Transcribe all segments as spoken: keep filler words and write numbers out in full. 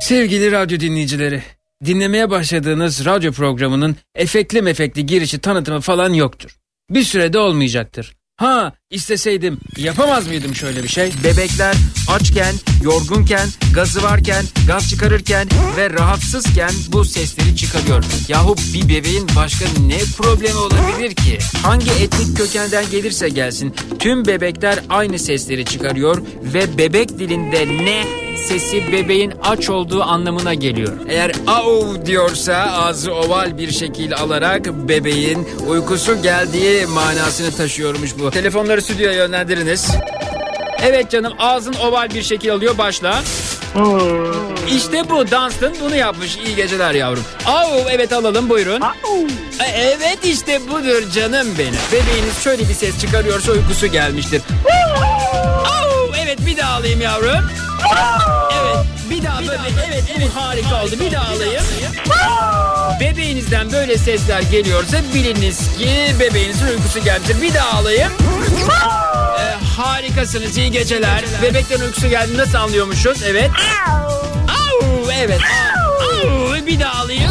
Sevgili radyo dinleyicileri, dinlemeye başladığınız radyo programının efektli mefekli girişi tanıtımı falan yoktur. Bir sürede olmayacaktır. Ha, isteseydim yapamaz mıydım şöyle bir şey? Bebekler açken, yorgunken, gazı varken, gaz çıkarırken ve rahatsızken bu sesleri çıkarıyor. Yahu bir bebeğin başka ne problemi olabilir ki? Hangi etnik kökenden gelirse gelsin tüm bebekler aynı sesleri çıkarıyor ve bebek dilinde ne sesi bebeğin aç olduğu anlamına geliyor. Eğer au diyorsa ağzı oval bir şekil alarak bebeğin uykusu geldiği manasını taşıyormuş bu. Telefonları stüdyoya yönlendiriniz. Evet canım, ağzın oval bir şekil alıyor, başla. İşte bu, Dunstan bunu yapmış. İyi geceler yavrum. Au, evet alalım, buyurun. Evet işte budur canım benim. Bebeğiniz şöyle bir ses çıkarıyorsa uykusu gelmiştir. Au, evet bir daha alayım yavrum. Evet bir daha böyle, evet evet harika oldu, bir daha alayım. Bebeğinizden böyle sesler geliyorsa biliniz ki bebeğinizin uykusu gelmiştir. Bir daha alayım. Ee, harikasınız, iyi geceler. Bebeklerin uykusu geldi, nasıl anlıyormuşuz? Evet. Au, evet. Au, bir daha alayım.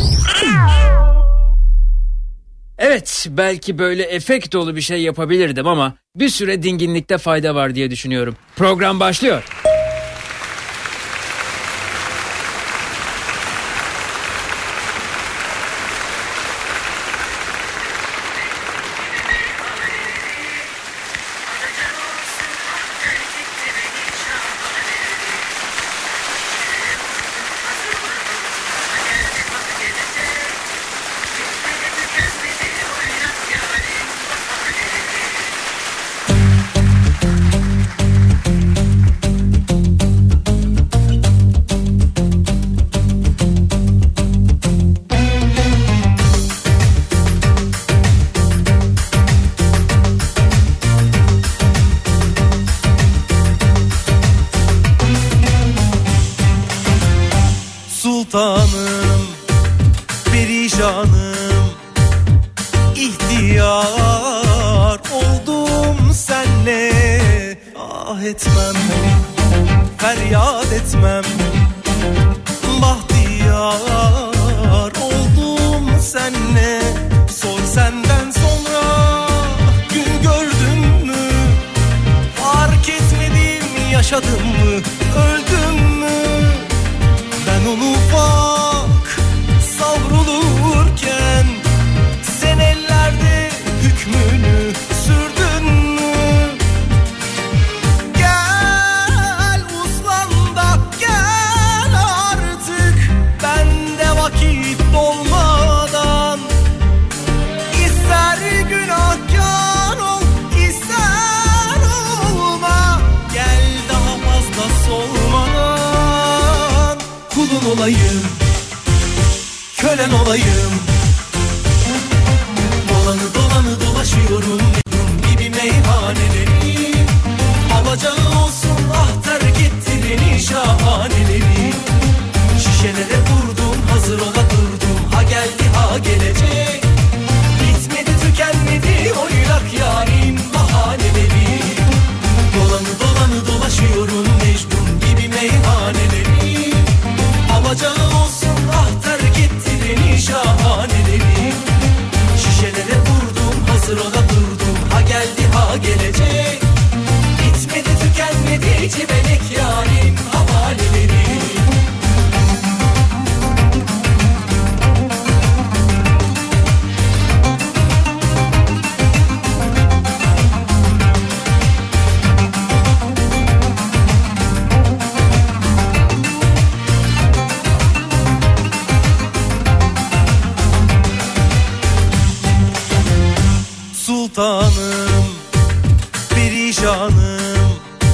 Evet, belki böyle efekt dolu bir şey yapabilirdim ama bir süre dinginlikte fayda var diye düşünüyorum. Program başlıyor. Sultanım, perişanım, ihtiyar oldum senle. Ah etmem, feryat etmem, bahtiyar oldum senle. Sor senden sonra gün gördün mü? Fark etmedim, yaşadım mı, öldüm mü? Ben onu bak savrulurken sen ellerde hükmünü sürdün mü? Gel uslan da gel artık, bende vakit dolmadan. İster günahkar ol, ister olma, gel daha fazla solmadan. Kulun olayım, kölen olayım. Dolanı dolanı dolaşıyorum gibi meyhaneleri. Alacağı olsun ah terk ettireni şahaneleri. Şişelere vurdum, hazır ola durdum, ha geldi ha gelecek. Bitmedi tükenmedi oynak yarim bahaneleri. Dolanı dolanı dolaşıyorum Mecnun gibi meyhaneleri. Alacağı olsun ah terk ettireni şahaneleri. Şişelere vurdum, hazır ola durdum, ha geldi ha gelecek. Bitmedi tükenmedi civelek yarim havaleleri. Sultanım, perişanım,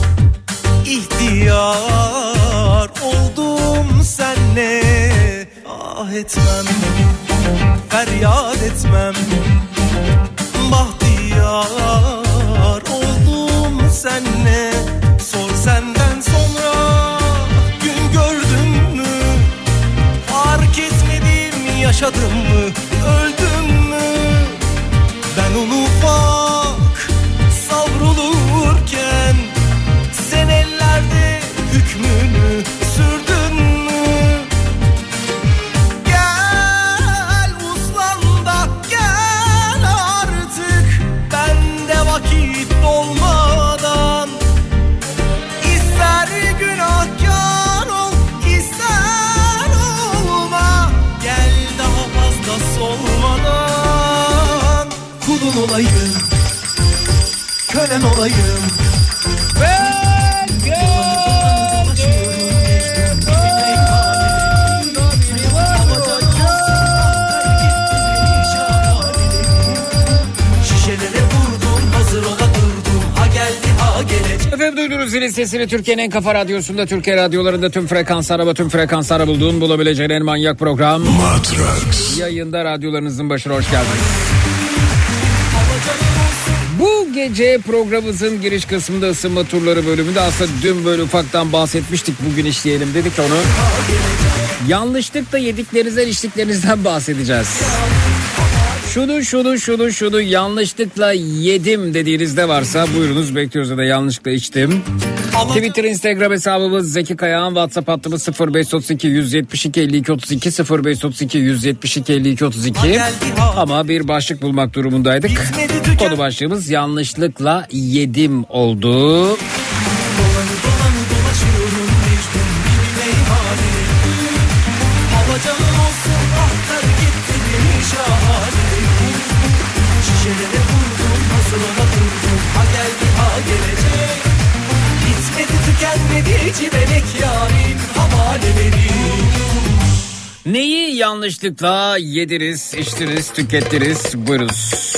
ihtiyar oldum senle. Ah etmem, feryat etmem, bahtiyar oldum senle. Sor senden sonra gün gördün mü? Fark etmedim, yaşadım mı, öldüm mü? Ben onu bak savrulurken sen ellerde hükmünü sürdün mü? olayım, kölen olayım. Şişelere vurdum, hazır ola durdum. Ha geldi ha gelecek. Efendim duydunuz zilin sesini Türkiye'nin en kafa radyosunda, Türkiye radyolarında tüm frekanslara ve tüm frekanslara bulduğun bulabileceğin en manyak program Matrax yayında, radyolarınızın başına hoş geldiniz. Bu gece programımızın giriş kısmında ısınma turları bölümünde aslında dün böyle ufaktan bahsetmiştik, bugün işleyelim dedik onu. Yanlışlıkla yediklerinizden içtiklerinizden bahsedeceğiz. Şunu şunu şunu şunu yanlışlıkla yedim dediğinizde varsa buyurunuz, bekliyoruz. Ya da yanlışlıkla içtim. Twitter, Instagram hesabımız Zeki Kayağan, WhatsApp hattımız sıfır beş otuz iki yüz yetmiş iki elli iki otuz iki sıfır beş otuz iki yüz yetmiş iki elli iki otuz iki. Ama bir başlık bulmak durumundaydık. Konu başlığımız yanlışlıkla yedim oldu. Şişelere vurdum, hazır ola durdum. Ha geldi ha gelecek. Bitmedi tükenmedi civelek yarim havaleleri. Neyi yanlışlıkla yediniz, içtiniz, tükettiniz? Buyurunuz.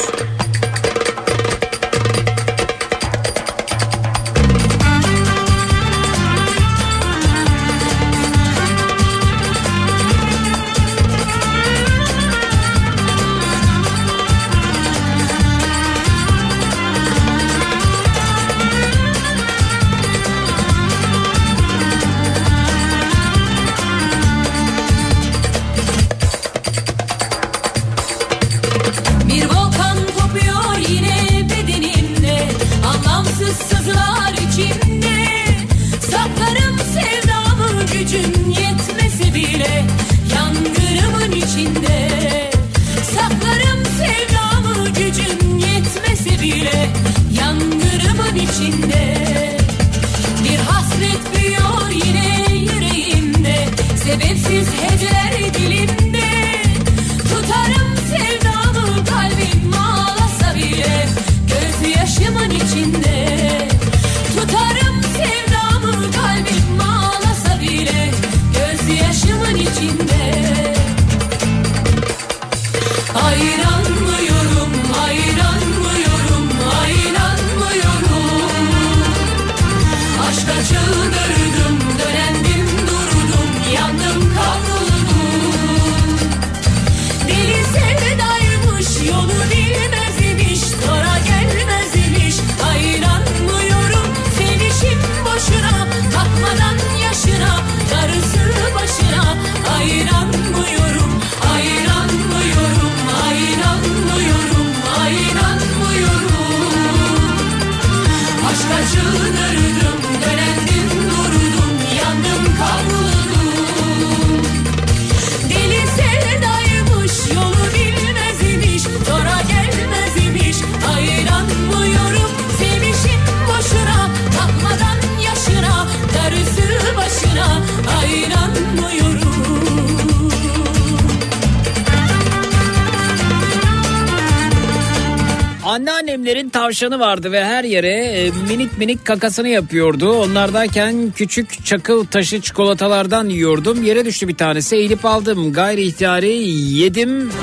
Anneannemlerin tavşanı vardı ve her yere e, minik minik kakasını yapıyordu. Onlardayken küçük çakıl taşı çikolatalardan yiyordum. Yere düştü bir tanesi, eğilip aldım. Gayri ihtiyari yedim.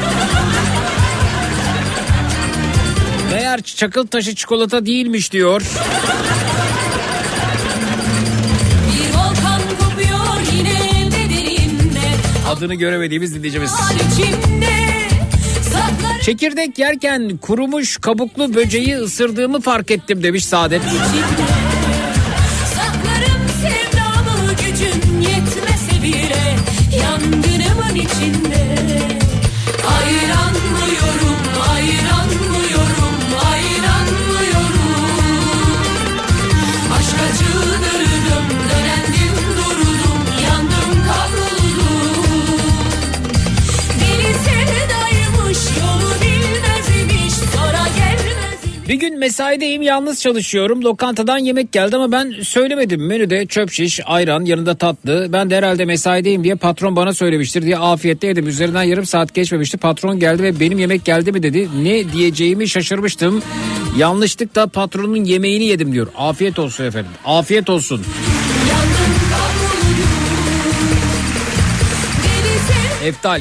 Meğer çakıl taşı çikolata değilmiş diyor. Bir volkan kopuyor yine bedenimde. Adını göremediğimiz dinleyicimiz. Çekirdek yerken kurumuş kabuklu böceği ısırdığımı fark ettim demiş Saadet. Saklarım sevdamı, gücüm yetmese bile yangınımın içinde. Ayranmıyorum, ayranmıyorum, ayranmıyorum. Aşka çıldırdım, dönendim durdum, yandım kavruldum. Deli sevdaymış, yolu bilmez imiş, sonra gelmez imiş. Bir gün mesaideyim, yalnız çalışıyorum. Lokantadan yemek geldi ama ben söylemedim. Menüde çöp şiş, ayran, yanında tatlı. Ben de herhalde mesaideyim diye patron bana söylemiştir diye afiyetle yedim. Üzerinden yarım saat geçmemişti. Patron geldi ve benim yemek geldi mi dedi. Ne diyeceğimi şaşırmıştım. Yanlışlıkla patronun yemeğini yedim diyor. Afiyet olsun efendim. Afiyet olsun. Eftal.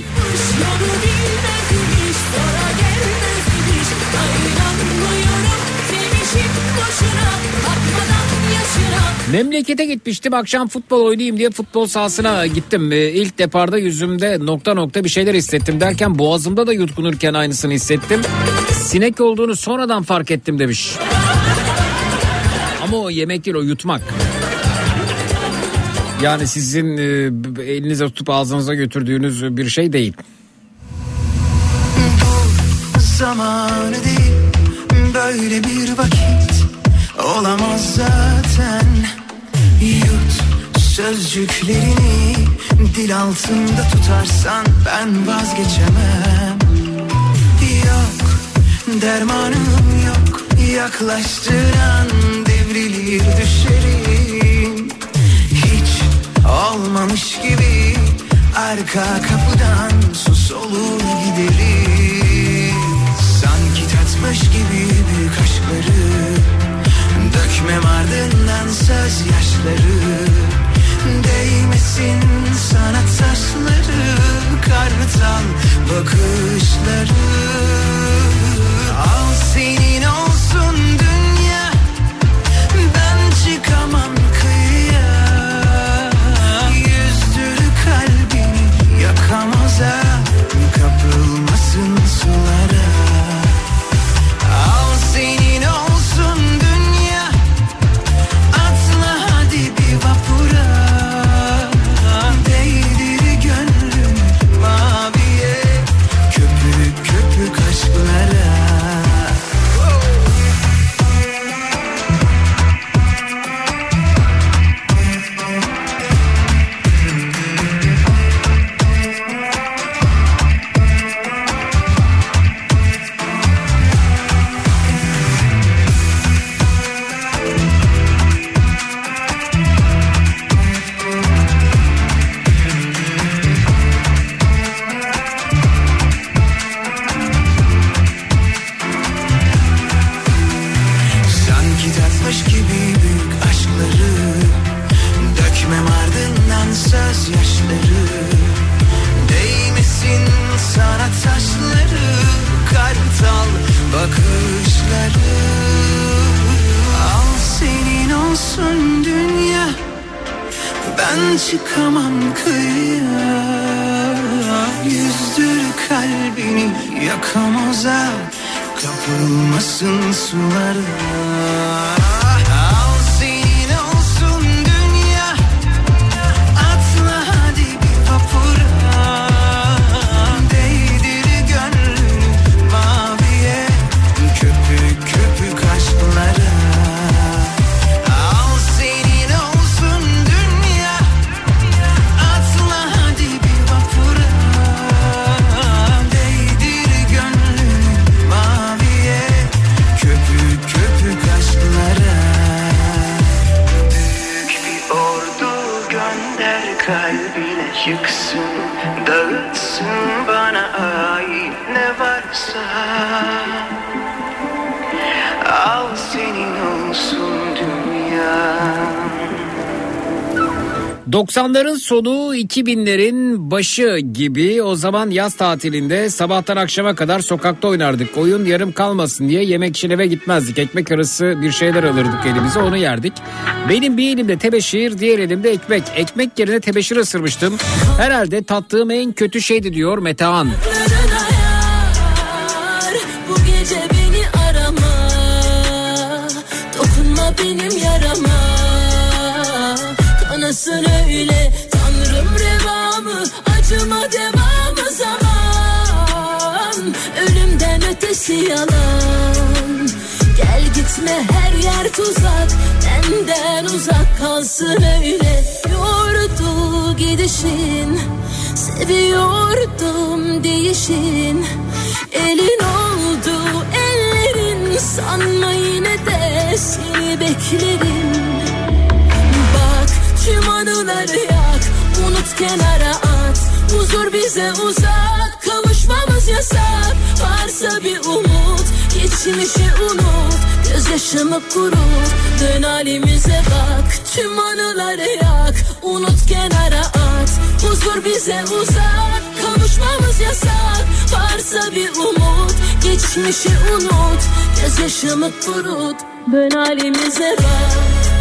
Memlekete gitmiştim, akşam futbol oynayayım diye futbol sahasına gittim. Ee, ilk deparda yüzümde nokta nokta bir şeyler hissettim derken boğazımda da yutkunurken aynısını hissettim. Sinek olduğunu sonradan fark ettim demiş. Ama o yemek değil, o yutmak. Yani sizin e, elinize tutup ağzınıza götürdüğünüz bir şey değil. Bu zamanı değil, böyle bir vakit olamaz zaten. Yut sözcüklerini, dil altında tutarsan ben vazgeçemem. Yok dermanım yok, yaklaştıran devrilir düşerim. Hiç olmamış gibi arka kapıdan sus olur giderim. Sanki tatmış gibi büyük aşkları dökmem ardından söz yaşları. Değmesin sana taşları, kartal bakışları. Al senin olsun dünya, ben çıkamam kıyıya. Yüzdür kalbini yakamoza, kapılmasın sulara. Al senin olsun dünya, atla hadi bir vapura. Değdir gönlüm maviye, köpük köpük aşklara. Sanki tatmış gibi büyük aşkları dökmem ardından söz yaşları. Değmesin sana taşları, kartal bakışları. Al senin olsun dünya, ben çıkamam kıyıya. Yüzdür kalbini yakamoza, kapılmasın sulara. Al senin olsun dünya, atla hadi bir vapura. Değdir gönlünü maviye, köpük köpük aşklara. Al senin olsun dünya, atla hadi bir vapura. Değdir gönlünü maviye, köpük köpük aşklara. Büyük bir ordu gönder kalbine, yıksın dağıtsın bana ait ne varsa. Al senin olsun dünya. doksanların sonu iki binlerin başı gibi o zaman yaz tatilinde sabahtan akşama kadar sokakta oynardık. Oyun yarım kalmasın diye yemek için eve gitmezdik. Ekmek arası bir şeyler alırdık elimize, onu yerdik. Benim bir elimde tebeşir, diğer elimde ekmek. Ekmek yerine tebeşir ısırmıştım. Herhalde tattığım en kötü şeydi diyor Metehan. Bu gece beni arama, dokunma benim yarama. Kanasın öyle Tanrım revamı, acıma devamı zaman. Ölümden ötesi yalan, gel gitme her yer tuzak. Benden uzak kalsın öyle, yordu gidişin. Seviyordum değişin, elin oldu ellerin sanma yine de seni beklerim. Bak tüm anıları yak, unut kenara at. Huzur bize uzak, kavuşmamız yasak. Varsa bir umut, geçmişi unut. Gözyaşımı kurut, dön halimize bak. Tüm anıları yak, unut kenara at. Huzur bize uzak, kavuşmamız yasak. Varsa bir umut, geçmişi unut. Gözyaşımı kurut, dön halimize bak.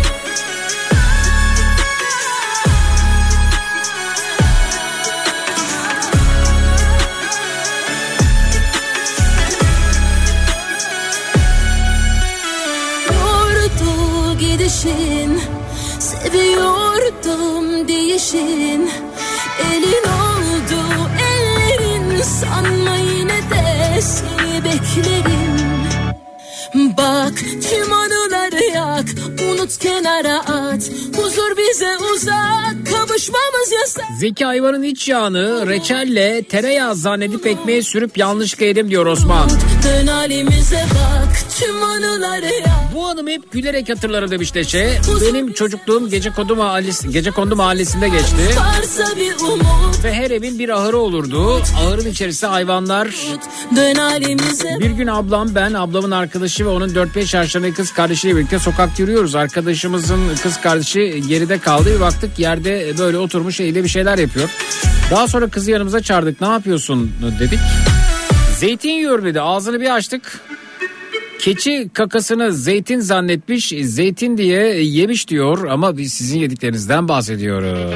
Gidişin, seviyordum değişin. Elin oldu ellerin, sanma yine de seni beklerim. Bak tüm anıları yak, unut kenara at. Huzur bize uzak, kavuşmamız yasak. Zeki hayvanın iç yağını reçelle tereyağı zannedip ekmeğe sürüp yanlışlıkla yedim diyor Osman. Dön halimize bak, tüm anıları yak. Bu hanım hep gülerek hatırları demiş Deşe. Benim çocukluğum Gecekondu Mahallesi, Gecekondu Mahallesi'nde geçti. Varsa bir umut, ve her evin bir ahırı olurdu. Ahırın içerisinde hayvanlar. dön halimize. Bir gün ablam, ben, ablamın arkadaşı ve onun dört beş yaşlarındaki kız kardeşiyle birlikte sokakta yürüyoruz. Arkadaşımızın kız kardeşi geride kaldı. Bir baktık yerde böyle oturmuş, eliyle bir şeyler yapıyor. Daha sonra kızı yanımıza çağırdık. Ne yapıyorsun dedik. Zeytin yiyor dedi. Ağzını bir açtık. Keçi kakasını zeytin zannetmiş, zeytin diye yemiş diyor ama biz sizin yediklerinizden bahsediyoruz.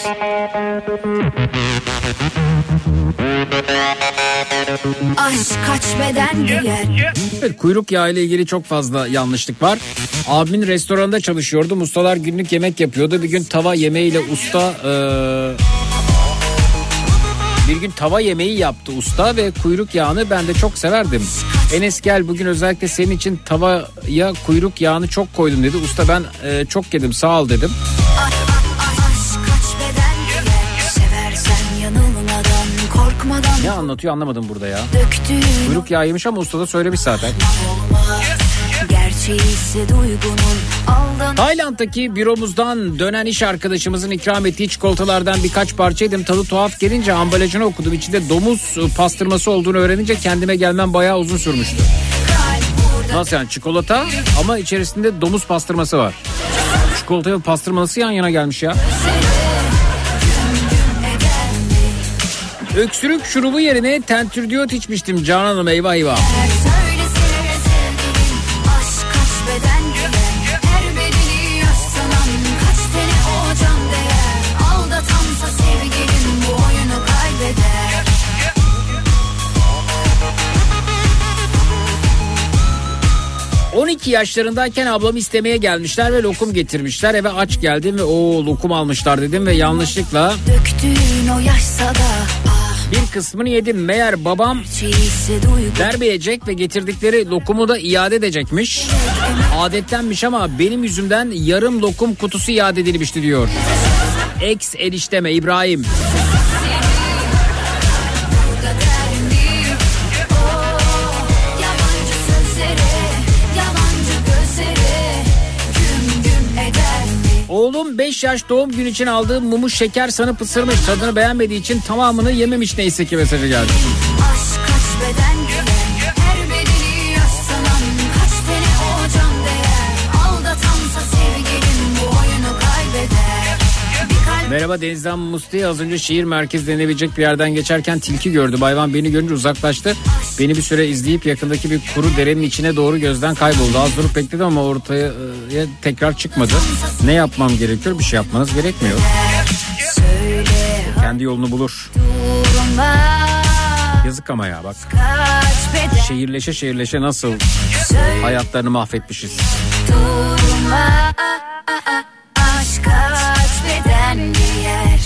Aşk kaç beden giyer. Evet, kuyruk yağı ile ilgili çok fazla yanlışlık var. Abimin restoranında çalışıyordu. Ustalar günlük yemek yapıyordu. Bir gün tava yemeğiyle usta... Ee... Bir gün tava yemeği yaptı usta ve kuyruk yağını ben de çok severdim. Enes gel bugün özellikle senin için tavaya kuyruk yağını çok koydum dedi. Usta ben e, çok yedim sağ ol dedim. Ne anlatıyor anlamadım burada ya. Kuyruk yağı yemiş ama usta da söylemiş zaten. Tayland'daki büromuzdan dönen iş arkadaşımızın ikram ettiği çikolatalardan birkaç parça yedim. Tadı tuhaf gelince ambalajını okudum. İçinde domuz pastırması olduğunu öğrenince kendime gelmem bayağı uzun sürmüştü. Nasıl yani çikolata ama içerisinde domuz pastırması var. Çikolata ve pastırma nasıl yan yana gelmiş ya? Öksürük şurubu yerine tentürdiyot içmiştim Canan'ım, eyvah eyvah. on iki yaşlarındayken ablamı istemeye gelmişler ve lokum getirmişler. Eve aç geldim ve o lokum almışlar dedim ve yanlışlıkla o yaşsa da, ah, bir kısmını yedim. Meğer babam vermeyecek ve getirdikleri lokumu da iade edecekmiş. Adettenmiş ama benim yüzümden yarım lokum kutusu iade edilmişti diyor. Ex enişteme İbrahim. Oğlum beş yaş doğum günü için aldığım mumu şeker sanıp ısırmış. Tadını beğenmediği için tamamını yememiş, neyse ki mesajı geldi. Aşk kaç beden giyer, her bedeni yaşsanan kaç tane o can değer. Aldatansa sevgilim bu oyunu kaybeder. Kalp... Merhaba Deniz'den Musti. Az önce şehir merkezi denilebilecek bir yerden geçerken tilki gördüm. Hayvan beni görünce uzaklaştı. Beni bir süre izleyip yakındaki bir kuru derenin içine doğru gözden kayboldu. Az durup bekledim ama ortaya e, tekrar çıkmadı. Ne yapmam gerekiyor? Bir şey yapmanız gerekmiyor. Söyle, kendi yolunu bulur. durma. Yazık ama ya bak. Kaç beden Şehirleşe şehirleşe nasıl hayatlarını mahvetmişiz. durma. Aşk kaç beden giyer.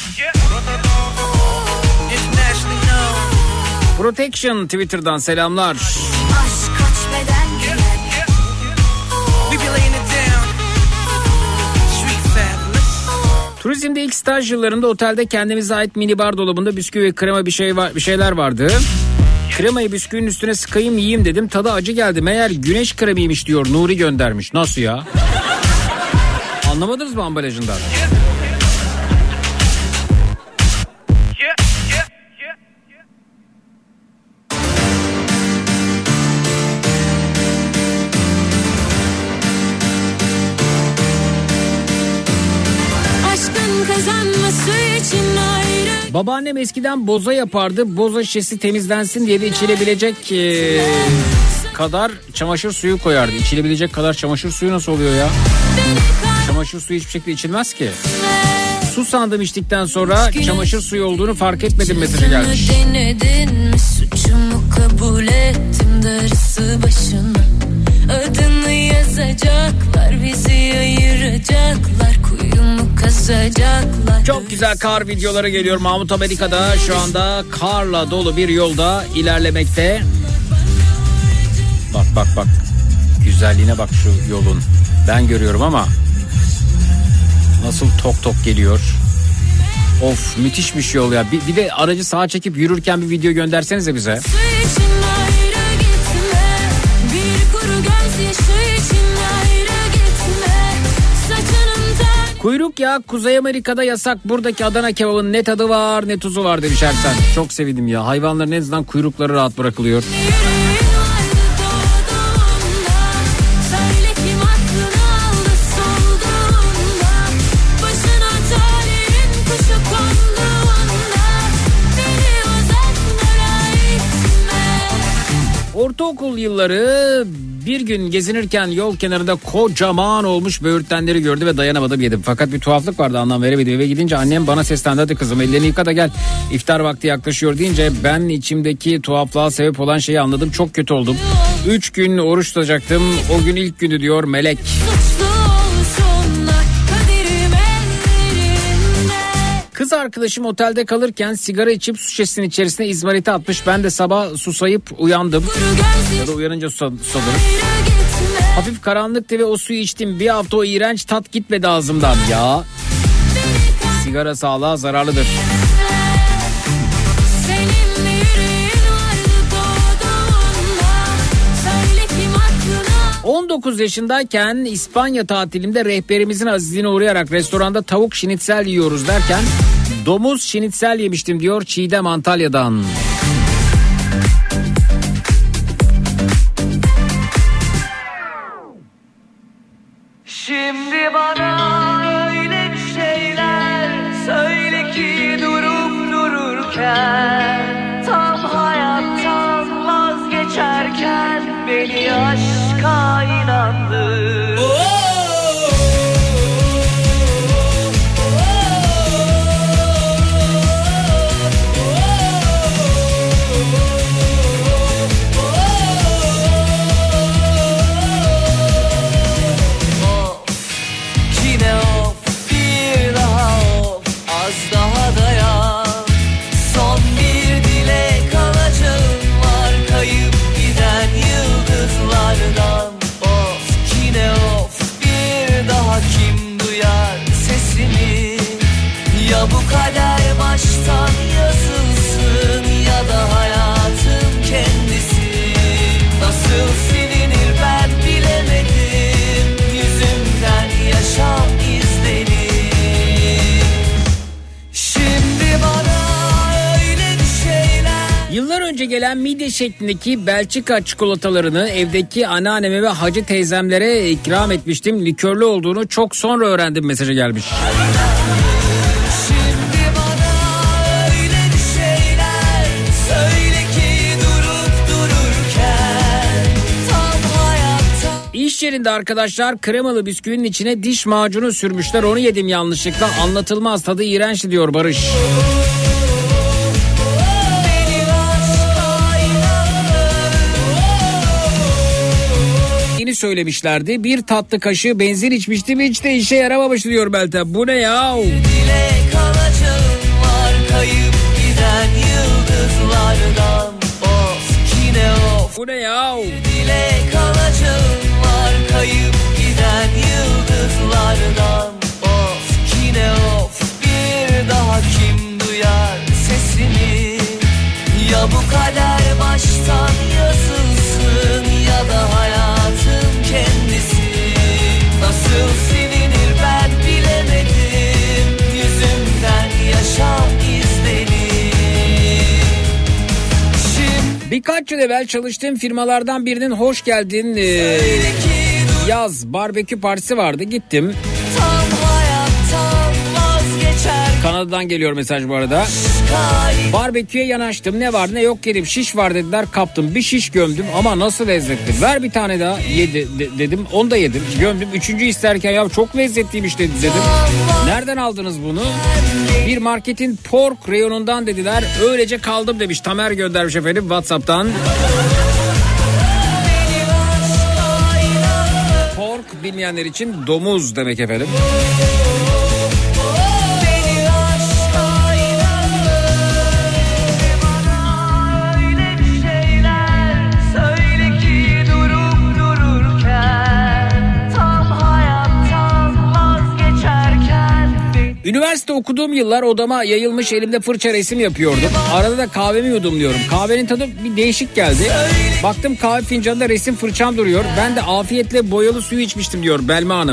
Protection Twitter'dan selamlar. Aşk kaç beden giyer. Turizmde ilk staj yıllarında otelde kendimize ait minibar dolabında bisküvi ve krema bir şey var, bir şeyler vardı. Kremayı bisküvinin üstüne sıkayım yiyeyim dedim. Tadı acı geldi. Meğer güneş kremiymiş diyor. Nuri göndermiş. Nasıl ya? Anlamadınız mı ambalajından? Babaannem eskiden boza yapardı. Boza şişesi temizlensin diye de içilebilecek e, kadar çamaşır suyu koyardı. İçilebilecek kadar çamaşır suyu nasıl oluyor ya? Çamaşır suyu hiçbir şekilde içilmez ki. Su sandım içtikten sonra çamaşır suyu olduğunu fark etmedim mesajı gelmiş. Denedin mi suçumu kabul ettim darısı başına. Adını yazacaklar, bizi ayıracaklar, kuyumu kazacaklar. Çok güzel kar videoları geliyor. Mahmut Amerika'da şu anda karla dolu bir yolda ilerlemekte. Bak bak bak. Güzelliğine bak şu yolun. Ben görüyorum ama nasıl tok tok geliyor. Of, müthişmiş yol ya. Bir, bir de aracı sağa çekip yürürken bir video göndersenize bize. Kuyruk ya, Kuzey Amerika'da yasak. Buradaki Adana kebabın ne tadı var ne tuzu var demiş Ersen. Çok sevindim ya. Hayvanların en azından kuyrukları rahat bırakılıyor. Ortaokul yılları bir gün gezinirken yol kenarında kocaman olmuş böğürtlenleri gördü ve dayanamadım yedim. Fakat bir tuhaflık vardı, anlam veremedim. Eve gidince annem bana seslendi, hadi kızım ellerini yıka da gel, iftar vakti yaklaşıyor deyince ben içimdeki tuhaflığa sebep olan şeyi anladım. Çok kötü oldum. Üç gün oruç tutacaktım. O gün ilk günü diyor Melek. Kız arkadaşım otelde kalırken sigara içip su şişesinin içerisine izmariti atmış. Ben de sabah susayıp uyandım. Ya da uyanınca susadım. Hafif karanlıktı ve o suyu içtim. Bir hafta o iğrenç tat gitmedi ağzımdan. Ya sigara sağlığa zararlıdır. on dokuz yaşındayken İspanya tatilimde rehberimizin azizliğine uğrayarak restoranda tavuk şinitsel yiyoruz derken domuz şinitsel yemiştim diyor Çiğdem Antalya'dan. Şimdi bana öyle bir şeyler söyle ki durup dururken, tam hayattan vazgeçerken beni aşka inandır. Bu kader baştan yazılsın ya da hayatın kendisi. Nasıl silinir ben bilemedim, yüzümden yaşam izleri. Şimdi bana öyle bir şeyler. Yıllar önce gelen midye şeklindeki Belçika çikolatalarını evdeki anneanneme ve hacı teyzemlere ikram etmiştim. Likörlü olduğunu çok sonra öğrendim mesajı gelmiş. İş yerinde arkadaşlar kremalı bisküvinin içine diş macunu sürmüşler, onu yedim yanlışlıkla, anlatılmaz, tadı iğrençti diyor Barış. Yeni söylemişlerdi, bir tatlı kaşığı benzin içmiştim, hiç de işe yaramamıştı diyor Meltem. Bu ne ya? Dile kalacağım var kayıp giden yıldızlardan. Of yine of. Bu ne ya? Dile kalacağım kayıp giden yıldızlardan. Of yine of, bir daha kim duyar sesini? Ya bu kader baş Birkaç yıl evvel çalıştığım firmalardan birinin hoş geldin e, yaz barbekü partisi vardı. Gittim. Tam hayattan vazgeçer. Kanada'dan geliyor mesaj bu arada. Barbeküye yanaştım. Ne var ne yok yedim. Şiş var dediler, kaptım. Bir şiş gömdüm ama nasıl lezzetli. Ver bir tane daha yedi de, dedim. Onu da yedim. Gömdüm. Üçüncü isterken ya çok lezzetliymiş dedi, dedim. Nereden aldınız bunu? Bir marketin pork reyonundan dediler. Öylece kaldım demiş. Tamer göndermiş efendim WhatsApp'tan. Pork bilmeyenler için domuz demek efendim. Üniversite okuduğum yıllar odama yayılmış elimde fırça resim yapıyordum. Arada da kahvemi yudumluyorum. Kahvenin tadı bir değişik geldi. Baktım kahve fincanında resim fırçam duruyor. Ben de afiyetle boyalı suyu içmiştim diyor Belma Hanım.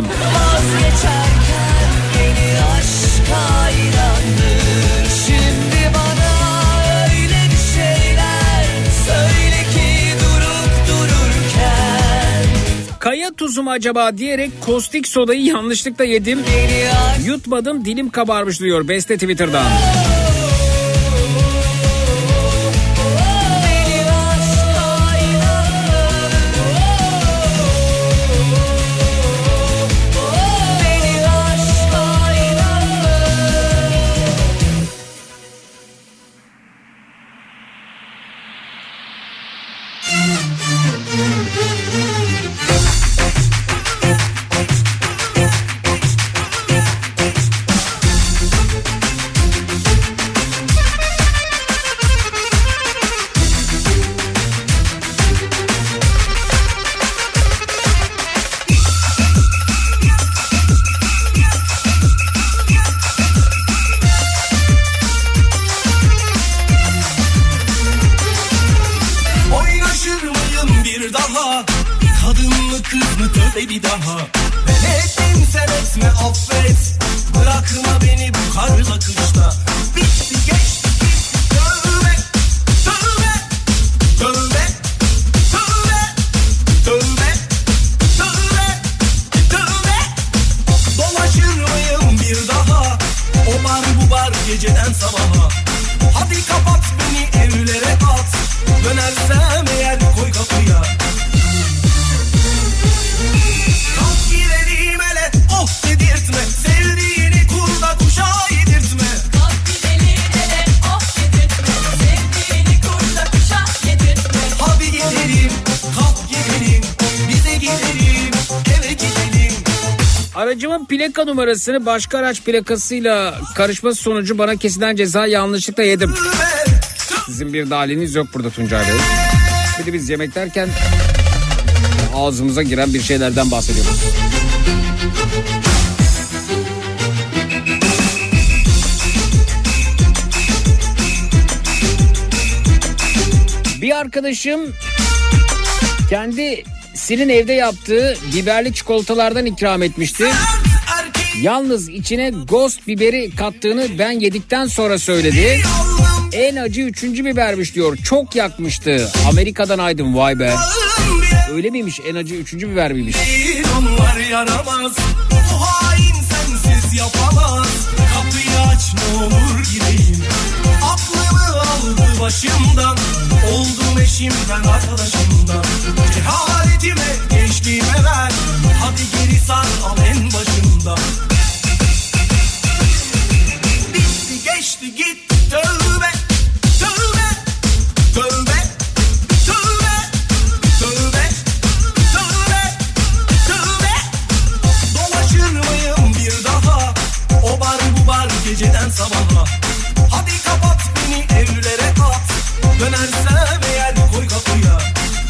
Kaya tuzu mu acaba diyerek kostik sodayı yanlışlıkla yedim. Yutmadım, dilim kabarmış diyor Beste Twitter'dan. Aracımın plaka numarasını başka araç plakasıyla karışması sonucu bana kesilen ceza yanlışlıkla yedim. Sizin bir daliniz yok burada Tuncay Bey. Bir de biz yemek derken ağzımıza giren bir şeylerden bahsediyoruz. Bir arkadaşım kendisinin evde yaptığı biberli çikolatalardan ikram etmişti. Yalnız içine ghost biberi kattığını ben yedikten sonra söyledi. En acı üçüncü bibermiş diyor. Çok yakmıştı. Amerika'dan aydım, vay be. Öyle miymiş, en acı üçüncü biber miymiş? Onlar yaramaz. O hain sensiz yapamaz. Kapıyı aç ne olur gireyim. Aklımı aldı başımdan. Oldum eşimden arkadaşımdan. Cehaletime gençliğime ver. Hadi geri sar al en başında. Bitti geçti gitti tövbe. Tövbe. Tövbe. Tövbe. Tövbe. Tövbe. Tövbe. Dolaşır mıyım bir daha? O bar bu bar geceden sabaha. Hadi kapat beni evlere at. Dönersem eğer koy kapıya.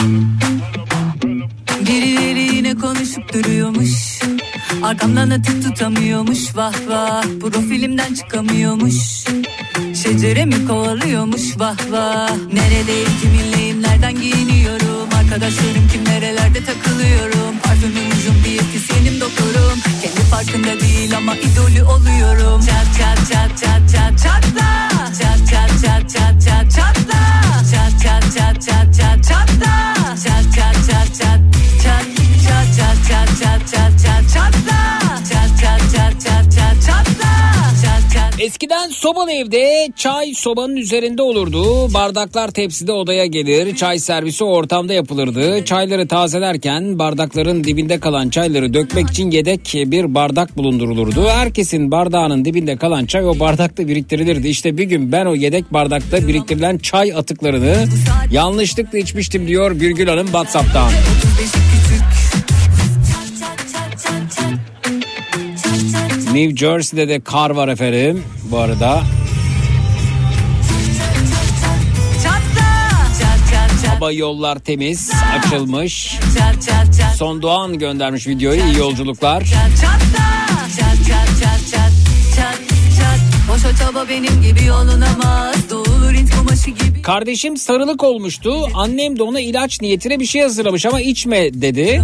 Birileri yine konuşup duruyormuş, arkamdan atıp tutamıyormuş. Vah vah, profilimden çıkamıyormuş, şecere mi kovalıyormuş. Vah vah, neredeyim, kiminleyim, nereden giyiniyorum, arkadaşlarım kim, nerelerde takılıyorum. Parfümüm, ucum, diyetisyenim, doktorum, kendi farkında değil ama idolü oluyorum. Çat çat çat çat çat çatla, çat çat çat çat çat çatla, çat çat çat çat çat çatla, çat çat çat çat çat çat çat çat çat çatla, çat çat çat çat çat çatla, çat çat. Eskiden sobalı evde çay sobanın üzerinde olurdu. Bardaklar tepside odaya gelir. Çay servisi ortamda yapılırdı. Çayları tazelerken bardakların dibinde kalan çayları dökmek için yedek bir bardak bulundurulurdu. Herkesin bardağının dibinde kalan çay o bardakta biriktirilirdi. İşte bir gün ben o yedek bardakta biriktirilen çay atıklarını yanlışlıkla içmiştim diyor Birgül Hanım WhatsApp'tan. New Jersey'de de kar var efendim bu arada. Hava, yollar temiz, açılmış. Son Doğan göndermiş videoyu. İyi yolculuklar. Kardeşim sarılık olmuştu. Annem de ona ilaç niyetine bir şey hazırlamış ama içme dedi.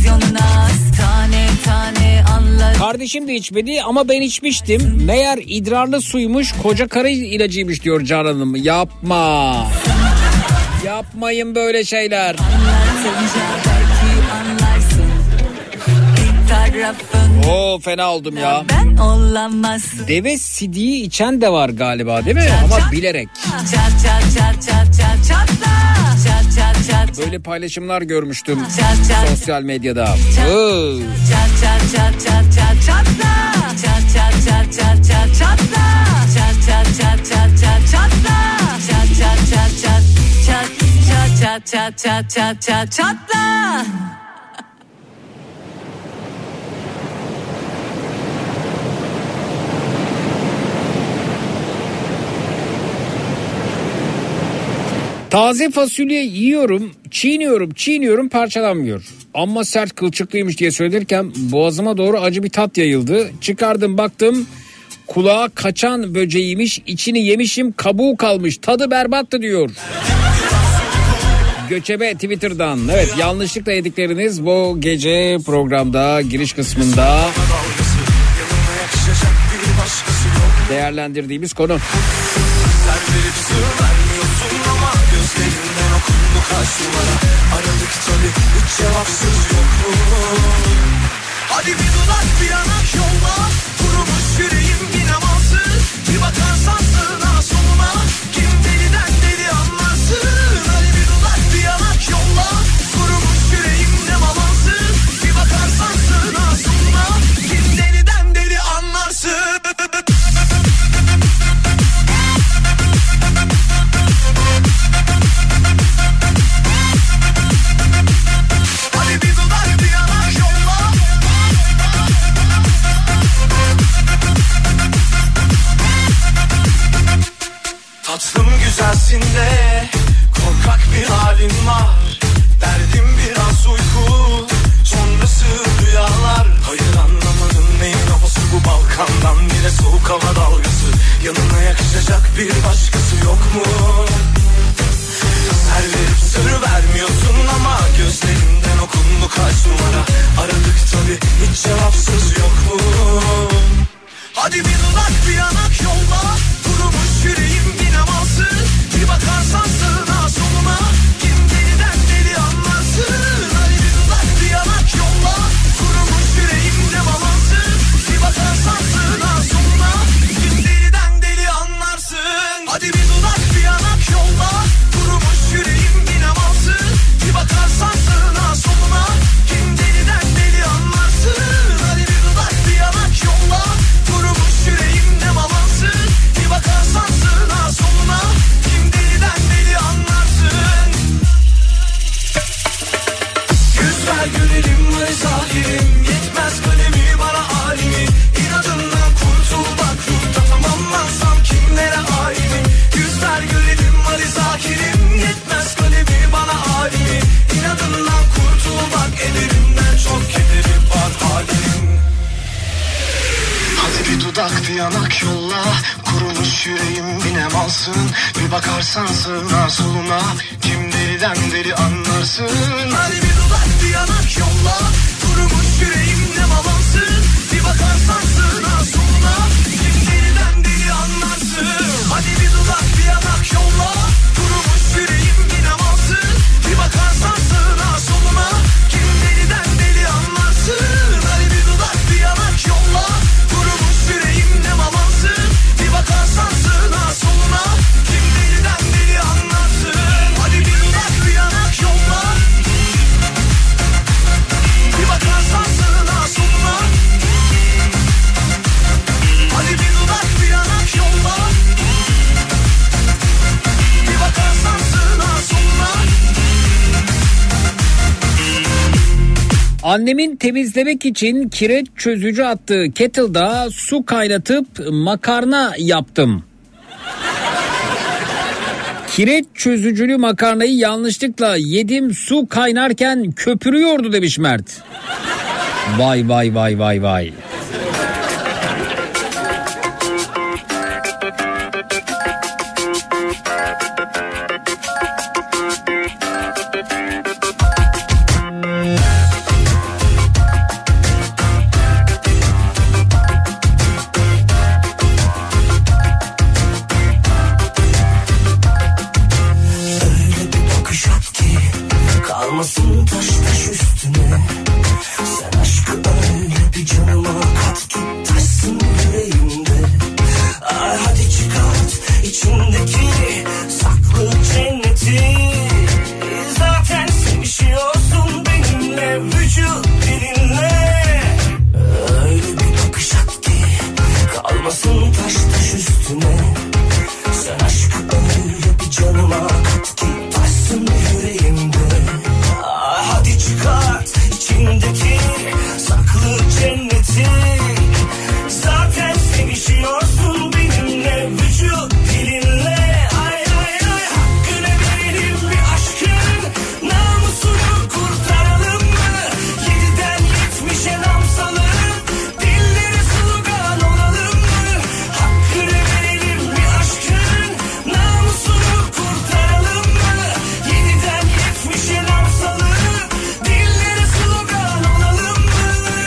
Kardeşim de içmedi ama ben içmiştim. Meğer idrarlı suymuş, koca karı ilacıymış diyor Canan Hanım. Yapma. Yapmayın böyle şeyler. Oo, fena oldum ya. Deve sidiği içen de var galiba değil mi? Ama bilerek. Böyle paylaşımlar görmüştüm sosyal medyada. Oo. Taze fasulye yiyorum, çiğniyorum, çiğniyorum, parçalanmıyor. Ama sert, kılçıklıymış diye söylerken boğazıma doğru acı bir tat yayıldı. Çıkardım, baktım, kulağa kaçan böceğiymiş, içini yemişim, kabuğu kalmış, tadı berbattı diyor. Göçebe Twitter'dan. Evet, yanlışlıkla yedikleriniz bu gece programda giriş kısmında değerlendirdiğimiz konu. Aradık tabii hiç cevapsız yok mu? Hadi bir dudak bir yanak yolla, kurumuş yüreğim yine mansız. Bir bakarsan sığına soluna, kim deliden deli anlarsın. Hadi bir dudak bir yanak yolla, kurumuş yüreğim ne mamansız. Bir bakarsan sığına soluna, kim deliden deli anlarsın. Tatlım güzelsin de korkak bir halin var. Derdim biraz uyku, sonrası rüyalar. Hayır anlamadım neyin havası bu, Balkan'dan bile soğuk hava dalgası. Yanına yakışacak bir başkası yok mu? Ser verip sır vermiyorsun ama gözlerimden okundu kaç numara. Aradık tabii hiç cevapsız yok mu? Hadi bir dudak bir yanak yolla, kurumuş yüreğim yine malsız. Bir bakarsan sığına soluna, kim deliden uzak bir yanak yolla. Kurumuş yüreğim binem alsın. Bir bakarsan sağına soluna, kim deliden deli anlarsın. Hadi bir uzak bir yanak yolla. Kurumuş yüreğim nem alansın. Bir bakarsan sağına soluna, kim deliden deli anlarsın. Hadi bir uzak bir yanak yolla. Kurumuş yüreğim binem alsın. Bir bakarsan sağına soluna, kim deliden deli anlarsın. Hadi bir uzak bir yanak yolla. Kurumuş yüreğim nem alansın. Bir bakarsan sağına soluna, kim deliden deli anlarsın. Hadi bir uzak bir yanak yolla. Bir bakarsan sağına soluna. Hadi bir uzak bir yanak yolla. Bir bakarsan sağına soluna. Annemin temizlemek için kireç çözücü attığı kettle'da su kaynatıp makarna yaptım. Kireç çözücülü makarnayı yanlışlıkla yedim, su kaynarken köpürüyordu demiş Mert. Vay vay vay vay vay. Kalmasın taş taş üstüne. Sen aşkı öyle bir canıma kat ki taşsın yüreğimde. Ay hadi çıkart içindeki saklı cenneti. Zaten sevişiyorsun benimle, vücut dilinle. Öyle bir bakış at ki kalmasın taş taş üstüne. Sen aşkı öyle bir canıma kat ki taşsın yüreğimde. Hadi çıkart içindeki saklı cenneti. Zaten sevişiyorsun benimle, vücut dilinle. Ay ay ay, hakkını verelim bir aşkın. Namusunu kurtaralım mı? Yediden yetmişe nam salalım. Dilleri slogan olalım mı? Hakkını verelim bir aşkın. Namusunu kurtaralım mı? Yediden yetmişe nam salalım. Dilleri slogan olalım mı?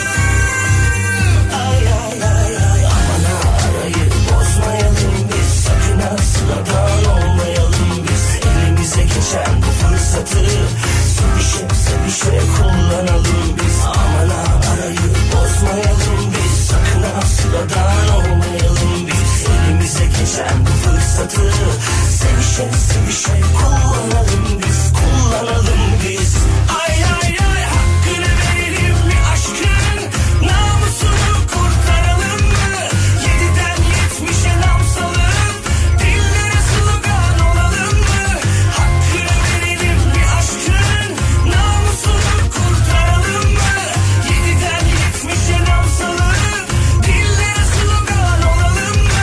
Ay ay ay ay, aman ha arayı bozmayalım biz. Sakın ha sıradan olmayalım biz. Elimize geçen bu fırsatı sevişe sevişe kullanalım biz. Aman ha arayı bozmayalım biz. Sakın ha sıradan olmayalım biz. Elimize geçen bu fırsatı sevişe sevişe kullanalım biz. Kullanalım biz. Ay ay ay, hakkını verelim bir aşkın. Namusunu kurtaralım mı? Yediden yetmişe nam salalım. Dillere slogan olalım mı? Hakkını verelim bir aşkın. Namusunu kurtaralım mı? Yediden yetmişe nam salalım. Dillere slogan olalım mı?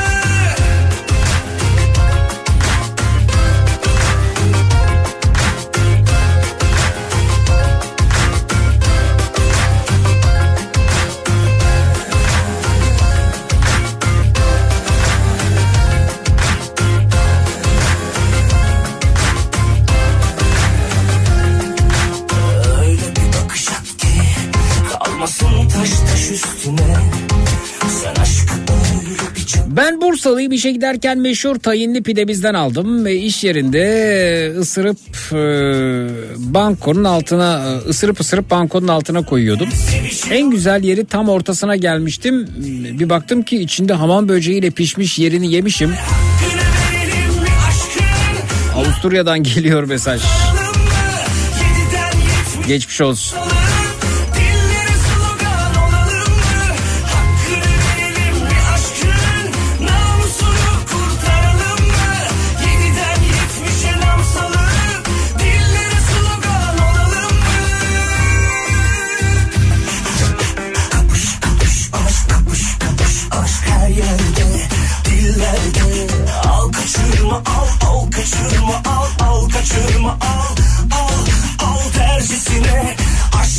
Öyle bir bakış at ki kalmasın taş taş üstüne. Sen aşkı öyle bir can. Ben Bursalıyım, işe giderken meşhur tayinli pidemizden aldım ve iş yerinde ısırıp e, bankonun altına e, ısırıp ısırıp bankonun altına koyuyordum. En güzel yeri tam ortasına gelmiştim. Bir baktım ki içinde hamam böceğiyle pişmiş, yerini yemişim. Hakkını verelim bir aşkın. Avusturya'dan geliyor mesaj. Olalım mı? Yediden yetmişe Geçmiş olsun. Dillere slogan olalım mı? Hakkını verelim bir aşkın. Namusunu kurtaralım mı? Yediden yetmişe nam salalım. Dillere slogan olalım mı? Kapış kapış aşk, kapış kapış aşk her yerde. Dillerde al kaçırma, al al kaçırma, al al kaçırma, al al al tercihsine. Aşk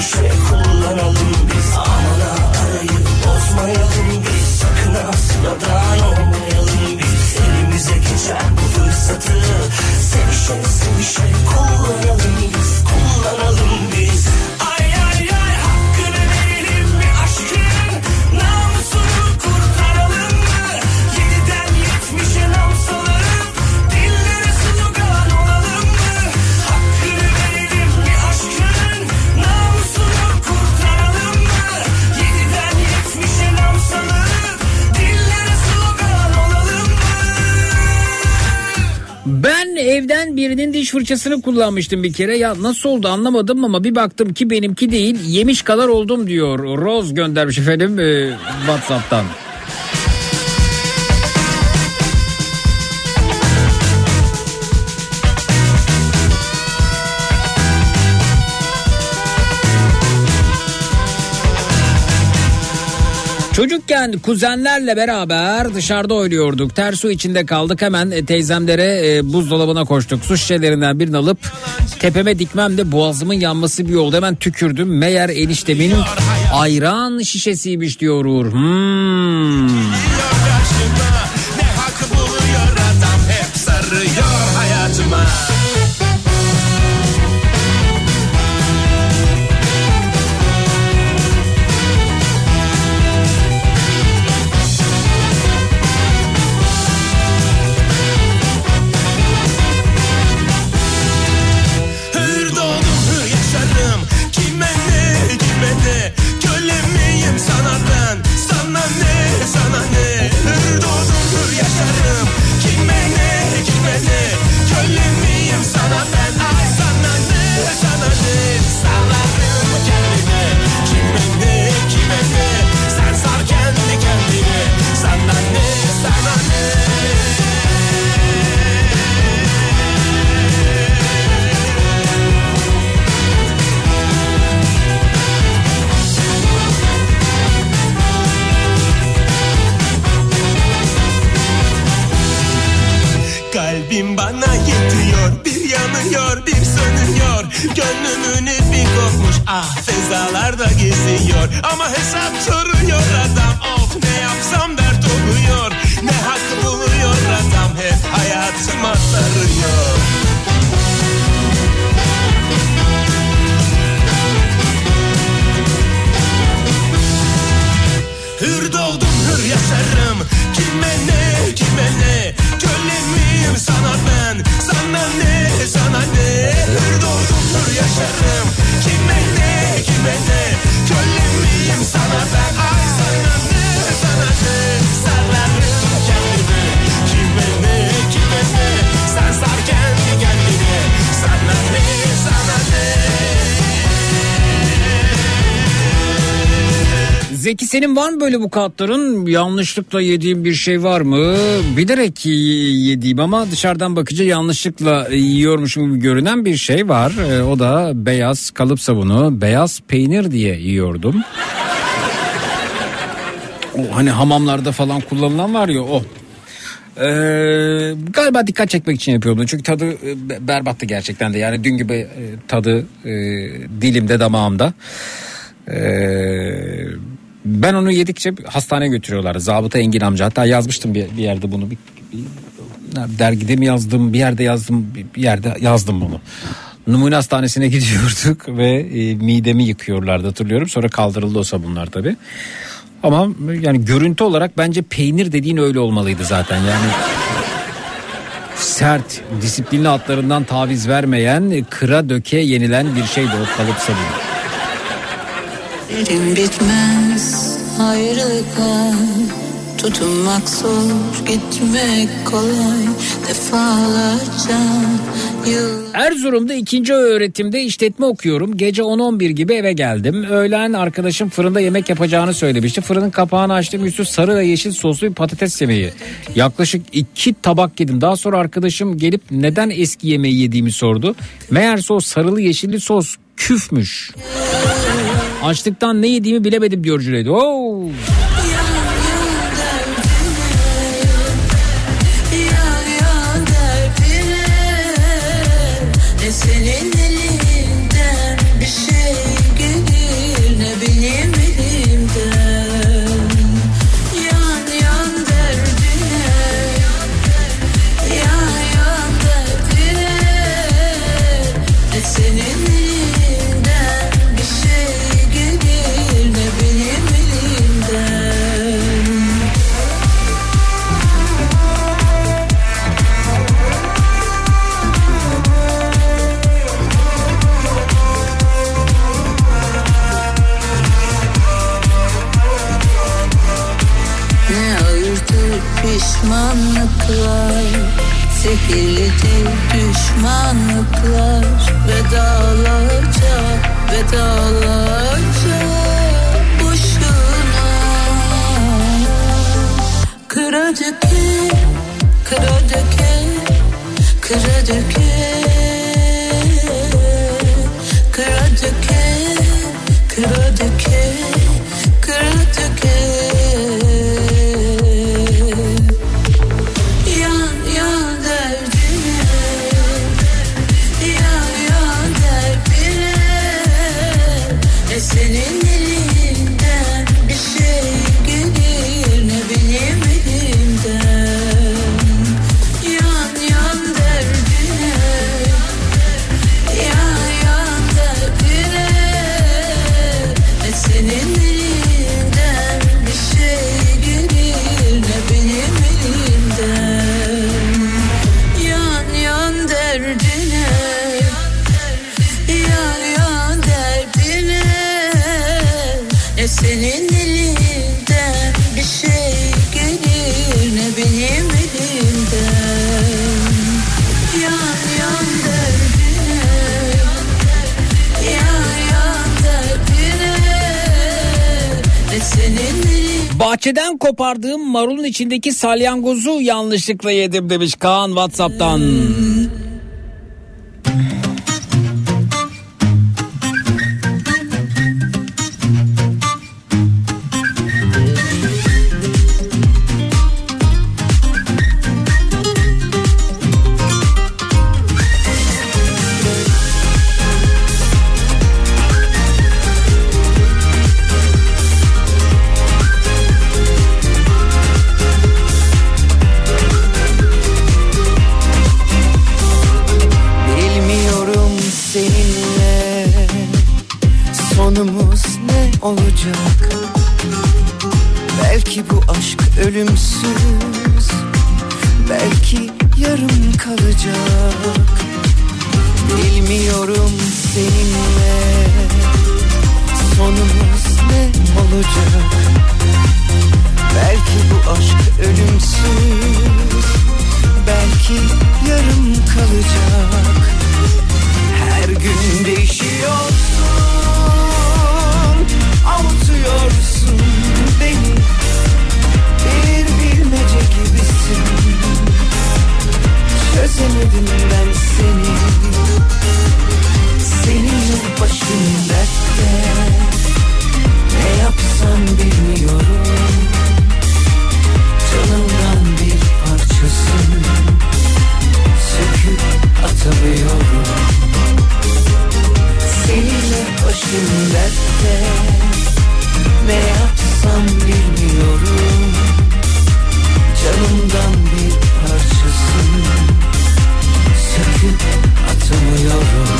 sevişe kullanalım biz. Aman ha arayı bozmayalım biz. Sakın ha sıradan olmayalım biz. Elimize geçen bu fırsatı sevişe sevişe kullanalım biz. Kullanalım biz. Ay ay ay hakkını verelim bir aşkın. Namusunu kurtaralım mı? Yediden yetmişe nam salalım. Dillere slogan olalım mı? Hakkını verelim bir aşkın. Namusunu kurtaralım mı? Yediden yetmişe nam salalım. Dillere slogan olalım mı? Ben evden birinin diş fırçasını kullanmıştım bir kere. Ya nasıl oldu anlamadım ama bir baktım ki benimki değil, yemiş kadar oldum diyor. Rose göndermiş efendim e, WhatsApp'tan. Çocukken kuzenlerle beraber dışarıda oynuyorduk. Ters su içinde kaldık. Hemen e, teyzemlere e, buzdolabına koştuk. Su şişelerinden birini alıp tepeme dikmem de boğazımın yanması bir oldu. Hemen tükürdüm. Meğer eniştemin ayran şişesiymiş diyor Uğur. Hmm. Ne hak buluyor adam hep sarıyor hayatıma. Hür doğdum hür yaşarım. Kime ne kime ne. Köle miyim sana ben. Sana ne sana ne. Hür doğdum hür yaşarım. Kime ne kime ne. Köle miyim sana ben. Ay sana ne sana ne. Sallarım kendime. Kime ne kime ne. Sen sar kendi kendine. Sana ne sana ne. Kalbim bana yetiyor, bir yanıyor, bir sönüyor. Gönlümün ipi kopmuş, ah fezalarda geziyor. Ama hesap soruyor adam, of ne yapsam dert oluyor. Ne hak buluyor adam, hep hayatıma sarıyor. Hür doğdum hür yaşarım. Kime ne kime ne. Köle miyim sana ben. Sana ne sana ne. Hür doğdum hür yaşarım. Kime ne kime ne. Köle miyim sana ben. Ay sana ne sana ne. Sarlarım kendimi. Kime ne kime ne. Sen sar kendi kendine. Sana ne sana ne. Zeki senin var mı böyle bu kağıtların? Yanlışlıkla yediğim bir şey var mı? Bilerek yediğim ama dışarıdan bakınca yanlışlıkla yiyormuşum gibi görünen bir şey var. Ee, o da beyaz kalıp sabunu, beyaz peynir diye yiyordum. O hani hamamlarda falan kullanılan var ya o. Ee, galiba dikkat çekmek için yapıyordum. Çünkü tadı e, berbattı gerçekten de. Yani dün gibi e, tadı e, dilimde, damağımda. Eee Ben onu yedikçe hastaneye götürüyorlar. Zabıta Engin amca. Hatta yazmıştım bir, bir yerde bunu. Bir, bir, dergide mi yazdım, bir yerde yazdım, bir, bir yerde yazdım bunu. Numune hastanesine gidiyorduk ve e, midemi yıkıyorlardı hatırlıyorum. Sonra kaldırıldı o sabunlar tabii. Ama yani görüntü olarak bence peynir dediğin öyle olmalıydı zaten. Yani sert, disiplinli hatlarından taviz vermeyen, kıra döke yenilen bir şeydi o kalıp sabunu. Erim bitmez ayrılıklar, tutunmak zor, gitmek kolay, defalarca yıl. Erzurum'da ikinci öğretimde işletme okuyorum. Gece on on bir gibi eve geldim. Öğlen arkadaşım fırında yemek yapacağını söylemişti. Fırının kapağını açtım. Üstü sarı ve yeşil soslu bir patates yemeği. Yaklaşık iki tabak yedim. Daha sonra arkadaşım gelip neden eski yemeği yediğimi sordu. Meğerse o sarılı yeşilli sos küfmüş. Açlıktan ne yediğimi bilemedim diyor Cüneyt. Oo. Senin elinden bir şey gelir. pişmanlıklar, zehirledi düşmanlıklar. Vedalarca, vedalarca boşuna. Kıra döke, kıra döke, kıra döke, kıra döke, kıra döke, kıra döke. Yan yan derdine, yan yan derdine. Ne senin elinden bir şey gelir, ne benim elimden. Yan yan derdine, yan yan derdine. Ne senin elinden bir şey gelir, ne benim elimden. Yan yan derdine, yan yan derdine. Ne senin elinden bir şey gelir, ne benim elimden. Yan yan derdine, yan yan derdine. Ne senin elinden. Bahçeden kopardığım marulun içindeki salyangozu yanlışlıkla yedim demiş Kaan WhatsApp'tan. Bilmiyorum seninle sonumuz ne olacak. Belki bu aşk ölümsüz, belki yarım kalacak. Bilmiyorum seninle sonumuz ne olacak. Belki bu aşk ölümsüz, belki yarım kalacak. Her gün değişiyorsun, avutuyorsun beni. Bir bilmece gibisin, çözemedim ben seni. Seninle başım dertte, ne yapsam bilmiyorum. Canımdan bir parçasın, söküp atamıyorum. Seninle başım dertte, ne yapsam bilmiyorum. Canımdan bir parçasın, söküp atamıyorum.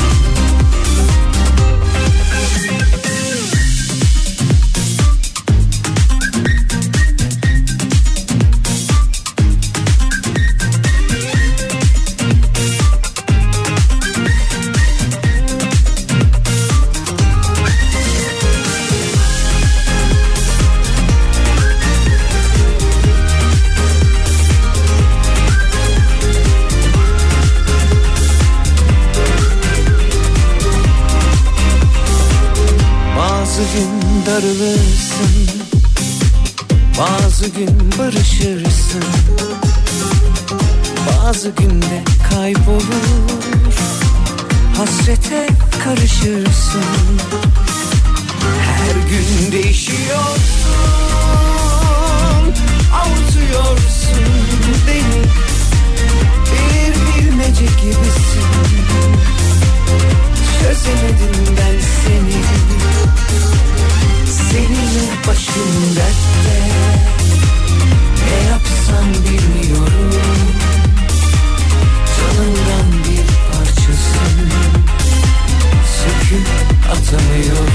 Bazı gün darılırsın, bazı gün barışırsın. Bazı günde kaybolur, hasrete karışırsın. Her gün değişiyorsun, avutuyorsun beni. Bir bilmece gibisin, çözemedim ben seni. Seninle başım dertte, ne yapsam bilmiyorum. Canımdan bir parçasın, söküp atamıyorum.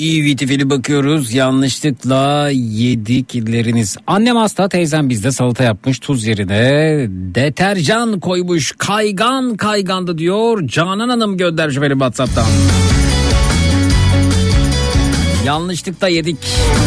İyi vitifili bakıyoruz. Yanlışlıkla yedikleriniz. Annem hasta, teyzem bizde salata yapmış, tuz yerine deterjan koymuş. Kaygan kaygandı diyor. Canan Hanım göndermiş benim WhatsApp'tan. Yanlışlıkla yedik.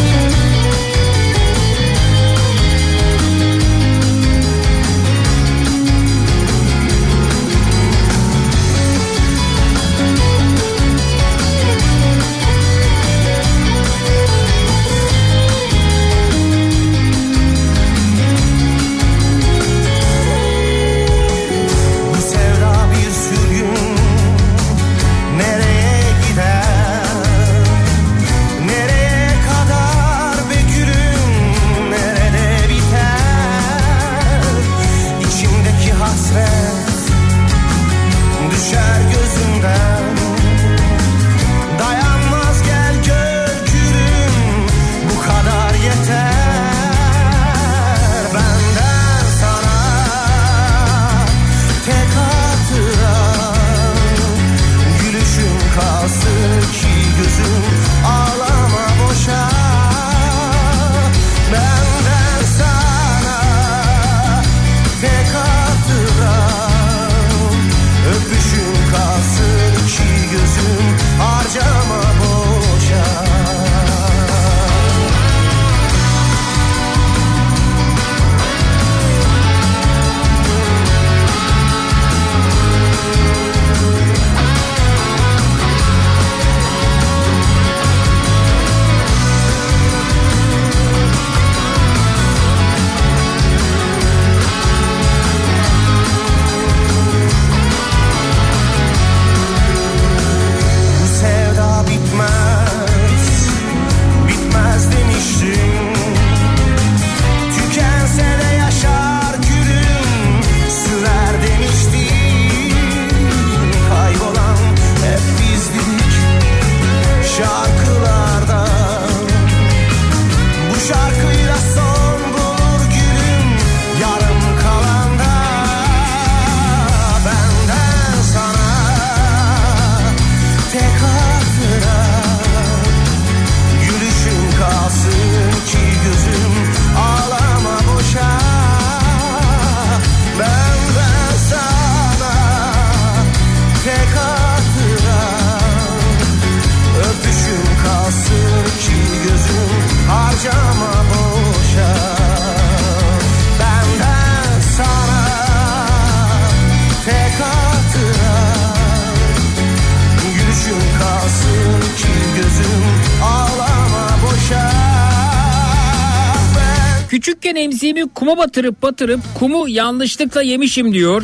Küçükken emziğimi kuma batırıp batırıp kumu yanlışlıkla yemişim diyor.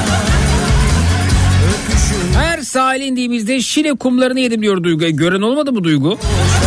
Her sahile indiğimizde Şile kumlarını yedim diyor Duygu. E, gören olmadı mı Duygu?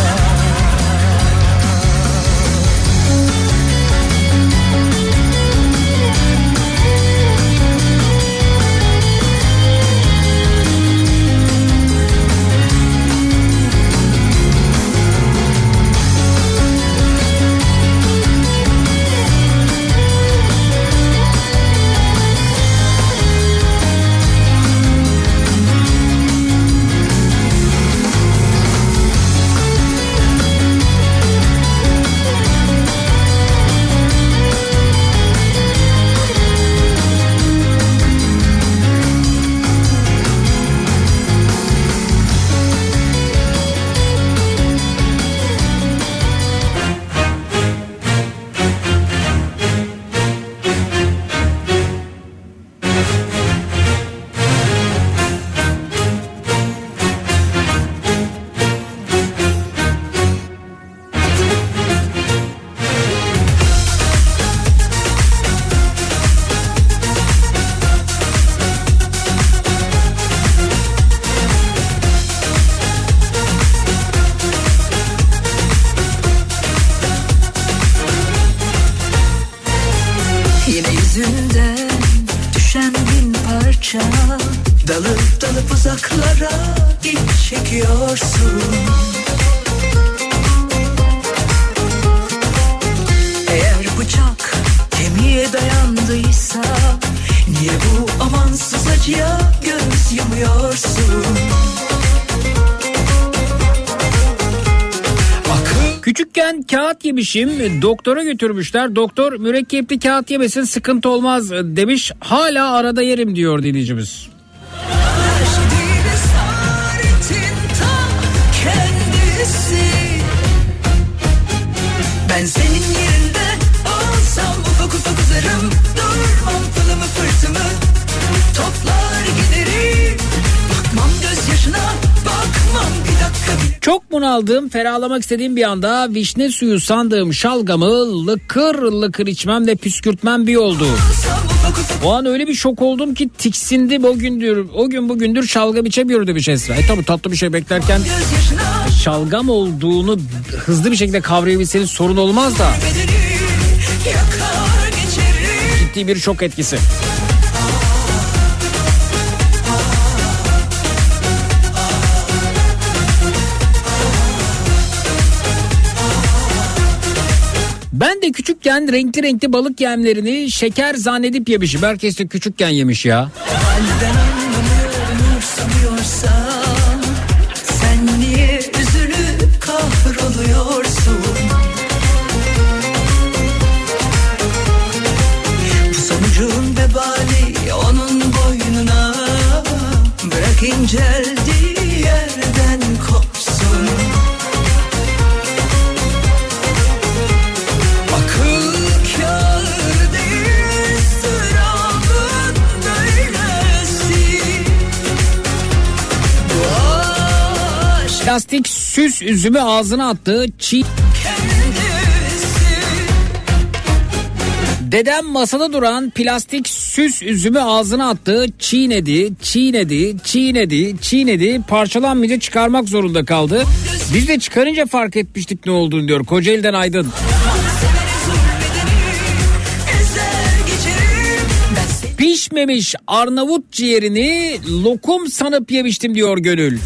Dalıp dalıp uzaklara iç çekiyorsun. Eğer bıçak kemiğe dayandıysa niye bu amansız acıya göz yumuyorsun? Küçükken kağıt yemişim, doktora götürmüşler. Doktor mürekkepli kağıt yemesin, sıkıntı olmaz demiş. Hala arada yerim diyor dinleyicimiz. Ben senin yerinde olsam ufak ufak uzarım. Durmam pılımı fırtımı toplar giderim. Bakmam gözyaşına, bakmam bir dakika bile. Çok bunaldığım, ferahlamak istediğim bir anda vişne suyu sandığım şalgamı lıkır lıkır içmem ve püskürtmem bir oldu. O an öyle bir şok oldum ki tiksindim o gündür. O gün bugündür şalgam içemiyorum demiş Esra. E tabi tatlı bir şey beklerken şalgam olduğunu hızlı bir şekilde kavrayabilseniz sorun olmaz da. Ciddi bir şok etkisi. Ben de küçükken renkli renkli balık yemlerini şeker zannedip yemişim. Herkes de küçükken yemiş ya. Halden anlamıyorum sanıyorsam sen niye üzülüp kahroluyorsun? Bu sonucun vebali onun boynuna, bırak inceldiği yerden kopsun. Plastik süs üzümü ağzına attığı çiğ... Dedem masada duran plastik süs üzümü ağzına attığı çiğnedi, çiğnedi, çiğnedi, çiğnedi. Parçalanmayınca çıkarmak zorunda kaldı. Biz de çıkarınca fark etmiştik ne olduğunu diyor. Kocaeli'den Aydın. Pişmemiş Arnavut ciğerini lokum sanıp yemiştim diyor Gönül.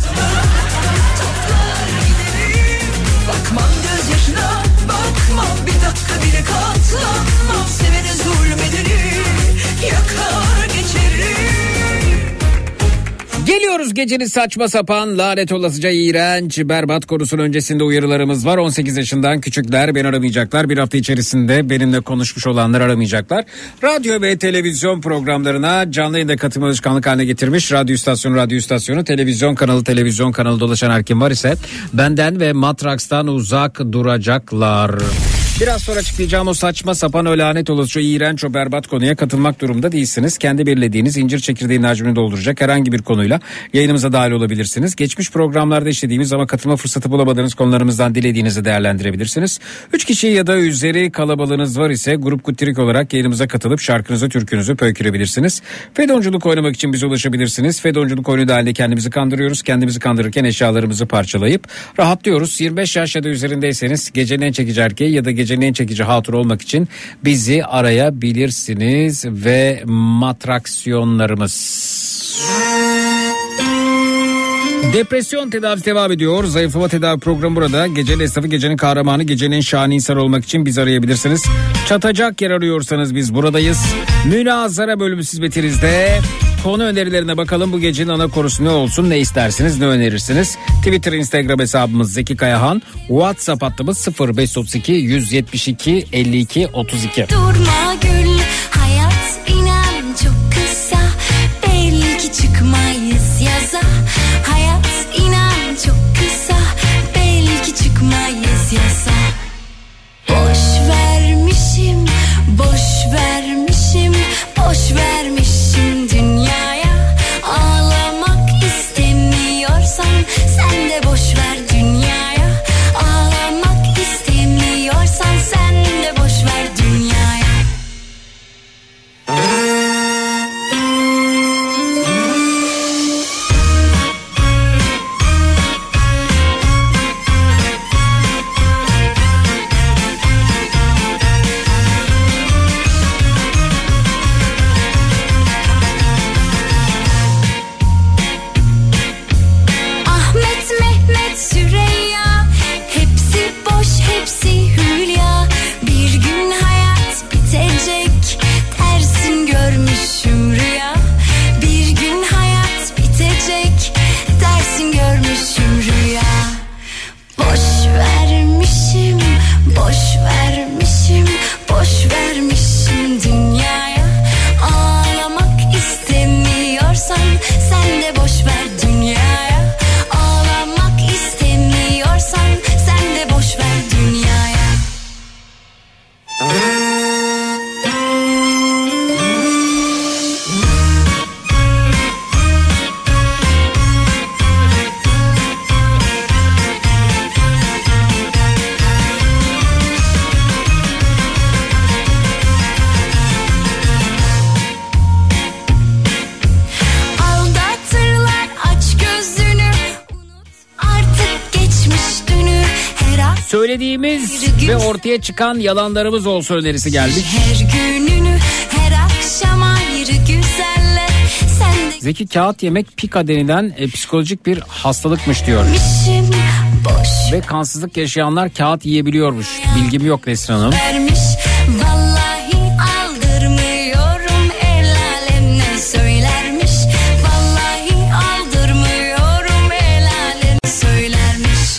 Bakmam gözyaşına, bakmam bir dakika bile katlanmam. Sevene zulmederim, yakar geçerim. Geliyoruz gecenin saçma sapan, lanet olasıca iğrenç, berbat konusunun öncesinde uyarılarımız var. on sekiz yaşından küçükler beni aramayacaklar. Bir hafta içerisinde benimle konuşmuş olanlar aramayacaklar. Radyo ve televizyon programlarına canlı yayında katılma alışkanlık haline getirmiş. Radyo istasyonu, radyo istasyonu, televizyon kanalı, televizyon kanalı dolaşan her kim var ise benden ve Matraks'tan uzak duracaklar. Biraz sonra açıklayacağım o saçma sapan, o lanet olası, o iğrenç, o berbat konuya katılmak durumunda değilsiniz. Kendi belirlediğiniz incir çekirdeğinin hacmini dolduracak herhangi bir konuyla yayınımıza dahil olabilirsiniz. Geçmiş programlarda işlediğimiz ama katılma fırsatı bulamadığınız konularımızdan dilediğinizi değerlendirebilirsiniz. Üç kişi ya da üzeri kalabalığınız var ise grup kuttirik olarak yayınımıza katılıp şarkınızı, türkünüzü pöykürebilirsiniz. Fedonculuk oynamak için bize ulaşabilirsiniz. Fedonculuk oyunu da halinde kendimizi kandırıyoruz. Kendimizi kandırırken eşyalarımızı parçalayıp rahatlıyoruz. yirmi beş yaş ya da üzerindeyseniz gecenin en çekici erkeği ya da gecenin en çekici hatun olmak için bizi arayabilirsiniz ve matraksiyonlarımız. Depresyon tedavisi devam ediyor. Zayıflama tedavi programı burada. Gecenin esnafı, gecenin kahramanı, gecenin en şahane insan olmak için bizi arayabilirsiniz. Çatacak yer arıyorsanız biz buradayız. Münazara bölümü hizmetinizde. Konu önerilerine bakalım. Bu gecenin ana konusu ne olsun, ne istersiniz, ne önerirsiniz? Twitter, Instagram hesabımız Zeki Kayahan. WhatsApp hattımız sıfır beş otuz iki yüz yetmiş iki elli iki otuz iki. Durma gül, hayat inan çok kısa. Belki çıkmayız yaza. Hayat inan çok kısa. Belki çıkmayız yaza. Boş vermişim, boş vermişim, boş vermişim dünyaya. Ağlamak istemiyorsan sen de boş ver dünyaya. Ağlamak istemiyorsan sen de boş ver dünyaya. söylediğimiz ve ortaya çıkan yalanlarımız olsun önerisi gelmiş. Her gününü her akşam ayrı güzelle sen de Zeki, kağıt yemek pika denilen e, psikolojik bir hastalıkmış diyor. gitmişim boş Ve kansızlık yaşayanlar kağıt yiyebiliyormuş. Bilgim yok Nesrin Hanım. vermiş. Vallahi aldırmıyorum el alem ne söylermiş. Vallahi aldırmıyorum el alem söylermiş.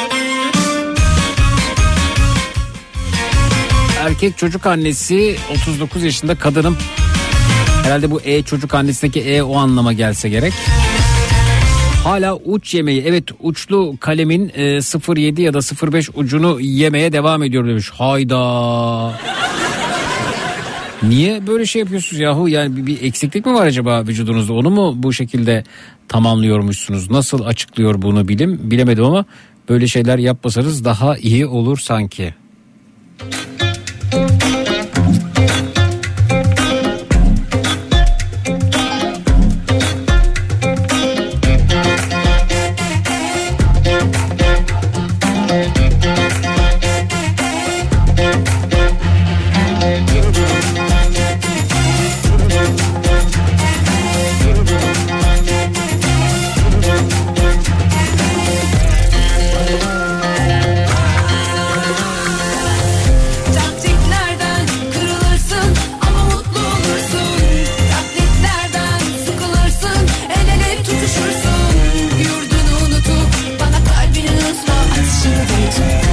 Erkek çocuk annesi otuz dokuz yaşında kadının, herhalde bu E çocuk annesindeki E o anlama gelse gerek. Hala uç yemeği, evet uçlu kalemin e, sıfır yedi ya da sıfır beş ucunu yemeye devam ediyor demiş. Hayda. Niye böyle şey yapıyorsunuz yahu? Yani bir, bir eksiklik mi var acaba vücudunuzda? Onu mu bu şekilde tamamlıyormuşsunuz? Nasıl açıklıyor bunu bilim? Bilemedim ama böyle şeyler yapmasanız daha iyi olur sanki. Taktiklerden kırılırsın ama mutlu olursun. Taklitlerden sıkılırsın, el ele tutuşursun. Yurdunu unutup bana kalbini ısla, atışını duysun.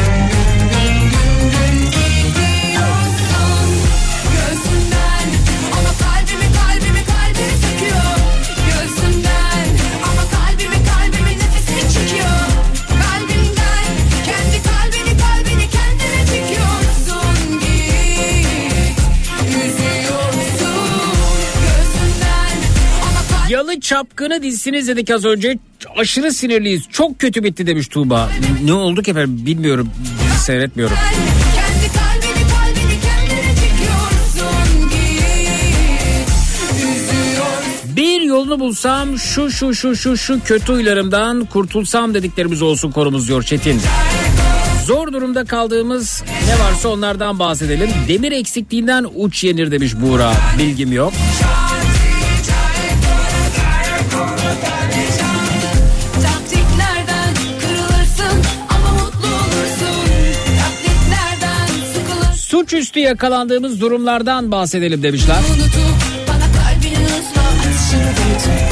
Gidiyorsun gözümden ama kalbimi kalbimi kalbimi söküyor. Gözümden ama kalbimi kalbimi nefesini çekiyor. Kalbimden kendi kalbini kalbini kendine çekiyorsun. Git yüzüyorsun gözümden ama kalbimi. Yalı Çapkını dizisini izledik az önce. Aşırı sinirliyiz. Çok kötü bitti demiş Tuğba. Ne oldu ki efendim bilmiyorum. Dizi seyretmiyorum. Kendi kalbini kalbini kendine çekiyorsun. Git üzüyorsun. Bir yolunu bulsam şu şu şu şu şu kötü huylarımdan kurtulsam dediklerimiz olsun konumuz diyor Çetin. Zor durumda kaldığımız ne varsa onlardan bahsedelim. Demir eksikliğinden uç yenir demiş Buğra. Bilgim yok. Taktiklerden kırılırsın ama mutlu olursun. Taklitlerden sıkılırsın. Suçüstü yakalandığımız durumlardan bahsedelim demişler. Unutup bana kalbini ısla, atışını duysun.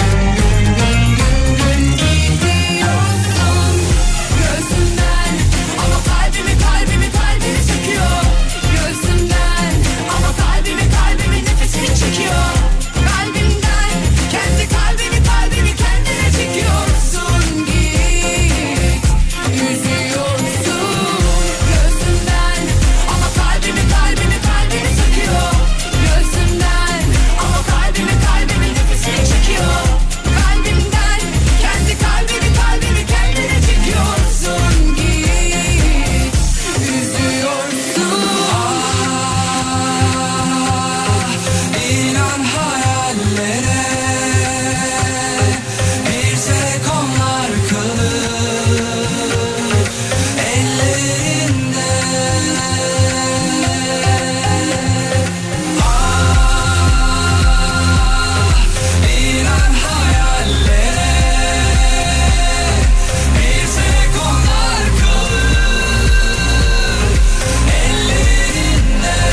Gidiyorsun gözümden ama kalbimi kalbimi kalbimi söküyor. Gözümden ama kalbimi kalbimi nefesini çekiyor. Kalbimden kendi kalbini kalbimi kendine çekiyorsun. Git yüzüyorsun gözümden ama kalbimi kalbimi kalbimi söküyor. Gözümden ama kalbimi kalbimi nefesini çekiyor. Kalbimden kendi kalbini kalbimi kendine çekiyorsun. Git üzüyorsun. İnan hayallere bir tek onlar kalır ellerinde. İnan hayallere bir tek onlar kalır ellerinde.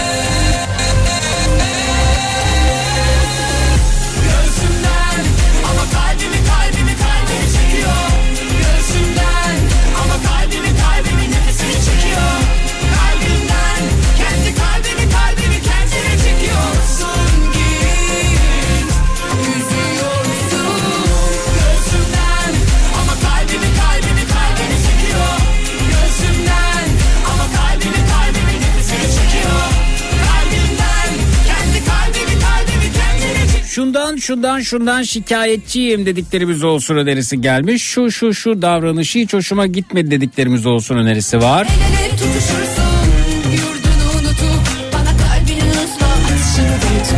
Gözümden ama kalbimi kalbimi kalbimi çekiyor. Gözümden ama kalbimi kalbimi nefesini çekiyor. Kalbimden kendi kalbimi kalbimi kendine çekiyorsun. Git üzüyorsun gözümden ama kalbimi kalbimi kalbimi çekiyor. Gözümden ama kalbimi kalbimi nefesini çekiyor. Kalbimden kendi kalbimi kalbimi kendine çekiyor. Şundan şundan şundan şikayetçiyim dediklerimiz olsun önerisi gelmiş. Şu şu şu davranışı hiç hoşuma gitmedi dediklerimiz olsun önerisi var. El ele tutuşursun, yurdunu unutup bana kalbini ısla, atışını duysun.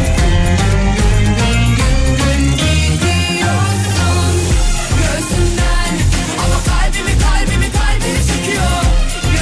Gidiyorsun gözümden ama kalbimi kalbimi kalbimi söküyor.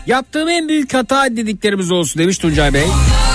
Yaptığım en büyük hata dediklerimiz olsun demiş Tuncay Bey.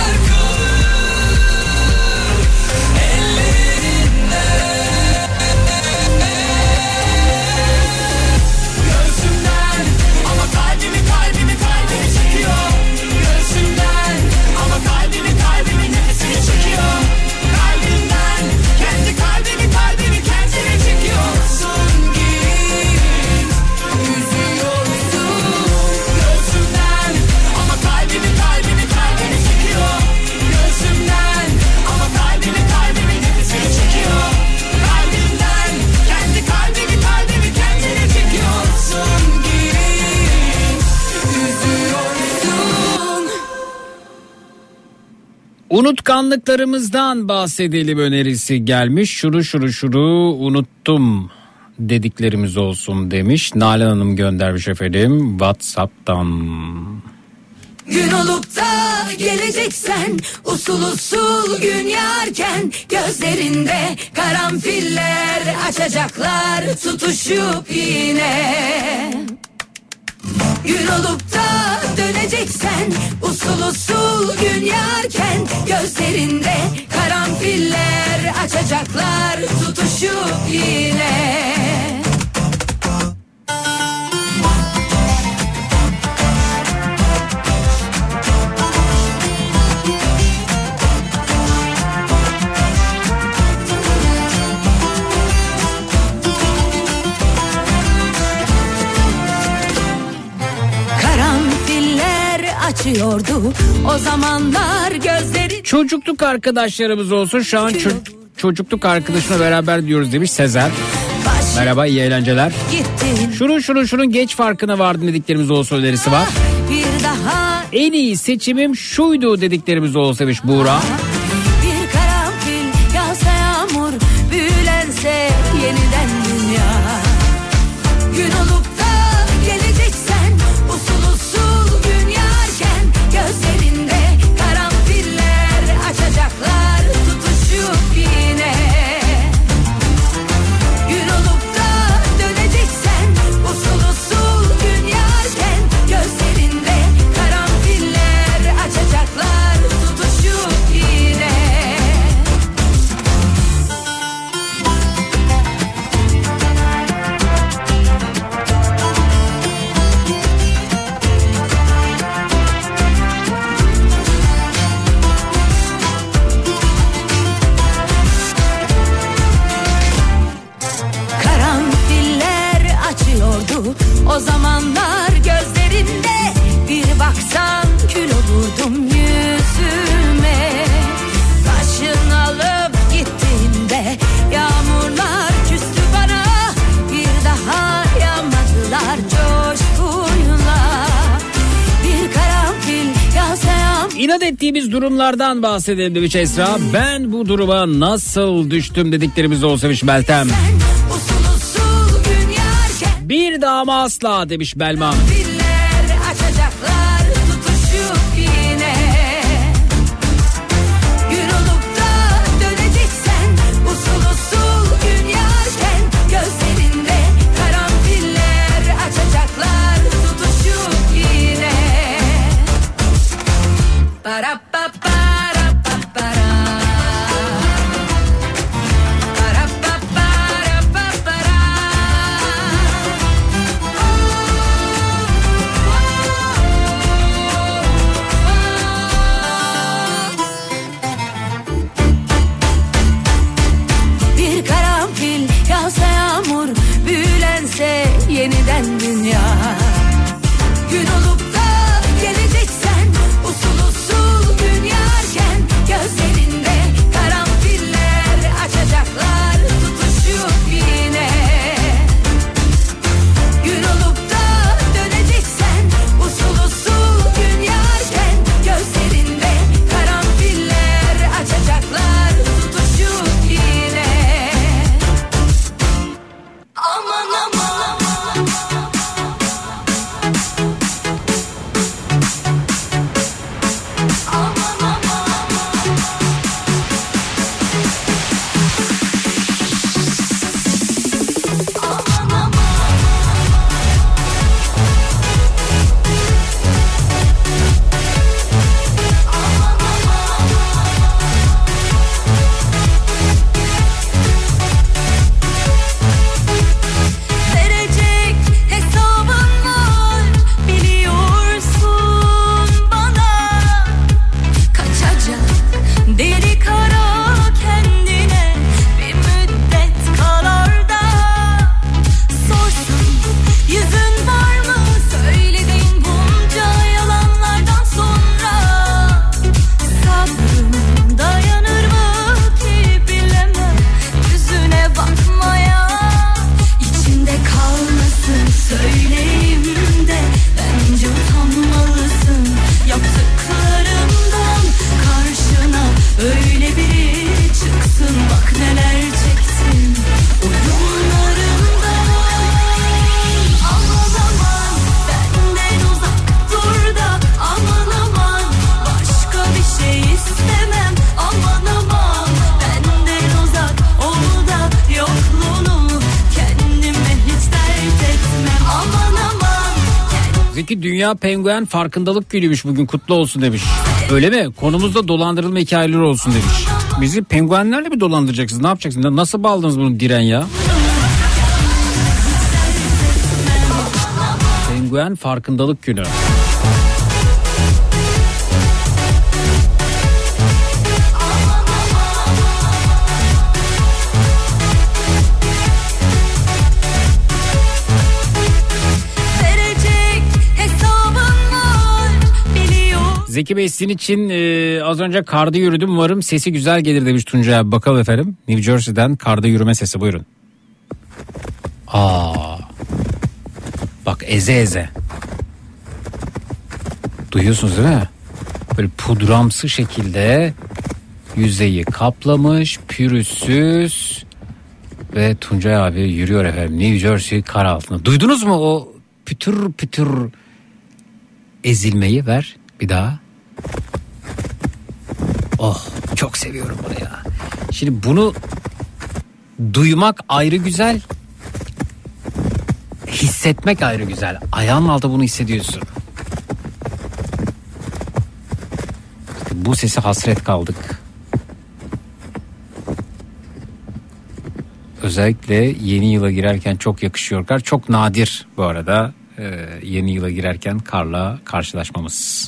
Unutkanlıklarımızdan bahsedelim önerisi gelmiş. Şuru şuru şuru unuttum dediklerimiz olsun demiş. Nalan Hanım göndermiş efendim WhatsApp'tan. Gün olup da geleceksen usul usul gün yarken gözlerinde karanfiller açacaklar tutuşup yine. Gün olup da döneceksen usul usul gün yarken gözlerinde karanfiller açacaklar tutuşup yine. Açıyordu o zamanlar gözleri. Çocukluk arkadaşlarımız olsun şu an ço- çocukluk arkadaşımla beraber diyoruz demiş Sezer. Başı merhaba, iyi eğlenceler. Gittin. Şunun şunun şunun geç farkına vardım dediklerimiz olsa önerisi var. Bir daha. En iyi seçimim şuydu dediklerimiz olsa demiş Buğra. Bir karanfil yağsa yağmur büyülense yeniden dünya. Gün olup da geleceksen usul usul gün yarken gözlerinde karanfiller açacaklar tutuşup yine. Gün olup da döneceksen usul usul gün yarken gözlerinde karanfiller açacaklar tutuşup yine. Karanfiller açıyordu o zamanlar gözlerimde. Bir baksan kül olurdum yüzüme. Başın alıp gittiğinde yağmurlar küstü bana. Bir daha yağmadılar coşkuyla. Bir karanfil yağsa yağmur. İnat ettiğimiz durumlardan bahsedelim demiş Esra. Ben bu duruma nasıl düştüm dediklerimiz olsa demiş Meltem. Usul usul gün yarken Bir daha mı asla demiş Belma. filler açacaklar tutuşup yine. Gün olup da döneceksen usul usul gün yarken gözlerinde karanfiller açacaklar tutuşup yine. Para pa para pa para. Para pa para pa para. Bir karanfil yağsa yağmur büyülense yeniden dünya. Gün olup da geleceksen usul usul gün yarken gözlerinde karanfiller açacaklar tutuşup yine. Gün olup da döneceksen usul usul gün yarken gözlerinde karanfiller açacaklar tutuşup yine. Aman aman. söyleyeyim de bence utanmalısın yaptıklarımdan. Karşına öyle biri çıksın, bak neler çektim oyunlarımdan. Aman aman benden uzak dur da, aman aman başka bir şey istemem. Aman aman benden uzak ol da yokluğunu kendime hiç dert etmem. Aman aman. Zeki Dünya Penguen Farkındalık Günüymüş bugün, kutlu olsun demiş. Öyle mi? Konumuzda dolandırılma hikayeleri olsun demiş. Bizi penguenlerle mi dolandıracaksınız? Ne yapacaksınız? Nasıl bağladınız bunu Diren ya? Penguen Farkındalık Günü. Zeki Bey sizin için e, az önce karda yürüdüm, umarım sesi güzel gelir demiş Tuncay abi. Bakalım efendim. New Jersey'den karda yürüme sesi, buyurun. Aa, bak eze eze. Duyuyorsunuz değil mi? Böyle pudramsı şekilde yüzeyi kaplamış, pürüzsüz ve Tuncay abi yürüyor efendim New Jersey kar altında. Duydunuz mu o pütür pütür ezilmeyi? Ver bir daha. Oh, çok seviyorum bunu ya. Şimdi bunu duymak ayrı güzel, hissetmek ayrı güzel. Ayağının altında bunu hissediyorsun. Bu sesi hasret kaldık. Özellikle yeni yıla girerken çok yakışıyor kar. Çok nadir bu arada e, yeni yıla girerken karla karşılaşmamız.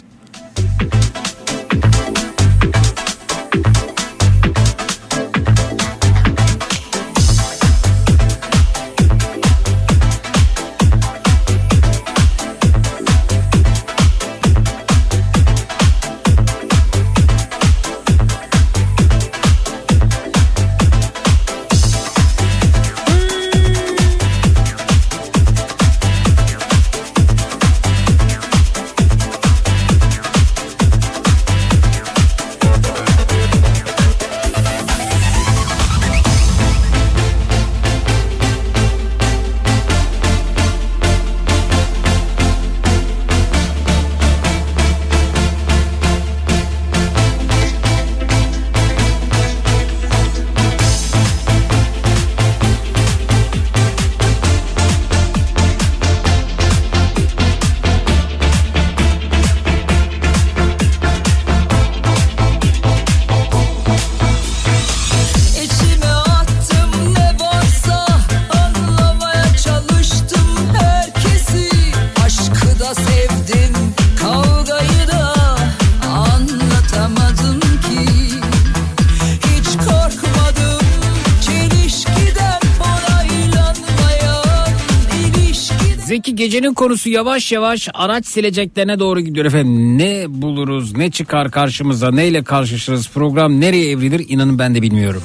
Gecenin konusu yavaş yavaş araç sileceklerine doğru gidiyor efendim. Ne buluruz, ne çıkar karşımıza, neyle karşılaşırız, program nereye evrilir, inanın ben de bilmiyorum.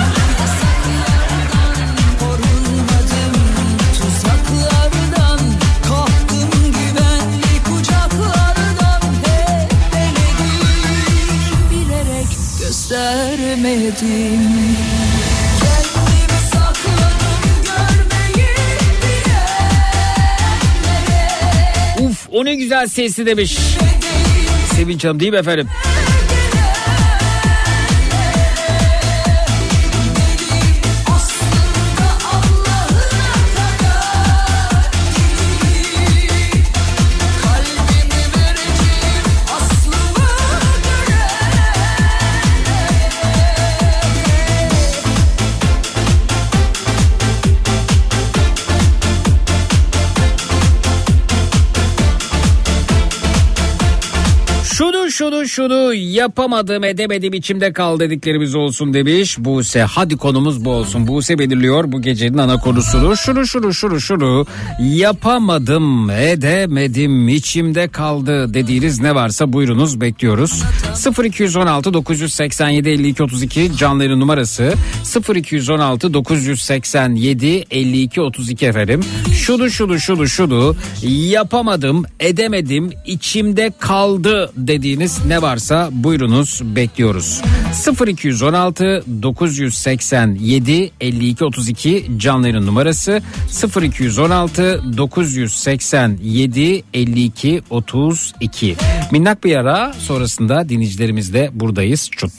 Uf, o ne güzel sesli demiş Sevinç Hanım, değil mi efendim? şunu şunu yapamadım edemedim içimde kal dediklerimiz olsun demiş Buse. Hadi konumuz bu olsun. Buse belirliyor bu gecenin ana konusunu. Şunu şunu şunu şunu yapamadım edemedim içimde kaldı dediğiniz ne varsa buyurunuz, bekliyoruz. sıfır iki on altı dokuz seksen yedi elli iki otuz iki canlı yayın numarası sıfır iki on altı dokuz seksen yedi elli iki otuz iki efendim. Şunu şunu şunu şunu yapamadım edemedim içimde kaldı dediğiniz ne varsa buyurunuz, bekliyoruz. sıfır iki on altı dokuz seksen yedi elli iki otuz iki canlı yayın numarası sıfır iki on altı dokuz seksen yedi elli iki otuz iki. Minnak bir ara, sonrasında dinleyicilerimizle buradayız. Çut.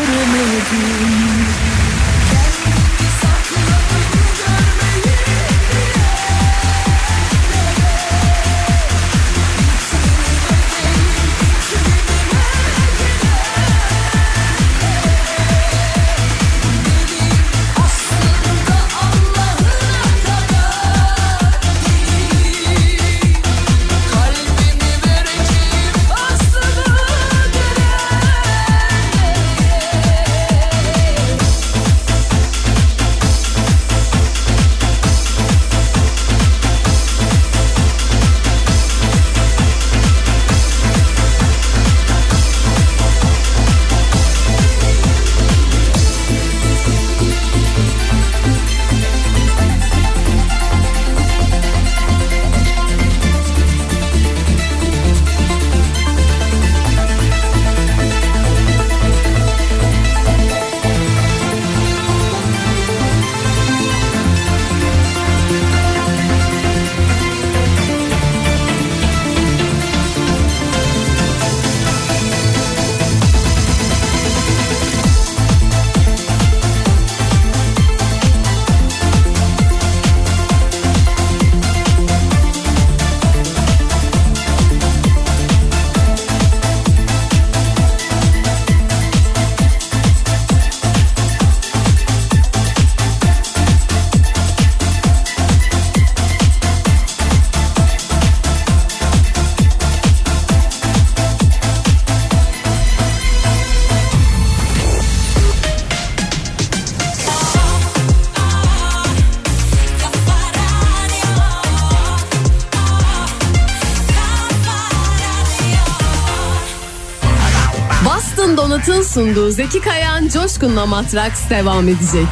Donat'ın sunduğu Zeki Kayan Coşkun'la Matraks devam edecek.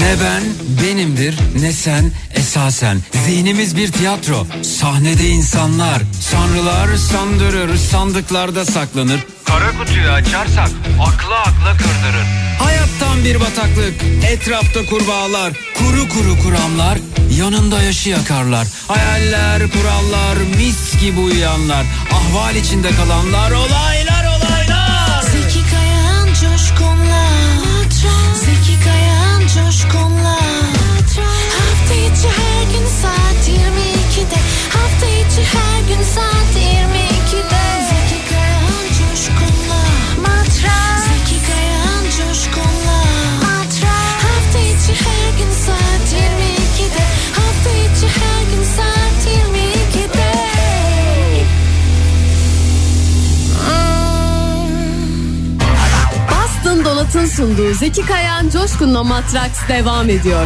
Ne ben benimdir, ne sen esasen. Zihnimiz bir tiyatro, sahnede insanlar. Sanrılar sandırır, sandıklarda saklanır. Kara kutuyu açarsak akla akla kırdırır. Hayattan bir bataklık, etrafta kurbağalar. Kuru kuru kuramlar, yanında yaşı yakarlar. Hayaller, kurallar, mis gibi uyuyanlar. Ahval içinde kalanlar, olaylar olaylar. Zeki Kayan Coşkun'la Zeki Kayan Coşkun'la hafta içi her gün saat yirmi ikide hafta içi her gün saat yirmi ikide Zeki Kayan Coşkun'la Matras Zeki Kayan Coşkun'la Matras hafta içi her gün saat yirmi ikide hafta içi her gün saat yirmi ikide. Boston Donat'ın sunduğu Zeki Kayan Coşkun'la Matraks devam ediyor.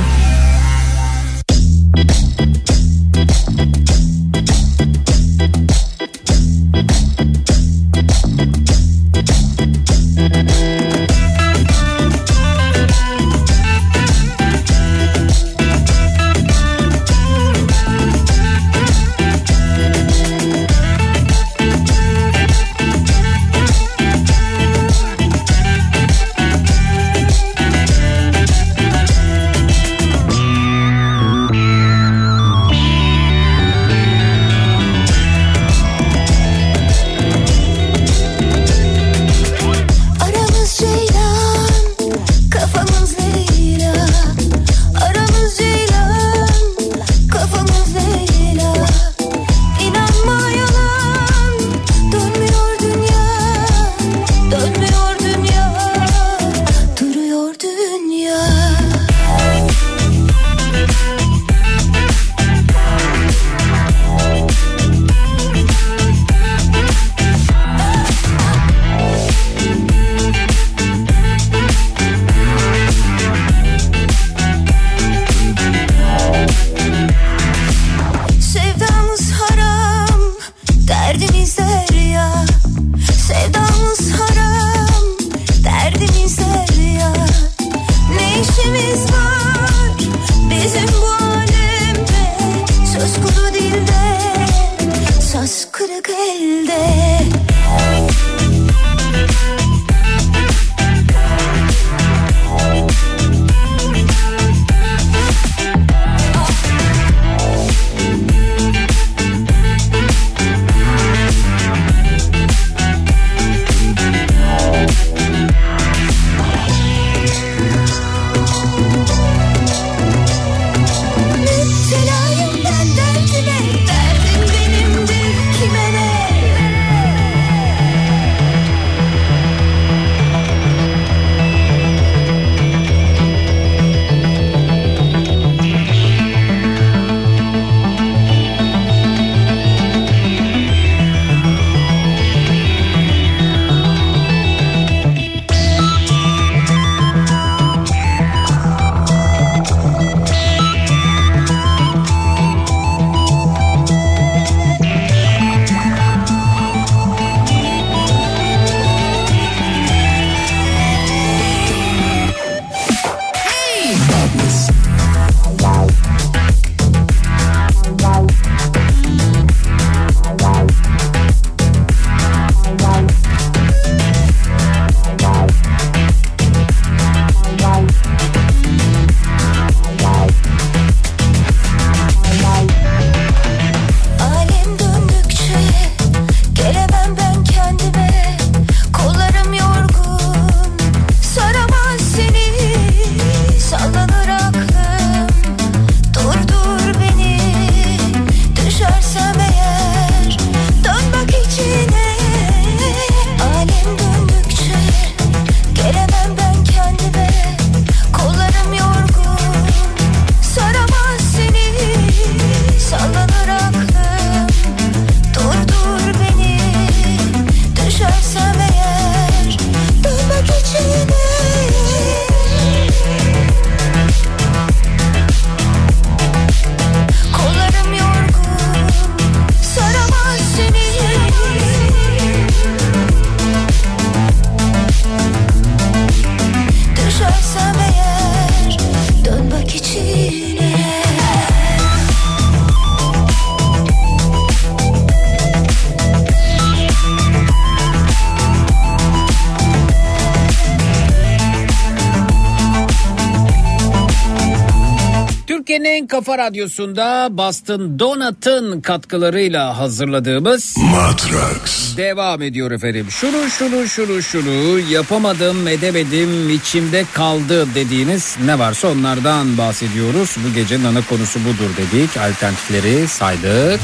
Türkiye'nin Kafa Radyosu'nda Boston Donut'ın katkılarıyla hazırladığımız Matrax devam ediyor efendim. Şunu şunu şunu şunu yapamadım edemedim içimde kaldı dediğiniz ne varsa onlardan bahsediyoruz. Bu gecenin ana konusu budur dedik. Alternatifleri saydık.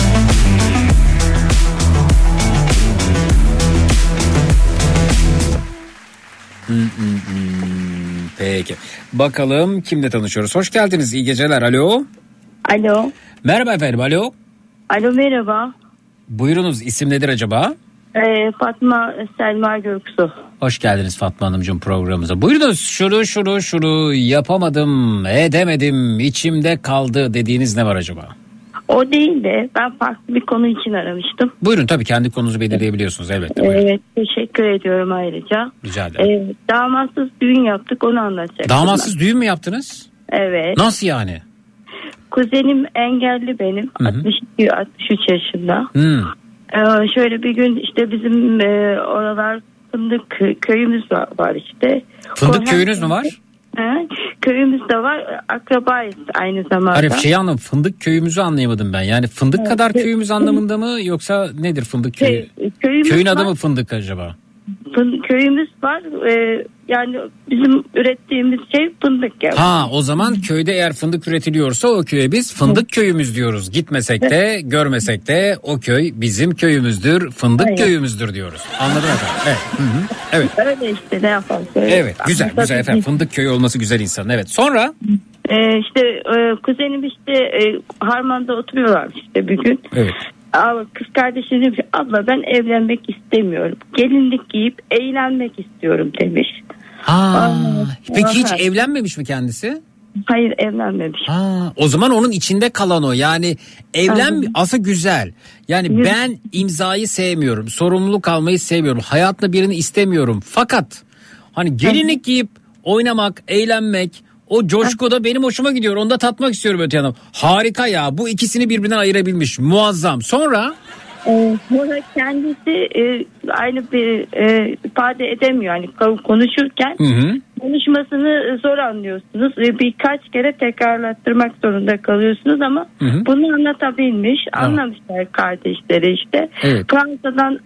Hmm, hmm, hmm. Peki. Bakalım kimle tanışıyoruz? Hoş geldiniz. İyi geceler. Alo. Alo. Merhaba efendim. Alo. Alo merhaba. Buyurunuz. İsim nedir acaba? Ee, Fatma Selma Göksu. Hoş geldiniz Fatma Hanımcığım programımıza. Buyurunuz. Şunu şunu şunu yapamadım, edemedim, içimde kaldı dediğiniz ne var acaba? O değil de ben farklı bir konu için aramıştım. Buyurun, tabii kendi konunuzu belirleyebiliyorsunuz elbette. Buyurun. Evet, teşekkür ediyorum ayrıca. Rica ederim. Ee, damatsız düğün yaptık, onu anlatacaktım. Damatsız düğün mü yaptınız? Evet. Nasıl yani? Kuzenim engelli benim. Hı hı. altmış iki altmış üç yaşında. Hmm. Ee, şöyle bir gün işte bizim e, oralar Fındık köyümüz var, var işte. Fındık Korhan- köyünüz mü var? He, köyümüz de var, akrabayız aynı zamanda. Hayır, şeyi anlamadım. Fındık köyümüzü anlayamadım ben. Yani fındık evet, kadar köyümüz anlamında mı, yoksa nedir fındık köyü? Köy, Köyün adı var. mı fındık acaba? Köyümüz var. Ee, yani bizim ürettiğimiz şey fındık yani. Ha, o zaman köyde eğer fındık üretiliyorsa o köye biz fındık köyümüz diyoruz. Gitmesek de görmesek de o köy bizim köyümüzdür, fındık Aynen. köyümüzdür diyoruz. Anladım efendim. Evet. Hı hı. Evet. Öyle işte, ne yapalım. Öyle. Evet, güzel güzel efendim. Fındık köyü olması güzel insan. Evet. Sonra? Ee, işte e, kuzenim işte e, Harman'da oturuyorlar işte bir gün. Evet. Abi, kız kardeşim demiş, abla ben evlenmek istemiyorum. Gelinlik giyip eğlenmek istiyorum demiş. Ha, peki hiç Aha. evlenmemiş mi kendisi? Hayır, evlenmemiş. Ha, o zaman onun içinde kalan o. Yani evlen aslında güzel. Yani ben imzayı sevmiyorum. Sorumluluk almayı sevmiyorum. Hayatla birini istemiyorum. Fakat hani gelinlik giyip oynamak, eğlenmek, o coşku da benim hoşuma gidiyor. Onu da tatmak istiyorum öte yandan. Harika ya. Bu ikisini birbirinden ayırabilmiş. Muazzam. Sonra? Ee, sonra kendisi e, aynı bir e, ifade edemiyor. Yani konuşurken Hı hı. konuşmasını zor anlıyorsunuz. Ve birkaç kere tekrarlattırmak zorunda kalıyorsunuz ama Hı hı. bunu anlatabilmiş. Tamam. Anlamışlar kardeşleri işte. Evet. Fransa'dan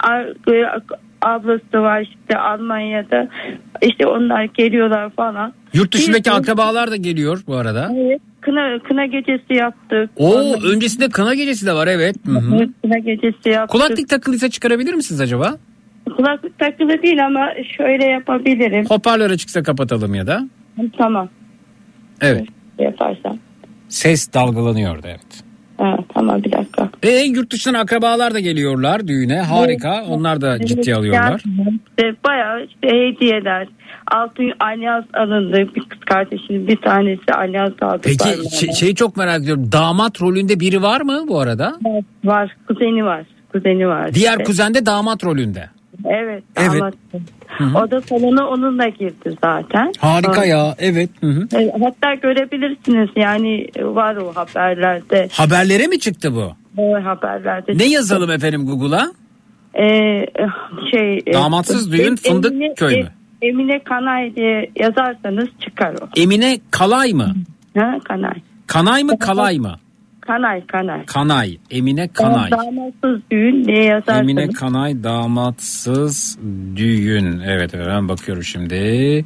ablası var işte, Almanya'da işte onlar geliyorlar falan. Yurt dışındaki Bir- akrabalar da geliyor bu arada. Evet, kına, kına gecesi yaptık. Oo, Ondan- öncesinde kına gecesi de var, evet. Hı hı. Evet, kına gecesi yaptık. Kulaklık takılıysa çıkarabilir misiniz acaba? Kulaklık takılı değil ama şöyle yapabilirim. Hoparlör açıksa kapatalım ya da. Tamam, Evet. yaparsam. Ses dalgalanıyordu, evet. Ha, tamam, bir dakika. E, yurt dışından akrabalar da geliyorlar düğüne. Harika. Onlar da ciddiye alıyorlar. İşte bayağı işte hediyeler. Altın alyans alındı. Bir kız kardeşinin bir tanesi alyans aldı. Peki parmağına. şey, şeyi çok merak ediyorum. Damat rolünde biri var mı bu arada? Var, var. Kuzeni var. Kuzeni var. Diğer işte. kuzen de damat rolünde. Evet. Evet. Damat. O da salona onunla girdi zaten. Harika Ha. ya. Evet. Hı hı. E, Hatta görebilirsiniz yani, var o haberlerde. Haberlere mi çıktı bu? O haberlerde. Ne yazalım efendim Google'a? Ee, şey, e, Damatsız düğün, fındık Emine- köy mü? E, Emine Kanay diye yazarsanız çıkar o. Emine Kalay mı? Ha, Kanay. Kanay mı, Kalay mı? Kanay, Kanay. Kanay. Emine Kanay. Damatsız düğün diye yazarsanız. Emine Kanay damatsız düğün. Evet, evet, ben bakıyorum şimdi.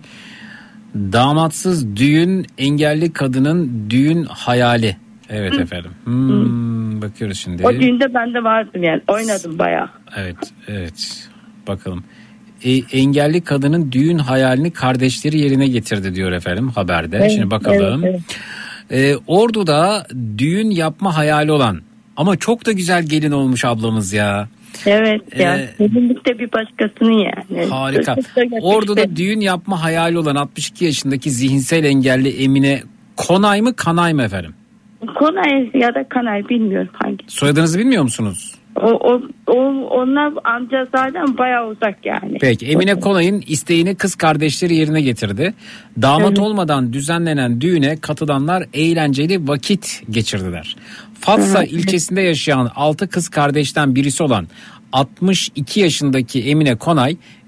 Damatsız düğün, engelli kadının düğün hayali. Evet efendim. Hmm, bakıyoruz şimdi. O düğünde ben de vardım yani. Oynadım bayağı. Evet, evet. Bakalım. E, engelli kadının düğün hayalini kardeşleri yerine getirdi diyor efendim haberde. Evet, Şimdi bakalım. evet, E, Ordu'da düğün yapma hayali olan ama çok da güzel gelin olmuş ablamız ya. Evet ya. Ee, Gelinlikte bir başkasının yani. Harika. Çok da yakıştı. Ordu'da düğün yapma hayali olan altmış iki yaşındaki zihinsel engelli Emine Konay mı, Kanay mı efendim? Konay ya da Kanay, bilmiyorum hangi. Soyadınızı bilmiyor musunuz? O, o, o onlar amca zaten bayağı uzak yani. Peki, Emine Konay'ın isteğini kız kardeşleri yerine getirdi. Damat Evet. olmadan düzenlenen düğüne katılanlar eğlenceli vakit geçirdiler. Fatsa ilçesinde yaşayan altı kız kardeşten birisi olan altmış iki yaşındaki Emine Konay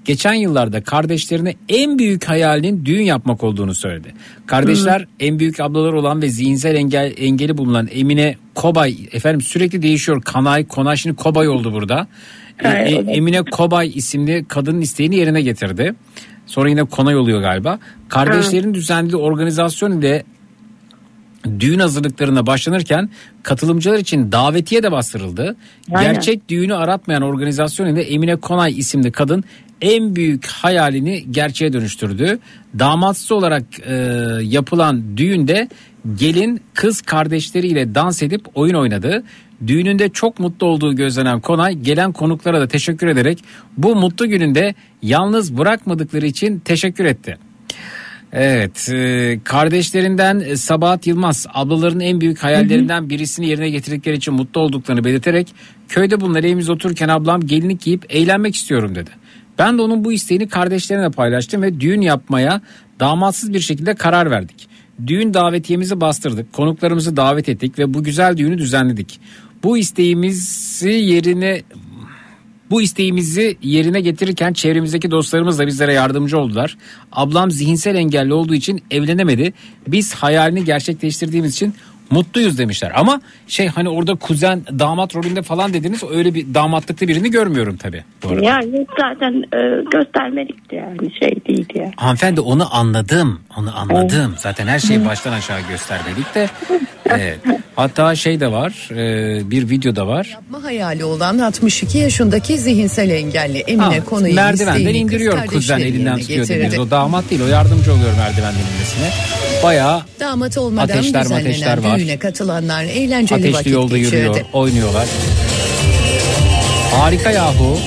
geçen yıllarda kardeşlerine en büyük hayalinin düğün yapmak olduğunu söyledi. Kardeşler hmm. en büyük ablalar olan ve zihinsel engel, engeli bulunan Emine Kobay, efendim sürekli değişiyor. Kanay, Konay, şimdi Kobay oldu burada. E, e, Emine Kobay isimli kadının isteğini yerine getirdi. Sonra yine Konay oluyor galiba. Kardeşlerin hmm. düzenlediği organizasyon ile düğün hazırlıklarına başlanırken katılımcılar için davetiye de bastırıldı. Aynen. Gerçek düğünü aratmayan organizasyon ile Emine Konay isimli kadın en büyük hayalini gerçeğe dönüştürdü. Damatsız olarak e, yapılan düğünde gelin kız kardeşleriyle dans edip oyun oynadı. Düğününde çok mutlu olduğu gözlenen Konay gelen konuklara da teşekkür ederek bu mutlu gününde yalnız bırakmadıkları için teşekkür etti. Evet, e, kardeşlerinden Sabahat Yılmaz ablaların en büyük hayallerinden birisini yerine getirdikleri için mutlu olduklarını belirterek köyde bunlar evimizde otururken ablam gelinlik giyip eğlenmek istiyorum dedi. Ben de onun bu isteğini kardeşlerine paylaştım ve düğün yapmaya damatsız bir şekilde karar verdik. Düğün davetiyemizi bastırdık, konuklarımızı davet ettik ve bu güzel düğünü düzenledik. Bu isteğimizi yerine Bu isteğimizi yerine getirirken çevremizdeki dostlarımız da bizlere yardımcı oldular. Ablam zihinsel engelli olduğu için evlenemedi. Biz hayalini gerçekleştirdiğimiz için mutluyuz demişler. Ama şey hani orada kuzen damat rolünde falan dediniz, öyle bir damatlıkta birini görmüyorum tabii. Yani zaten e, göstermelikti yani, şey değildi ya. Hanımefendi onu anladım. Onu anladım. Evet. Zaten her şeyi baştan aşağı göstermelik de. Evet. Hatta şey de var, e, bir video da var. Yapma hayali olan altmış iki yaşındaki zihinsel engelli Emine Konay'ı merdivenden indiriyor kuzen, elinden tutuyor dediniz. O damat değil, o yardımcı oluyor merdivenden inmesine. Bayağı damat olmadan ateşler, düzenlenen var. düğüne katılanlar eğlenceli ateşli vakit yolda geçirdi. Yürüyor, oynuyorlar. Harika yahu.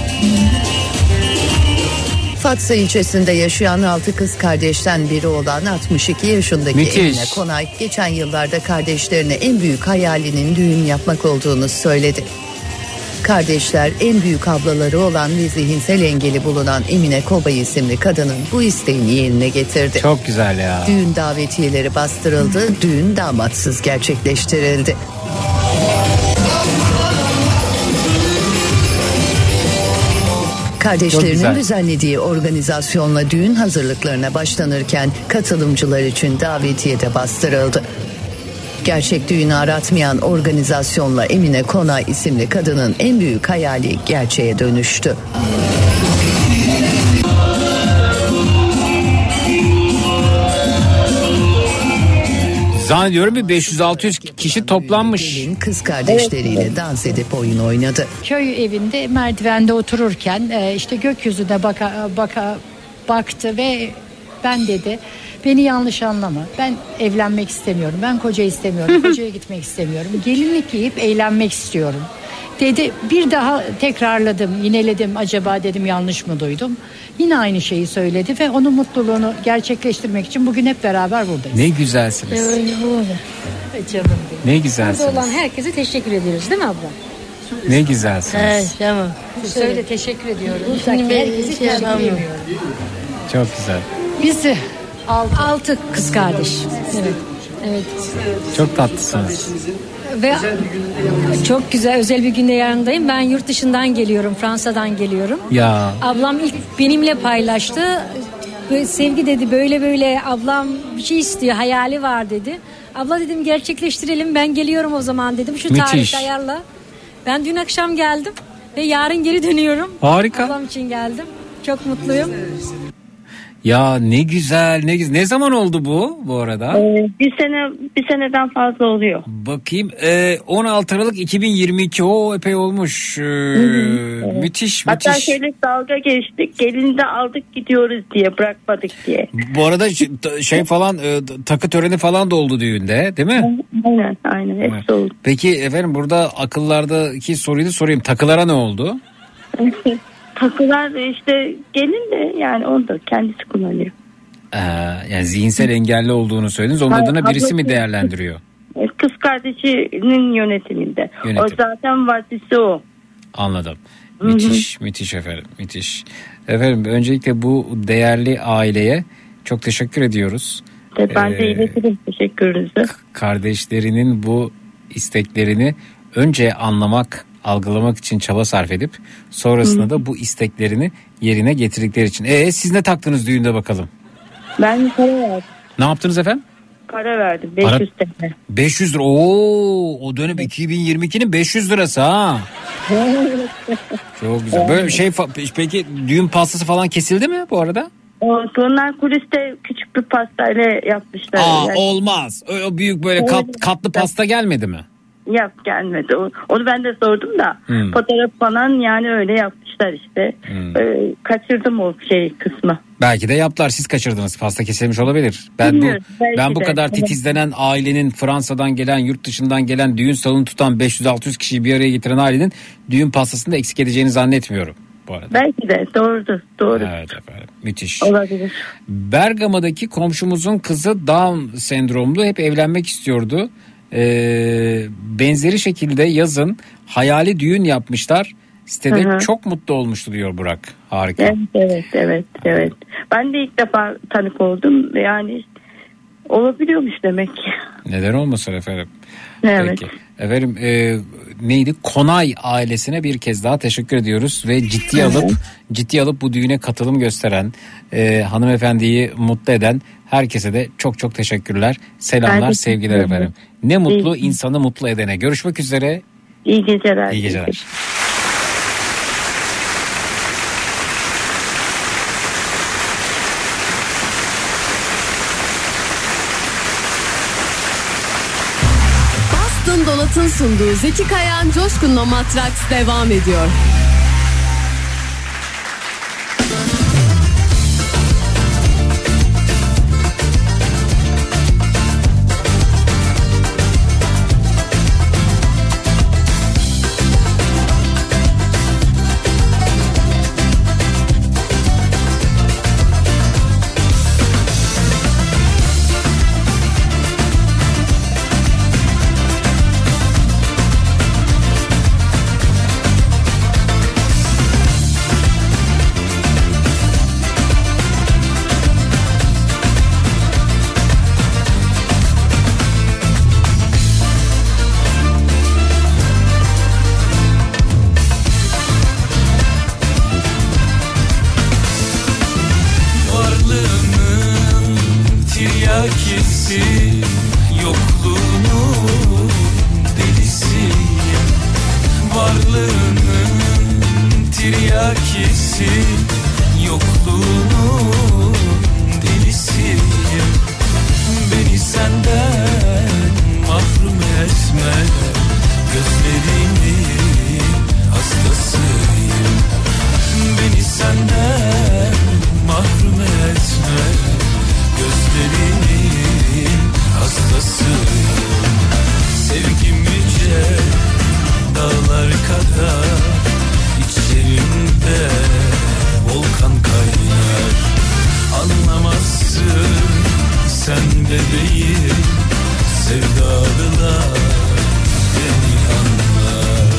Fatsa ilçesinde yaşayan altı kız kardeşten biri olan altmış iki yaşındaki Müthiş. Emine Konay geçen yıllarda kardeşlerine en büyük hayalinin düğün yapmak olduğunu söyledi. Kardeşler en büyük ablaları olan ve zihinsel engeli bulunan Emine Kobay isimli kadının bu isteğini yerine getirdi. Çok güzel ya. Düğün davetiyeleri bastırıldı, düğün damatsız gerçekleştirildi. Kardeşlerinin düzenlediği organizasyonla düğün hazırlıklarına başlanırken katılımcılar için davetiye de bastırıldı. Gerçek düğünü aratmayan organizasyonla Emine Konay isimli kadının en büyük hayali gerçeğe dönüştü. Zannediyorum bir beş yüz altı yüz kişi toplanmış. Kız kardeşleriyle evet. dans edip oyun oynadı. Köy evinde merdivende otururken işte gökyüzüne baka, baka baktı ve ben dedi, beni yanlış anlama, ben evlenmek istemiyorum, ben koca istemiyorum, kocaya gitmek istemiyorum, gelinlik giyip eğlenmek istiyorum dedi. Bir daha tekrarladım, yineledim, acaba dedim yanlış mı duydum? Yine aynı şeyi söyledi ve onun mutluluğunu gerçekleştirmek için bugün hep beraber buradayız. Ne güzelsiniz. Öyle oldu. Canım benim. Ne güzelsiniz. Burada olan herkese teşekkür ediyoruz değil mi abla? Ne güzelsiniz. Evet, tamam. Söyle, teşekkür ediyorum. Buradaki herkese teşekkür ediyorum. Çok güzel. Biz altı, altı kız kardeş. Evet. Evet. Çok tatlısınız. Ve çok güzel, özel bir günde yanındayım. Ben yurt dışından geliyorum, Fransa'dan geliyorum. Ya. Ablam ilk benimle paylaştı. Böyle, sevgi dedi, böyle böyle ablam bir şey istiyor, hayali var dedi. Abla dedim gerçekleştirelim, ben geliyorum o zaman dedim. Şu tarihte ayarla. Ben dün akşam geldim ve yarın geri dönüyorum. Harika. Ablam için geldim. Çok mutluyum. Ya ne güzel, ne güzel. Ne zaman oldu bu bu arada? Ee, bir sene bir seneden fazla oluyor. Bakayım. Ee, on altı Aralık iki bin yirmi iki. O epey olmuş. Ee, evet. Müthiş, Hatta müthiş. şöyle dalga geçtik. Gelini de aldık gidiyoruz diye, bırakmadık diye. Bu arada şey falan takı töreni falan da oldu düğünde, değil mi? Aynen, aynen. Hepsi evet. oldu. Peki efendim, burada akıllardaki soruyu da sorayım. Takılara ne oldu? Takılar işte gelin de yani onu da kendisi kullanıyor. Ee, yani zihinsel engelli olduğunu söylediniz. Onun Hayır, adına birisi ablası, mi değerlendiriyor? Kız kardeşinin yönetiminde. Yönetim. O zaten vasisi o. Anladım. Müthiş, Hı-hı. müthiş efendim, müthiş. Efendim öncelikle bu değerli aileye çok teşekkür ediyoruz. Ben de ee, iletirim teşekkürünüzü. Kardeşlerinin bu isteklerini önce anlamak, algılamak için çaba sarf edip sonrasında Hı. da bu isteklerini yerine getirdikleri için. E siz ne taktınız düğünde bakalım? Ben para verdim. Ne yaptınız efendim? Para verdim. beş yüz T L. beş yüz lira. Oo, o dönem iki bin yirmi ikinin beş yüz lirası ha. Çok güzel. Böyle şey peki düğün pastası falan kesildi mi bu arada? O, onlar kuliste küçük bir pastayla yapmışlar. Aa yani. Olmaz. O, o büyük böyle kat, katlı pasta gelmedi mi? Yok gelmedi. O, onu ben de sordum da. Hmm. Fotoğraf falan yani öyle yapmışlar işte. Hmm. Ee, kaçırdım o şey kısmı. Belki de yaptılar, siz kaçırdınız, pasta kesilmiş olabilir. Ben Bilmiyorum, bu belki ben bu de. kadar titizlenen ailenin, Fransa'dan gelen, yurt dışından gelen, düğün salonu tutan beş yüz altı yüz kişiyi bir araya getiren ailenin düğün pastasını da eksik edeceğini zannetmiyorum bu arada. Belki de doğrudur. Doğru. Evet efendim, müthiş. Olabilir. Bergama'daki komşumuzun kızı Down sendromlu, hep evlenmek istiyordu. Ee, benzeri şekilde yazın hayali düğün yapmışlar. Sitede Hı hı. çok mutlu olmuştu diyor Burak. Harika. Evet, evet, evet, evet. Ben de ilk defa tanık oldum. Yani olabiliyormuş demek ki. Neden olmasın efendim? Evet. Peki. Efendim e, neydi? Konay ailesine bir kez daha teşekkür ediyoruz ve ciddi alıp ciddi alıp bu düğüne katılım gösteren, e, hanımefendiyi mutlu eden herkese de çok çok teşekkürler. Selamlar, Ben sevgiler teşekkür efendim. Ne mutlu İyi. insanı mutlu edene. Görüşmek üzere. İyi geceler. İyi geceler. Bastın Dolat'ın sunduğu Zeki Kayan Coşkun'la Matraks devam ediyor. Varlığının tiryakisi, yokluğunun delisiyim. Varlığının tiryakisi, yokluğunun delisiyim. Beni senden mahrum etme, gözlerinin hastasıyım. Beni senden mahrum etme, gözlerinin hastasıyım. Sevgim yüce dağlar kadar, içerimde volkan kaynar. Anlamazsın sen bebeğim, sevdalılar beni anlar.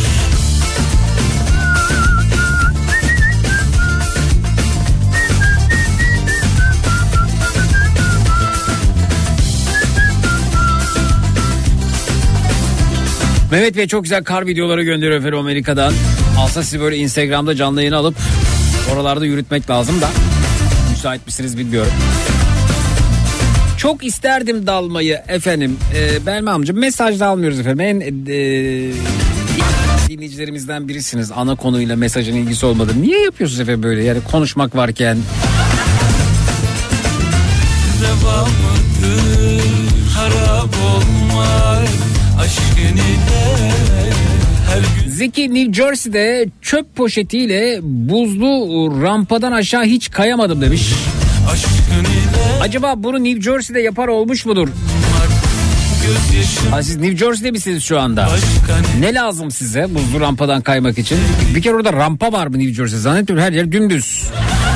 Mehmet Bey çok güzel kar videoları gönderiyor efendim Amerika'dan. Aslında sizi böyle Instagram'da canlı yayın alıp oralarda yürütmek lazım da. Müsait misiniz bilmiyorum. Çok isterdim dalmayı efendim. Ee, Belma amca mesaj da almıyoruz efendim. En e, dinleyicilerimizden birisiniz. Ana konuyla mesajın ilgisi olmadı. Niye yapıyorsunuz efendim böyle? Yani konuşmak varken. Devamıdır harap olmak aşkın ile her gün. Zeki, New Jersey'de çöp poşetiyle buzlu rampadan aşağı hiç kayamadım demiş. Aşkın ile Acaba bunu New Jersey'de yapar olmuş mudur? gözyaşım Ha, siz New Jersey'de misiniz şu anda? başka ne? Ne lazım size buzlu rampadan kaymak için? Bir kere orada rampa var mı New Jersey? Zannediyorum her yer dümdüz.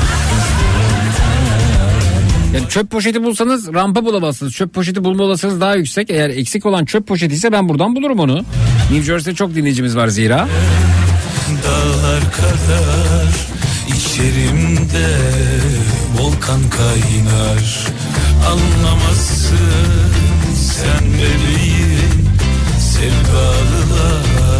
Yani çöp poşeti bulsanız rampa bulamazsınız. Çöp poşeti bulma olasılığınız daha yüksek. Eğer eksik olan çöp poşeti ise ben buradan bulurum onu. New Jersey'de çok dinleyicimiz var zira. Dağlar kadar içerimde volkan kaynar. Anlamazsın sen bebeğim, sevdalılar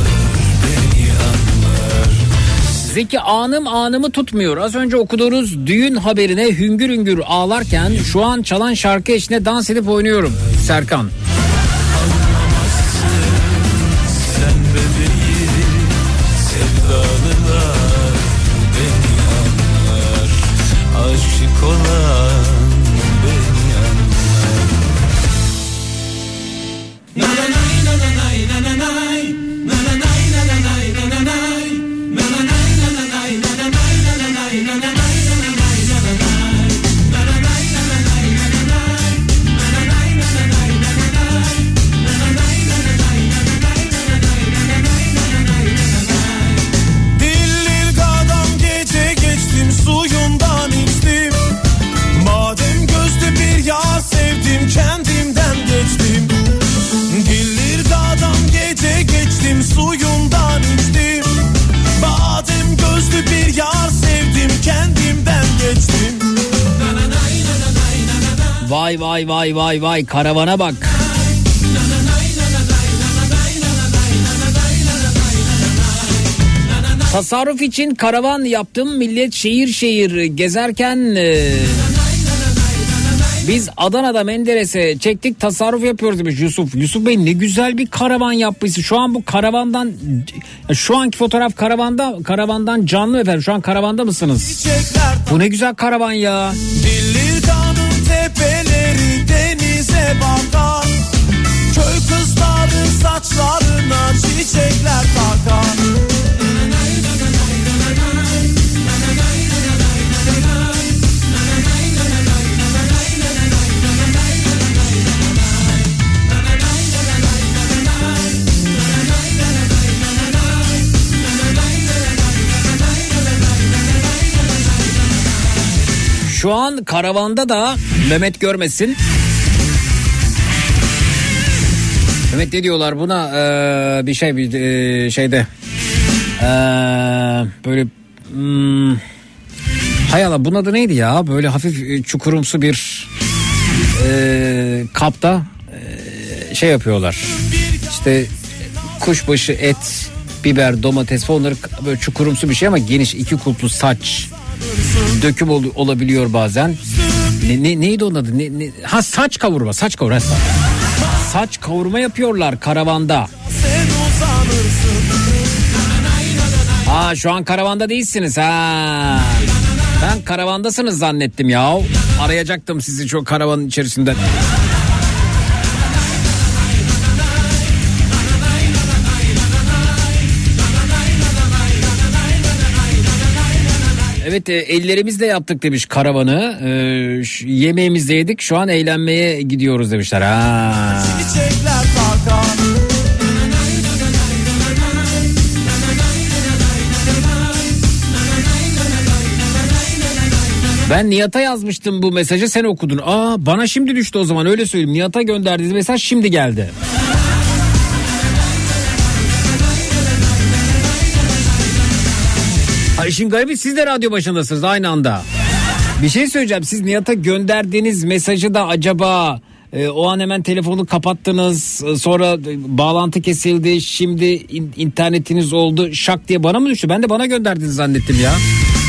Zeki anım anımı tutmuyor. Az önce okuduğunuz düğün haberine hüngür hüngür ağlarken şu an çalan şarkı eşliğinde dans edip oynuyorum. Serkan. Sen bebeğim, sevdalılar beni anlar, aşık olan beni anlar. Nananay nananay nananay nananay nananay nananay nananay nananay nananay nananay nananay nananay nananay nananay nananay nananay nananay nananay nananay Dillilgadan gece geçtim, suyundan içtim. Madem gözlü bir yar sevdim, kendimden geçtim. Dillilgadan gece geçtim, suyundan içtim. Madem gözlü bir yar sevdim, kendimden geçtim. Vay vay vay vay vay karavana bak. Tasarruf için karavan yaptım. Millet şehir şehir gezerken e, biz Adana'da Menderes'e çektik, tasarruf yapıyoruz demiş Yusuf. Yusuf Bey ne güzel bir karavan yapmışsın. Şu an bu karavandan, şu anki fotoğraf karavanda, karavandan canlı efendim. Şu an karavanda mısınız? Bu ne güzel karavan ya. Dillilgan'ın tepeleri denize bakar. Köy kızların saçlarına çiçekler takar. Şu an karavanda da Mehmet görmesin. Mehmet ne diyorlar buna, ee, bir şey bir ee, şeyde ee, böyle hmm, hay Allah, bunun adı neydi ya, böyle hafif çukurumsu bir ee, kapta ee, şey yapıyorlar işte, kuşbaşı et, biber, domates falan, onları böyle çukurumsu bir şey ama geniş, iki kulplu saç. Döküm ol, olabiliyor bazen. Ne, ne, neydi onun adı? Ne, ne? Ha saç kavurma, saç kavurma. Saç kavurma yapıyorlar karavanda. Aa, şu an karavanda değilsiniz ha. Ben karavandasınız zannettim ya. Arayacaktım sizi çok karavanın içerisinden. Evet, e, ellerimizle yaptık demiş karavanı. E, yemeğimizi yedik, şu an eğlenmeye gidiyoruz demişler. Ha. Ben Nihat'a yazmıştım bu mesajı, sen okudun. Aa, bana şimdi düştü o zaman, öyle söyleyeyim. Nihat'a gönderdiğiniz mesaj şimdi geldi. Ha, işin garibi siz de radyo başındasınız aynı anda. Bir şey söyleyeceğim, siz Nihat'a gönderdiğiniz mesajı da acaba e, o an hemen telefonu kapattınız, sonra bağlantı kesildi, şimdi in, internetiniz oldu şak diye bana mı düştü? Ben de bana gönderdiğinizi zannettim ya.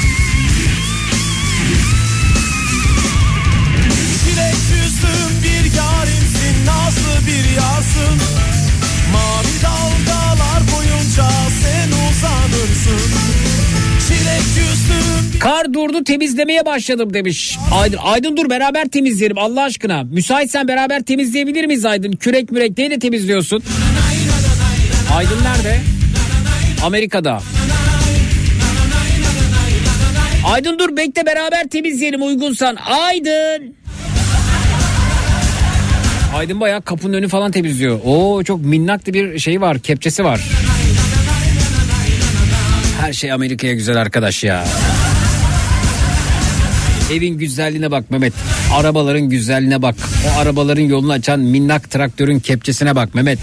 Bir yarimsin, nazlı bir yarsın. Mavi dalgalar boyunca sen uzanırsın. Kar durdu, temizlemeye başladım demiş Aydın. Aydın dur, beraber temizleyelim Allah aşkına. Müsaitsen beraber temizleyebilir miyiz Aydın? Kürek mürek neyle temizliyorsun? Aydın nerede? Amerika'da. Aydın dur, bekle, beraber temizleyelim uygunsan. Aydın. Aydın bayağı kapının önü falan temizliyor. Oo, çok minnaklı bir şey var, kepçesi var. Her şey Amerika'ya güzel arkadaş ya. Evin güzelliğine bak Mehmet. Arabaların güzelliğine bak. O arabaların yolunu açan minnak traktörün kepçesine bak Mehmet.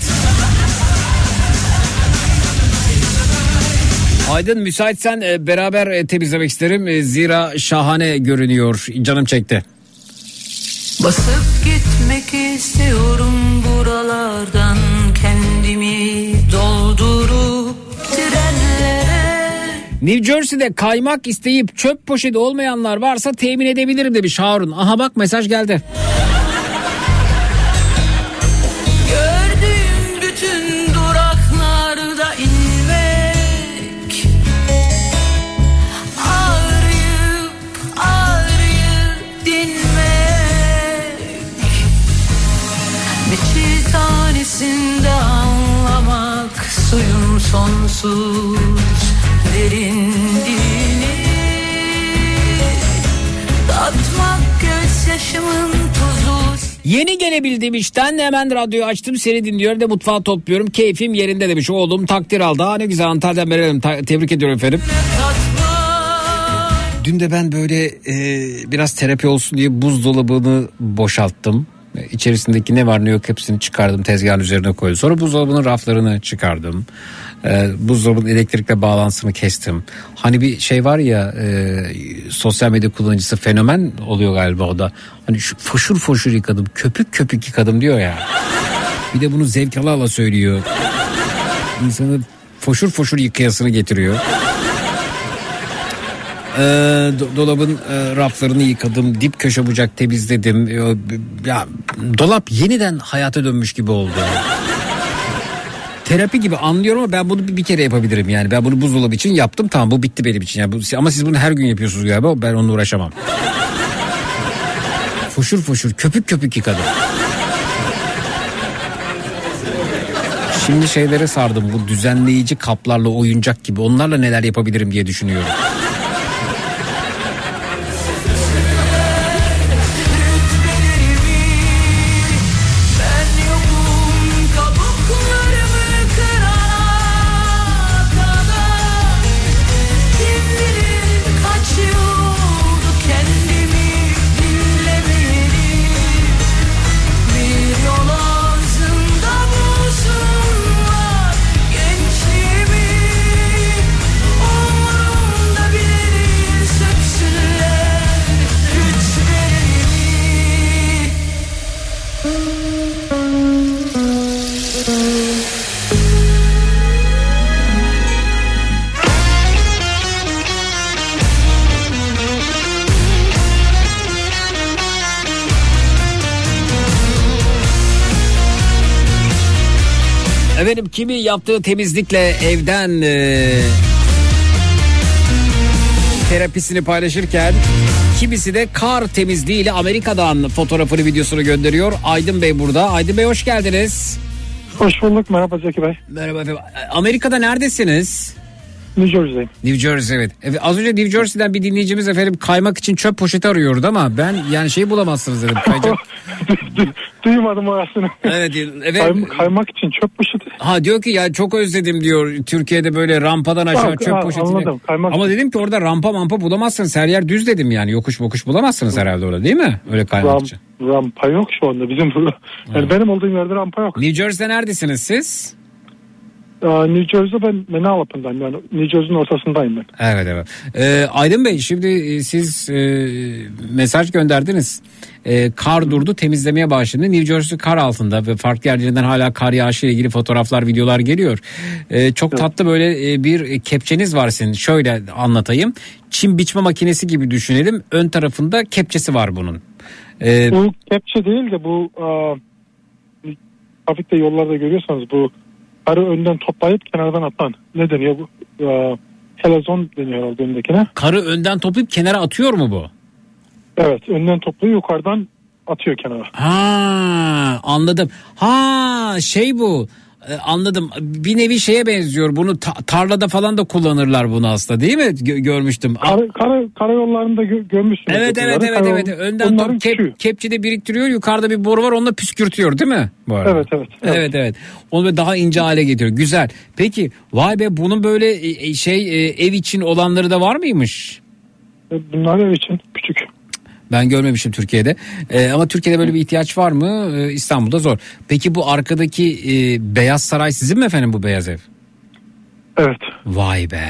Aydın, müsaitsen beraber temizlemek isterim. Zira şahane görünüyor. Canım çekti. Basıp gitmek istiyorum buralardan, kendimi doldurup trenlere New Jersey'de kaymak isteyip çöp poşeti olmayanlar varsa temin edebilirim demiş Harun. Aha bak mesaj geldi. Gördüğüm bütün duraklarda inmek, ağrıyıp ağrıyıp dinmek, bir çiğ tanesinde anlamak suyun sonsuz derinliğini, tatmak gözyaşımın tuzu. Yeni gelebildiğim işten hemen radyoyu açtım, seni dinliyorum da mutfağı topluyorum, keyfim yerinde demiş. Oğlum takdir aldı. Ha ne güzel, Antalya'dan verelim. Ta- tebrik ediyorum efendim. Dün de ben böyle e, biraz terapi olsun diye buzdolabını boşalttım. İçerisindeki ne var ne yok hepsini çıkardım, tezgahın üzerine koydum. Sonra buzdolabının raflarını çıkardım. Ee, buzdolabının elektrikle bağlantısını kestim. Hani bir şey var ya, e, sosyal medya kullanıcısı fenomen oluyor galiba o da. Hani şu foşur foşur yıkadım, köpük köpük yıkadım diyor ya. Bir de bunu zevk ala ala söylüyor. İnsanı foşur foşur yıkayasını getiriyor. Ee, do- dolabın e, raflarını yıkadım, dip köşe bucak temizledim. Ee, ya dolap yeniden hayata dönmüş gibi oldu. Terapi gibi anlıyorum ama ben bunu bir, bir kere yapabilirim yani. Ben bunu buzdolabı için yaptım, tamam, bu bitti benim için. Yani bu, ama siz bunu her gün yapıyorsunuz galiba, ben onunla uğraşamam. Foşur foşur köpük köpük yıkadım. Şimdi şeylere sardım, bu düzenleyici kaplarla oyuncak gibi, onlarla neler yapabilirim diye düşünüyorum. Efendim, kimi yaptığı temizlikle evden e, terapisini paylaşırken kimisi de kar temizliğiyle Amerika'dan fotoğrafını, videosunu gönderiyor. Aydın Bey burada. Aydın Bey hoş geldiniz. Hoş bulduk. Merhaba Zeki Bey. Merhaba efendim. Amerika'da neredesiniz? New Jersey'deyim. New Jersey, evet. evet. Az önce New Jersey'den bir dinleyicimiz efendim kaymak için çöp poşeti arıyordu ama ben yani şeyi bulamazsınız dedim. Kayacak... Duymadım orasını. Evet. evet. Kay, kaymak için çöp poşeti. Ha diyor ki ya çok özledim diyor. Türkiye'de böyle rampadan aşağı Bak, çöp ha, poşetini. Anladım. Kaymak ama için. dedim ki orada rampa mampa bulamazsınız. Her yer düz dedim yani. Yokuş bokuş bulamazsınız herhalde orada, değil mi? Öyle kaymak Ram, için. Rampa yok şu anda bizim burada. Yani evet. Benim olduğum yerde rampa yok. New Jersey'de neredesiniz siz? New Jersey, ben Manhattan'dayım, yani New Jersey'nin ortasındayım ben. Evet evet. Ee, Aydın Bey, şimdi siz e, mesaj gönderdiniz. E, kar durdu, temizlemeye başladı. New Jersey kar altında ve farklı yerlerinden hala kar yağışı ile ilgili fotoğraflar, videolar geliyor. E, çok evet. tatlı böyle e, bir kepçeniz var sizin. Şöyle anlatayım. Çim biçme makinesi gibi düşünelim. Ön tarafında kepçesi var bunun. E, bu kepçe değil de bu a, trafikte, yollarda görüyorsanız bu karı önden toplayıp kenardan atan. Ne deniyor bu? Ee, helezon deniyor herhalde öndekine. Karı önden toplayıp kenara atıyor mu bu? Evet, önden toplayıp yukarıdan atıyor kenara. Ha, anladım. Ha, şey bu. Ee, anladım. Bir nevi şeye benziyor. Bunu ta- tarlada falan da kullanırlar bunu aslında, değil mi? Gö- görmüştüm. Kara, kara, karayollarında gö- görmüşsünüz. Evet evet evet Karayol, evet. Önden top kep- kepçede biriktiriyor. Yukarıda bir boru var, onunla püskürtüyor, değil mi? Bu arada. Evet, evet evet. Evet evet. Onu daha ince hale getiriyor. Güzel. Peki vay be, bunun böyle şey ev için olanları da var mıymış? Bunlar ev için küçük. Ben görmemişim Türkiye'de. Ee, ama Türkiye'de böyle bir ihtiyaç var mı? Ee, İstanbul'da zor. Peki bu arkadaki e, Beyaz Saray sizin mi efendim, bu beyaz ev? Evet. Vay be.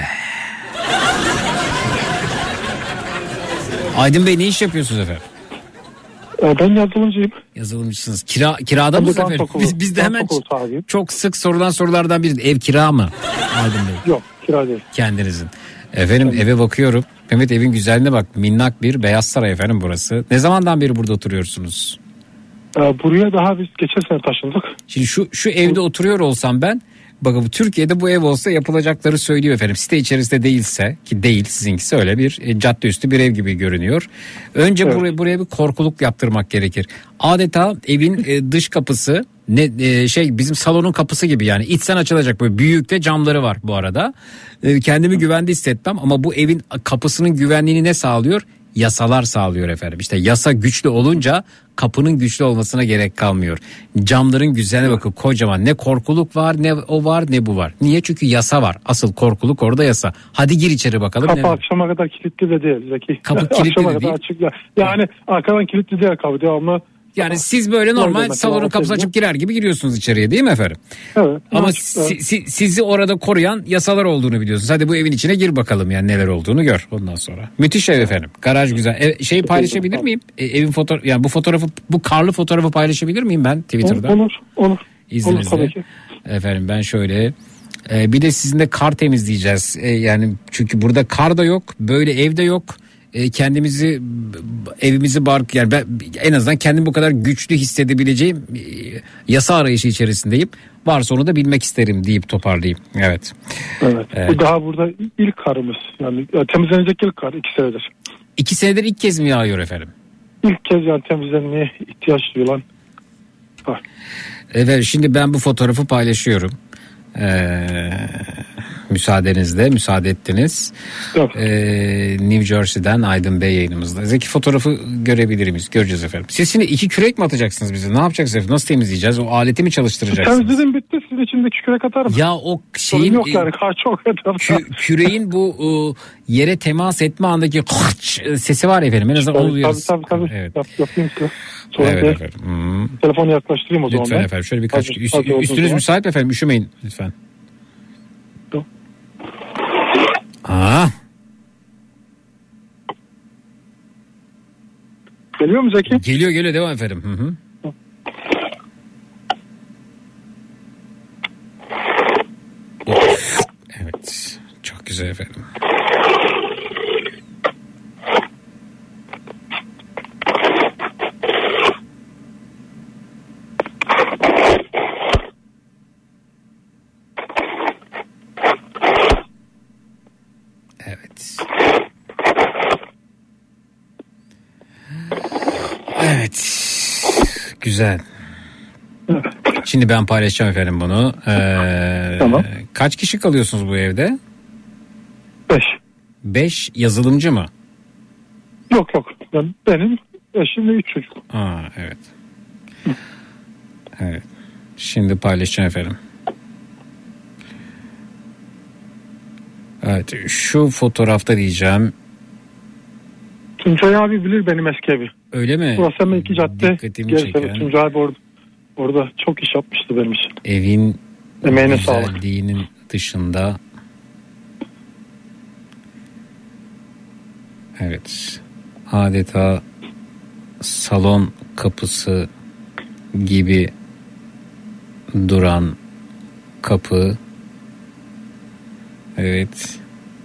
Aydın Bey, ne iş yapıyorsunuz efendim? Ben yazılımcıyım. Yazılımcısınız. Kira, kirada mısınız efendim? Okulu, biz, biz de hemen çok sık sorulan sorulardan biri. Ev kira mı Aydın Bey? Yok, kira değil. Kendinizin. Efendim eve bakıyorum. Mehmet evin güzelliğine bak. Minnak bir Beyaz Saray efendim burası. Ne zamandan beri burada oturuyorsunuz? Ee, buraya daha biz geçen sene taşındık. Şimdi şu şu evde oturuyor olsam ben, bakın bu Türkiye'de bu ev olsa yapılacakları söylüyor efendim. Site içerisinde değilse, ki değil, sizinkisi öyle bir e, cadde üstü bir ev gibi görünüyor. Önce Evet. buraya buraya bir korkuluk yaptırmak gerekir. Adeta evin e, dış kapısı ne e, şey bizim salonun kapısı gibi, yani içten açılacak, böyle büyük de camları var bu arada. E, kendimi güvende hissetmem ama bu evin kapısının güvenliğini ne sağlıyor? Yasalar sağlıyor efendim. İşte yasa güçlü olunca kapının güçlü olmasına gerek kalmıyor. Camların güzelliğine bakın, kocaman, ne korkuluk var, ne o var, ne bu var. Niye? Çünkü yasa var. Asıl korkuluk orada, yasa. Hadi gir içeri bakalım. Kapı ne var? akşama kadar kilitli de değil Zeki. Kapı kilitli akşama de kadar değil. açık ya. Yani arkadan kilitli değil kapı devamlı. Yani siz böyle normal Orada salonun mesela kapısı açıp girer gibi giriyorsunuz içeriye, değil mi efendim? Evet. Ama Evet. si- si- sizi orada koruyan yasalar olduğunu biliyorsunuz. Hadi bu evin içine gir bakalım, yani neler olduğunu gör ondan sonra. Müthiş ev efendim. Garaj güzel. E, şeyi paylaşabilir miyim? E, evin fotoğraf, yani bu fotoğrafı, bu karlı fotoğrafı paylaşabilir miyim ben Twitter'da? Olur, olur. İzninizle. Olur tabii ki. Efendim ben şöyle e, bir de sizinle kar temizleyeceğiz. E, yani çünkü burada kar da yok, böyle evde yok. E, kendimizi, evimizi bar, yani ben en azından kendimi bu kadar güçlü hissedebileceğim e, yasa arayışı içerisindeyim. Varsa onu da bilmek isterim deyip toparlayayım. Evet. Evet. Evet. Bu daha burada ilk karımız. Yani ya, temizlenecek ilk kar iki senedir. İki senedir ilk kez mi yağıyor efendim? İlk kez yani temizlenmeye ihtiyaç duyulan kar. Evet, şimdi ben bu fotoğrafı paylaşıyorum. Ee, müsaadenizle, müsaade ettiniz. Ee, New Jersey'den Aydın Bey yayınımızda. Zeki, fotoğrafı görebilir miyiz? Göreceğiz efendim. Siz şimdi iki kürek mi atacaksınız bize? Ne yapacaksınız efendim? Nasıl temizleyeceğiz? O aleti mi çalıştıracaksınız? Temizledim bitti. Sizin içindeki kürek atarım. Ya o Sorun şeyin yok yani, kar çok etrafta. kü- küreğin bu ıı, yere temas etme andaki sesi var ya efendim. En azından onu Tabii duyuyoruz. tabii tabii. Evet. Yap, yapayım size. Sonra Evet da efendim. Hmm. telefonu yaklaştırayım o zaman. Lütfen ben. efendim. Şöyle birkaç Hazır- üst- hazır olduğu üstünüz zaman. müsait mi efendim? Üşümeyin lütfen. Tamam. Aa. Geliyor mu Zeki? Geliyor geliyor, devam efendim. Hı hı. Evet. Çok güzel efendim. Evet. Evet. Güzel. Şimdi ben paylaşacağım efendim bunu. Ee, Tamam. Kaç kişi kalıyorsunuz bu evde? Beş. Beş yazılımcı mı? Yok yok. Ben, benim eşim ve üç çocuk. Aa, evet. Evet. Şimdi paylaşacağım efendim. Evet, şu fotoğrafta diyeceğim. Tuncay abi bilir benim eski evi. Öyle mi? Burası hemen iki cadde. Dikkatimi Gerisi çeken. Tuncay abi orada, orada çok iş yapmıştı benim için. Evin Emeğine sağlık. güzelliğinin dışında. Evet. Adeta salon kapısı gibi duran kapı. Evet.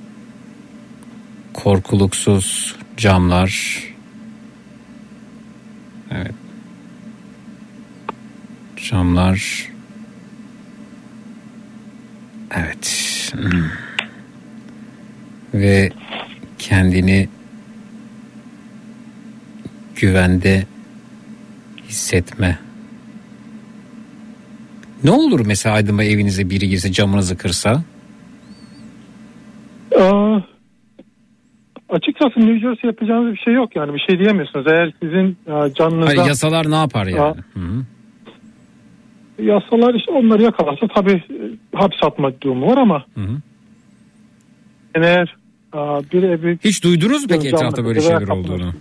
Korkuluksuz camlar. Evet. Camlar. Evet. Hmm. Ve kendini güvende hissetme. Ne olur mesela Aydın Bey, evinize biri girse, camınızı kırsa? Aa, açıkçası New Jersey yapacağınız bir şey yok yani, bir şey diyemiyorsunuz. Eğer sizin e, canınıza... Hayır, yasalar ne yapar yani? Aa, Hı-hı. yasalar işte onları yakalarsa tabii e, hapis atma durumu var ama Hı-hı. yani eğer e, bir evi... Hiç duydunuz mu peki canlı etrafta böyle veya şeyler kapı- olduğunu?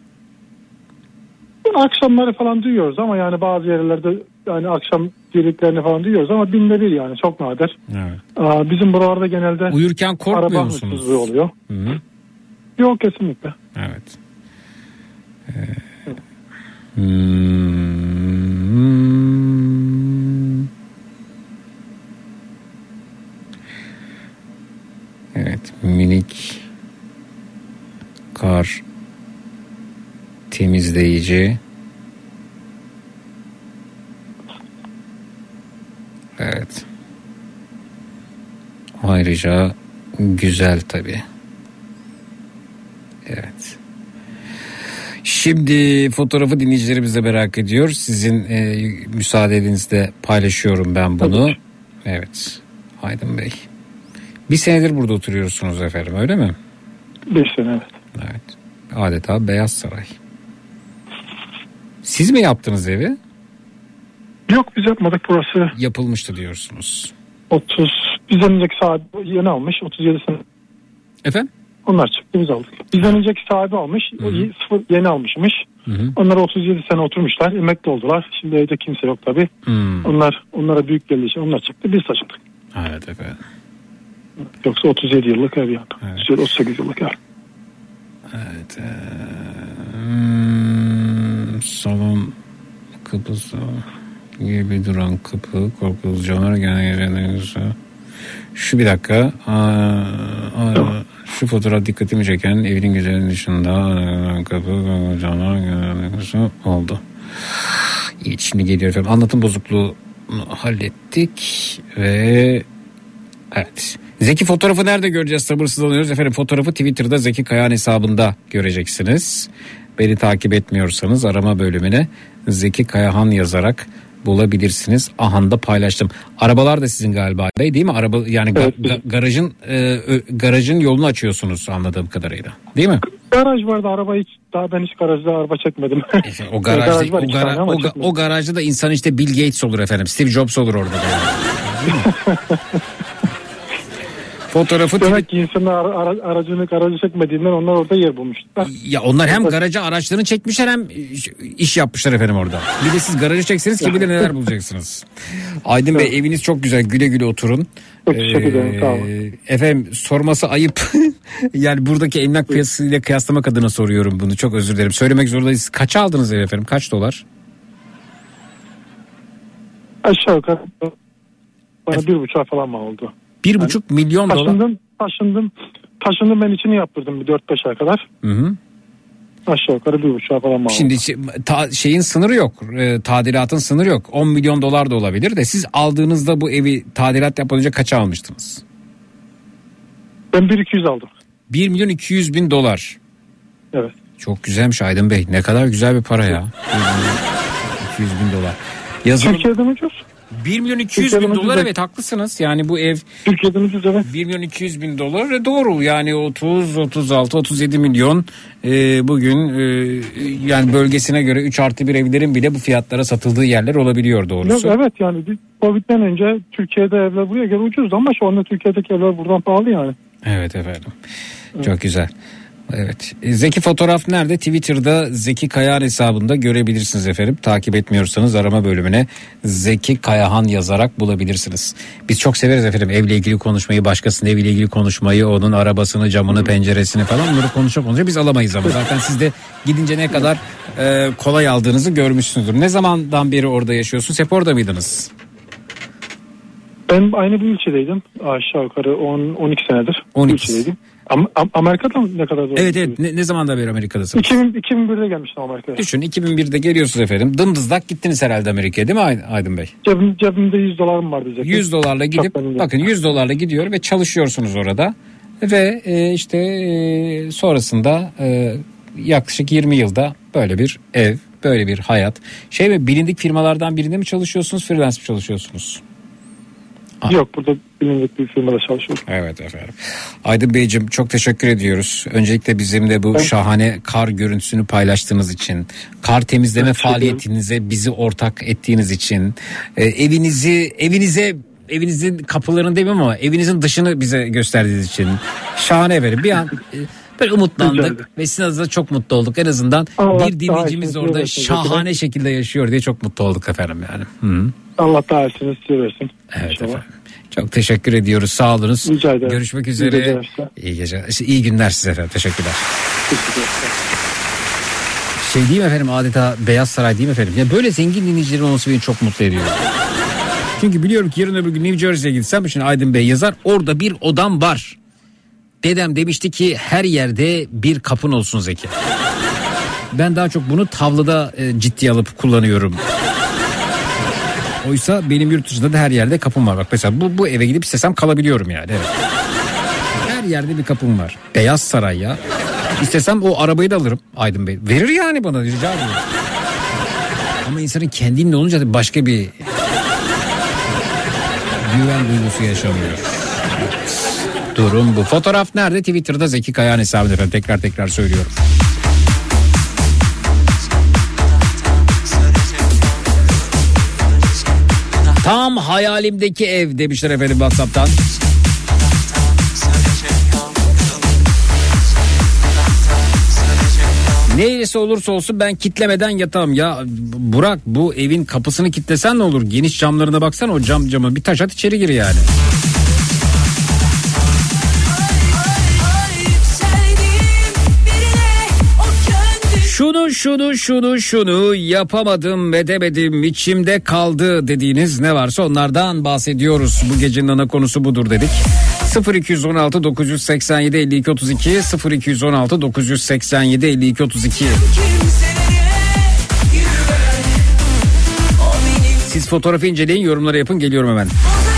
Akşamları falan duyuyoruz ama yani bazı yerlerde yani akşam birliklerini falan duyuyoruz ama binde bir yani, çok nadir. Evet. Aa, bizim buralarda genelde Uyurken korkmuyor araba musunuz? hırsızlığı oluyor. Hı-hı. Yok, kesinlikle. Evet. Ee, hmm. Evet, minik temizleyici. Evet. Ayrıca güzel tabii. Evet. Şimdi fotoğrafı dinleyicilerimiz de merak ediyor. Sizin e, müsaadenizle paylaşıyorum ben bunu. Tabii. Evet. Aydın Bey. Bir senedir burada oturuyorsunuz efendim, öyle mi? Bir sene, evet. Evet. Adeta Beyaz Saray. Siz mi yaptınız evi? Yok, biz yapmadık, burası. Yapılmıştı diyorsunuz. otuz Bizden önceki sahibi yeni almış, otuz yedi sene. Efendim? Onlar çıktı, biz aldık. Bizden önceki sahibi almış, o sıfır yeni almışmış. Hı-hı. Onlar otuz yedi sene oturmuşlar, emekli oldular. Şimdi evde kimse yok tabii. Hı. Onlar onlara büyük geldiği için onlar çıktı, biz taşındık. Evet efendim. Yoksa otuz yedi yıllık ev yaptım. Evet. otuz sekiz yıllık ev. Evet. Ee, hmm, salon kapısı gibi duran kapı, korkulu camlar gene şu bir dakika. Aa, aa, tamam. Şu fotoğraf dikkatimi çeken, evin güzelliğinin dışında kapı, camlar gene oldu. İyi, şimdi geliyor efendim. Anlatım bozukluğunu hallettik ve evet. Zeki fotoğrafı nerede göreceğiz? Sabırsızlanıyoruz. Efendim fotoğrafı Twitter'da Zeki Kayağan hesabında göreceksiniz. Beni takip etmiyorsanız arama bölümüne Zeki Kayağan yazarak bulabilirsiniz. Ahanda paylaştım. Arabalar da sizin galiba değil mi? Araba yani evet, ga- ga- garajın e, garajın yolunu açıyorsunuz anladığım kadarıyla. Değil mi? Garaj vardı, araba hiç daha ben hiç garajda araba çekmedim. E, o garajda garaj var, o, gara- o, ga- o garajda da insan işte Bill Gates olur efendim. Steve Jobs olur orada. Değil mi? Fotoğrafı demek ki insanlar ara, ara, aracını garajı çekmediğinden onlar orada yer bulmuşlar. Ya onlar hem garaja araçlarını çekmişler hem iş yapmışlar efendim orada. Bir de siz garajı çekseniz kim bilir neler bulacaksınız. Aydın evet. Bey, eviniz çok güzel, güle güle oturun. Çok teşekkür ederim, sağ olun. Efendim sorması ayıp. Yani buradaki emlak piyasasıyla kıyaslamak adına soruyorum bunu. Çok özür dilerim. Söylemek zorundayız. Kaça aldınız ev efendim? Kaç dolar? Aşağı yukarı bana e- bir buçuğa falan mı oldu? Bir yani, buçuk milyon taşındım, dolar. Taşındım, taşındım ben içini yaptırdım bir dört beş ay kadar. Hı hı. Aşağı yukarı bir buçuğa falan mı oldu? Şimdi ta, şeyin sınırı yok, e, tadilatın sınırı yok. on milyon dolar da olabilir de siz aldığınızda bu evi tadilat yapmadan önce kaça almıştınız? Ben bir iki yüz aldım. bir milyon iki yüz bin dolar. Evet. Çok güzelmiş Aydın Bey. Ne kadar güzel bir para ya. iki yüz bin dolar. Yazılım... Türkiye'de mi ucuz? bir milyon iki yüz bin dolar, evet haklısınız. Yani bu ev Türkiye'den ucuz, evet. bir milyon iki yüz bin dolar doğru. Yani otuz, otuz altı, otuz yedi milyon e, bugün e, yani bölgesine göre üç artı bir evlerin bile bu fiyatlara satıldığı yerler olabiliyor doğrusu. Evet yani Covid'den önce Türkiye'de evler buraya göre ucuzdu ama şu anda Türkiye'deki evler buradan pahalı yani. Evet efendim. Evet. Çok güzel. Evet. Zeki fotoğraf nerede? Twitter'da Zeki Kayağan hesabında görebilirsiniz efendim. Takip etmiyorsanız arama bölümüne Zeki Kayağan yazarak bulabilirsiniz. Biz çok severiz efendim evle ilgili konuşmayı, başkasının eviyle ilgili konuşmayı, onun arabasını, camını, penceresini falan bunları konuşup konuşup biz alamayız ama zaten siz de gidince ne kadar e, kolay aldığınızı görmüşsünüzdür. Ne zamandan beri orada yaşıyorsunuz? Hep orada mıydınız? Ben aynı bir ilçedeydim. Aşağı yukarı on on iki senedir. on iki ilçedeydim. Am- Am- Amerika'da mı ne kadar doğru? Evet evet. Ne, ne zamandan beri Amerika'dasınız? iki bin, iki bin birde gelmiştim Amerika'ya. Düşün iki bin birde geliyorsunuz efendim. Dımdızlak gittiniz herhalde Amerika'ya değil mi Aydın Bey? Cebim, cebimde yüz dolarım vardı. Zaten. yüz dolarla gidip bakın yüz dolarla gidiyor ve çalışıyorsunuz orada. Ve e, işte e, sonrasında e, yaklaşık yirmi yılda böyle bir ev, böyle bir hayat. Şey mi, bilindik firmalardan birinde mi çalışıyorsunuz, freelance mi çalışıyorsunuz? Ah. Yok, burada bilindik bir firmada çalışıyorum. Evet efendim. Aydın Beyciğim çok teşekkür ediyoruz. Öncelikle bizimle bu ben... şahane kar görüntüsünü paylaştığınız için, kar temizleme evet, faaliyetinize bizi ortak ettiğiniz için, e, evinizi evinize evinizin kapılarını demem ama evinizin dışını bize gösterdiğiniz için şahane efendim. Bir an e, böyle umutlandık ve sizin adınıza çok mutlu olduk. En azından Allah bir dinleyicimiz orada evet, şahane evet. şekilde yaşıyor diye çok mutlu olduk efendim yani. Hı. Allah daha iyisini size versin. Evet İnşallah. Efendim. Çok teşekkür ediyoruz. Sağ olunuz. Rica ederim. Görüşmek üzere. İyi, iyi geceler. İyi günler size efendim. Teşekkürler. Teşekkürler. Şey değil mi efendim, adeta Beyaz Saray değil mi efendim? Ya böyle zengin dinleyicilerin olması beni çok mutlu ediyor. Çünkü biliyorum ki yarın öbür gün New Jersey'ye gitsem, şimdi Aydın Bey yazar, orada bir odam var. Dedem demişti ki her yerde bir kapın olsun Zeki. Ben daha çok bunu tavlada e, ciddiye alıp kullanıyorum. Oysa benim yurt dışında da her yerde kapım var. Bak mesela bu, bu eve gidip istesem kalabiliyorum yani. Evet. Her yerde bir kapım var. Beyaz Saray ya. İstesem o arabayı da alırım Aydın Bey. Verir yani bana, rica ediyorum. Ama insanın kendinle olunca da başka bir güven duygusu yaşanıyor. Durum bu. Fotoğraf nerede? Twitter'da Zeki Kayağan hesabında efendim. Tekrar tekrar söylüyorum. Tam hayalimdeki ev demişler efendim WhatsApp'tan. Neyse olursa olsun ben kitlemeden yatamam ya. Burak, bu evin kapısını kitlesen ne olur? Geniş camlarına baksan, o cam cama bir taş at içeri gir yani. Şunu şunu şunu şunu yapamadım edemedim içimde kaldı dediğiniz ne varsa onlardan bahsediyoruz. Bu gecenin ana konusu budur dedik. sıfır iki on altı dokuz seksen yedi elli iki otuz iki sıfır iki on altı dokuz seksen yedi elli iki otuz iki. Siz fotoğrafı inceleyin, yorumları yapın, geliyorum hemen.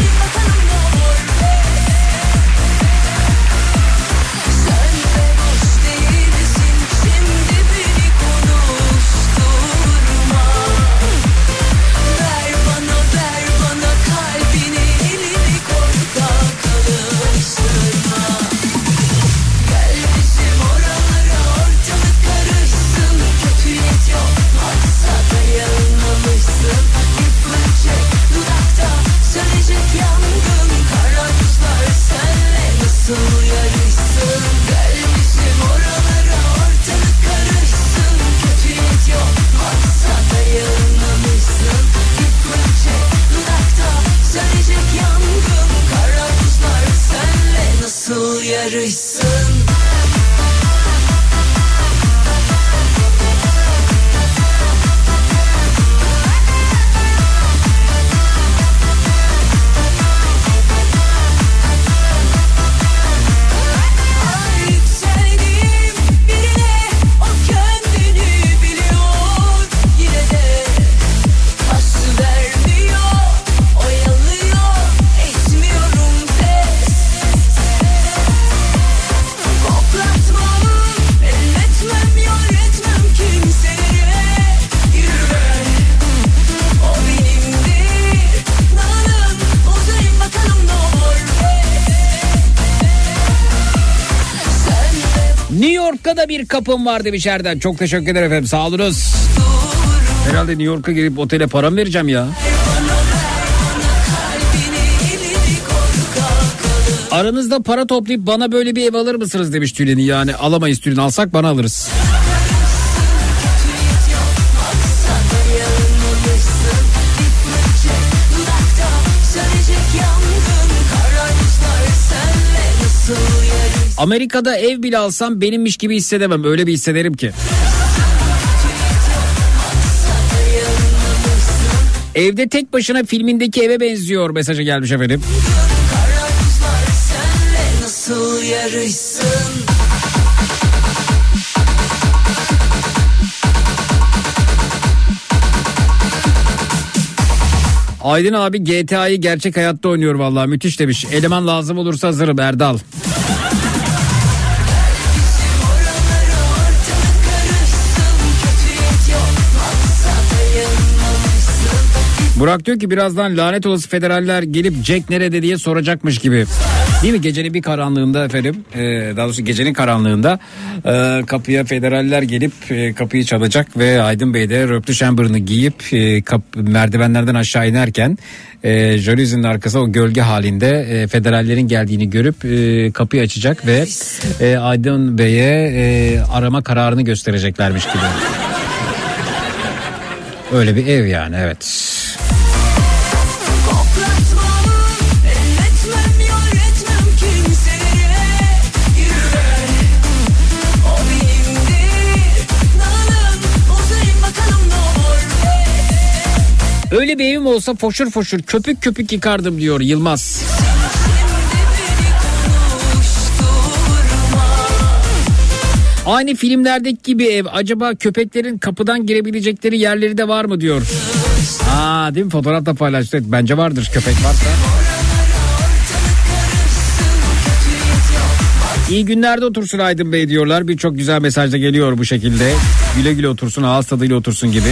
Da bir kapım var demiş Erdem. Çok teşekkür ederim efendim, sağ olunuz. Herhalde New York'a girip otele para mı vereceğim ya? Aranızda para toplayıp bana böyle bir ev alır mısınız demiş Tülin'i. Yani alamayız Tülin, alsak bana alırız. Amerika'da ev bile alsam benimmiş gibi hissedemem. Öyle bir hissederim ki. Evde tek başına filmindeki eve benziyor mesajı gelmiş efendim. Aydın abi G T A'yı gerçek hayatta oynuyor vallahi, müthiş demiş. Eleman lazım olursa hazırım Erdal. Burak diyor ki birazdan lanet olası federaller gelip Jack nerede diye soracakmış gibi. Değil mi? Gecenin bir karanlığında efendim, e, daha doğrusu gecenin karanlığında e, kapıya federaller gelip e, kapıyı çalacak ve Aydın Bey de röptü şambırını giyip e, kap, merdivenlerden aşağı inerken e, jalüzinin arkası o gölge halinde e, federallerin geldiğini görüp e, kapıyı açacak ve e, Aydın Bey'e e, arama kararını göstereceklermiş gibi. Öyle bir ev yani, evet. Öyle bir evim olsa foşur foşur köpük köpük yıkardım diyor Yılmaz. Aynı filmlerdeki gibi ev. Acaba köpeklerin kapıdan girebilecekleri yerleri de var mı diyor. Aa, değil mi? Fotoğrafta paylaştık. Bence vardır, köpek varsa. İyi günlerde otursun Aydın Bey diyorlar. Birçok güzel mesaj da geliyor bu şekilde. Güle güle otursun, ağız tadıyla otursun gibi.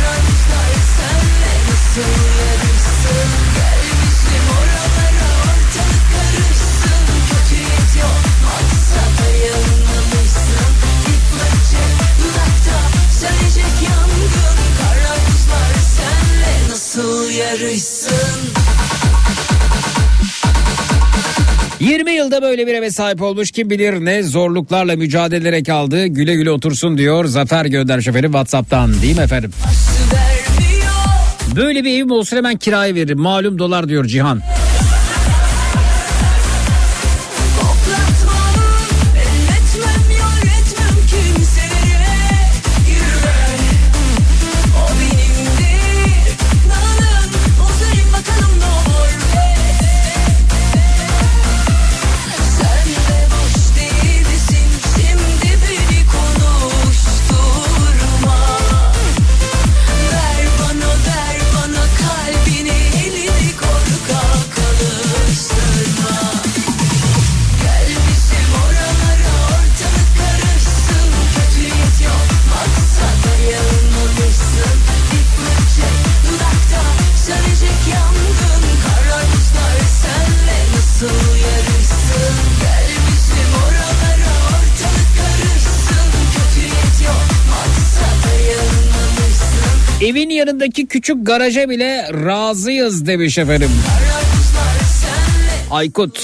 yirmi yılda böyle bir eve sahip olmuş, kim bilir ne zorluklarla mücadele ederek aldı. Güle güle otursun diyor Zafer göndermiş efendim WhatsApp'tan, değil mi efendim? Böyle bir evim olsun hemen kiraya veririm, malum dolar diyor Cihan. Evin yanındaki küçük garaja bile razıyız demiş efendim Aykut.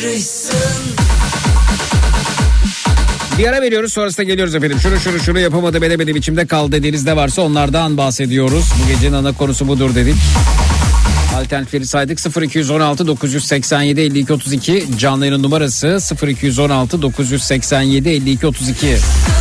Bir ara veriyoruz, sonrasında geliyoruz efendim. Şunu şunu şunu yapamadım edemedim içimde kaldı dediğiniz ne varsa onlardan bahsediyoruz. Bu gecenin ana konusu budur dedik. Alternatifleri saydık. sıfır iki on altı dokuz seksen yedi elli iki otuz iki canlı yayının numarası sıfır iki on altı dokuz seksen yedi elli iki otuz iki.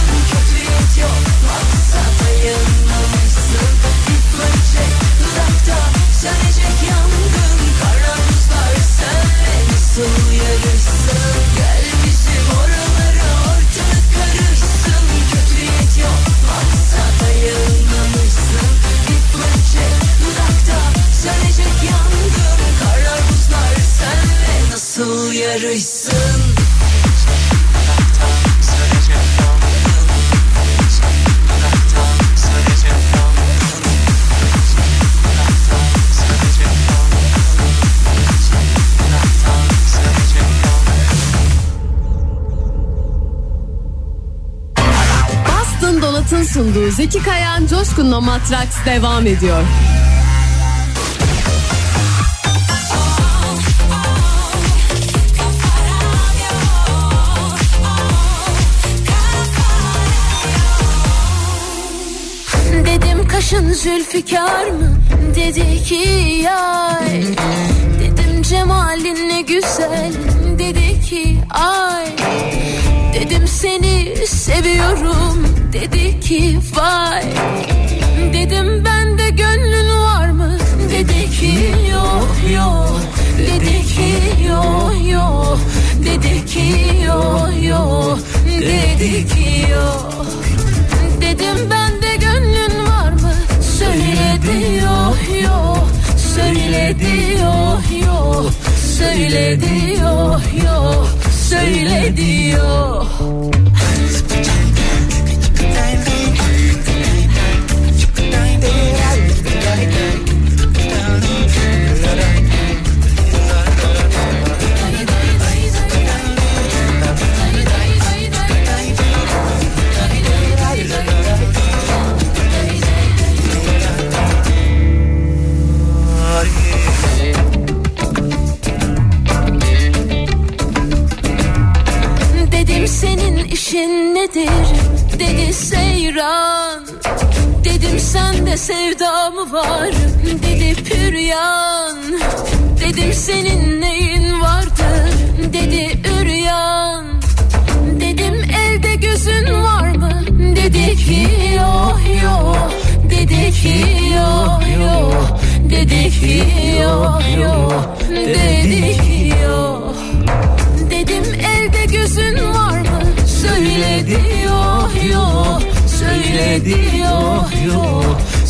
Boston Donat'ın sunduğu Zeki Kayan Coşkun'la Matraks devam ediyor. Kaşın zülfikar mı? Dedi ki yay. Dedim cemalin ne güzel. Dedi ki ay. Dedim seni seviyorum. Dedi ki vay. Dedim bende gönlün var mı? Dedi ki yok yok. Dedi ki yok yok. Dedi ki yok yok. Dedi ki yok. Dedim bende gönlün var mı? Söyledi yok yok. Söyledi yok yok. Söyledi yok yok. Söyledi yok. Senin işin nedir? Dedi seyran. Dedim sende sevda mı var? Dedi püryan. Dedim senin neyin vardır? Dedi üryan. Dedim elde gözün var mı? Dedi ki yok yok. Dedi ki yok yok. Dedi ki yok yok. Dedi ki yok. Dedim elde gözün var mı? Söyledi yok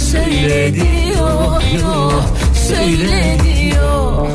söyle diyor, yo, söyle diyor.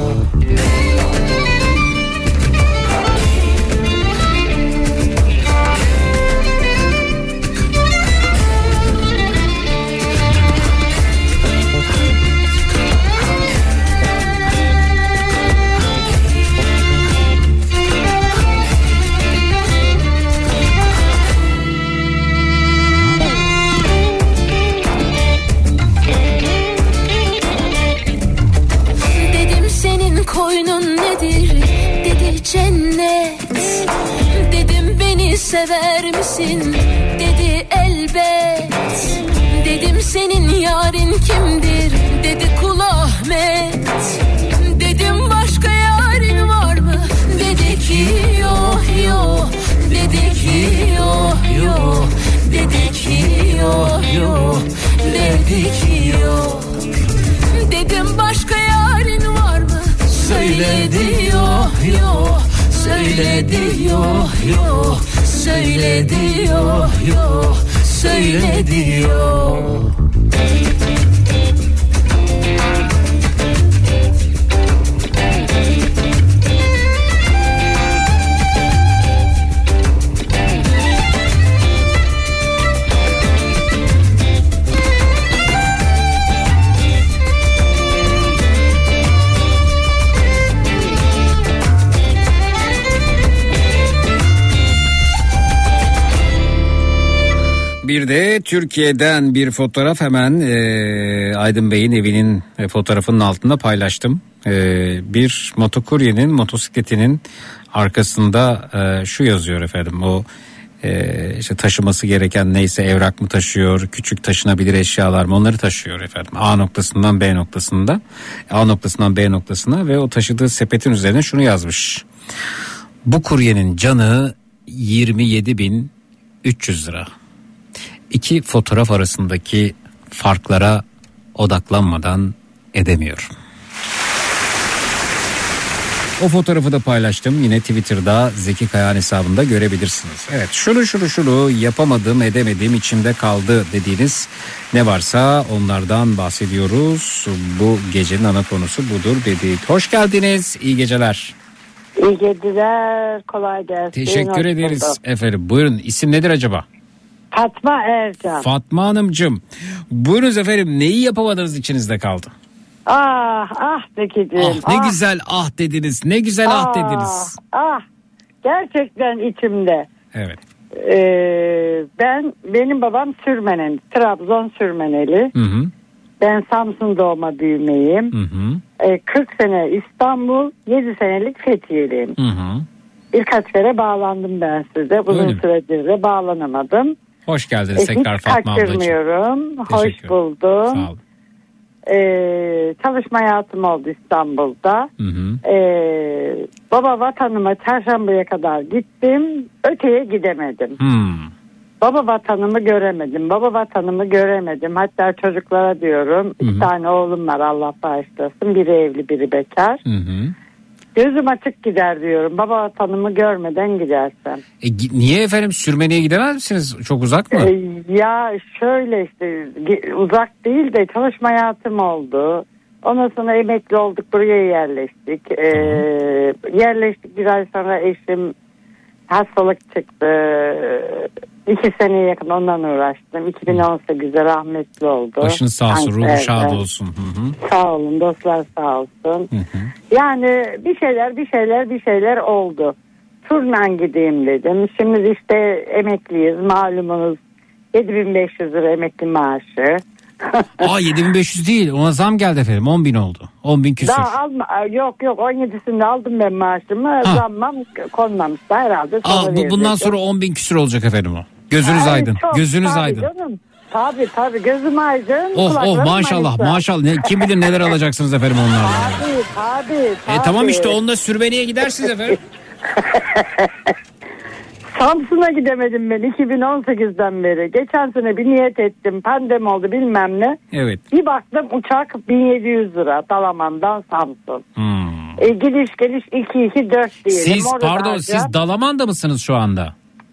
Koynun nedir dedi cennet. Dedim beni sever misin dedi elbet. Dedim senin yarın kimdir dedi Kul Ahmet. Dedim başka yarın var mı dedi ki yok yok. Dedi ki yok yok. Dedi ki yok yok. Dedi ki yok. Dedim başka yarın var mı? Söyle diyor, yo, söyle diyor, yo, söyle diyor, yo, söyle diyor. Bir de Türkiye'den bir fotoğraf hemen e, Aydın Bey'in evinin e, fotoğrafının altında paylaştım. E, bir motokuryenin motosikletinin arkasında e, şu yazıyor efendim. O e, işte taşıması gereken neyse, evrak mı taşıyor, küçük taşınabilir eşyalar mı, onları taşıyor efendim. A noktasından B noktasında, A noktasından B noktasına ve o taşıdığı sepetin üzerine şunu yazmış. Bu kuryenin canı yirmi yedi bin üç yüz lira. İki fotoğraf arasındaki farklara odaklanmadan edemiyorum. O fotoğrafı da paylaştım. Yine Twitter'da Zeki Kayağan hesabında görebilirsiniz. Evet, şunu şunu şunu yapamadım, edemedim, içimde kaldı dediğiniz ne varsa onlardan bahsediyoruz. Bu gecenin ana konusu budur dedik. Hoş geldiniz, iyi geceler. İyi geceler, kolay gelsin. Teşekkür ederiz efendim. Buyurun, isim nedir acaba? Fatma Ercan. Fatma Hanımcığım, buyurunuz efendim, neyi yapamadınız içinizde kaldı? Ah ah Zekiciğim. Ah, ne ah. güzel ah dediniz, ne güzel ah, ah dediniz. Ah gerçekten içimde. Evet. Ee, ben benim babam Sürmeneli, Trabzon Sürmeneli. Hı hı. Ben Samsun doğma büyümeyim. Hı hı. Ee, kırk sene İstanbul, yedi senelik Fethiye'liyim. Hı hı. Birkaç kere bağlandım ben size. Uzun Öyle süredir de bağlanamadım. Hoş geldiniz ee, tekrar Fatma ablacığım. Hiç kaçırmıyorum. Hoş buldum. Sağ olun. Ee, çalışma hayatım oldu İstanbul'da. Hı hı. Ee, baba vatanıma Çarşamba'ya kadar gittim. Öteye gidemedim. Hmm. Baba vatanımı göremedim. Baba vatanımı göremedim. Hatta çocuklara diyorum. Hı hı. İki tane oğlum var, Allah bağışlasın. Biri evli, biri bekar. Hı hı. Gözüm açık gider diyorum. Baba vatanımı görmeden gidersem. E, niye efendim, Sürmeni'ye gidemez misiniz? Çok uzak mı? Ee, ya şöyle işte uzak değil de çalışma hayatım oldu. Ondan sonra emekli olduk, buraya yerleştik. Ee, yerleştik bir ay sonra eşim hastalık çıktı. İki seneye yakın ondan uğraştım. iki bin on sekizde rahmetli oldu. Başınız sağ olsun, ruhu şad evet. olsun. Hı hı. Sağ olun, dostlar sağ olsun. Hı hı. Yani bir şeyler bir şeyler bir şeyler oldu. Turnen gideyim dedim. Şimdi işte emekliyiz, malumunuz. yedi bin beş yüz lira emekli maaşı. Aa, yedi bin beş yüz değil, ona zam geldi efendim, on bin oldu. on bin küsur. Daha alma, yok yok on yedisinde aldım ben maaşımı. Zammam konmamış da herhalde. Aa, bu, bundan sonra on bin küsur olacak efendim o. Gözünüz Ay, aydın. çok, Gözünüz tabii aydın. Canım. Tabii tabii gözüm aydın. Oh oh maşallah maşallah. Ne, kim bilir neler alacaksınız efendim onlarla. Tabii tabii. tabii. E tamam işte, onunla Sürmeni'ye gidersiniz efendim. Samsun'a gidemedim ben iki bin on sekizden beri. Geçen sene bir niyet ettim. Pandemi oldu bilmem ne. Evet. Bir baktım uçak bin yedi yüz lira Dalaman'dan Samsun. Hmm. E, gidiş geliş iki iki dört diyelim. Siz Orada pardon harca... siz Dalaman'da mısınız şu anda?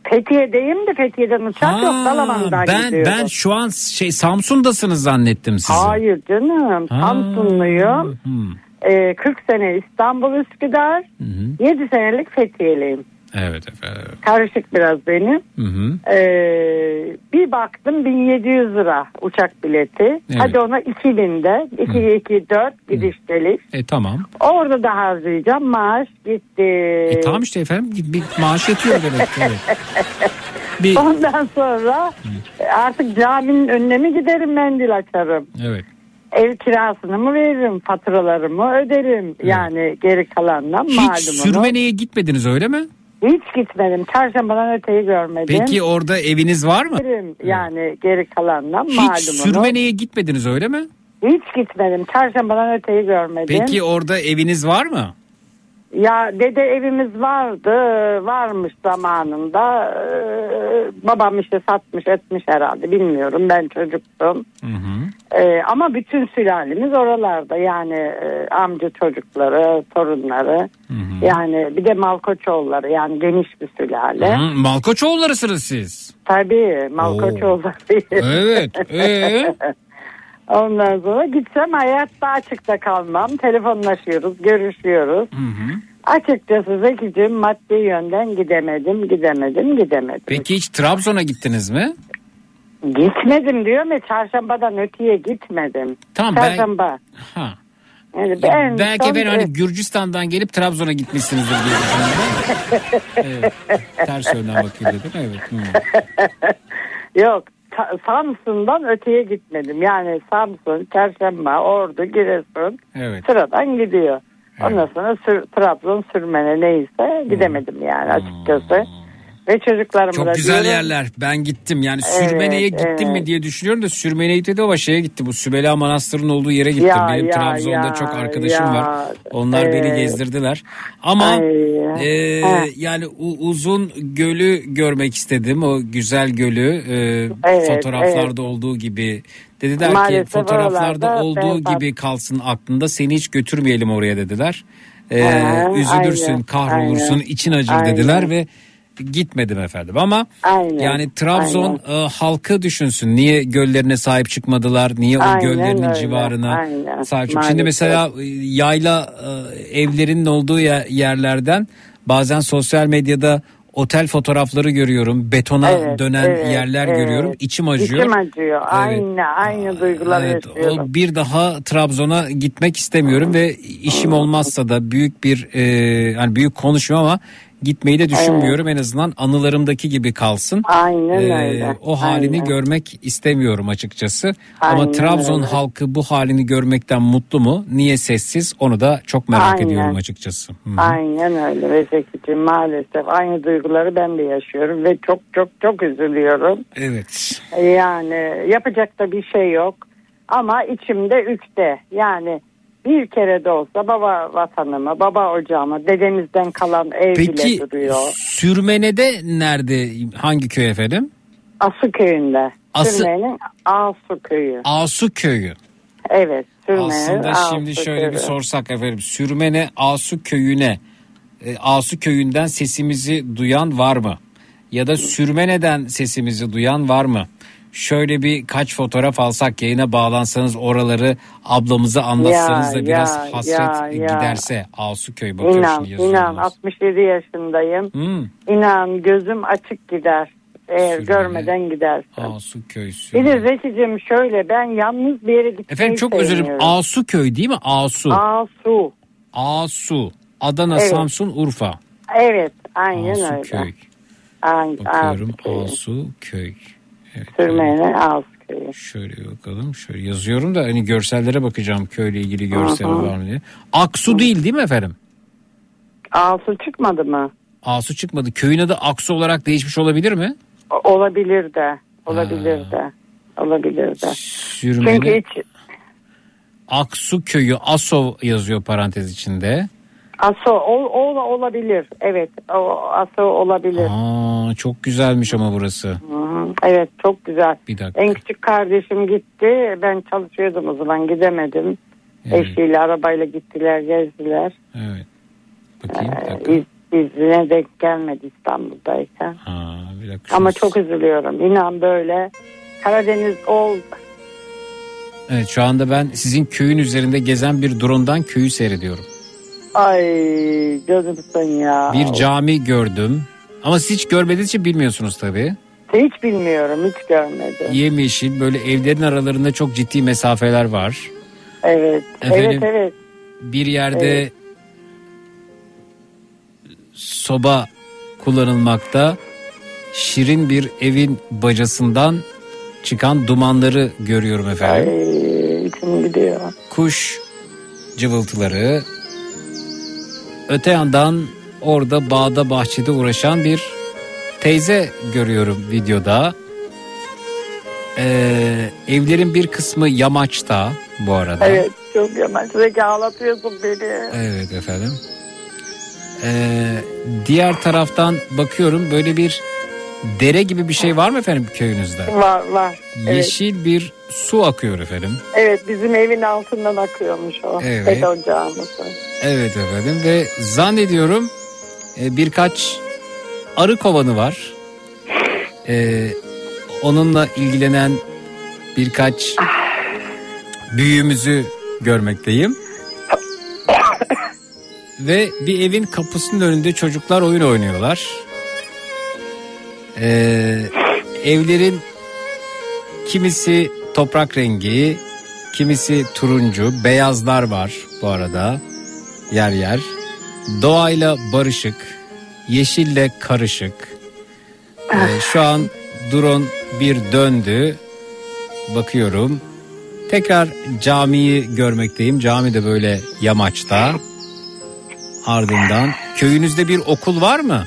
Fethiye'deyim de Fethiye'den uçak Ha, yok. Dalaman'dan ben gidiyorum. ben şu an şey Samsun'dasınız zannettim sizi. Hayır canım. Ha. Samsunluyum. Hmm. Ee, kırk sene İstanbul Üsküdar. Hı hı. yedi senelik Fethiye'liyim. Evet efendim. Karışık biraz benim. Hı hı. Ee, bir baktım bin yedi yüz lira uçak bileti. Evet. Hadi ona iki binde. iki iki dört gidiş geliş. E tamam. Orada da harcayacağım. Maaş gitti. E tamam işte efendim bir maaş yetiyor demek ki. Evet. Bir... Ondan sonra artık caminin önüne mi giderim, mendil açarım. Evet. Ev kirasını mı veririm, faturalarımı öderim. Evet. Yani geri kalanla Hiç malumunu. Sürmene'ye gitmediniz öyle mi? Hiç gitmedim. Çarşambadan öteyi görmedim. Peki orada eviniz var mı? Yani geri kalanla Hiç malumunu. Sürmene'ye gitmediniz öyle mi? Hiç gitmedim. Çarşambadan öteyi görmedim. Peki orada eviniz var mı? Ya dede evimiz vardı, varmış zamanında. Ee, babam işte satmış etmiş herhalde, bilmiyorum, ben çocuktum. Hı hı. Ee, ama bütün sülalemiz oralarda, yani e, amca çocukları, torunları, hı hı. Yani bir de Malkoçoğulları, yani geniş bir sülale. Hı, Malkoçoğullarısınız siz. Tabii Malkoçoğulları. Evet. Ee? Ondan sonra gitsem hayatta açıkta kalmam. Telefonlaşıyoruz, görüşüyoruz. Hı hı. Açıkçası Zekiciğim maddi yönden gidemedim, gidemedim, gidemedim. Peki hiç Trabzon'a gittiniz mi? Gitmedim diyorum ya, çarşambadan öteye gitmedim. Tamam, Çarşamba. Ben... Ha. Yani ben belki son... ben hani Gürcistan'dan gelip Trabzon'a gitmişsinizdir diye düşünüyorum. Evet. Ters yönden bakayım dedim. Evet. Hmm. Yok. Samsun'dan öteye gitmedim. Yani Samsun, Çarşamba, Ordu, Giresun evet. Sıradan gidiyor. Evet. Ondan sonra sür, Trabzon, Sürmene neyse gidemedim yani açıkçası. Hmm. Ve çocuklarım çok da güzel diyorum, yerler. Ben gittim. Yani Sürmene'ye evet, gittim evet. mi diye düşünüyorum da Sürmene'ye gittim ama şeye gittim. Bu Sübela Manastırı'nın olduğu yere gittim. Ya, Benim ya, Trabzon'da ya, çok arkadaşım ya. var. Onlar evet. beni gezdirdiler. Ama e, yani u, uzun gölü görmek istedim. O güzel gölü e, evet, fotoğraflarda evet. olduğu gibi. Dediler maalesef ki fotoğraflarda olduğu gibi kalsın aklında. Seni hiç götürmeyelim oraya dediler. E, ha, üzülürsün, aynen, kahrolursun, aynen. için acır aynen. dediler ve gitmedim efendim ama aynen, yani Trabzon e, halkı düşünsün. Niye göllerine sahip çıkmadılar? Niye o aynen göllerinin öyle. civarına aynen. sahip çıkmadılar? Şimdi mesela yayla e, evlerinin olduğu yerlerden bazen sosyal medyada otel fotoğrafları görüyorum. Betona evet, dönen evet, yerler evet. görüyorum. İçim acıyor. İçim acıyor. Evet. Aynı aynı duyguları evet, yaşıyorum. O bir daha Trabzon'a gitmek istemiyorum ve işim olmazsa da büyük bir e, yani büyük konuşuyorum ama gitmeyi de düşünmüyorum. Evet. En azından anılarımdaki gibi kalsın. Aynen ee, öyle. O halini Aynen. görmek istemiyorum açıkçası. Aynen Ama Trabzon öyle. halkı bu halini görmekten mutlu mu? Niye sessiz? Onu da çok merak Aynen. ediyorum açıkçası. Hı-hı. Aynen öyle Vesekiciğim, maalesef aynı duyguları ben de yaşıyorum ve çok çok çok üzülüyorum. Evet. Yani yapacak da bir şey yok. Ama içimde ukde. Yani bir kere de olsa baba vatanımı, baba ocağımı, dedemizden kalan ev Peki, bile duruyor. Peki Sürmene'de nerede, hangi köy efendim? Asu köyünde. Asu... Sürmene'nin Asu köyü. Asu köyü. Evet. Sürmene, Aslında Asu şimdi şöyle köyü. bir sorsak efendim. Sürmene Asu köyüne, e, Asu köyünden sesimizi duyan var mı? Ya da Sürmene'den sesimizi duyan var mı? Şöyle bir kaç fotoğraf alsak, yayına bağlansanız, oraları ablamıza anlatsanız ya, da biraz ya, hasret ya, giderse. Ya. Asuköy bakıyor İnan, şimdi inan altmış yedi yaşındayım. Hmm. İnan gözüm açık gider. Eğer Sürmene, görmeden gidersen. Asuköy. Bir de Zekicim şöyle, ben yalnız bir yere gitmeyi Efendim çok özür dilerim. Asuköy değil mi? Asu. Asu. Asu. Adana, evet. Samsun, Urfa. Evet, aynen Asu öyle. Köy. Aynen, bakıyorum Asuköy. Evet, Sürmene Asuköy. Şöyle bakalım. Şöyle yazıyorum da hani görsellere bakacağım, köyle ilgili görsel var mı diye. Aksu değil değil mi efendim? Asu çıkmadı mı? Asu çıkmadı. Köyün adı Aksu olarak değişmiş olabilir mi? O, olabilir de. Olabilir ha. de. Olabilir de. Sürmene. Çünkü hiç... Aksu köyü Asov yazıyor parantez içinde. Aso o, o olabilir. Evet, o Aso olabilir. Aa, çok güzelmiş ama burası. Hı-hı. Evet, çok güzel. Bir dakika. En küçük kardeşim gitti. Ben çalışıyordum o zaman, gidemedim. Evet. Eşiyle arabayla gittiler, gezdiler. Evet. Bakayım bir dakika. Ee, izine denk gelmedi İstanbul'dayken. Ha, bir dakika. Ama çok üzülüyorum. İnan böyle Karadeniz oldu. Evet, şu anda ben sizin köyün üzerinde gezen bir drone'dan köyü seyrediyorum. Ay gözümsün ya. Bir cami gördüm. Ama siz hiç görmediğiniz için bilmiyorsunuz tabii. Hiç bilmiyorum, hiç görmedim. Yemyeşil, böyle evlerin aralarında çok ciddi mesafeler var. Evet, Efendim, evet, evet. Bir yerde Evet. soba kullanılmakta. Şirin bir evin bacasından çıkan dumanları görüyorum efendim. Ay, içim gidiyor. Kuş cıvıltıları. Öte yandan orada bağda bahçede uğraşan bir teyze görüyorum videoda. Ee, evlerin bir kısmı yamaçta bu arada. Evet, çok yamaç. Zeki ağlatıyorsun beni. Evet efendim. Ee, diğer taraftan bakıyorum, böyle bir dere gibi bir şey var mı efendim köyünüzde? Var var. Yeşil evet. Bir su akıyor efendim. Evet, bizim evin altından akıyormuş o. Evet. Evet. Ocağımızın. Evet efendim ve zannediyorum e, birkaç arı kovanı var. E, onunla ilgilenen birkaç büyüğümüzü görmekteyim. Ve bir evin kapısının önünde çocuklar oyun oynuyorlar. Ee, evlerin kimisi toprak rengi, kimisi turuncu, beyazlar var bu arada yer yer. Doğayla barışık, yeşille karışık. Ee, şu an drone bir döndü, bakıyorum. Tekrar camiyi görmekteyim. Cami de böyle yamaçta. Ardından köyünüzde bir okul var mı?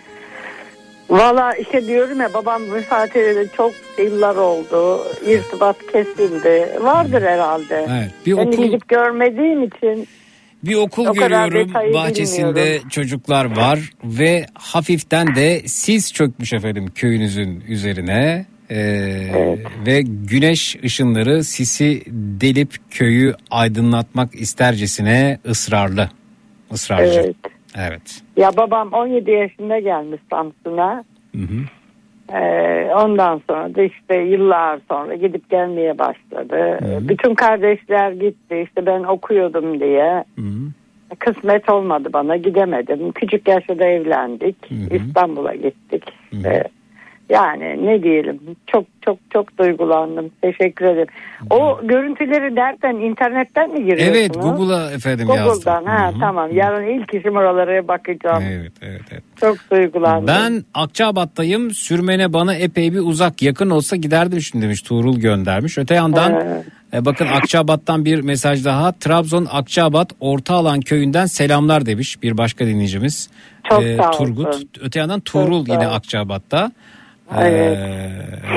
Valla işte diyorum ya, babam vefat edildi, çok yıllar oldu. İrtibat kesildi. Vardır herhalde. Evet, bir ben okul gidip görmediğim için. Bir okul o görüyorum. Bahçesinde bilmiyorum. Çocuklar var ve hafiften de sis çökmüş efendim köyünüzün üzerine. Ee, evet. Ve güneş ışınları sisi delip köyü aydınlatmak istercesine ısrarlı. Israrcı. Evet. Evet. Ya babam on yedi yaşında gelmiş Samsun'a. Hı hı. Ee, ondan sonra da işte yıllar sonra gidip gelmeye başladı. Hı hı. Bütün kardeşler gitti. İşte ben okuyordum diye. Hı hı. Kısmet olmadı bana, gidemedim. Küçük yaşta evlendik. Hı hı. İstanbul'a gittik. Hı hı. Ee, Yani ne diyelim, çok çok çok duygulandım. Teşekkür ederim. O görüntüleri nereden, internetten mi giriyorsunuz? Evet, Google'a efendim Google'dan, yazdım. Google'dan ha Hı-hı. tamam. Yarın ilk işim oralara bakacağım. Evet, evet, evet. Çok duygulandım. Ben Akçabat'tayım. Sürmene bana epey bir uzak, yakın olsa giderdim şimdi demiş. Tuğrul göndermiş. Öte yandan evet. e, bakın Akçabat'tan bir mesaj daha. Trabzon Akçabat Ortaalan köyünden selamlar demiş bir başka dinleyicimiz. Çok e, sağ Turgut. olsun. Öte yandan Tuğrul yine Akçabat'ta. Evet. Ee,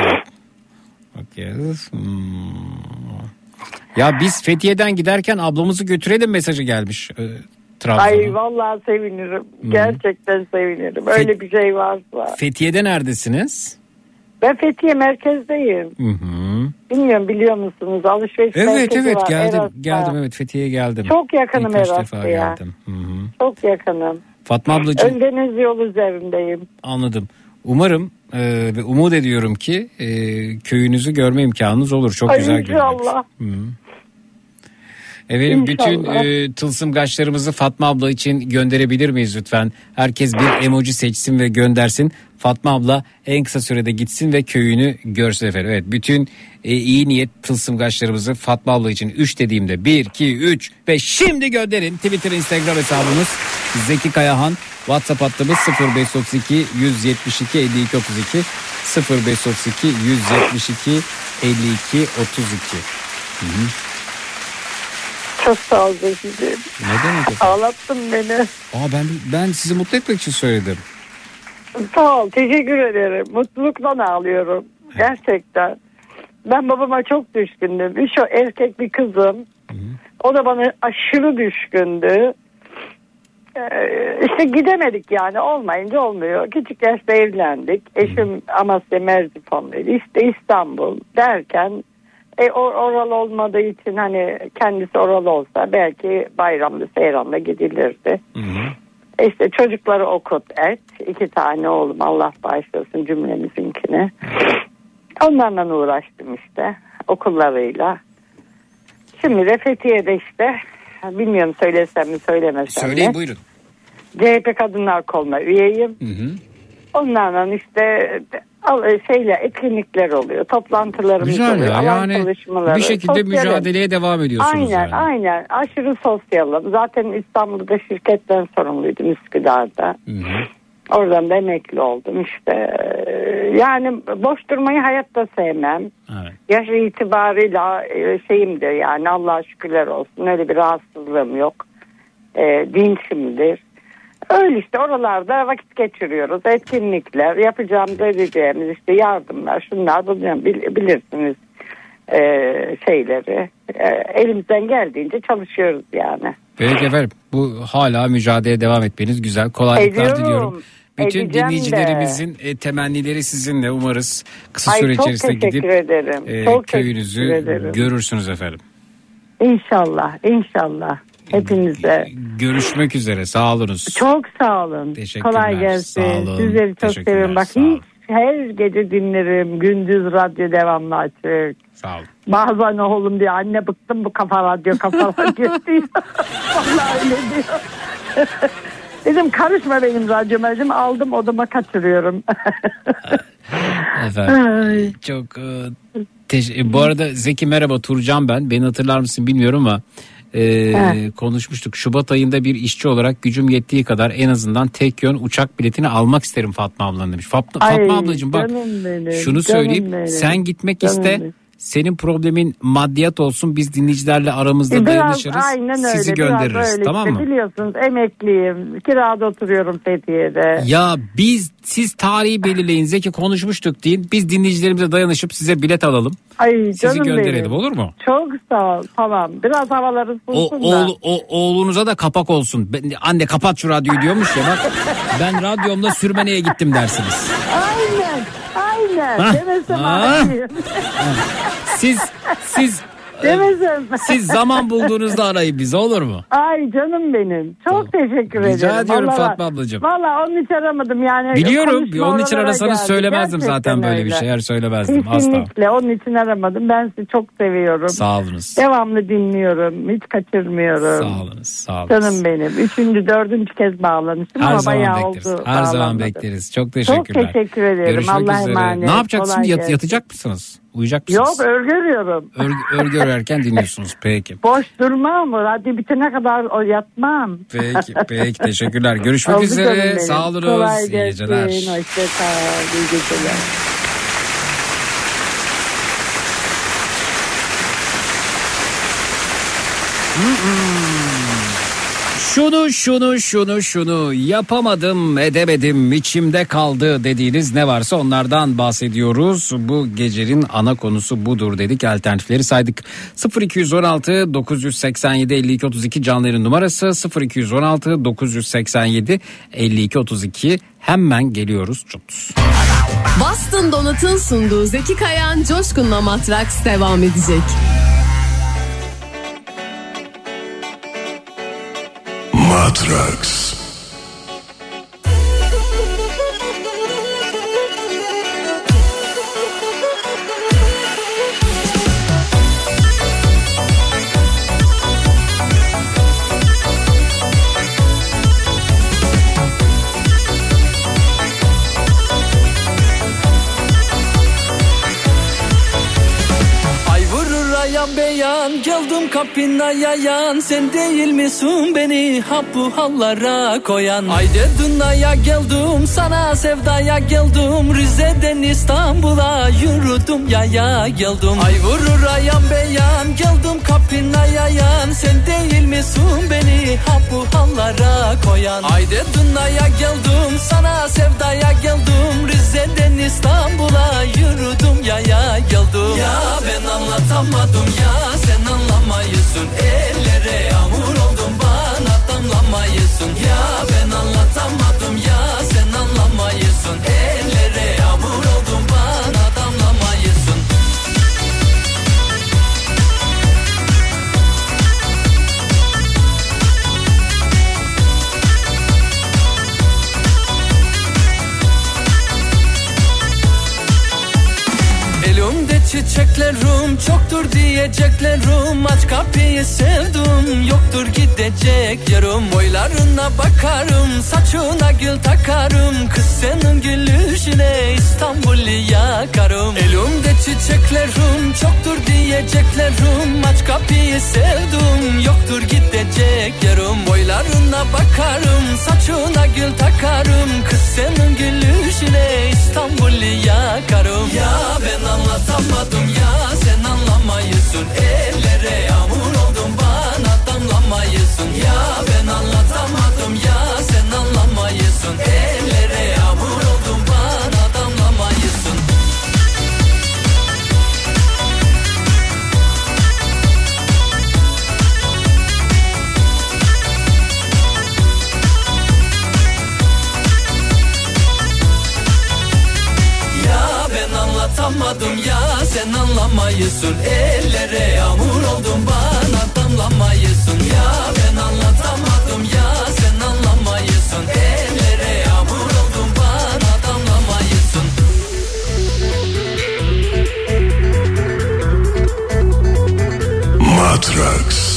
bakıyoruz. Hmm. Ya biz Fethiye'den giderken ablamızı götürelim mesajı gelmiş e, Trabzon'a. Ay vallahi sevinirim. Hmm. Gerçekten sevinirim. Öyle Fet- bir şey varsa. Fethiye'de neredesiniz? Ben Fethiye merkezdeyim. Hı hı. Bilmiyorum, biliyor musunuz? Alışveriş evet, merkezi evet, var. geldim, Eras'ta. geldim evet Fethiye'ye geldim. Çok yakınım Eras'ta ya. Geldim. Hı hı. Çok yakınım. Fatma ablacığım. Öndeniz yol üzerindeyim. Anladım. Umarım e, ve umut ediyorum ki e, köyünüzü görme imkanınız olur. Çok Ay, güzel görünüyor. İnşallah. Efendim bütün e, tılsımgaçlarımızı Fatma abla için gönderebilir miyiz lütfen? Herkes bir emoji seçsin ve göndersin. Fatma abla en kısa sürede gitsin ve köyünü görsün efendim. Evet, bütün e, iyi niyet tılsımgaçlarımızı Fatma abla için üç dediğimde bir, iki, üç ve şimdi gönderin. Twitter, Instagram hesabımız Zeki Kayahan. WhatsApp hattımız sıfır beş otuz iki yüz yetmiş iki elli iki otuz iki sıfır beş otuz iki yüz yetmiş iki elli iki otuz iki. Hı hı. Çok sağ ol Zeki'ciğim. Ne demek? Ağlattın beni. Aa, ben ben sizi mutlu etmek için söyledim. Sağ ol, teşekkür ederim. Mutluluktan ağlıyorum. Evet. Gerçekten. Ben babama çok düşkündüm. Üç o erkek bir kızım. Hı hı. O da bana aşırı düşkündü. Ee, işte gidemedik yani, olmayınca olmuyor. Küçük yaşta evlendik. Eşim hı. Amasya Merzifonluydu. İşte İstanbul derken e, or- oral olmadığı için hani kendisi oral olsa belki bayramda seyranla gidilirdi. Hı hı. İşte çocukları okut et. İki tane oğlum, Allah bağışlasın cümlemizinkini. Onlarla uğraştım işte okullarıyla. Şimdi de Fethiye'de işte bilmiyorum söylesem mi söylemesem mi. Söyleyin buyurun. C H P Kadınlar Kolu'na üyeyim. Hı hı. Onlarla işte şeyle etkinlikler oluyor, toplantılarımız Güzel oluyor, ya, yani bir şekilde sosyalim. mücadeleye devam ediyorsunuz. Aynen yani. aynen aşırı sosyalım. Zaten İstanbul'da şirketten sorumluydum, Üsküdar'da. Hı hı. Oradan da emekli oldum işte. Yani boş durmayı hayatta sevmem. Evet. Yaş itibarıyla şeyimdir yani, Allah'a şükürler olsun, öyle bir rahatsızlığım yok. E, dinçimdir. Öyle işte oralarda vakit geçiriyoruz. Etkinlikler, yapacağım edeceğimiz işte yardımlar, şunlar bunlar bil, bilirsiniz e, şeyleri. E, elimizden geldiğince çalışıyoruz yani. Peki efendim, bu hala mücadeleye devam etmeniz güzel. Kolaylıklar Ediyorum, diliyorum. Bütün dinleyicilerimizin de. temennileri sizinle, umarız kısa Ay, süre içerisinde gidip ederim. E, çok köyünüzü ederim. Görürsünüz efendim. İnşallah, inşallah. Hepinize. Görüşmek üzere. Sağ olunuz. Çok sağ olun. Teşekkürler. Kolay gelsin. Sağ olun. Sizleri çok seviyorum. Bak hiç her gece dinlerim. Gündüz radyo devamlı açık. Sağ olun. Bazen oğlum diyor, anne bıktım bu kafa radyo kafa radyo diyor. Vallahi öyle diyor. Dedim karışma benim radyoma, dedim aldım odama kaçırıyorum. Efendim çok teş- bu arada Zeki merhaba, Turcan ben. Beni hatırlar mısın bilmiyorum ama e, konuşmuştuk. Şubat ayında bir işçi olarak gücüm yettiği kadar en azından tek yön uçak biletini almak isterim Fatma ablan demiş. Fatma, Ay, Fatma ablacığım bak benim, şunu söyleyeyim, benim. Sen gitmek canım iste benim. Senin problemin maddiyat olsun, biz dinleyicilerle aramızda biraz, dayanışırız, sizi göndeririz, tamam işte, mı? Biliyorsunuz emekliyim, kirada oturuyorum Fethiye'de. Ya biz siz tarihi belirleyin, Zeki konuşmuştuk deyin, biz dinleyicilerimize dayanışıp size bilet alalım. Ay, sizi gönderelim benim. Olur mu? Çok sağ ol, tamam, biraz havaları ısınsın o, da. Oğlu, o, oğlunuza da kapak olsun. Ben, anne kapat şu radyoyu diyormuş ya, bak ben radyomla Sürmene'ye gittim dersiniz. Aynen. Aynen. Demesem arayayım. Siz siz Demesem. Siz zaman bulduğunuzda arayın bizi, olur mu? Ay canım benim. Çok tamam. Teşekkür ederim. Rica ediyorum vallahi, Fatma ablacığım. Valla onun için aramadım yani. Biliyorum. Onun için arasanız geldi. söylemezdim Gerçekten zaten böyle öyle. bir şey. Eğer söylemezdim. Kesinlikle asla. onun için aramadım. Ben sizi çok seviyorum. Sağ olunuz. Devamlı dinliyorum. Hiç kaçırmıyorum. Sağ olunuz. Sağ olunuz. Canım benim. Üçüncü, dördüncü kez bağlanmıştım Her ama zaman bayağı bekleriz. oldu. Her zaman bekleriz. Çok teşekkürler. Çok teşekkür ederim. Görüşmek Allah'a üzere. emanet. Ne yapacaksınız? Yat, yatacak mısınız? Uyuyacak mısınız? Yok, örgü örüyorum. Örgü, örgü örerken dinliyorsunuz. Peki. Boş durmam. Radyo bitene kadar o yatmam. Peki. Peki. Teşekkürler. Görüşmek üzere. Sağ olun. Kolay İyi gelsin. geceler. Hoşçakal. İyi geceler. Şunu şunu şunu şunu yapamadım edemedim içimde kaldı dediğiniz ne varsa onlardan bahsediyoruz. Bu gecenin ana konusu budur dedik, alternatifleri saydık. sıfır iki on altı dokuz seksen yedi elli iki otuz iki canlı yayın numarası, sıfır iki on altı dokuz seksen yedi elli iki otuz iki, hemen geliyoruz. Çut. Boston Donat'ın sunduğu Zeki Kayan Coşkun'la Matraks devam edecek. Matraks. Ayan beyan geldim kapına yayan, sen değil misin beni ha bu hallara koyan? Haydi dünyaya geldim, sana sevdaya geldim, Rize'den İstanbul'a yürüdüm yaya geldim. Ay vurur ayan beyan geldim kapına yayan, sen değil misin beni ha bu hallara koyan? Haydi dünyaya geldim, sana sevdaya geldim, Rize'den İstanbul'a yürüdüm yaya geldim. Ya ben anlatamadım ya sen anlamayısın, ellere yağmur oldum bana damlamayısın. Ya ben anlatamadım ya sen anlamayısın, ellere yağmur oldum bana damlamayısın. çiçeklerim, çoktur diyeceklerim. Aç kapıyı sevdim, yoktur gidecek yarım. Boylarına bakarım, saçına gül takarım. Kız senin gülüşüne İstanbul'u yakarım. Elimde çiçeklerim, çoktur diyeceklerim. Aç kapıyı sevdim, yoktur gidecek yarım. Boylarına bakarım, saçına gül takarım. Kız senin gülüşüne İstanbul'u yakarım. Ya ben anlatamadım, ya sen anlamayısın. Ellere yağmur oldum, bana damlamayısın. Ya ben anlatamadım, ya sen anlamayısın. Ellere yağmur oldum, bana damlamayısın. Anlatamadım, ya sen anlamayısın. Ellere yağmur oldum, bana damlamayısın. Ya ben anlatamadım, ya sen anlamayısın. Ellere yağmur oldum, bana damlamayısın. Matrax.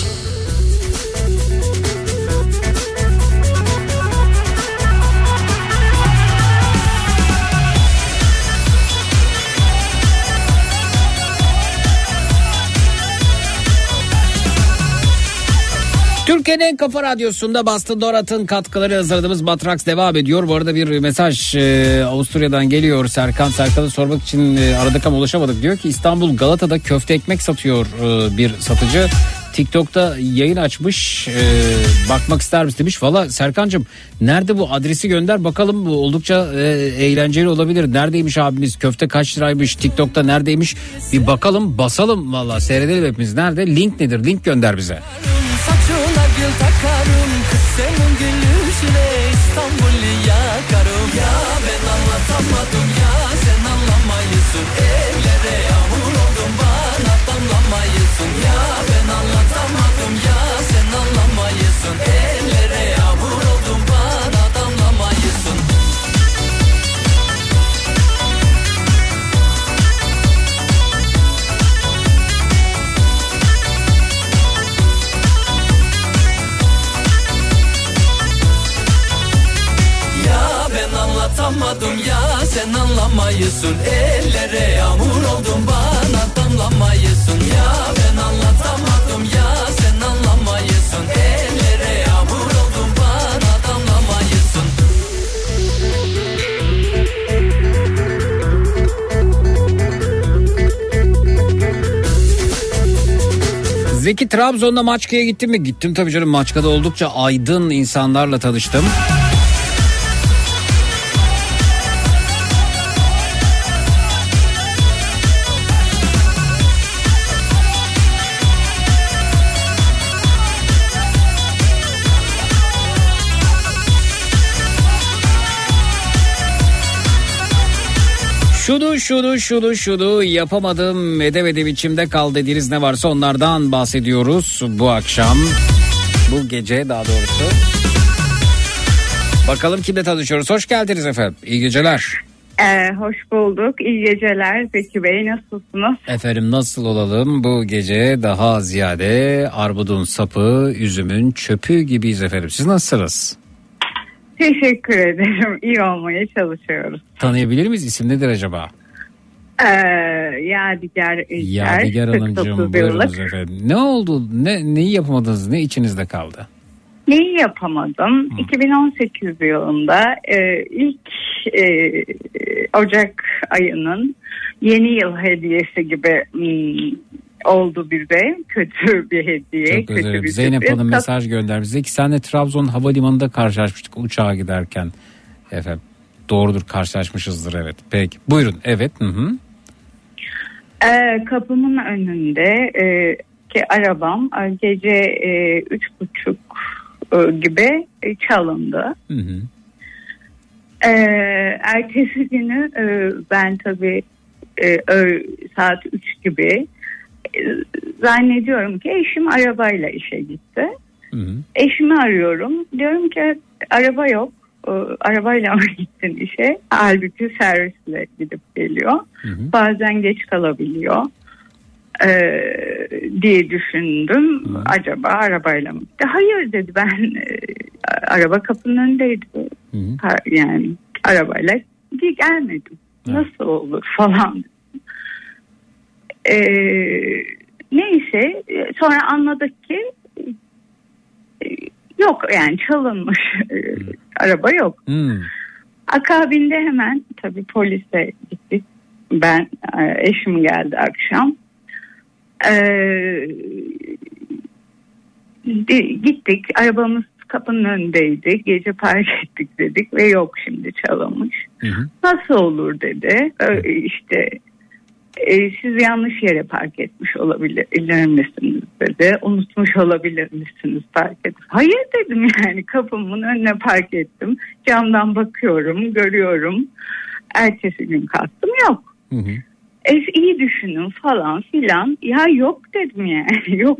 Türkiye'nin en kafa radyosunda Bastın Dorat'ın katkıları hazırladığımız Matrax devam ediyor. Bu arada bir mesaj e, Avusturya'dan geliyor. Serkan Serkan'ı sormak için e, aradık ama ulaşamadık. Diyor ki İstanbul Galata'da köfte ekmek satıyor e, bir satıcı. TikTok'ta yayın açmış, e, bakmak ister misin demiş. Valla Serkan'cığım nerede bu, adresi gönder bakalım, bu oldukça e, eğlenceli olabilir. Neredeymiş abimiz, köfte kaç liraymış, TikTok'ta neredeymiş bir bakalım, basalım valla, seyredelim hepimiz. Nerede, link nedir, link gönder bize. Saçına gül takarım, kız senin gülüşüne İstanbul'u yakarım. Ya ben anlatamadım, ya sen anlamayısın. Ellere yağmur oldum, bana damlamayısın. Ya ben anlatamadım, ya sen anlamayısın. Ellere yağmur oldum, bana damlamayısın. Anlatamadım, ya sen anlamayısın. Ellere yağmur oldum, bana damlamayısın. Ya ben anlatamadım, ya sen anlamayısın. Ellere yağmur oldum, bana damlamayısın. Zeki, Trabzon'da Maçka'ya gittin mi? Gittim tabii canım. Maçka'da oldukça aydın insanlarla tanıştım. Şunu şunu şunu şunu yapamadım, edemedim, içimde kal dediğiniz ne varsa onlardan bahsediyoruz bu akşam. Bu gece daha doğrusu. Bakalım kimle tanışıyoruz. Hoş geldiniz efendim. İyi geceler. Ee, hoş bulduk. İyi geceler. Zeki Bey, nasılsınız? Efendim nasıl olalım, bu gece daha ziyade armudun sapı, üzümün çöpü gibiyiz efendim. Siz nasılsınız? Teşekkür ederim. İyi olmaya çalışıyoruz. Tanıyabilir miyiz? İsim nedir acaba? Ee, Yadigar İlker. Yadigar Hanımcığım, buyurunuz efendim. Ne oldu? Ne, neyi yapamadınız? Ne içinizde kaldı? Neyi yapamadım? Hı. iki bin on sekiz yılında e, ilk e, Ocak ayının yeni yıl hediyesi gibi hmm, oldu bize. Kötü bir hediye. Çok kötü özür bir Zeynep sürpriz. Hanım mesaj göndermiş. Zeki, senle Trabzon havalimanında karşılaşmıştık uçağa giderken. Efendim doğrudur, karşılaşmışızdır, evet. Peki buyurun, evet. Hı hı. Ee, kapımın önünde e, ki arabam gece e, üç buçuk e, gibi e, çalındı. Hı hı. Ee, ertesi günü e, ben tabii e, ö, saat üç gibi e, zannediyorum ki eşim arabayla işe gitti. Hı hı. Eşimi arıyorum. Diyorum ki araba yok. E, arabayla mı gittin işe? Halbuki servisle gidip geliyor. Hı hı. Bazen geç kalabiliyor. Ee, diye düşündüm. Hı. Acaba arabayla mı gitti? Hayır dedi, ben e, araba kapının önündeydi. Hı. Ha, yani arabayla gelmedim. Hı. Nasıl olur falan. Ee, neyse sonra anladık ki e, yok yani çalınmış. Hı. Araba yok. Hı. Akabinde hemen tabii polise gittik. Ben e, eşim geldi akşam. Ee, gittik, arabamız kapının önündeydi, gece park ettik dedik ve yok, şimdi çalınmış. Hı hı. Nasıl olur dedi. Ee, işte e, siz yanlış yere park etmiş olabilir misiniz dedi, unutmuş olabilir misiniz park edip. Hayır dedim, yani kapımın önüne park ettim, camdan bakıyorum, görüyorum, ertesi gün kalktım, yok. Hı hı. E, iyi düşünün falan filan. Ya yok dedim yani. Yok.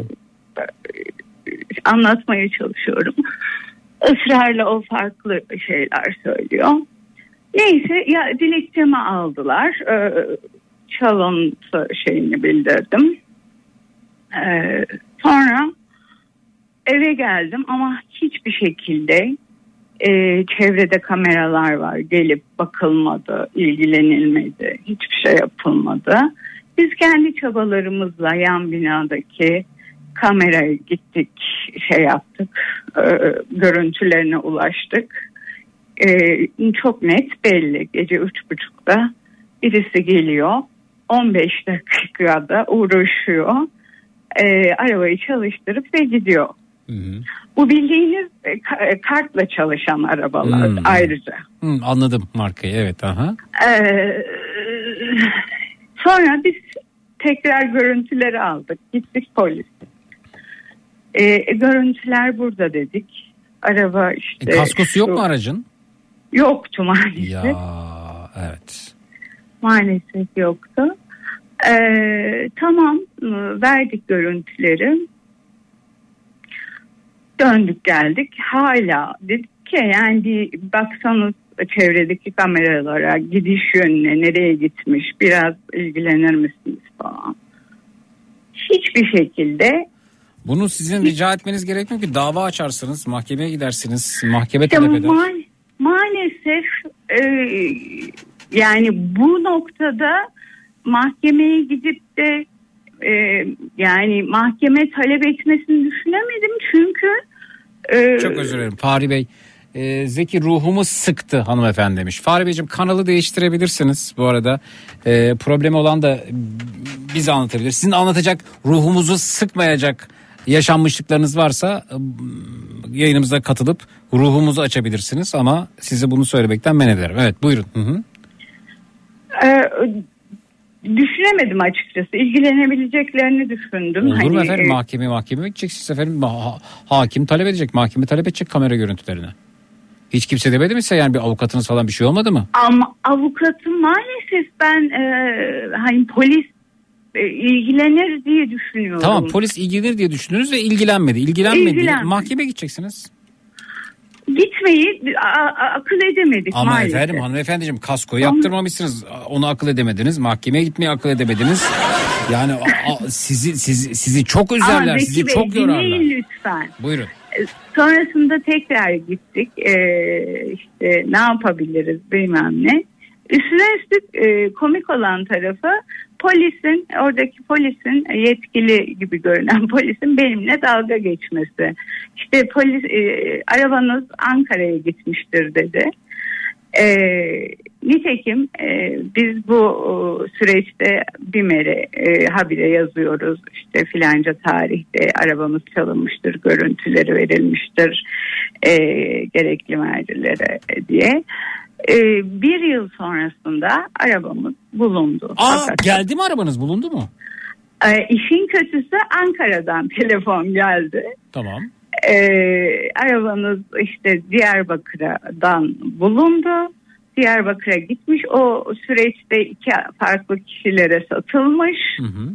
Anlatmaya çalışıyorum. Israrla o farklı şeyler söylüyor. Neyse ya dilekçemi aldılar. Ee, çalıntı şeyini bildirdim. Ee, sonra eve geldim ama hiçbir şekilde Ee, çevrede kameralar var, gelip bakılmadı, ilgilenilmedi, hiçbir şey yapılmadı. Biz kendi çabalarımızla yan binadaki kameraya gittik, şey yaptık, e, görüntülerine ulaştık. E, çok net belli, gece üç buçukta birisi geliyor, on beş dakikada uğraşıyor, e, arabayı çalıştırıp ve gidiyor. Hı hı. Bu bildiğiniz kartla çalışan arabalar hmm. ayrıca. Hmm, anladım markayı, evet. Aha. Ee, sonra biz tekrar görüntüleri aldık. Gittik polise. Ee, görüntüler burada dedik. Araba işte. E, kaskosu yok mu aracın? Yoktu maalesef. Ya evet. Maalesef yoktu. Ee, tamam, verdik görüntüleri. Döndük geldik, hala dedik ki yani baksanız çevredeki kameralara, gidiş yönüne, nereye gitmiş, biraz ilgilenir misiniz falan. Hiçbir şekilde. Bunu sizin hiç... rica etmeniz gerekmiyor ki, dava açarsınız, mahkemeye gidersiniz, mahkeme işte talep eder. Ma- maalesef e, yani bu noktada mahkemeye gidip de e, yani mahkeme talep etmesini düşünemedim çünkü e, çok özür dilerim Fahri Bey. Ee, Zeki ruhumu sıktı hanımefendi demiş. Fahri Beyciğim, kanalı değiştirebilirsiniz bu arada. Ee, problemi olan da bize anlatabilir. Sizin anlatacak, ruhumuzu sıkmayacak yaşanmışlıklarınız varsa yayınımıza katılıp ruhumuzu açabilirsiniz. Ama size bunu söylemekten men ederim. Evet, buyurun. Hı hı. Ee, düşünemedim açıkçası. İlgilenebileceklerini düşündüm. Olur hani, mu efendim? E... Mahkeme mahkeme gideceksiniz efendim. Ha, hakim talep edecek. Mahkeme talep edecek kamera görüntülerini. Hiç kimse demedi mi size, yani bir avukatınız falan bir şey olmadı mı? Ama avukatım maalesef ben e, hani polis e, ilgilenir diye düşünüyorum. Tamam, polis ilgilenir diye düşündünüz ve ilgilenmedi. İlgilenmedi. İlgilenmedi. Mahkemeye gideceksiniz. Gitmeyi a, a, akıl edemedik ama maalesef. Ama efendim hanımefendiciğim, kasko yaptırmamışsınız. Onu akıl edemediniz. Mahkemeye gitmeyi akıl edemediniz. Yani a, a, sizi sizi sizi çok üzerler. Sizi Bey, çok yorarlar. Lütfen. Buyurun. Sonrasında tekrar gittik. Ee, işte ne yapabiliriz bilmem ne. Üstüne üstlük e, komik olan tarafı, polisin, oradaki polisin, yetkili gibi görünen polisin benimle dalga geçmesi. İşte polis e, arabanız Ankara'ya gitmiştir dedi. E, nitekim e, biz bu o, süreçte BİMER'e e, habire yazıyoruz. İşte filanca tarihte arabamız çalınmıştır, görüntüleri verilmiştir e, gerekli mercilere diye. Ee, bir yıl sonrasında arabamız bulundu. Aa, Fakat, geldi mi arabanız, bulundu mu? E, işin kötüsü Ankara'dan telefon geldi. Tamam. E, arabanız işte Diyarbakır'dan bulundu. Diyarbakır'a gitmiş. O süreçte iki farklı kişilere satılmış. Hı hı.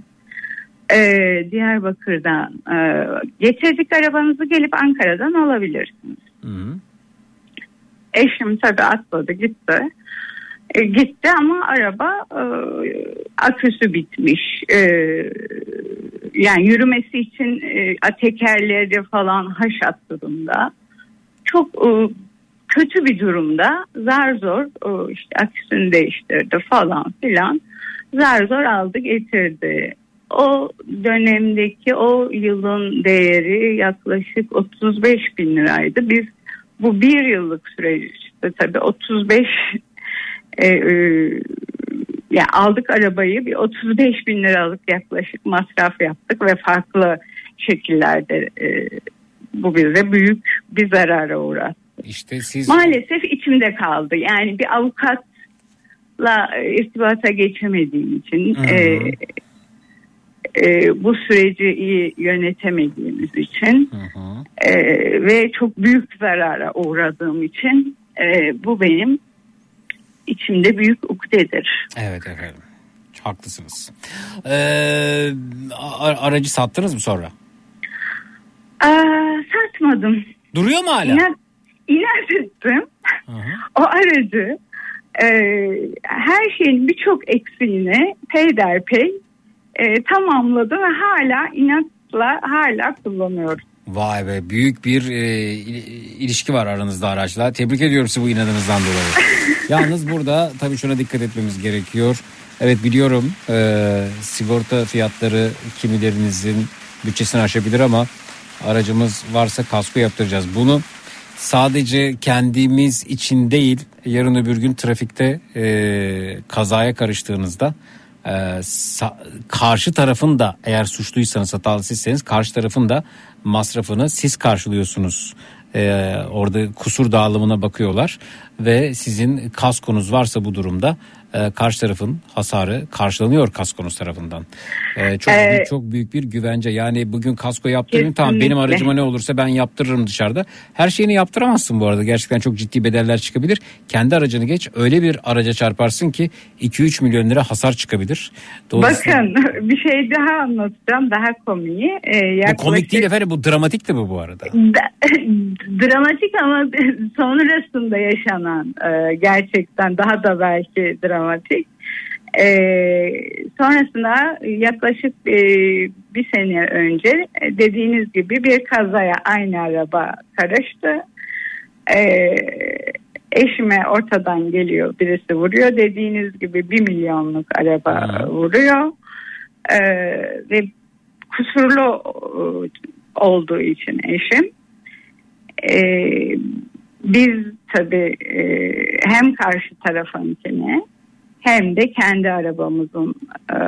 E, Diyarbakır'dan e, getirdik arabanızı, gelip Ankara'dan alabilirsiniz. Hı hı. Eşim tabii atladı gitti. E, gitti ama araba e, aküsü bitmiş. E, yani yürümesi için e, tekerleri falan haşat durumda. Çok e, kötü bir durumda. Zar zor e, işte aküsünü değiştirdi falan filan. Zar zor aldı getirdi. O dönemdeki o yılın değeri yaklaşık otuz beş bin liraydı. Biz bu bir yıllık süreçte tabii otuz beş e, e, yani aldık arabayı, bir otuz beş bin liralık yaklaşık masraf yaptık ve farklı şekillerde e, bu bize büyük bir zarara uğrattı. İşte siz... Maalesef içimde kaldı. Yani bir avukatla irtibata geçemediğim için e, e, bu süreci iyi yönetemediğimiz için e, ve çok büyük zarara uğradığım için e, bu benim içimde büyük ukdedir. Evet efendim. Haklısınız. Ee, aracı sattınız mı sonra? Aa, satmadım. Duruyor mu hala? İnat, inat ettim. O aracı e, her şeyin birçok eksiğini peyderpey e, tamamladım ve hala inatla hala kullanıyorum. Vay be, büyük bir e, ilişki var aranızda araçla. Tebrik ediyorum sizi bu inadınızdan dolayı. Yalnız burada tabii şuna dikkat etmemiz gerekiyor. Evet biliyorum e, sigorta fiyatları kimilerinizin bütçesini aşabilir ama aracımız varsa kasko yaptıracağız. Bunu sadece kendimiz için değil, yarın öbür gün trafikte e, kazaya karıştığınızda e, sa- karşı tarafın da, eğer suçluysanız, hatalı sizseniz karşı tarafın da masrafını siz karşılıyorsunuz. Ee, orada kusur dağılımına bakıyorlar ve sizin kaskonuz varsa bu durumda e, karşı tarafın hasarı karşılanıyor kaskonuz tarafından. Ee, çok Ee, büyük, çok büyük bir güvence. Yani bugün kasko yaptırayım, tamam benim aracıma ne olursa ben yaptırırım dışarıda. Her şeyini yaptıramazsın bu arada. Gerçekten çok ciddi bedeller çıkabilir. Kendi aracını geç, öyle bir araca çarparsın ki iki üç milyon lira hasar çıkabilir. Bakın bir şey daha anlatacağım, daha komiği. Ee, yaklaşık... Bu komik değil efendim, bu dramatik de bu bu arada. Da, dramatik ama sonrasında yaşanan e, gerçekten daha da belki dramatik. E, sonrasında yaklaşık e, bir sene önce e, dediğiniz gibi bir kazaya aynı araba karıştı. E, eşime ortadan geliyor, birisi vuruyor. Dediğiniz gibi bir milyonluk araba hmm. vuruyor. E, ve kusurlu olduğu için eşim. Ee, biz tabii e, hem karşı tarafınkini hem de kendi arabamızın e,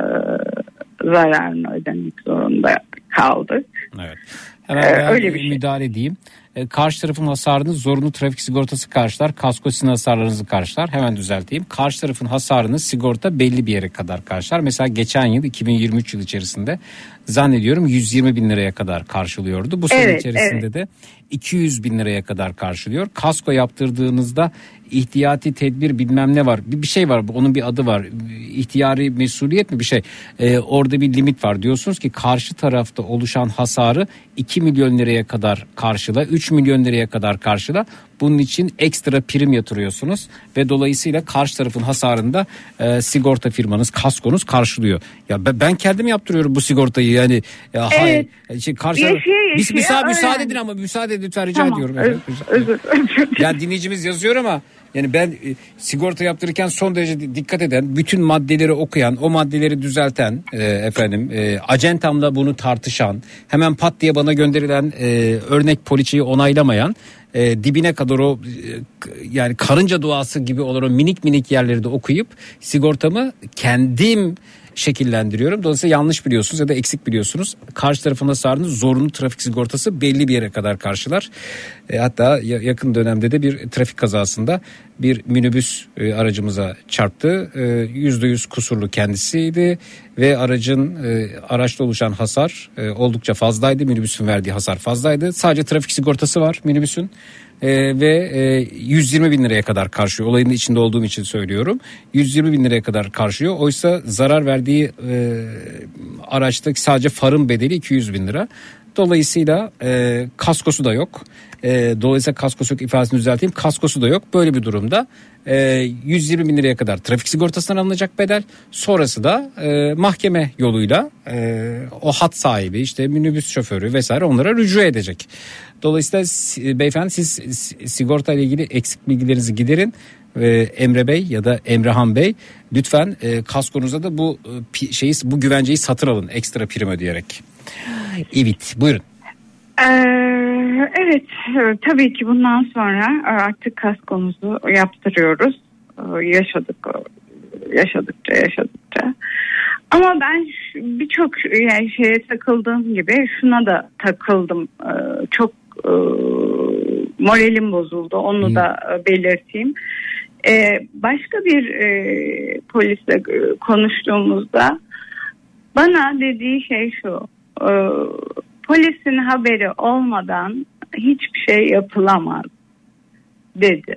zararını ödemek zorunda kaldık. Evet. Hemen ee, ben öyle bir şey. müdahale edeyim. E, karşı tarafın hasarını zorunlu trafik sigortası karşılar. Kasko sizin hasarlarınızı karşılar. Hemen düzelteyim. Karşı tarafın hasarını sigorta belli bir yere kadar karşılar. Mesela geçen yıl iki bin yirmi üç yıl içerisinde zannediyorum yüz yirmi bin liraya kadar karşılıyordu. Bu sene evet, içerisinde evet. de iki yüz bin liraya kadar karşılıyor. Kasko yaptırdığınızda ihtiyati tedbir bilmem ne var. Bir, bir şey var, onun bir adı var. İhtiyari mesuliyet mi bir şey. Ee, orada bir limit var. Diyorsunuz ki karşı tarafta oluşan hasarı iki milyon liraya kadar karşıla, üç milyon liraya kadar karşıla. Bunun için ekstra prim yatırıyorsunuz ve dolayısıyla karşı tarafın hasarında e, sigorta firmanız, kaskonuz karşılıyor. Ya ben, ben kendim yaptırıyorum bu sigortayı yani. Ya, evet. Hayır, şey, karşı yaşıyor, yaşıyor, biz müsaade, müsaade öyle. edin ama müsaade edin lütfen rica tamam, ediyorum. Özür, özür, özür. Ya dinleyicimiz yazıyor ama yani ben e, sigorta yaptırırken son derece dikkat eden, bütün maddeleri okuyan, o maddeleri düzelten e, efendim e, acentamla bunu tartışan, hemen pat diye bana gönderilen e, örnek poliçeyi onaylamayan, e, dibine kadar o e, yani karınca duası gibi olan o minik minik yerleri de okuyup sigortamı kendim şekillendiriyorum. Dolayısıyla yanlış biliyorsunuz ya da eksik biliyorsunuz. Karşı tarafın hasarını zorunlu trafik sigortası belli bir yere kadar karşılar. E, hatta yakın dönemde de bir trafik kazasında bir minibüs e, aracımıza çarptı. E, yüzde yüz kusurlu kendisiydi ve aracın e, araçta oluşan hasar e, oldukça fazlaydı. Minibüsün verdiği hasar fazlaydı. Sadece trafik sigortası var minibüsün. Ee, ve e, yüz yirmi bin liraya kadar karşılıyor. Olayın içinde olduğum için söylüyorum. yüz yirmi bin liraya kadar karşılıyor. Oysa zarar verdiği e, araçtaki sadece farın bedeli iki yüz bin lira. Dolayısıyla e, kaskosu da yok. E, dolayısıyla kaskosu yok ifadesini düzelteyim. Kaskosu da yok. Böyle bir durumda e, yüz yirmi bin liraya kadar trafik sigortasından alınacak bedel. Sonrası da e, mahkeme yoluyla e, o hat sahibi, işte minibüs şoförü vesaire onlara rücu edecek. Dolayısıyla beyefendi siz sigorta ile ilgili eksik bilgilerinizi giderin. Ee, Emre Bey ya da Emrehan Bey lütfen e, kaskonuza da bu e, şeyi, bu güvenceyi satın alın ekstra prim ödeyerek. Evet, buyurun. Ee, evet, tabii ki bundan sonra artık kaskomuzu yaptırıyoruz. Yaşadık, yaşadıkça yaşadıkça. Ama ben birçok yani şeye takıldığım gibi şuna da takıldım. Ee, çok e, moralim bozuldu. Onu hmm. da belirteyim. Ee, başka bir e, polisle e, konuştuğumuzda bana dediği şey şu: e, polisin haberi olmadan hiçbir şey yapılamaz dedi.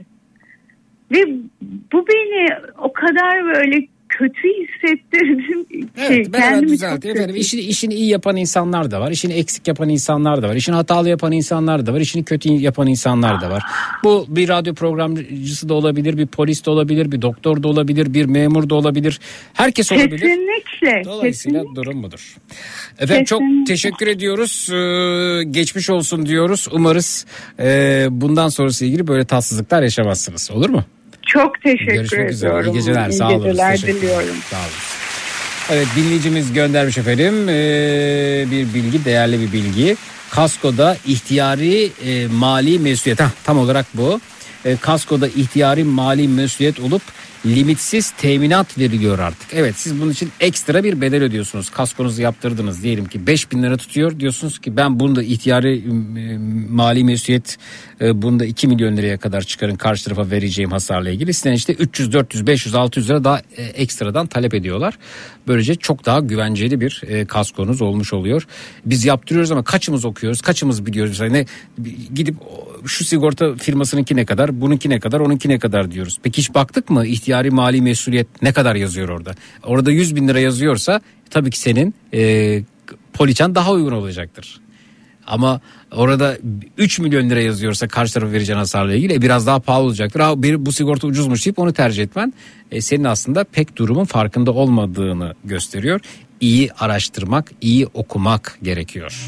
Ve bu beni o kadar böyle kötü hissettirdim ki evet, kendimi düzeltti. Efendim, işini, işini iyi yapan insanlar da var, işini eksik yapan insanlar da var, işini hatalı yapan insanlar da var, işini kötü yapan insanlar da var. Bu bir radyo programcısı da olabilir, bir polis de olabilir, bir doktor da olabilir, bir memur da olabilir, herkes olabilir. Kesinlikle. Dolayısıyla kesinlikle. durum budur. Efendim kesinlikle. Çok teşekkür ediyoruz. Ee, geçmiş olsun diyoruz. Umarız e, bundan sonrası ilgili böyle tatsızlıklar yaşamazsınız. Olur mu? Çok teşekkür Görüşmek ediyorum. Üzere. İyi geceler. İyi Sağ olun. geceler diliyorum. Sağ olun. Evet, dinleyicimiz göndermiş efendim ee, bir bilgi, değerli bir bilgi. Kaskoda ihtiyari e, mali mesuliyet, ha, tam olarak bu. E, kaskoda ihtiyari mali mesuliyet olup limitsiz teminat veriliyor artık. Evet, siz bunun için ekstra bir bedel ödüyorsunuz. Kaskonuzu yaptırdınız, diyelim ki beş bin lira tutuyor. Diyorsunuz ki ben bunda ihtiyari e, mali mesuliyet e, bunda iki milyon liraya kadar çıkarın, karşı tarafa vereceğim hasarla ilgili. Sizden işte üç yüz, dört yüz, beş yüz, altı yüz lira daha e, ekstradan talep ediyorlar. Böylece çok daha güvenceli bir e, kaskonuz olmuş oluyor. Biz yaptırıyoruz ama kaçımız okuyoruz, kaçımız biliyoruz. Mesela ne, gidip şu sigorta firmasınınki ne kadar, bununki ne kadar, onunki ne kadar diyoruz. Peki hiç baktık mı ihtiyari mali mesuliyet ne kadar yazıyor orada? Orada yüz bin lira yazıyorsa tabii ki senin e, poliçen daha uygun olacaktır. Ama orada üç milyon lira yazıyorsa karşı tarafa vereceğin hasarla ilgili e, biraz daha pahalı olacaktır. Ha, bir, bu sigorta ucuzmuş deyip onu tercih etmen e, senin aslında pek durumun farkında olmadığını gösteriyor. İyi araştırmak, iyi okumak gerekiyor.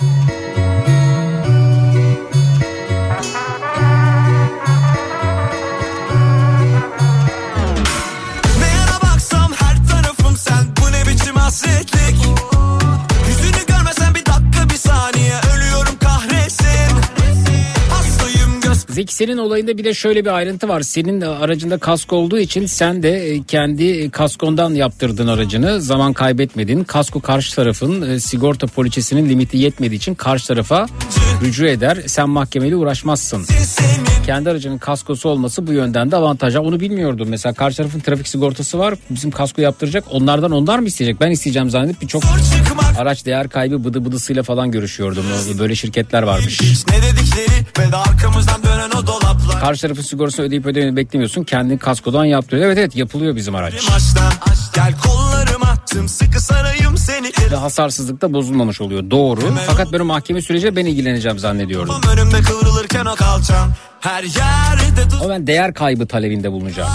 Hasretlik. Yüzünü görmesen bir dakika bir saniye ölüyorum kahretsin. Hastayım göz. Zeki, senin olayında bir de şöyle bir ayrıntı var. Senin aracında kasko olduğu için sen de kendi kaskondan yaptırdın aracını. Zaman kaybetmedin. Kasko karşı tarafın sigorta poliçesinin limiti yetmediği için karşı tarafa rücu eder. Sen mahkemeyle uğraşmazsın. Kendi aracının kaskosu olması bu yönden de avantaj. Onu bilmiyordum. Mesela karşı tarafın trafik sigortası var. Bizim kasko yaptıracak. Onlardan onlar mı isteyecek? Ben isteyeceğim zannedip birçok araç değer kaybı bıdı bıdısıyla falan görüşüyordum. Böyle şirketler varmış. Ne dedikleri ve de arkamızdan dönen o dolaplar. Karşı tarafın sigortasını ödeyip ödemeni beklemiyorsun. Kendini kaskodan yaptırıyor. Evet evet, yapılıyor bizim araç. Gel kollarıma attım, sıkı sarayım seni. Ve hasarsızlık da bozulmamış oluyor. Doğru. Fakat ben o mahkeme süreciyle ben ilgileneceğim zannediyordum. Önümde kıvrılırken o kalçam. Her yerde tuz. O ben değer kaybı talebinde bulunacağım.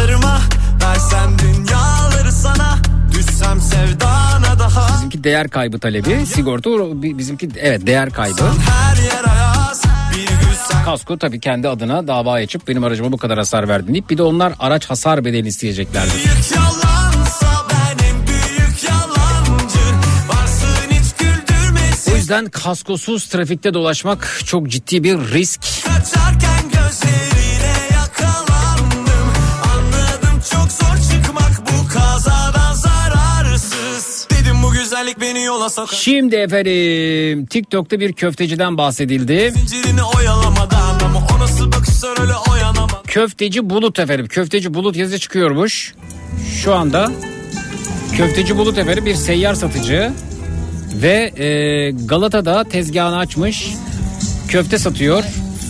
Versem dünyaları sana, düşsem sevdana daha. Bizimki değer kaybı talebi, sigorta bizimki evet değer kaybı. Her yer ayaz, bir gün Kasko tabii kendi adına dava açıp benim aracıma bu kadar hasar verdin deyip bir de onlar araç hasar bedeli isteyeceklerdi. Büyük yalansa ben en büyük yalancı. Varsın hiç güldürmesin. O yüzden kaskosuz trafikte dolaşmak çok ciddi bir risk. Kaçarken gözlerine yakalandım. Anladım çok zor çıkmak bu kazadan zararsız. Dedim bu güzellik beni yola sokar. Şimdi efendim TikTok'ta bir köfteciden bahsedildi. Zincirini oyalamadan ama o nasıl bakışlar öyle oyanama. Köfteci Bulut efendim. Köfteci Bulut yazı çıkıyormuş. Şu anda Köfteci Bulut efendim bir seyyar satıcı ve e, Galata'da tezgahını açmış. Köfte satıyor.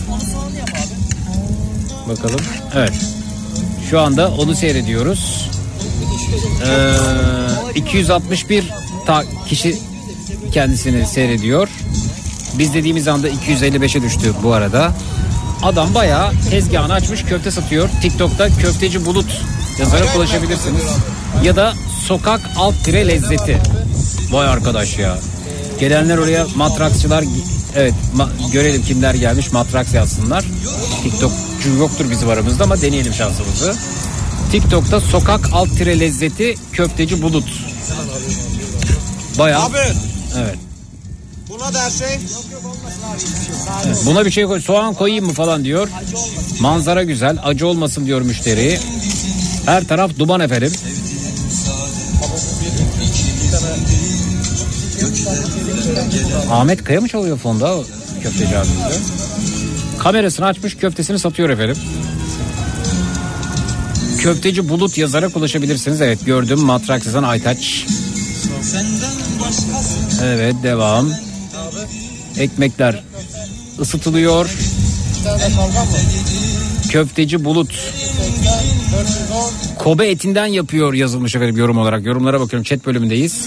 Bakalım. Evet. Şu anda onu seyrediyoruz. Ee, iki yüz altmış bir ta- kişi kendisini seyrediyor. Biz dediğimiz anda iki yüz elli beşe düştü bu arada. Adam bayağı tezgahını açmış, köfte satıyor. TikTok'ta Köfteci Bulut yazarak ulaşabilirsiniz. Ya da sokak alt tire lezzeti. Vay arkadaş ya. Gelenler oraya matraksçılar, evet ma- görelim kimler gelmiş, matraks yazsınlar. TikTokçu yoktur bizim aramızda ama deneyelim şansımızı. TikTok'ta sokak alt tire lezzeti Köfteci Bulut. Bayağı. Abi. Evet. Buna da her şey. Evet, buna bir şey koy, soğan koyayım mı falan diyor. Manzara güzel, acı olmasın diyor müşteri. Her taraf duman efendim. Ahmet Kaya mı çalıyor fonda köfteci abimizde? Kamerasını açmış, köftesini satıyor efendim. Köfteci Bulut yazarak ulaşabilirsiniz. Evet, gördüm. Matraks yazan Aytaç. Evet, devam. Ekmekler ısıtılıyor. Köfteci Bulut Kobe etinden yapıyor yazılmış efendim yorum olarak. Yorumlara bakıyorum, chat bölümündeyiz.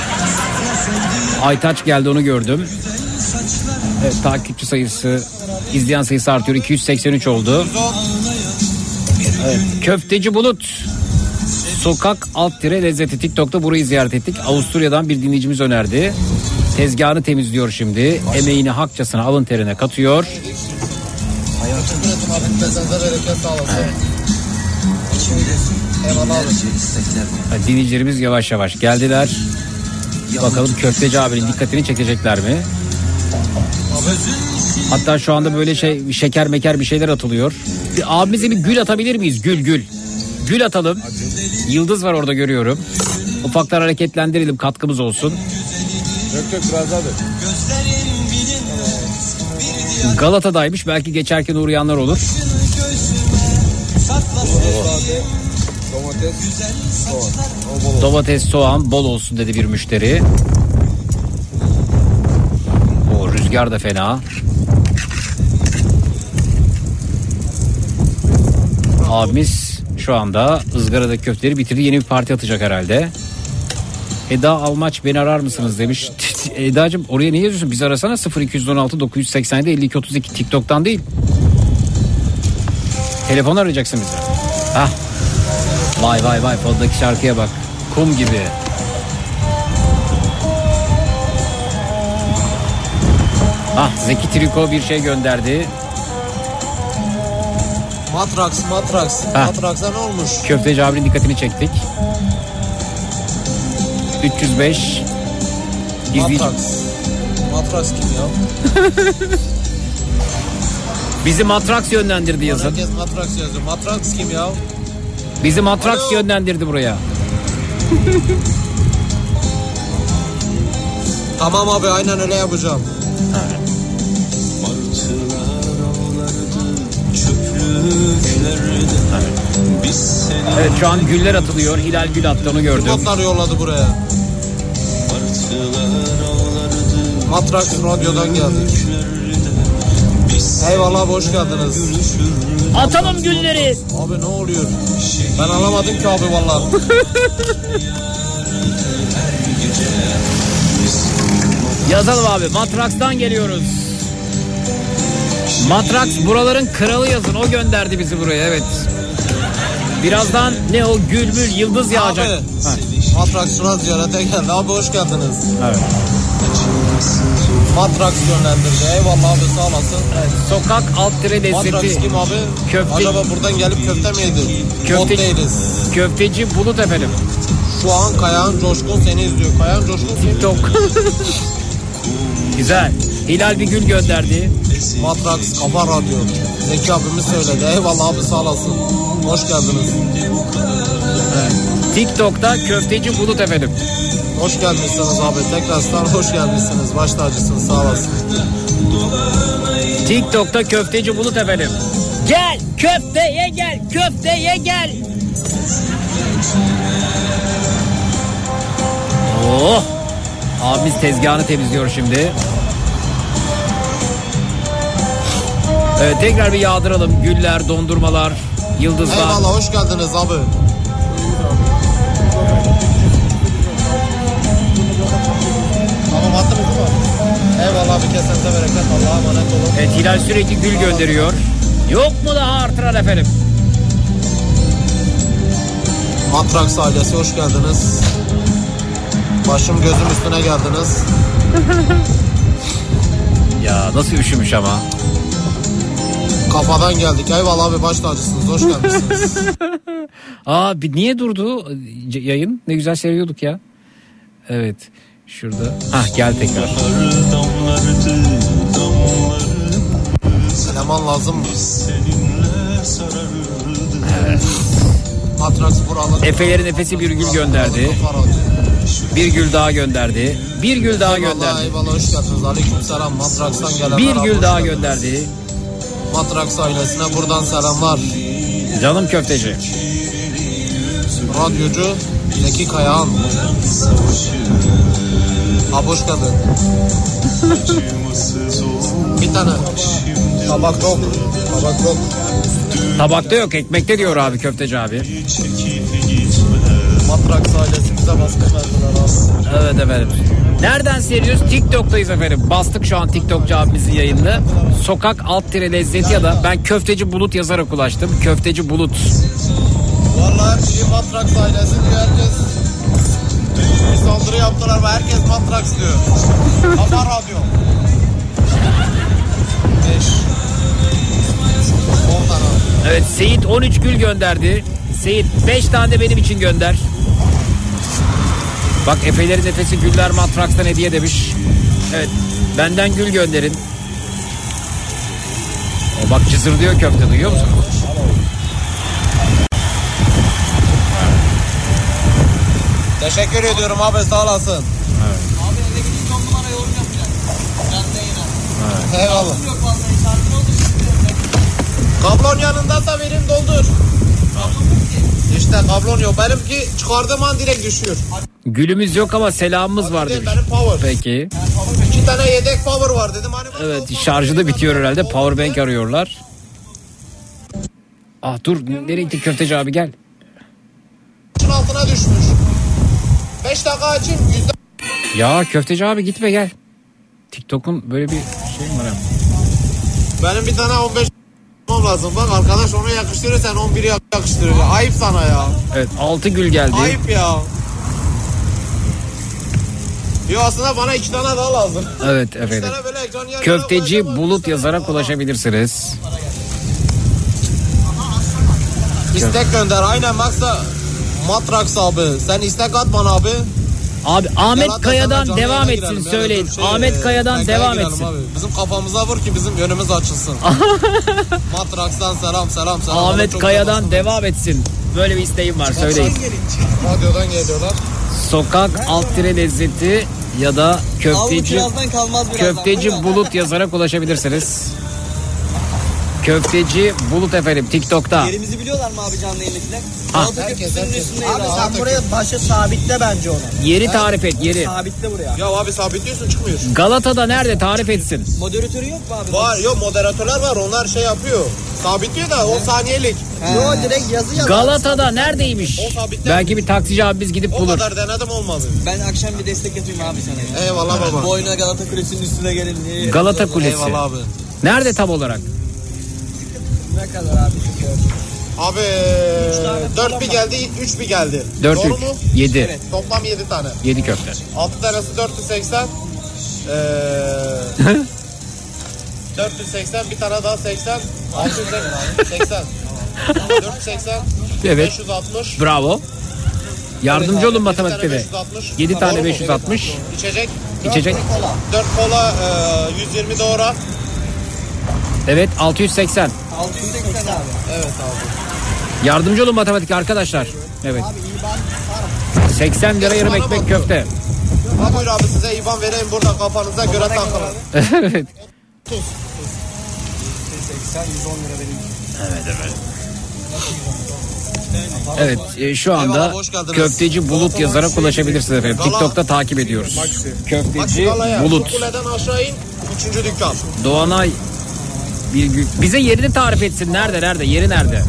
Aytaç geldi, onu gördüm. Evet, takipçi sayısı, izleyen sayısı artıyor, iki yüz seksen üç oldu. Evet, Köfteci Bulut sokak alt tire lezzeti. TikTok'ta burayı ziyaret ettik. Avusturya'dan bir dinleyicimiz önerdi. Tezgahını temizliyor şimdi. Emeğini hakçasına, alın terine katıyor. Evet. Evet, dinleyicilerimiz yavaş yavaş geldiler. Bakalım Köfteci abinin dikkatini çekecekler mi? Hatta şu anda böyle şey, şeker meker bir şeyler atılıyor. Bir, abimize bir gül atabilir miyiz? Gül gül. Gül atalım. Yıldız var orada, görüyorum. Ufaktan hareketlendirelim, katkımız olsun. Yok yok biraz abi. Galata'daymış, belki geçerken uğrayanlar olur. Domates, soğan. Domates, soğan bol olsun dedi bir müşteri. O rüzgar da fena. Abimiz şu anda ızgarada köfteleri bitirdi. Yeni bir parti atacak herhalde. Eda Almaç, beni arar mısınız demiş. Eda'cığım oraya niye yazıyorsun? Bizi arasana, sıfır iki on altı dokuz yüz seksen yedi elli iki otuz iki, TikTok'tan değil. Telefon arayacaksın bizi. Hah. Vay vay vay, fondaki şarkıya bak. Kum gibi. Ah, Zeki Triko bir şey gönderdi. Matraks, matraks. Ha. Matraksa ne olmuş? Köfteci abinin dikkatini çektik. üç yüz beş izleyici. Matraks. Matraks kim ya? Bizi Matraks yönlendirdi yazın. Herkes matraks yazıyor. Matraks kim ya? Bizi Matraks yönlendirdi buraya. Tamam abi, aynen öyle yapacağım. Evet, şu an güller atılıyor. Hilal Gül attı, onu gördüm. Notlar yolladı buraya. Matraks radyodan geldik. Eyvallah, hoş geldiniz. Atalım gülleri. Abi ne oluyor? Ben alamadım ki abi vallahi. Yazalım abi, Matraks'tan geliyoruz. Matraks buraların kralı yazın, o gönderdi bizi buraya, evet. Birazdan ne o, gül mül yıldız yağacak. Abi, Matraks şuna ziyarete geldi. Abi hoş geldiniz. Evet. Matraks yönlendirdi. Eyvallah abi, sağ olasın. Evet, sokak alt tire lezzeti. Matraks kim abi? Köfte... Acaba buradan gelip köfte mi yedi? Köfte... değiliz. Köfteci Bulut efendim. Şu an Kayahan Coşkun seni izliyor. Kayahan Coşkun kim? TikTok. Güzel. Hilal bir gül gönderdi. Matraks Kafa Radyo. Zeki abimiz söyledi. Eyvallah abi, sağ olasın. Hoş geldiniz. Evet. TikTok'ta Köfteci Bulut efendim. Hoş gelmişsiniz abi. Tekrardan hoş gelmişsiniz. Baş tacısınız, sağ olasın. TikTok'ta Köfteci Bulut efendim. Gel köfteye gel, köfteye gel. Oh. Abimiz tezgahını temizliyor şimdi. Evet, tekrar bir yağdıralım. Güller, dondurmalar, yıldızlar. Eyvallah, hoş geldiniz abi. Tamam, attınız mı? Eyvallah abi, kesinize bereket. Allah'a emanet olun. Evet, Hilal sürekli gül gönderiyor. Yok mu daha artıran efendim? Matrax ailesi hoş geldiniz. Başım gözüm üstüne geldiniz. Ya nasıl üşümüş ama. Kafadan geldik. Eyvallah abi, baş tacısınız. Hoş geldiniz. Aa bir niye durdu yayın? Ne güzel seyriyorduk ya. Evet. Şurada. Hah gel tekrar. Eleman lazım mı? Evet. Matrax buralı. Efe'lerin Efe'si bir gül gönderdi. Bir gül daha gönderdi. Bir gül daha eyvallah, gönderdi. Eyvallah hoş geldiniz. Aleykümselam. Matrax'tan gelenler. Bir gül daha geldiniz. gönderdi. Matrax ailesine buradan selamlar. Canım köfteci. Radyocu Zeki Kayağan. Abi hoş geldin. Bir tane. Tabak yok. Tabak yok. Tabakta yok, ekmekte diyor abi köfteci abi. Matrax ailesi bize baskı verdiler abi. Evet efendim. Nereden seyrediyoruz? TikTok'tayız efendim. Bastık şu an TikTokçu abimizin yayınını. Sokak alt tire lezzeti ya da ben köfteci Bulut yazarak ulaştım. Köfteci Bulut. Vallahi her şeyi Matrax ailesi diyor herkes. Bir saldırı yaptılar ve herkes Matrax diyor. Ama radyo. beş. on tane. Evet Seyit on üç gül gönderdi. Seyit beş tane de benim için gönder. Bak Efe'lerin Efe'si Güller Matrax'tan hediye demiş. Evet benden gül gönderin. O bak cızır diyor köfte, duyuyor musun? Teşekkür ediyorum abi, sağ olasın. Evet. Abi eve gidince on numara yorum yapacak. Canlı yayına. Evet. Eyvallah. Yok vallahi şarkı oldu şimdi. Kablon yanındaysa vereyim, doldur. İşte kablon yok. Benimki çıkardığım an direkt düşüyor. Gülümüz yok ama selamımız var demiş. Benim power. Peki. İki tane yedek power var dedim. Hani Evet şarjı da bitiyor herhalde. Powerbank arıyorlar. Ah dur nereye gitti köfteci abi, gel. şunun altına düşmüş. beş dakika açayım. Yüzde... Ya köfteci abi gitme gel. TikTok'un böyle bir şey var ama. Benim bir tane on beş lazım. Bak arkadaş onu yakıştırıyor, sen on biri yakıştırıyor. Ayıp sana ya. Evet altı gül geldi. Ayıp ya. Yo aslında bana iki tane daha lazım. Evet efendim. Köfteci Bulut yazarak ulaşabilirsiniz. İstek gönder. Aynen baksa Matrax abi. Sen istek at bana abi. Abi Ahmet Gel, Kaya'dan canlı devam yayına etsin girelim. söyleyin. Yani şey, Ahmet Kaya'dan Mekaya devam girelim etsin. Abi. Bizim kafamıza vur ki bizim yönümüz açılsın. Matrax'tan selam selam selam. Ahmet Kaya'dan devam etsin. Böyle bir isteğim var, söyleyin. Radyodan geliyorlar. Sokak alt tire lezzeti ya da köfteci kirazdan kalmaz birazdan, köfteci değil mi? Bulut yazarak ulaşabilirsiniz. Köfteci Bulut efendim TikTok'ta. Yerimizi biliyorlar mı abi canlı yayındakiler? Ha. Galata Köprüsü'nün üstündeyiz Abi abi. sen buraya başı sabitle bence onu. Yeri tarif et, yeri. Sabitle buraya. Ya abi sabitliyorsun, çıkmıyor. Galata'da nerede, tarif etsin. Moderatörü yok mu abi? Var, yok moderatörler var, onlar şey yapıyor. Sabitliyor da on saniyelik. Yo direkt yazı yazar. Galata'da neredeymiş? Belki bir taksici abimiz gidip O bulur. kadar denedim, olmadı. Ben akşam bir destek yapayım abi sana. Ya. Eyvallah baba. Bu oyuna Galata Kulesi'nin üstüne gelin diye. Galata Kulesi. Eyvallah abi. Nerede tam olarak? Ne kadar abi çıkıyor? Abi dört bir geldi, üç bir geldi. Dört Doğru üç. mu? Yedi. Evet. Toplam yedi tane. Yedi köfte. altı tanesi dört yüz seksen. Ee, dört yüz seksen, bir tane daha seksen. altı yüz seksen. dört yüz seksen. Evet. beş yüz altmış. Bravo. Yardımcı Evet, olun yedi matematikte tane de. beş yüz altmış. yedi Doğru tane mu? beş yüz altmış. İçecek. İçecek. dört kola e, yüz yirmi doğru. Evet altı yüz seksen. altı yüz seksen abi. Evet abi. Yardımcı olun matematik arkadaşlar. Evet. Abi iyi ben seksen lira yarım ekmek köfte. Ha buyur abi, size İ B A N vereyim burada, kafanıza göre takılın. Evet. seksen yüz on lira benim. Evet evet. Evet e, şu anda Eyvallah, hoş geldiniz. köfteci Bulut yazarak ulaşabilirsiniz efendim. TikTok'ta takip ediyoruz. Köfteci Galaya, Bulut. Kuleden aşağı in. Üçüncü dükkan. Doğanay bir gün bize yerini tarif etsin. Nerede nerede? Yeri nerede?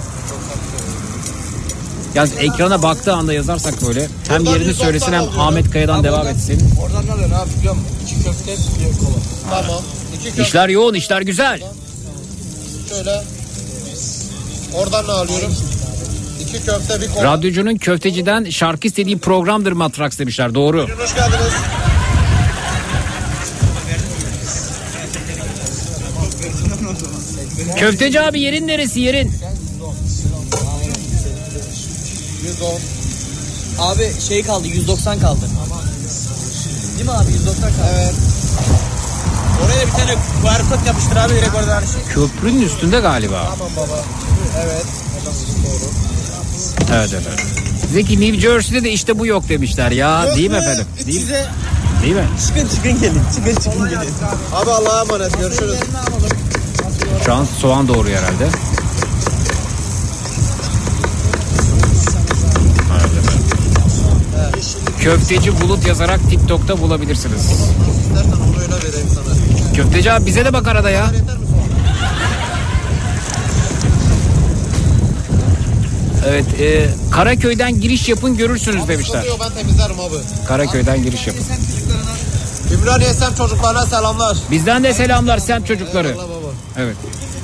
Yaz ekrana baktığı anda yazarsak böyle hem yerini söylesin hem Ahmet Kaya'dan devam etsin. Oradan ne alıyorsun abi biliyor musun? İki köfte bir kola. Tamam. İki köfte. İşler yoğun, işler güzel. şöyle. Oradan ne alıyorum? İki köfte bir kola. Radyocunun köfteciden şarkı istediği programdır Matraks demişler. Doğru. Buyurun, hoş geldiniz. Köfteci abi yerin neresi yerin? yüz on. Abi şey kaldı yüz doksan kaldı. Değil mi abi yüz doksan kaldı? Evet. Oraya bir tane Q R kod yapıştır abi direkt orada her şey. Köprünün üstünde galiba. Tamam baba. Evet. Doğru. Evet efendim. Zeki New Jersey'de de işte bu yok demişler ya. Yok değil mi efendim? Değil, size... değil mi? Çıkın çıkın gelin. Çıkın çıkın gelin. Abi Allah'a emanet, görüşürüz. Şu an soğan doğuruyor herhalde. Köfteci Bulut yazarak TikTok'ta bulabilirsiniz. İstersen onu öyle vereyim sana. Köfteci abi bize de bak arada ya. Evet, e, Karaköy'den giriş yapın görürsünüz demişler. Yok, ben temizlerim abi. Karaköy'den giriş yapın. Ümraniye Semt çocuklarına selamlar. Bizden de selamlar semt çocukları. Eyvallah baba. Evet.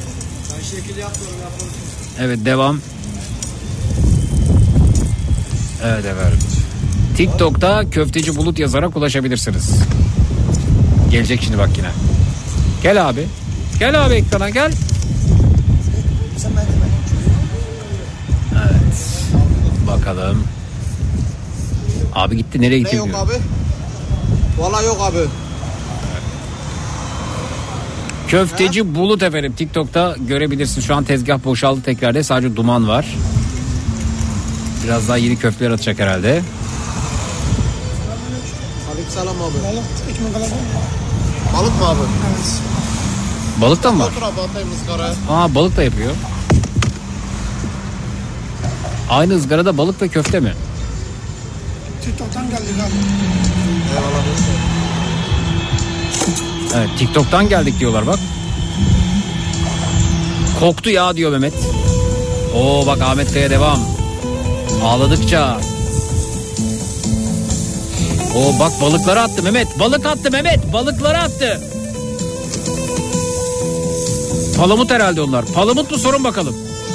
Evet, devam. Evet efendim. TikTok'ta Köfteci Bulut yazarak ulaşabilirsiniz. Gelecek şimdi bak yine. Gel abi. Gel abi ekrana gel. Evet. Bakalım. Abi gitti, nereye gitti? Ne yok abi? Vallahi yok abi. Köfteci He? Bulut efendim, TikTok'ta görebilirsin. Şu an tezgah boşaldı tekrar, sadece duman var. Biraz daha yeni köfteler atacak herhalde. Aleykümselam abi. Balık, ekmek alabilir miyim? Balık mı abi? Evet. Balık da mı var? Otur abi, atayım ızgaraya. Aa, balık da yapıyor. Aynı ızgarada balık ve köfte mi? TikTok'tan geldik abi. Eyvallah. Evet, TikTok'tan geldik diyorlar bak. Koktu ya diyor Mehmet. Oo bak, Ahmet Kaya devam. Ağladıkça. Oo bak, balıkları attı Mehmet. Balık attı Mehmet. Balıkları attı. Palamut herhalde onlar. Palamut mu, sorun bakalım.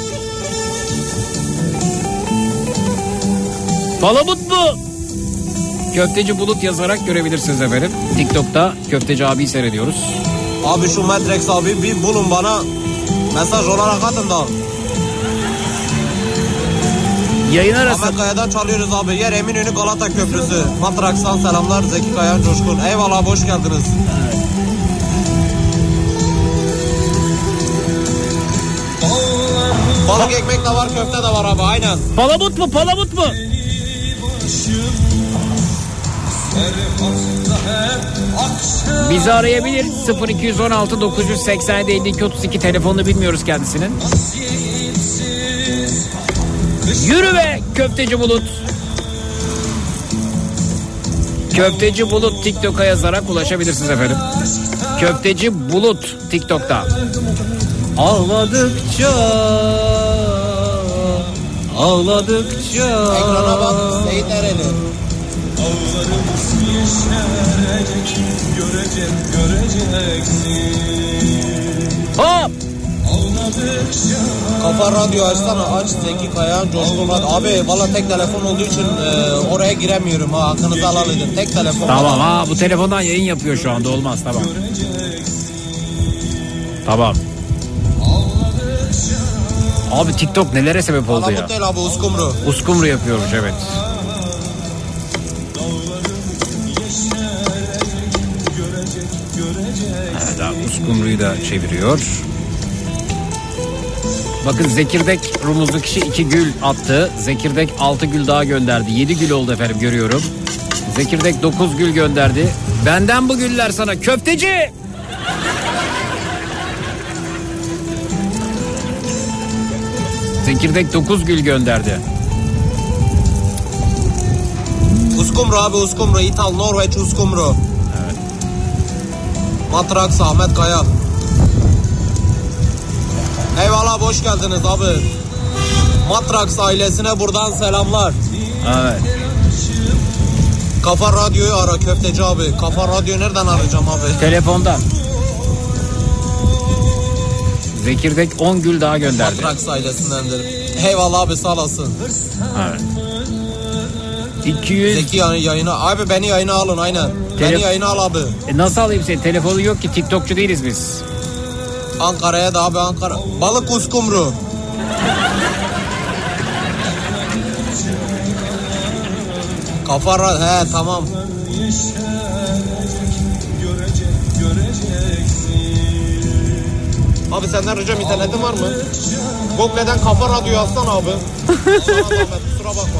Palamut mu? Köfteci Bulut yazarak görebilirsiniz efendim. TikTok'ta Köfteci abiyi seyrediyoruz. Abi şu Matrix abi bir bulun bana. Mesaj olarak atın da. Yayın arası. Ahmet Kaya'dan çalıyoruz abi. Yer Eminönü Galata Köprüsü. Matraks'tan selamlar. Zeki Kayan Coşkun. Eyvallah, hoş geldiniz. Evet. Balık ekmek de var, köfte de var abi, aynen. Palamut mu, palamut mu? Bizi arayabilir. sıfır iki on altı dokuz yüz seksen yedi elli iki otuz iki telefonunu bilmiyoruz kendisinin. Yürü be Köfteci Bulut. Köfteci Bulut TikTok'a yazarak ulaşabilirsiniz efendim. Köfteci Bulut TikTok'ta. Ağladıkça Ağladıkça Ekrana bak, Seyit Ereli. Ağlarımız yeşerecek, görecek, göreceksin. Hop! Kafa radyo açsana, aç Zeki Kayan Coşkun Radyo. Abi valla tek telefon olduğu için e, oraya giremiyorum ha, hakkınızı helal edin. Tek telefon. Tamam ha, bu telefondan yayın yapıyor şu anda, olmaz, tamam. Tamam. Abi TikTok nelere sebep oldu ya? Palamut değil abi, uskumru. Uskumru yapıyormuş, evet. Evet abi, uskumruyu da çeviriyor. Bakın Zekirdek rumuzlu kişi iki gül attı. Zekirdek altı gül daha gönderdi. yedi gül oldu efendim, görüyorum. Zekirdek dokuz gül gönderdi. Benden bu güller sana köfteci. Zekirdek dokuz gül gönderdi. Uskumru abi, uskumru. İthal, Norveç uskumru. Evet. Matraks, Ahmet Kaya. Eyvallah, hoş geldiniz abi. Matraks ailesine buradan selamlar. Evet. Kafa radyoyu ara Köfteci abi. Kafa radyoyu nereden arayacağım abi? Telefondan. Zekirdek on gül daha gönderdi. Matrax ailesindendir. Eyvallah abi sağ olasın. Evet. iki yüz Zeki yani yayına. Abi beni yayına alın aynen. Tele- Beni yayına al abi. E nasıl alayım seni? Telefonu yok ki, TikTokçu değiliz biz. Ankara'ya da abi Ankara. Balık uskumru. Kafa ra- he tamam. Abi senden ricam internetin var mı? Google'den kafa radyo yazsan abi. Sana zahmet, kusura bakma.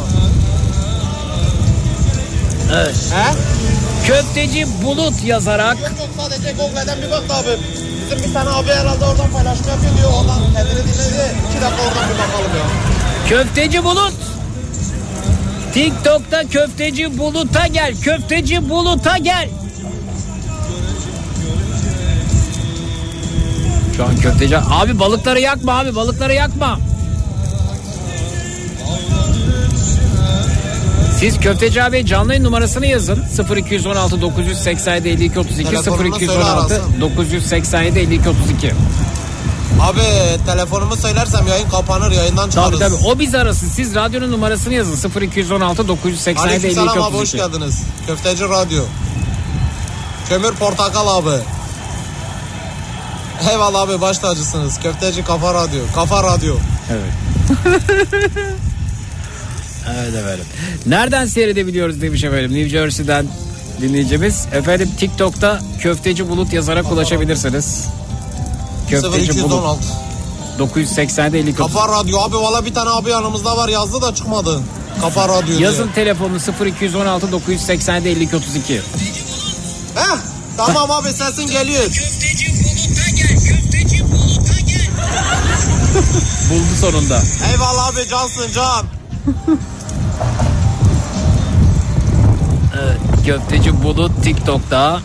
Evet. He? Köfteci Bulut yazarak. Yok yok sadece Google'den bir bak abi. Bizim bir tane abi herhalde oradan paylaşım yapıyor diyor. Oradan kendini dinledi. İki dakika oradan bir bakalım ya. Köfteci Bulut. TikTok'ta Köfteci Bulut'a gel. Köfteci Bulut'a gel. Şu an köfteci. Abi balıkları yakma abi, balıkları yakma. Siz Köfteci abi canlı yayın numarasını yazın. sıfır iki on altı dokuz seksen yedi elli iki otuz iki sıfır iki on altı dokuz seksen yedi elli iki otuz iki. Abi telefonumu söylersem yayın kapanır, yayından çıkarız. Tabii tabii o biz arasın. Siz radyonun numarasını yazın. sıfır iki on altı dokuz seksen yedi elli iki otuz iki. Aleykümselam abi, hoş geldiniz. Köfteci Radyo. Kömür Portakal abi. Eyvallah abi, baş tacısınız. Köfteci Kafa Radyo. Kafa Radyo. Evet. Evet efendim. Nereden seyredebiliyoruz demiş efendim. New Jersey'den dinleyicimiz. Efendim TikTok'ta Köfteci Bulut yazarak ulaşabilirsiniz. Köfteci Bulut. dokuz seksen elli iki. Kafa Radyo abi, valla bir tane abi yanımızda var, yazdı da çıkmadı. Kafa Radyo yazın diye. telefonunu sıfır iki on altı dokuz seksen yedi elli iki otuz iki. Heh, tamam abi, sesin geliyor. Köfteci Bulut'a gel. Köfteci Bulut'a gel. Buldu sonunda. Eyvallah abi, cansın can. Evet, Köfteci Bulut TikTok'ta.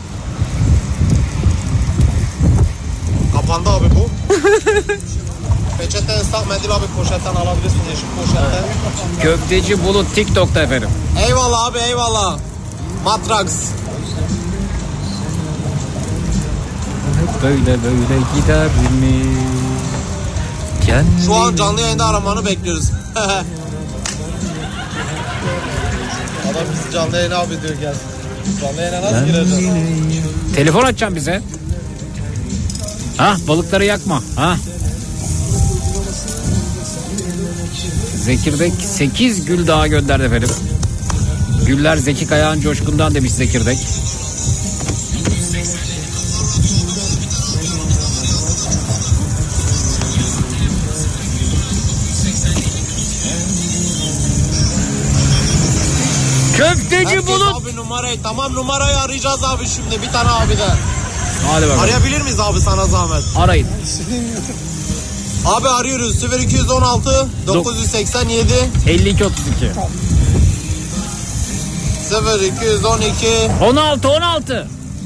Kapandı abi bu. Peçete, ıslak mendil abi, poşetten alabilirsin, yeşil poşetten. Köfteci Bulut TikTok'ta efendim. Eyvallah abi, eyvallah. Matrax. Böyle böyle gider mi? Kendini... Şu an canlı yayında aramanı bekliyoruz. Adam bizi canlı yayına abi diyor, gel. Canlı yayına nasıl gireceğiz? Telefon açacağım bize. Ha, balıkları yakma. Ha. Zekirdek sekiz gül daha gönderdi efendim. Güller Zeki Kayağan Coşkun'dan demiş Zekirdek. Köfteci Herkes Bulut. Abi numarayı, tamam, numarayı arayacağız abi şimdi, bir tane abi de. Hadi bakalım. Arayabilir miyiz abi, sana zahmet? Arayın. Abi arıyoruz sıfır iki on altı dokuz seksen yedi elli iki otuz iki. sıfır iki on iki on altı on altı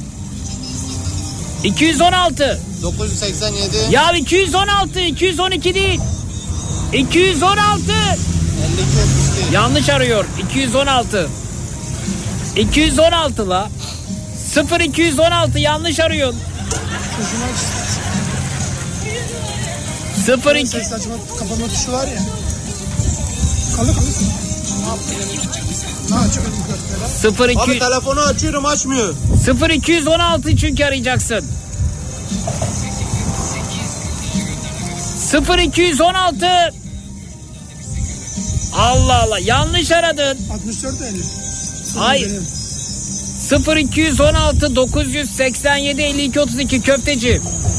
iki yüz on altı dokuz seksen yedi Ya iki yüz on altı iki yüz on iki değil. iki yüz on altı elli iki otuz iki. Yanlış arıyor. iki yüz on altı iki yüz on altı la. sıfır iki yüz on altı yanlış arıyorsun. sıfır iki Ses açma kapama tuşu var ya. Kalı kalı. Ne açıyorum köfteler? sıfır iki Abi telefonu açıyorum, açmıyor. sıfır iki yüz on altı çünkü arayacaksın. sıfır iki yüz on altı Allah Allah, yanlış aradın. altmış dört elli. Hayır. sıfır iki yüz on altı dokuz seksen yedi elli iki otuz iki köfteci.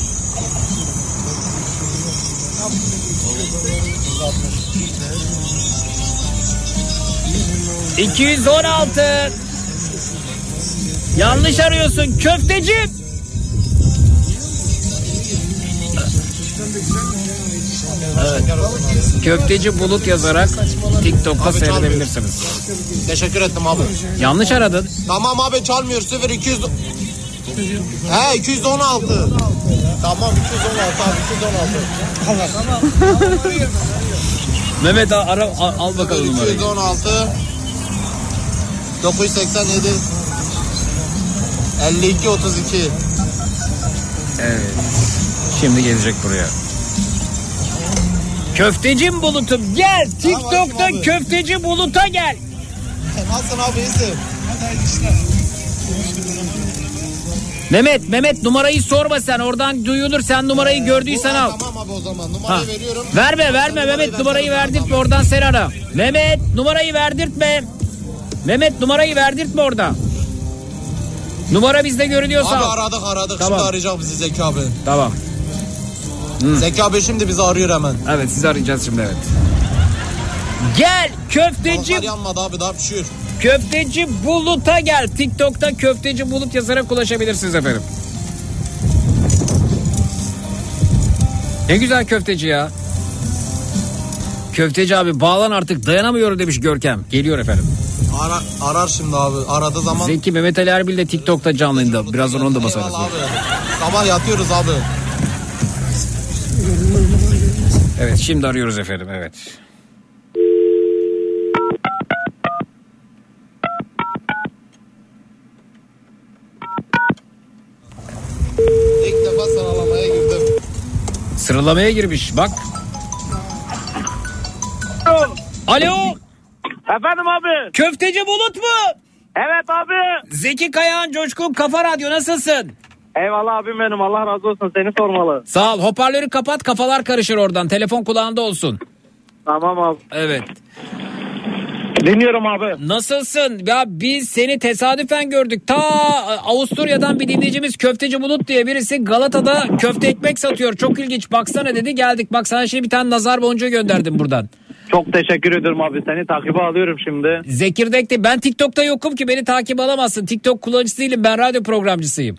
iki yüz on altı yanlış arıyorsun köfteci. Evet. Köfteci Bulut yazarak TikTok'ta Abi seyredebilirsiniz. Teşekkür ettim abi. Yanlış aradın. Tamam abi, çalmıyor. sıfır iki yüz He iki yüz on altı. Tamam, iki yüz on altı abi, iki yüz on altı. Allah. Mehmet ara, al, al bakalım numarayı. iki yüz on altı dokuz seksen yedi elli iki otuz iki. Evet. Şimdi gelecek buraya. Köftecim Bulut'um gel. TikTok'ta abi. Köfteci Bulut'a gel. Nasılsın abi iyisin? Mehmet Mehmet numarayı sorma sen, oradan duyulur, sen numarayı gördüysen al. Tamam abi o zaman numarayı Ha. veriyorum. Verme verme Mehmet, numarayı verdirtme, oradan sen ara. Mehmet numarayı verdirtme. Mehmet numarayı verdirtme orada. Numara bizde görünüyorsa Abi al. aradık aradık Tamam. şimdi arayacak bizi Zeki abi. Tamam. Zeki abi şimdi bizi arıyor hemen. Evet sizi arayacağız şimdi, evet. Gel köfteci. Balıklar yanmadı abi daha pişiyor. Köfteci Bulut'a gel. TikTok'ta Köfteci Bulut yazarak ulaşabilirsiniz efendim. Ne güzel köfteci ya. Köfteci abi bağlan artık, dayanamıyorum demiş Görkem. Geliyor efendim. Ara, arar şimdi abi aradığı zaman. Zeki Mehmet Ali Erbil de TikTok'ta canlıydı. Birazdan onu da basarız. Eyvallah abi. Sabah yatıyoruz abi. Evet şimdi arıyoruz efendim, evet. İlk defa sıralamaya girdim. Sıralamaya girmiş bak. Alo. Efendim abi. Köfteci Bulut mu? Evet abi. Zeki Kayağan Coşkun Kafa Radyo, nasılsın? Eyvallah abim benim, Allah razı olsun, seni sormalı. Sağ ol, hoparlörü kapat, kafalar karışır oradan, telefon kulağında olsun. Tamam abi. Evet. Dinliyorum abi. Nasılsın? Ya biz seni tesadüfen gördük. Ta Avusturya'dan bir dinleyicimiz Köfteci Bulut diye birisi Galata'da köfte ekmek satıyor. Çok ilginç, baksana dedi, geldik. Bak sana şimdi bir tane nazar boncuğu gönderdim buradan. Çok teşekkür ederim abi, seni takibe alıyorum şimdi. Zekirdek'te, ben TikTok'ta yokum ki beni takip alamazsın. TikTok kullanıcısı değilim, ben radyo programcısıyım.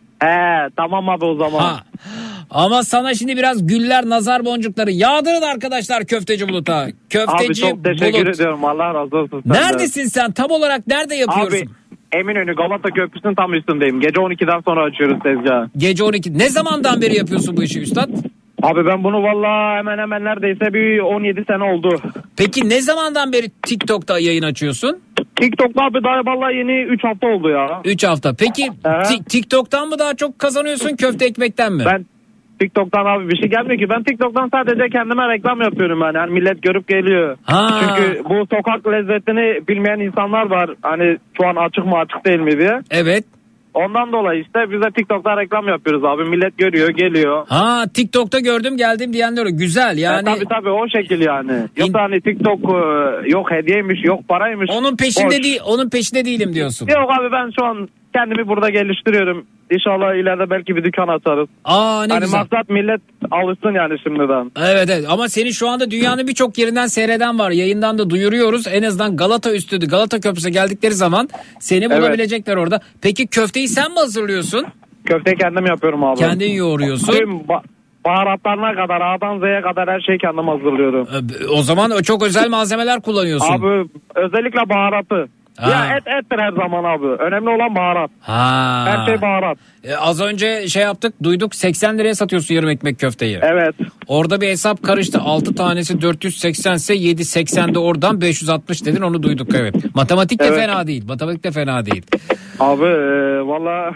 He tamam abi o zaman. Ha. Ama sana şimdi biraz güller, nazar boncukları yağdırın arkadaşlar Köfteci Bulut'a. Köfteci Abi çok teşekkür Bulut. ediyorum, Allah razı olsun. Senden. Neredesin sen? Tam olarak nerede yapıyorsun? Abi Eminönü Galata Köprüsü'nün tam üstündeyim. Gece on ikiden sonra açıyoruz tezgahı. Gece on iki. Ne zamandan beri yapıyorsun bu işi üstad? Abi ben bunu valla hemen hemen neredeyse bir on yedi sene oldu. Peki ne zamandan beri TikTok'ta yayın açıyorsun? TikTok'ta abi daha valla yeni üç hafta oldu ya. üç hafta. Peki ti- TikTok'tan mı daha çok kazanıyorsun, köfte ekmekten mi? Ben TikTok'tan abi bir şey gelmiyor ki. Ben TikTok'tan sadece kendime reklam yapıyorum yani. yani millet görüp geliyor. Ha. Çünkü bu sokak lezzetini bilmeyen insanlar var. Hani şu an açık mı açık değil mi diye. Evet. Ondan dolayı işte biz de TikTok'ta reklam yapıyoruz abi. Millet görüyor, geliyor. Ha, TikTok'ta gördüm geldim diyenler güzel yani. E, tabii tabii o şekil yani. Yoksa hani TikTok e, yok hediyeymiş, yok paraymış. Onun peşinde Boş. değil, onun peşinde değilim diyorsun. Yok abi ben şu an kendimi burada geliştiriyorum. İnşallah ileride belki bir dükkan açarız. Aa ne hani güzel. maksat millet alışsın yani şimdiden. Evet evet, ama seni şu anda dünyanın birçok yerinden seyreden var. Yayından da duyuruyoruz. En azından Galata üstü, Galata Köprüsü'ne geldikleri zaman seni Evet. bulabilecekler orada. Peki köfteyi sen mi hazırlıyorsun? Köfteyi kendim yapıyorum abi. Kendin yoğuruyorsun. Tüm ba- baharatlarına kadar A'dan Z'ye kadar her şeyi kendim hazırlıyorum. O zaman o çok özel malzemeler kullanıyorsun. Abi özellikle baharatı. Ha. Ya et ettir her zaman abi. Önemli olan baharat. Ha. Her şey baharat. E, az önce şey yaptık, duyduk, seksen liraya satıyorsun yarım ekmek köfteyi. Evet. Orada bir hesap karıştı. altı tanesi dört yüz seksen ise yedi seksen de oradan beş yüz altmış dedin, onu duyduk evet. Matematik de Evet. fena değil. Matematik de fena değil. Abi e, valla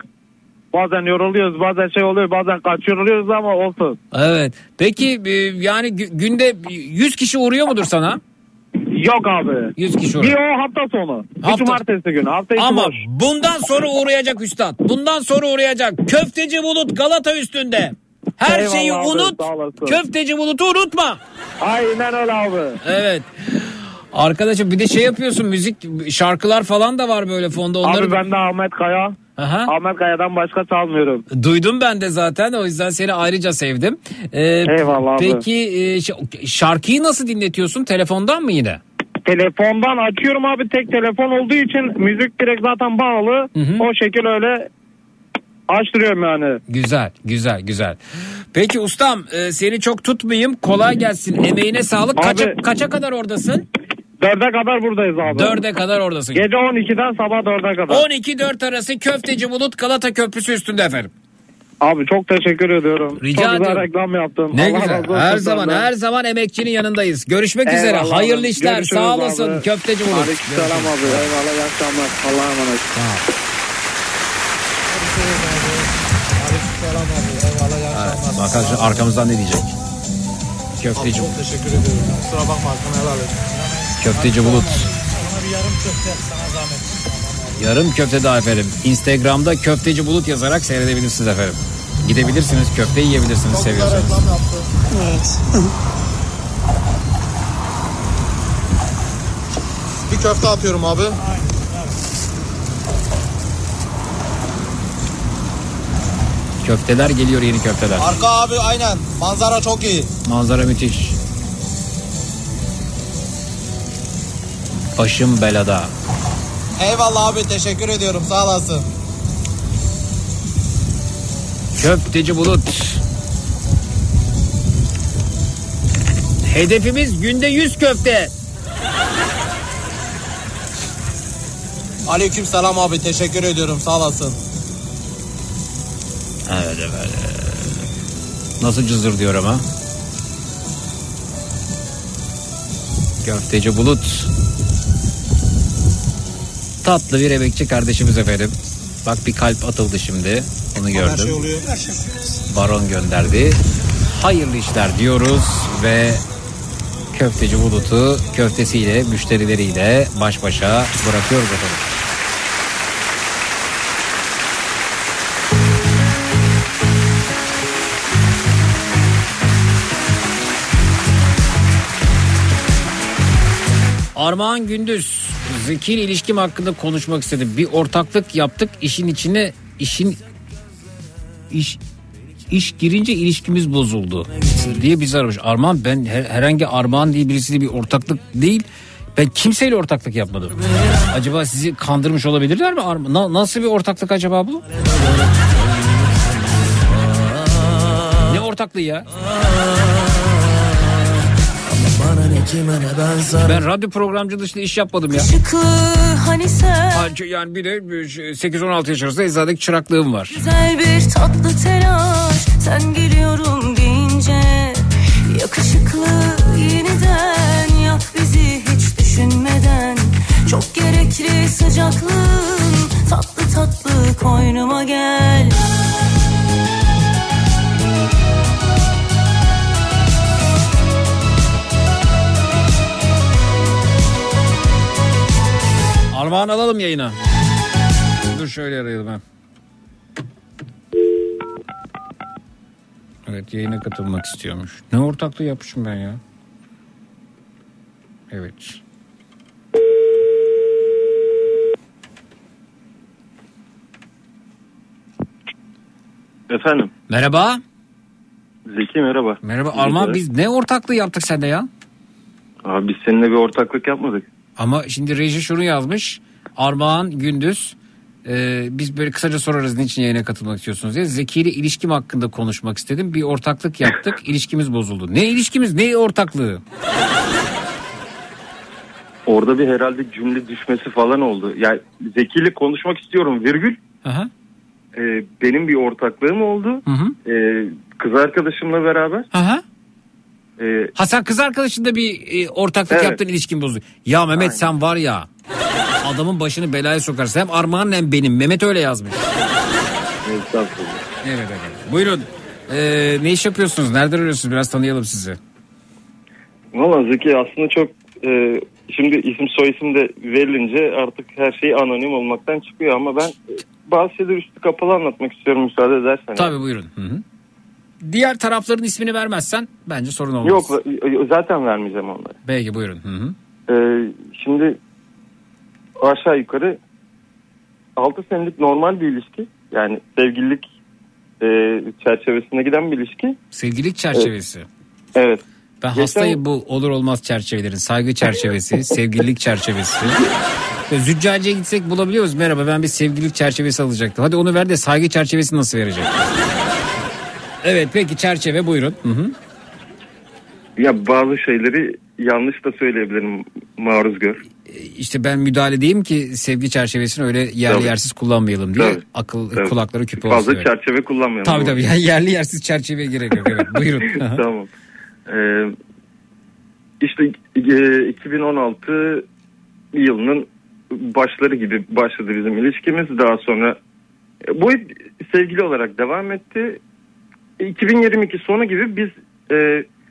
bazen yoruluyoruz, bazen şey oluyor, bazen kaçırılıyoruz ama olsun. Evet. Peki e, yani gü- günde yüz kişi uğruyor mudur sana? Yok abi. yüz kişi Bir uğruyor. o hafta sonu. Hafta- Bir cumartesi günü. Hafta içi Ama boş. bundan sonra uğrayacak üstad. Bundan sonra uğrayacak. Köfteci Bulut Galata üstünde. Her Eyvallah şeyi abi, unut. sağ olasın. Köfteci Bulut'u unutma. Aynen öyle abi. Evet. Arkadaşım bir de şey yapıyorsun, müzik, şarkılar falan da var böyle fonda. Onları... Abi ben de Ahmet Kaya. Aha. Ahmet Kaya'dan başka çalmıyorum. Duydum ben de zaten, o yüzden seni ayrıca sevdim. Ee, Eyvallah abi. Peki e, ş- şarkıyı nasıl dinletiyorsun? Telefondan mı yine? Telefondan açıyorum abi, tek telefon olduğu için müzik direkt zaten bağlı. O şekil öyle açtırıyorum yani. Güzel, güzel, güzel. Peki ustam, e, seni çok tutmayayım. Kolay gelsin. Emeğine sağlık. Abi- Kaça, kaça kadar oradasın? Dörde kadar buradayız abi. Dörde kadar oradasın. Gece on ikiden sabah dörde kadar. on iki dört arası Köfteci Bulut Galata Köprüsü üstünde efendim. Abi çok teşekkür ediyorum. Rica çok güzel ediyorum. reklam yaptın. Ne Allah güzel. razı olsun Her zaman senden. her zaman emekçinin yanındayız. Görüşmek Eyvallah üzere. abi. Hayırlı işler. Görüşürüz Sağ olasın abi. Köfteci Bulut. Aleykümselam abi. Eyvallah, iyi akşamlar. Allah'a emanet. Evet, bakalım arkamızdan ne diyecek. Köfteci. Abi çok teşekkür ederim. Kusura bakma hakkını helal et. Köfteci Bulut. Bana bir yarım köfte sana zahmet. Yarım köfte daha efendim. Instagram'da Köfteci Bulut yazarak seyredebilirsiniz efendim. Gidebilirsiniz, köfte yiyebilirsiniz Çok güzel seviyorsanız. reklam yaptı. Evet. Bir köfte atıyorum abi. Köfteler geliyor, yeni köfteler. Arka abi aynen. Manzara çok iyi. Manzara müthiş. Başım belada. Eyvallah abi teşekkür ediyorum sağ olasın. Köfteci Bulut. Hedefimiz günde yüz köfte. Aleyküm selam abi teşekkür ediyorum sağ olasın. Evet evet. Nasıl cızır diyor ama. Köfteci Bulut. Tatlı bir emekçi kardeşimiz efendim. Bak bir kalp atıldı şimdi. Onu Her gördüm. şey oluyor. Baron gönderdi. Hayırlı işler diyoruz ve Köfteci Bulut'u köftesiyle, müşterileriyle baş başa bırakıyoruz efendim. Armağan Gündüz, Zeki ile ilişkim hakkında konuşmak istedim. Bir ortaklık yaptık, işin içine işin iş iş girince ilişkimiz bozuldu diye bizi aramış. Armağan, ben her, herhangi Armağan diye birisiyle bir ortaklık değil. Ben kimseyle ortaklık yapmadım. Acaba sizi kandırmış olabilirler mi? Armağan? Na, nasıl bir ortaklık acaba bu? Ne ortaklığı ya? Ben radyo programcılığı dışında iş yapmadım ya. Hani sen Yani bir de sekiz on altı yaş arasında eczadaki çıraklığım var. güzel bir tatlı telaş, sen geliyorum deyince yakışıklı yeniden yap bizi hiç düşünmeden. Çok gerekli sıcaklığın, tatlı tatlı koynuma gel. Armağan alalım yayına. Dur şöyle arayalım ha. Evet, yayına katılmak istiyormuş. Ne ortaklığı yapmışım ben ya. Evet. Efendim. Merhaba. Zeki merhaba. Merhaba Armağan, biz ne ortaklığı yaptık sende ya? Abi biz seninle bir ortaklık yapmadık. Ama şimdi reji şunu yazmış. Armağan Gündüz. E, biz böyle kısaca sorarız niçin yayına katılmak istiyorsunuz diye. Zeki ile ilişkim hakkında konuşmak istedim. Bir ortaklık yaptık. İlişkimiz bozuldu. Ne ilişkimiz, ne ortaklığı? Orada bir herhalde cümle düşmesi falan oldu. Yani Zeki ile konuşmak istiyorum virgül. Aha. E, benim bir ortaklığım oldu. Hı hı. E, kız arkadaşımla beraber. Aha. E, Ha, sen kız arkadaşında bir e, ortaklık Evet. yaptın, ilişkin bozuldu. Ya Mehmet, Aynen. sen var ya, adamın başını belaya sokarsın. Hem Armağan hem benim. Mehmet öyle yazmış. Estağfurullah. Evet evet. Buyurun. Ee, ne iş yapıyorsunuz? Nereden arıyorsunuz? Biraz tanıyalım sizi. Valla Zeki aslında çok e, şimdi isim soyisim de verilince artık her şey anonim olmaktan çıkıyor ama ben e, bazı şeyleri üstü kapalı anlatmak istiyorum müsaade edersen. Tabii buyurun. Hı hı. Diğer tarafların ismini vermezsen bence sorun olmaz. Yok e, zaten vermeyeceğim onları. Peki buyurun. Hı hı. E, şimdi aşağı yukarı altı senelik normal bir ilişki. Yani sevgililik e, çerçevesinde giden bir ilişki. Sevgililik çerçevesi. Evet. Ben Geçen- hastayım bu olur olmaz çerçevelerin. Saygı çerçevesi, sevgililik çerçevesi. Ve Züccaciye gitsek bulabiliyoruz. Merhaba, ben bir sevgililik çerçevesi alacaktım. Hadi onu ver de saygı çerçevesi nasıl verecek? Evet peki, çerçeve buyurun. Hı hı. Ya bazı şeyleri yanlış da söyleyebilirim, maruz gör. İşte ben müdahale edeyim ki sevgi çerçevesini öyle yerli Tabii. yersiz kullanmayalım diye. Tabii. Akıl Tabii. kulakları küpe olsun. Fazla öyle. çerçeve kullanmayalım. Tabii tabii, yani yerli yersiz çerçeveye gerek yok. Evet buyurun. Aha. Tamam. Ee, işte e, iki bin on altı yılının başları gibi başladı bizim ilişkimiz. Daha sonra e, bu hep sevgili olarak devam etti. iki bin yirmi iki sonu gibi biz e,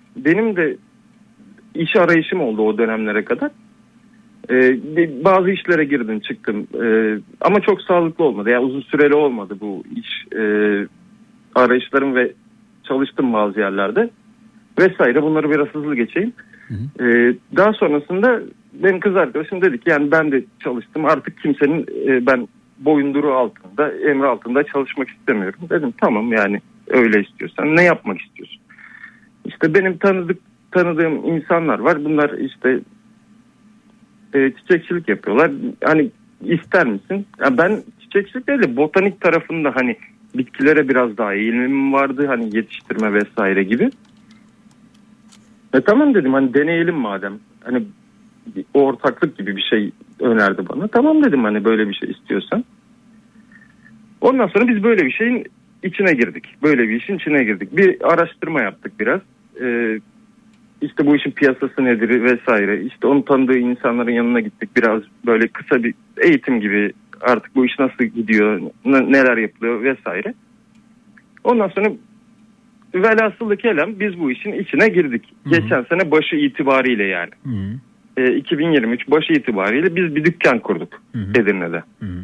benim de iş arayışım oldu o dönemlere kadar. Ee, bazı işlere girdim çıktım ee, ama çok sağlıklı olmadı. Yani uzun süreli olmadı bu iş e, arayışlarım ve çalıştım bazı yerlerde vesaire. Bunları biraz hızlı geçeyim. Ee, daha sonrasında benim kız arkadaşım dedi ki yani ben de çalıştım artık kimsenin e, ben boyunduruğu altında emri altında çalışmak istemiyorum. Dedim tamam yani öyle istiyorsan ne yapmak istiyorsun? İşte benim tanıdık tanıdığım insanlar var. Bunlar işte e, çiçekçilik yapıyorlar. Hani ister misin? Yani ben çiçekçilik değil de botanik tarafında hani bitkilere biraz daha eğilimim vardı. Hani yetiştirme vesaire gibi. E tamam dedim hani deneyelim madem. Hani o ortaklık gibi bir şey önerdi bana. Tamam dedim hani böyle bir şey istiyorsan. Ondan sonra biz böyle bir şeyin içine girdik. Böyle bir işin içine girdik. Bir araştırma yaptık biraz. Ee, işte bu işin piyasası nedir vesaire. İşte onun tanıdığı insanların yanına gittik. Biraz böyle kısa bir eğitim gibi artık bu iş nasıl gidiyor, n- neler yapılıyor vesaire. Ondan sonra velhasılı kelam biz bu işin içine girdik. Hı-hı. Geçen sene başı itibariyle yani. Ee, iki bin yirmi üç başı itibariyle biz bir dükkan kurduk Hı-hı. Edirne'de.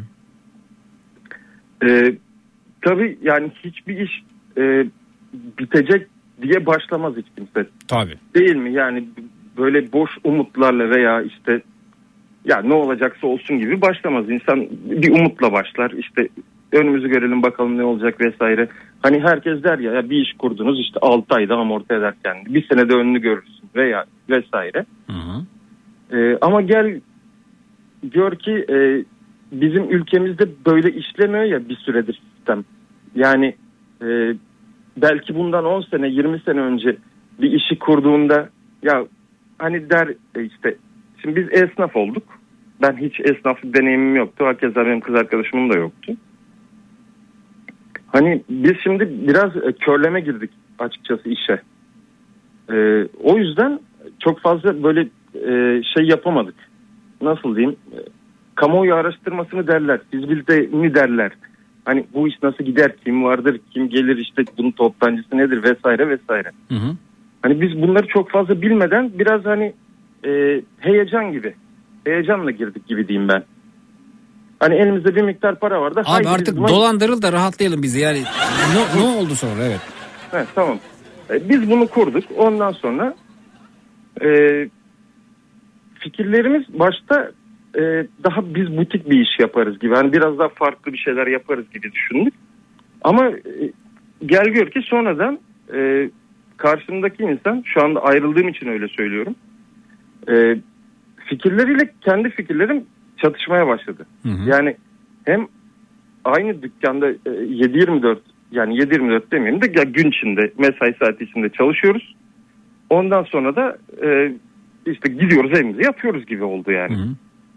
Ee, tabii yani hiçbir iş e, bitecek diye başlamaz hiç kimse. Tabii. Değil mi? Yani böyle boş umutlarla veya işte ya ne olacaksa olsun gibi başlamaz. İnsan bir umutla başlar. İşte önümüzü görelim bakalım ne olacak vesaire. Hani herkes der ya, ya bir iş kurdunuz işte altı ayda amorti ederken bir senede önünü görürsün veya vesaire. Hı hı. Ee, ama gel gör ki e, bizim ülkemizde böyle işlemiyor ya bir süredir sistem. Yani e, belki bundan on sene yirmi sene önce bir işi kurduğunda ya hani der işte şimdi biz esnaf olduk. Ben hiç esnaflık deneyimim yoktu. Hakeza benim kız arkadaşımın da yoktu. Hani biz şimdi biraz körleme girdik açıkçası işe. Ee, o yüzden çok fazla böyle e, şey yapamadık. Nasıl diyeyim? Kamuoyu araştırması mı derler? Fizibilite mi derler? Hani bu iş nasıl gider? Kim vardır? Kim gelir? İşte bunun toptancısı nedir? Vesaire vesaire. Hı hı. Hani biz bunları çok fazla bilmeden biraz hani e, heyecan gibi. Heyecanla girdik gibi diyeyim ben. Hani elimizde bir miktar para vardı. Abi artık bunu... dolandırıl da rahatlayalım bizi yani. ne, ne oldu sonra evet. Evet tamam. E, biz bunu kurduk. Ondan sonra e, fikirlerimiz başta e, daha biz butik bir iş yaparız gibi. Hani biraz daha farklı bir şeyler yaparız gibi düşündük. Ama e, gel gör ki sonradan e, karşımdaki insan şu anda ayrıldığım için öyle söylüyorum. E, fikirleriyle kendi fikirlerim çatışmaya başladı. Hı hı. Yani hem aynı dükkanda e, yedi yirmi dört yani yedi yirmi dört demeyelim de ya gün içinde mesai saati içinde çalışıyoruz. Ondan sonra da e, işte gidiyoruz evimize yatıyoruz gibi oldu yani. Hı hı.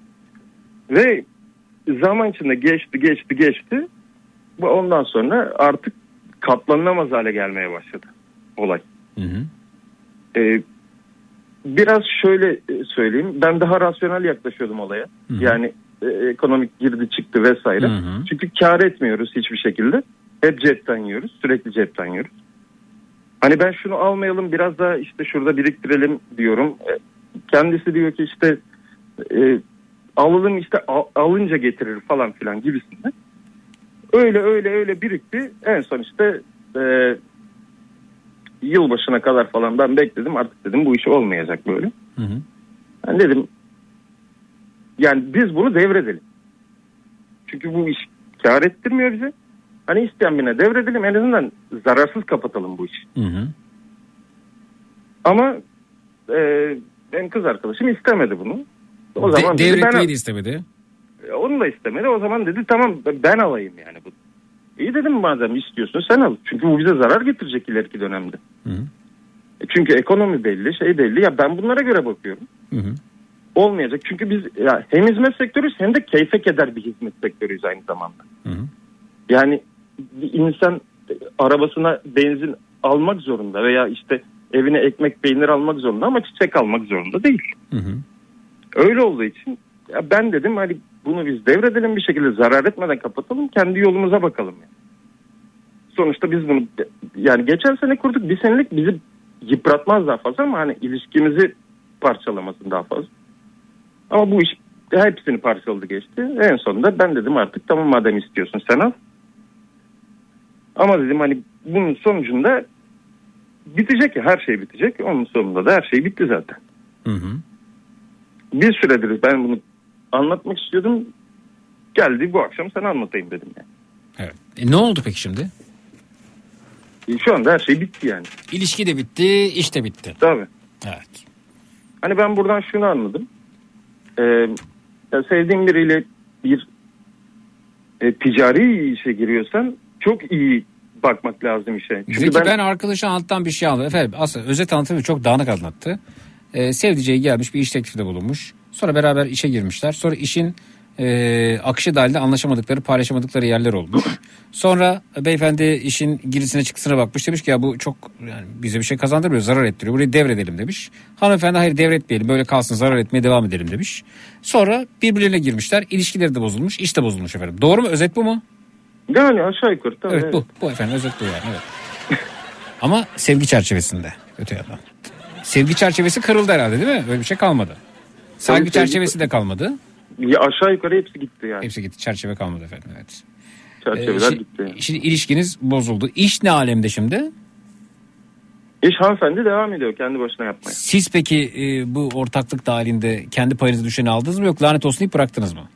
Ve zaman içinde geçti geçti geçti. Ondan sonra artık katlanılamaz hale gelmeye başladı olay. Hı hı. E, biraz şöyle söyleyeyim. Ben daha rasyonel yaklaşıyordum olaya. Hı hı. Yani e, ekonomik girdi çıktı vesaire. Hı hı. Çünkü kar etmiyoruz hiçbir şekilde. Hep cepten yiyoruz. Sürekli cepten yiyoruz. Hani ben şunu almayalım biraz daha işte şurada biriktirelim diyorum. E, kendisi diyor ki işte e, alalım işte al, alınca getirir falan filan gibisinden. Öyle öyle öyle birikti. En son işte e, yılbaşına kadar falan ben bekledim. Artık dedim bu iş olmayacak böyle. Hı hı. Ben dedim yani biz bunu devredelim. Çünkü bu iş kar ettirmiyor bize. Hani isteyen birine devredelim, en azından zararsız kapatalım bu işi. Hı hı. Ama e, benim kız arkadaşım istemedi bunu. O De- zaman devretmeyi de istemedi. Onu da istemedi. O zaman dedi tamam ben alayım yani bu. İyi dedim madem istiyorsun sen al. Çünkü bu bize zarar getirecek ileriki dönemde. Hı hı. Çünkü ekonomi belli, şey belli. Ya ben bunlara göre bakıyorum. Hı hı. Olmayacak. Çünkü biz ya hem hizmet sektörüyüz hem de keyfe keder bir hizmet sektörüyüz aynı zamanda. Hı hı. Yani bir insan arabasına benzin almak zorunda veya işte evine ekmek peynir almak zorunda ama çiçek almak zorunda değil. Hı hı. Öyle olduğu için ya ben dedim hani bunu biz devredelim bir şekilde zarar etmeden kapatalım kendi yolumuza bakalım yani. Sonuçta biz bunu yani geçen sene kurduk bir senelik bizi yıpratmaz daha fazla ama hani ilişkimizi parçalamasın daha fazla. Ama bu iş hepsini parçaladı geçti. En sonunda ben dedim artık tamam madem istiyorsun sen al. Ama dedim hani bunun sonucunda bitecek ya, her şey bitecek. Onun sonunda da her şey bitti zaten. Hı hı. Bir süredir ben bunu anlatmak istiyordum. Geldi bu akşam sana anlatayım dedim yani. Evet. E ne oldu peki şimdi? E şu anda her şey bitti yani. İlişki de bitti, iş de bitti. Tabii. Evet. Hani ben buradan şunu anladım. Ee, ya sevdiğin biriyle bir e, ticari işe giriyorsan çok iyi bakmak lazım işe. Çünkü Zeki ben... ben arkadaşa anlatan bir şey anladım. Efendim aslında özet anlatımı çok dağınık anlattı. Ee, sevdiceği gelmiş bir iş teklifinde bulunmuş. Sonra beraber işe girmişler. Sonra işin e, akışı dahilinde anlaşamadıkları, paylaşamadıkları yerler olmuş. Sonra beyefendi işin girisine çıktısına bakmış. Demiş ki ya bu çok yani bize bir şey kazandırmıyor, zarar ettiriyor. Burayı devredelim demiş. Hanımefendi hayır devretmeyelim, böyle kalsın, zarar etmeye devam edelim demiş. Sonra birbirlerine girmişler. İlişkileri de bozulmuş, iş de bozulmuş efendim. Doğru mu? Özet bu mu? Yani aşağı yukarı. Tabii, evet, evet bu. Bu efendim özet bu yani. Evet. Ama sevgi çerçevesinde öte yandan. Sevgi çerçevesi kırıldı herhalde değil mi? Öyle bir şey kalmadı. Saygı Tabii, çerçevesi sevgi... de kalmadı. Ya aşağı yukarı hepsi gitti yani. Hepsi gitti. Çerçeve kalmadı efendim. Evet. Çerçeveler ee, şi, gitti. Yani. Şimdi ilişkiniz bozuldu. İş ne alemde şimdi? İş hanımefendi devam ediyor kendi başına yapmaya. Siz peki e, bu ortaklık dahilinde kendi payınızı düşeni aldınız mı, yok lanet olsun deyip bıraktınız mı?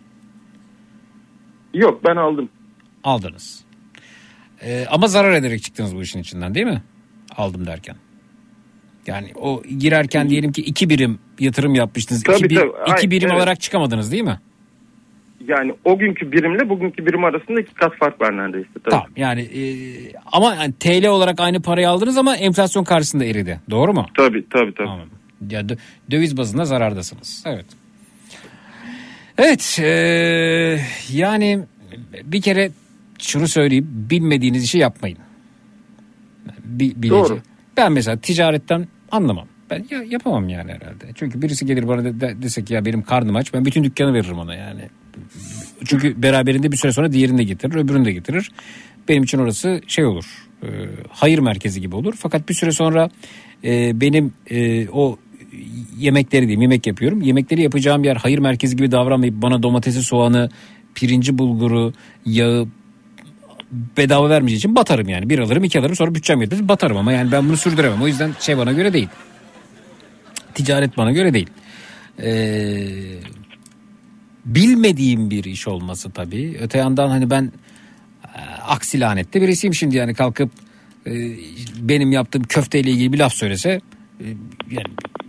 Yok ben aldım. Aldınız. Ee, ama zarar ederek çıktınız bu işin içinden değil mi? Aldım derken. Yani o girerken diyelim ki iki birim yatırım yapmıştınız. Tabii, iki, bir, tabii. iki Ay, birim evet. olarak çıkamadınız değil mi? Yani o günkü birimle bugünkü birim arasında iki kat fark var neredeyse. Tabii. Tamam yani e, ama yani T L olarak aynı parayı aldınız ama enflasyon karşısında eridi. Doğru mu? Tabii tabii tabii. Tamam. Ya dö- döviz bazında zarardasınız. Evet. Evet e, yani bir kere şunu söyleyeyim, bilmediğiniz işi yapmayın. Bi- Doğru. Ben mesela ticaretten anlamam. Ben ya, yapamam yani herhalde. Çünkü birisi gelir bana de, de, dese ki ya benim karnım aç, ben bütün dükkanı veririm ona yani. Çünkü beraberinde bir süre sonra diğerini de getirir, öbürünü de getirir. Benim için orası şey olur, e, hayır merkezi gibi olur. Fakat bir süre sonra e, benim e, o yemekleri diyeyim, yemek yapıyorum. Yemekleri yapacağım yer hayır merkezi gibi davranmayıp bana domatesi, soğanı, pirinci, bulguru, yağı bedava vermeyeceği için batarım yani. Bir alırım, iki alırım, sonra bütçem yetmez batarım ama yani ben bunu sürdüremem. O yüzden şey bana göre değil. Ticaret bana göre değil. Ee, bilmediğim bir iş olması tabii. Öte yandan hani ben e, aksi lanette birisiyim şimdi yani kalkıp e, benim yaptığım köfteyle ilgili bir laf söylese e, yani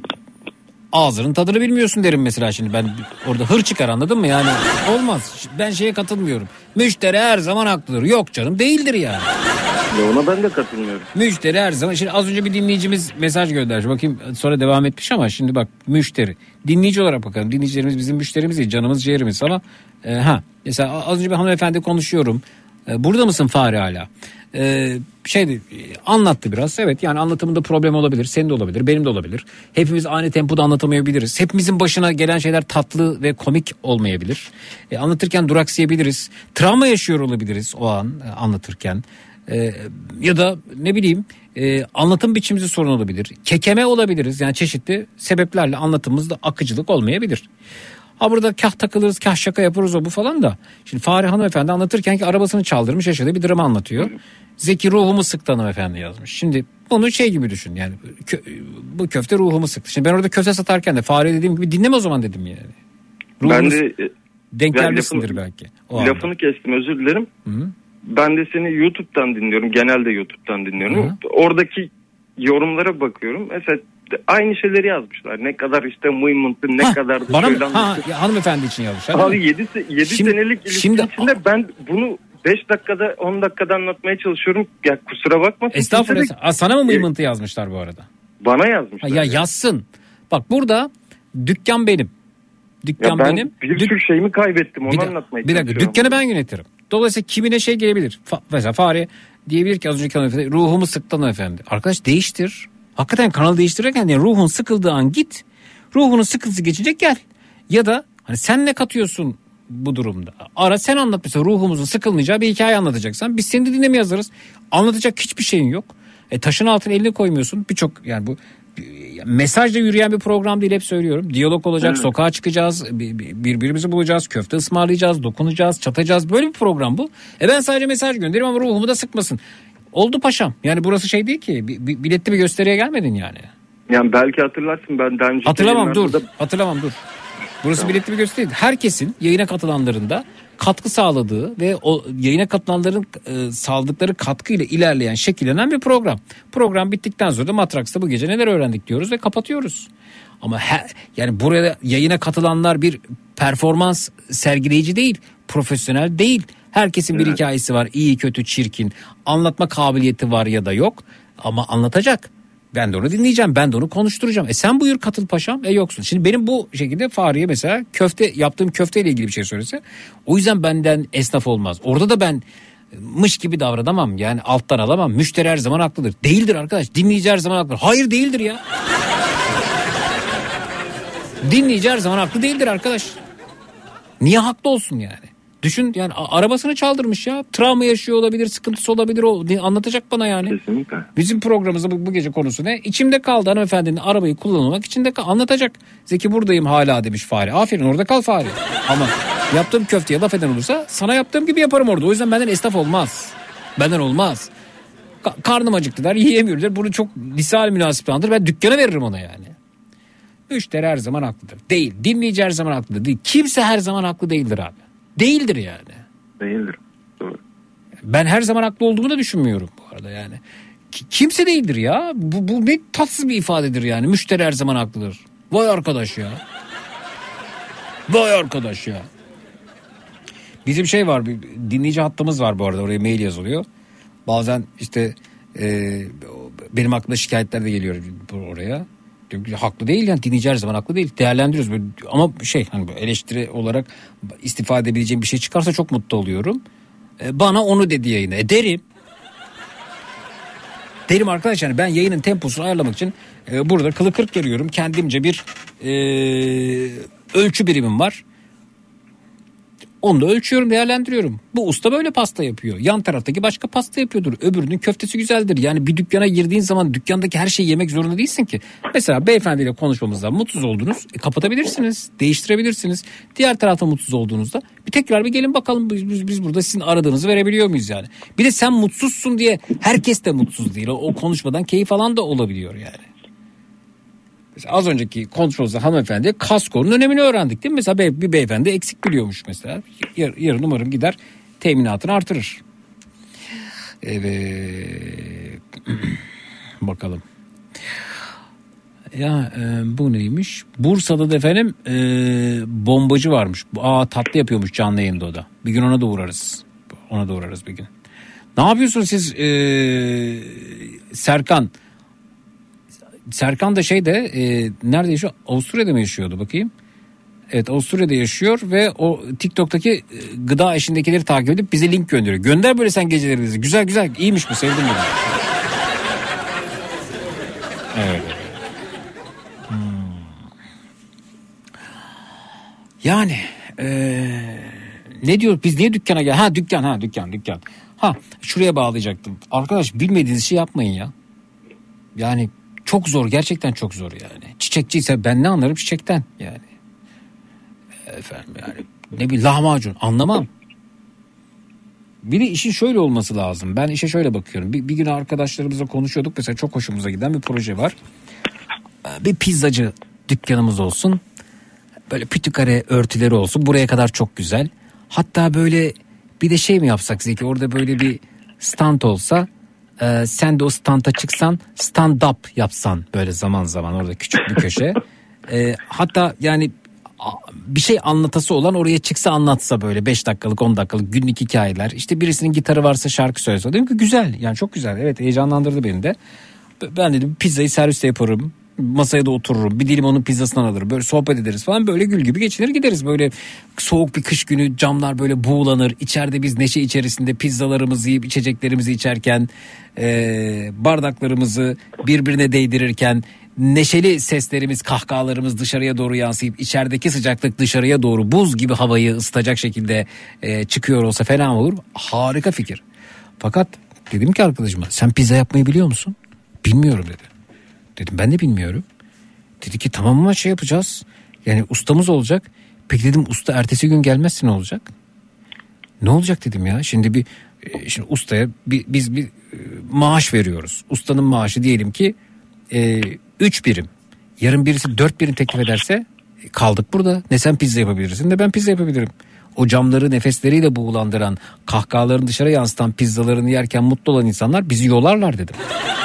ağzının tadını bilmiyorsun derim mesela şimdi ben orada hır çıkar, anladın mı yani olmaz. Ben şeye katılmıyorum. Müşteri her zaman haklıdır. Yok canım, değildir yani. Ya ona ben de katılmıyorum. Müşteri her zaman. Şimdi az önce bir dinleyicimiz mesaj göndermiş. Bakayım sonra devam etmiş ama şimdi bak müşteri. Dinleyici olarak bakalım. Dinleyicilerimiz bizim müşterimiz değil. Canımız ciğerimiz ama e, ha mesela az önce bir hanımefendi konuşuyorum. E, burada mısın Fahri hala? E, şeydi anlattı biraz. Evet yani anlatımında problem olabilir. Senin de olabilir. Benim de olabilir. Hepimiz aynı tempoda anlatamayabiliriz. Hepimizin başına gelen şeyler tatlı ve komik olmayabilir. E, anlatırken duraksayabiliriz. Travma yaşıyor olabiliriz o an e, anlatırken. Ee, ya da ne bileyim e, anlatım biçimimizi sorun olabilir. Kekeme olabiliriz. Yani çeşitli sebeplerle anlatımımızda akıcılık olmayabilir. Ha burada kah takılırız, kah şaka yaparız o bu falan da. Şimdi Fahri hanımefendi anlatırken ki arabasını çaldırmış, yaşadığı bir drama anlatıyor. Zeki ruhumu sıktı hanımefendi yazmış. Şimdi bunu şey gibi düşün yani kö- bu köfte ruhumu sıktı. Şimdi ben orada köfte satarken de Fahri dediğim gibi dinleme o zaman dedim yani. Ben Ruhumuz de denk gelmişsindir lafını, belki. O anda. lafını kestim, özür dilerim. Hı-hı. Ben de seni YouTube'dan dinliyorum. Genelde YouTube'dan dinliyorum. Hı-hı. Oradaki yorumlara bakıyorum. Mesela aynı şeyleri yazmışlar. Ne kadar işte mıymıntı, ne ha, kadar da bana söylenmişti. Ha, ya, hanımefendi için yazmışlar. Abi yedi senelik ilişki şimdi, içinde ben bunu beş dakikada on dakikada anlatmaya çalışıyorum. Ya kusura bakma. Estağfurullah. De, sana mı mıymıntı e, yazmışlar bu arada? Bana yazmışlar. Ha, ya yani. Yazsın. Bak burada dükkan benim. Dükkan ya ben benim. bir sürü Dük- şeyimi kaybettim. Onu bir anlatmaya bir dakika, dükkanı ben yönetirim. Dolayısıyla kimine şey gelebilir. Fa- mesela Fahri diyebilir ki az önceki hanımefendi ruhumu sıktı hanımefendi. Arkadaş değiştir. Hakikaten kanalı değiştirirken yani ruhun sıkıldığı an git. Ruhunun sıkıntısı geçince gel. Ya da hani sen ne katıyorsun bu durumda? Ara sen anlat mesela ruhumuzun sıkılmayacağı bir hikaye anlatacaksan biz seni de dinlemeye hazırız. Anlatacak hiçbir şeyin yok. E taşın altına elini koymuyorsun. Birçok yani bu mesajla yürüyen bir program değil, hep söylüyorum. Diyalog olacak, evet. Sokağa çıkacağız, birbirimizi bulacağız, köfte ısmarlayacağız, dokunacağız, çatacağız. Böyle bir program bu. E ben sadece mesaj gönderirim ama ruhumu da sıkmasın. Oldu paşam. Yani burası şey değil ki. Biletli bir gösteriye gelmedin yani. Yani belki hatırlarsın, ben daha önce... Hatırlamam dur. Burada... Hatırlamam dur. Burası tamam. Biletli bir gösteri değil. Herkesin yayına katılanlarında katkı sağladığı ve o yayına katılanların e, sağladıkları katkıyla ilerleyen, şekillenen bir program. Program bittikten sonra da Matraks'ta bu gece neler öğrendik diyoruz ve kapatıyoruz. Ama he, yani buraya yayına katılanlar bir performans sergileyici değil, profesyonel değil. Herkesin evet. bir hikayesi var, iyi, kötü, çirkin. Anlatma kabiliyeti var ya da yok ama anlatacak. Ben de onu dinleyeceğim, ben de onu konuşturacağım. E sen buyur katıl paşam, e yoksun. Şimdi benim bu şekilde Fahriye mesela köfte, yaptığım köfteyle ilgili bir şey söylese, o yüzden benden esnaf olmaz. Orada da ben mış gibi davranamam, yani alttan alamam. Müşteri her zaman haklıdır. Değildir arkadaş, dinleyici her zaman haklıdır. Hayır, değildir ya. Dinleyici her zaman haklı değildir arkadaş. Niye haklı olsun yani? Düşün yani, arabasını çaldırmış ya. Travma yaşıyor olabilir, sıkıntısı olabilir, o anlatacak bana yani. Kesinlikle. Bizim programımızda bu, bu gece konusu ne? İçimde kaldı hanımefendinin arabayı kullanmak, içinde kal, anlatacak. Zeki buradayım hala demiş Fahri. Aferin, orada kal Fahri. Ama yaptığım köfteye laf eden olursa sana yaptığım gibi yaparım orada. O yüzden benden esnaf olmaz. Benden olmaz. Ka- karnım acıktı der, yiyemiyorum der. Bunu çok lisal münasiptandır. Ben dükkana veririm ona yani. Müşteri her zaman haklıdır. Değil. Dinleyici her zaman haklıdır. Değil. Kimse her zaman haklı değildir abi. Değildir yani. Değildir. Doğru. Ben her zaman haklı olduğumu da düşünmüyorum bu arada yani. Kimse değildir ya. Bu, bu ne tatsız bir ifadedir yani. Müşteri her zaman haklıdır. Vay arkadaş ya. Vay arkadaş ya. Bizim şey var, bir dinleyici hattımız var bu arada, oraya mail yazılıyor. Bazen işte e, benim aklıma şikayetler de geliyor oraya. Haklı değil yani, dinleyici her zaman haklı değil. Değerlendiriyoruz böyle. Ama şey, hani eleştiri olarak istifade edebileceğim bir şey çıkarsa çok mutlu oluyorum. Ee, bana onu dedi yayına. E derim. Derim arkadaş, yani ben yayının temposunu ayarlamak için e, burada kılı kırk veriyorum. Kendimce bir e, ölçü birimim var. Onu da ölçüyorum, değerlendiriyorum. Bu usta böyle pasta yapıyor. Yan taraftaki başka pasta yapıyordur. Öbürünün köftesi güzeldir. Yani bir dükkana girdiğin zaman dükkandaki her şeyi yemek zorunda değilsin ki. Mesela beyefendiyle konuşmamızda mutsuz oldunuz. E, kapatabilirsiniz. Değiştirebilirsiniz. Diğer tarafta mutsuz olduğunuzda bir tekrar bir gelin bakalım biz, biz, biz burada sizin aradığınızı verebiliyor muyuz yani. Bir de sen mutsuzsun diye herkes de mutsuz değil. O, o konuşmadan keyif alan da olabiliyor yani. Mesela az önceki konuşmamızda hanımefendi kaskonun önemini öğrendik değil mi? Mesela bir beyefendi eksik biliyormuş mesela. Yar, yarın umarım gider teminatını artırır. Evet. Bakalım. Ya e, bu neymiş? Bursa'da da efendim e, bombacı varmış. Aa, tatlı yapıyormuş canlı yayında o da. Bir gün ona da uğrarız. Ona da uğrarız bir gün. Ne yapıyorsunuz siz e, Serkan? Serkan da şeyde e, nerede yaşıyor? Avusturya'da mı yaşıyordu bakayım? Evet, Avusturya'da yaşıyor ve o TikTok'taki e, gıda eşindekileri takip edip bize link gönderiyor. Gönder böyle sen geceleri bizi. Güzel güzel, iyiymiş bu, sevdim bunu. Evet. Hmm. Yani e, ne diyor? Biz niye dükkana gel? Ha dükkan, ha dükkan, dükkan. Ha şuraya bağlayacaktım. Arkadaş, bilmediğiniz şey yapmayın ya. Yani çok zor, gerçekten çok zor yani. Çiçekçiyse ben ne anlarım çiçekten yani. Efendim yani ne bileyim, lahmacun anlamam. Bir de işin şöyle olması lazım. Ben işe şöyle bakıyorum. Bir, bir gün arkadaşlarımızla konuşuyorduk. Mesela çok hoşumuza giden bir proje var. Bir pizzacı dükkanımız olsun. Böyle pütükare örtüleri olsun. Buraya kadar çok güzel. Hatta böyle bir de şey mi yapsak Zeki? Orada böyle bir stand olsa. Ee, sen de o standa çıksan, stand up yapsan böyle zaman zaman orada küçük bir köşe. Ee, hatta yani bir şey anlatası olan oraya çıksa, anlatsa böyle beş dakikalık on dakikalık günlük hikayeler. İşte birisinin gitarı varsa şarkı söylese. Dedim ki güzel, yani çok güzel. Evet, heyecanlandırdı beni de. Ben dedim pizzayı serviste yaparım. Masaya da otururum. Bir dilim onun pizzasından alırım. Böyle sohbet ederiz falan. Böyle gül gibi geçinir gideriz. Böyle soğuk bir kış günü camlar böyle buğulanır. İçeride biz neşe içerisinde pizzalarımızı yiyip içeceklerimizi içerken, e, bardaklarımızı birbirine değdirirken, neşeli seslerimiz, kahkahalarımız dışarıya doğru yansıyıp içerideki sıcaklık dışarıya doğru buz gibi havayı ısıtacak şekilde e, çıkıyor olsa fena olur. Harika fikir. Fakat Dedim ki arkadaşıma, sen pizza yapmayı biliyor musun? Bilmiyorum dedi. Dedim ben de bilmiyorum. Dedi ki tamam ama şey yapacağız. Yani ustamız olacak. Peki dedim usta ertesi gün gelmezse ne olacak? Ne olacak dedim ya. Şimdi bir şimdi ustaya bir, biz bir maaş veriyoruz. Ustanın maaşı diyelim ki e, üç birim. Yarın birisi dört birim teklif ederse kaldık burada. Ne sen pizza yapabilirsin ne ben pizza yapabilirim. O camları nefesleriyle buğulandıran, kahkahalarını dışarı yansıtan pizzalarını yerken mutlu olan insanlar bizi yolarlar dedim.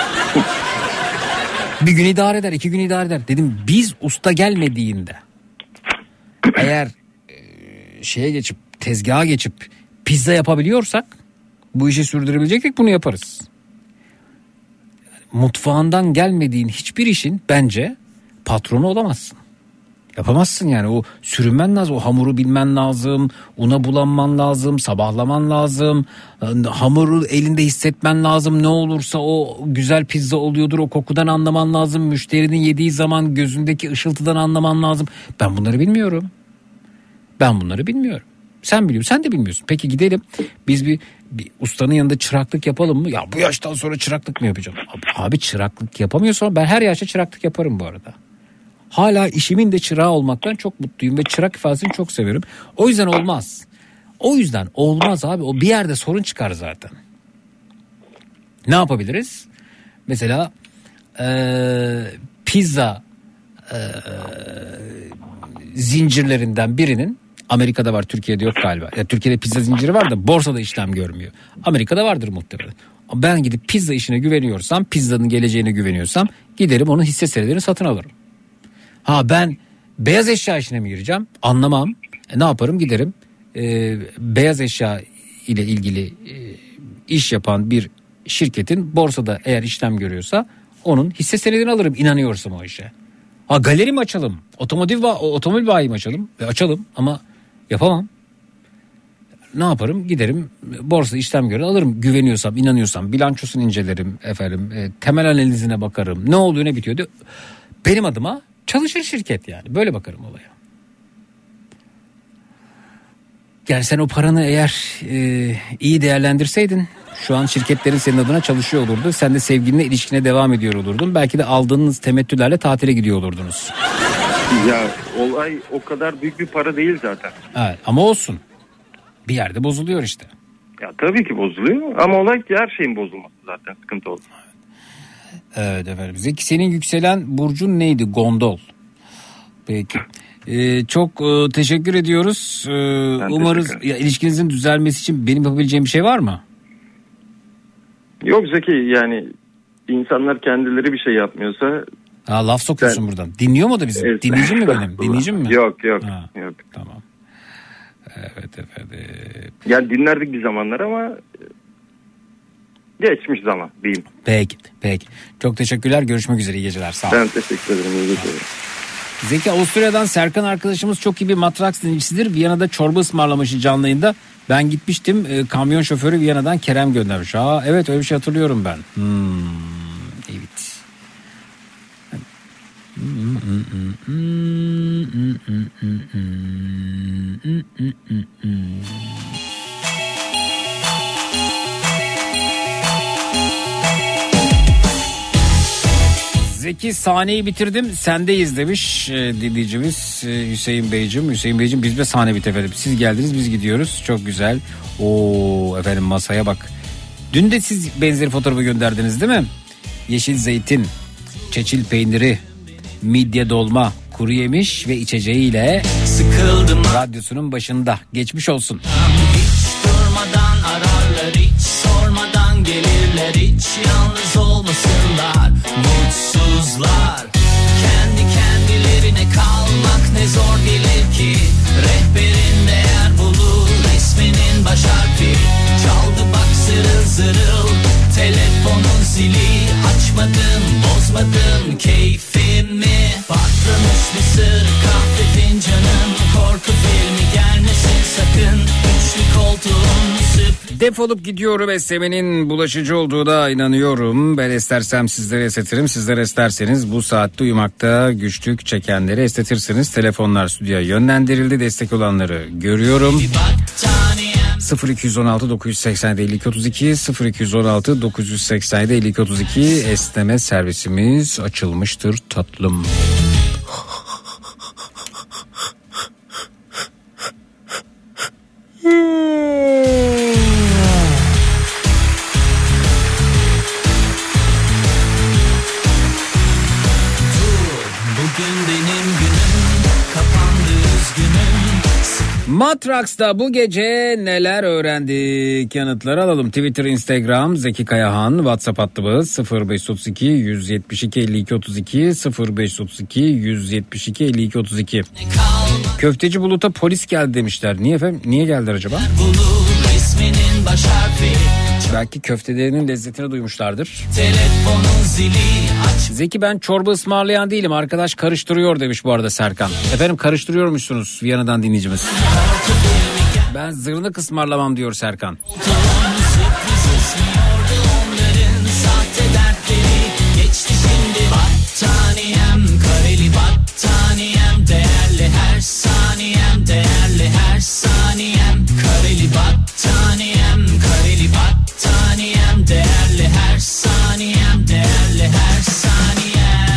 Bir gün idare eder, iki gün idare eder. Dedim biz usta gelmediğinde eğer e, şeye geçip tezgaha geçip pizza yapabiliyorsak bu işi sürdürebileceksek bunu yaparız. Yani mutfağından gelmediğin hiçbir işin bence patronu olamazsın. Yapamazsın yani, o sürünmen lazım, o hamuru bilmen lazım, una bulanman lazım, sabahlaman lazım, hamuru elinde hissetmen lazım, ne olursa o güzel pizza oluyordur, o kokudan anlaman lazım, müşterinin yediği zaman gözündeki ışıltıdan anlaman lazım. Ben bunları bilmiyorum. Ben bunları bilmiyorum. Sen biliyorsun, sen de bilmiyorsun. Peki gidelim biz bir, bir ustanın yanında çıraklık yapalım mı? Ya bu yaştan sonra çıraklık mı yapacağım? Abi çıraklık yapamıyorsan ben her yaşta çıraklık yaparım bu arada. Hala işimin de çırağı olmaktan çok mutluyum ve çırak ifadesini çok severim. O yüzden olmaz. O yüzden olmaz abi. O bir yerde sorun çıkar zaten. Ne yapabiliriz? Mesela ee, pizza ee, zincirlerinden birinin, Amerika'da var, Türkiye'de yok galiba. Ya Türkiye'de pizza zinciri var da borsada işlem görmüyor. Amerika'da vardır muhtemelen. Ben gidip pizza işine güveniyorsam, pizzanın geleceğine güveniyorsam giderim onun hisse senedini satın alırım. Ha ben beyaz eşya işine mi gireceğim? Anlamam. E, ne yaparım? Giderim e, beyaz eşya ile ilgili e, iş yapan bir şirketin borsada eğer işlem görüyorsa onun hisse senedini alırım, inanıyorsam o işe. Ha galeri mi açalım? Otomotiv otomobil bayi mi açalım? E, açalım ama yapamam. Ne yaparım? Giderim borsada işlem gören alırım, güveniyorsam, inanıyorsam, bilançosunu incelerim efendim, e, temel analizine bakarım. Ne oluyor, ne bitiyor diye. Benim adıma çalışır şirket yani. Böyle bakarım olaya. Yani sen o paranı eğer e, iyi değerlendirseydin şu an şirketlerin senin adına çalışıyor olurdu. Sen de sevgilinle ilişkine devam ediyor olurdun. Belki de aldığınız temettülerle tatile gidiyor olurdunuz. Ya olay o kadar büyük bir para değil zaten. Evet, ama olsun. Bir yerde bozuluyor işte. Ya tabii ki bozuluyor ama olay her şeyin bozulması zaten sıkıntı oldu. Evet efendim. Zeki, senin yükselen burcun neydi? Gondol. Peki. Ee, çok e, teşekkür ediyoruz. Ee, umarız ya, ilişkinizin düzelmesi için benim yapabileceğim bir şey var mı? Yok Zeki, yani insanlar kendileri bir şey yapmıyorsa. Ha, laf sokuyorsun sen... buradan. Dinliyor mu da bizi? Evet. Dinleyici mi benim? Dinleyici mi? Yok yok. Ha, yok. Tamam. Evet efendim. Yani dinlerdik bir zamanlar ama geçmiş zaman diyeyim. Peki, peki. Çok teşekkürler. Görüşmek üzere. İyi geceler. Sağ olun. Ben teşekkür ederim. İyi geceler. Zeki, Avusturya'dan Serkan arkadaşımız çok iyi bir matraks dinleyicisidir. Viyana'da çorba ısmarlamışı canlı yayında. Ben gitmiştim. E, kamyon şoförü Viyana'dan Kerem göndermiş. Aa, evet öyle bir şey hatırlıyorum ben. Hmm, evet. Zeki, sahneyi bitirdim, sendeyiz demiş e, dinleyicimiz e, Hüseyin Beyciğim. Hüseyin Beyciğim, biz de sahne bitti efendim. Siz geldiniz, biz gidiyoruz. Çok güzel. Oo efendim, masaya bak. Dün de siz benzeri fotoğrafı gönderdiniz değil mi? Yeşil zeytin, çeçil peyniri, midye dolma, kuru yemiş ve içeceğiyle sıkıldım radyosunun başında. Geçmiş olsun. Hiç durmadan ararlar, hiç sormadan gelirler, hiç yalnız olmasınlar mutsuzlar. Kendi kendilerine kalmak ne zor gelir ki, rehberin değer bulur resminin baş harfi. Çaldı bak zırıl zırıl telefonun zili, açmadım bozmadım keyfimi. Patlamış bir sır kahve fincanın, korku filmi gelmesin sakın, üçlü koltuğun süp. Defolup gidiyorum esnemenin bulaşıcı olduğuna inanıyorum. Ben istersem sizlere esnetirim, sizler isterseniz bu saatte uyumakta güçlük çekenleri esnetirsiniz. Telefonlar stüdyoya yönlendirildi, destek olanları görüyorum. sıfır iki on altı dokuz seksen elli iki otuz iki sıfır iki on altı dokuz seksen elli iki otuz iki esneme servisimiz açılmıştır tatlım. Matraks'ta bu gece neler öğrendik? Yanıtları alalım. Twitter, Instagram, Zeki Kayahan, WhatsApp hattımız sıfır beş otuz iki yüz yetmiş iki elli iki otuz iki sıfır beş otuz iki yüz yetmiş iki elli iki otuz iki. Köfteci Bulut'a polis geldi demişler. Niye efendim? Niye geldiler acaba? Belki köftelerinin lezzetini duymuşlardır. Telefonun zili aç. Zeki ben çorba ısmarlayan değilim. Arkadaş karıştırıyor demiş bu arada Serkan. Efendim karıştırıyormuşsunuz Viyana'dan dinleyicimiz. Ben zırnık ısmarlamam diyor Serkan. Geçti şimdi battaniyem, kareli battaniyem, değerli her saniyem, değerli her saniyem, kareli battaniyem, kareli battaniyem, değerli her saniyem, değerli her saniyem.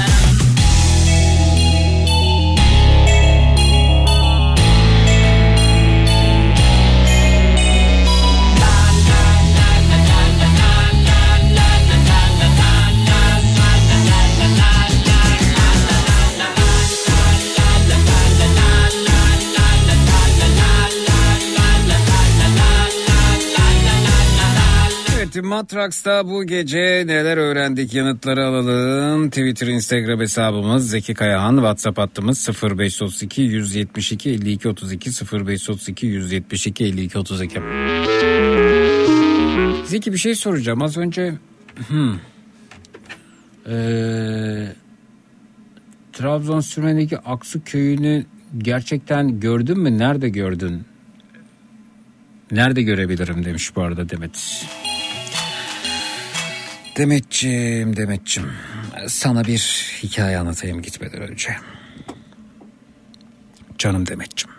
Matraks'ta bu gece neler öğrendik yanıtları alalım. Twitter, Instagram hesabımız Zeki Kayahan, WhatsApp hattımız sıfır beş otuz iki yüz yetmiş iki elli iki otuz iki sıfır beş otuz iki yüz yetmiş iki elli iki otuz iki. Zeki bir şey soracağım az önce. Hmm. Ee, Trabzon Sürmen'deki Aksu Köyü'nü gerçekten gördün mü? Nerede gördün? Nerede görebilirim demiş bu arada Demet. Demetciğim, Demetciğim, sana bir hikaye anlatayım gitmeden önce. Canım Demetciğim.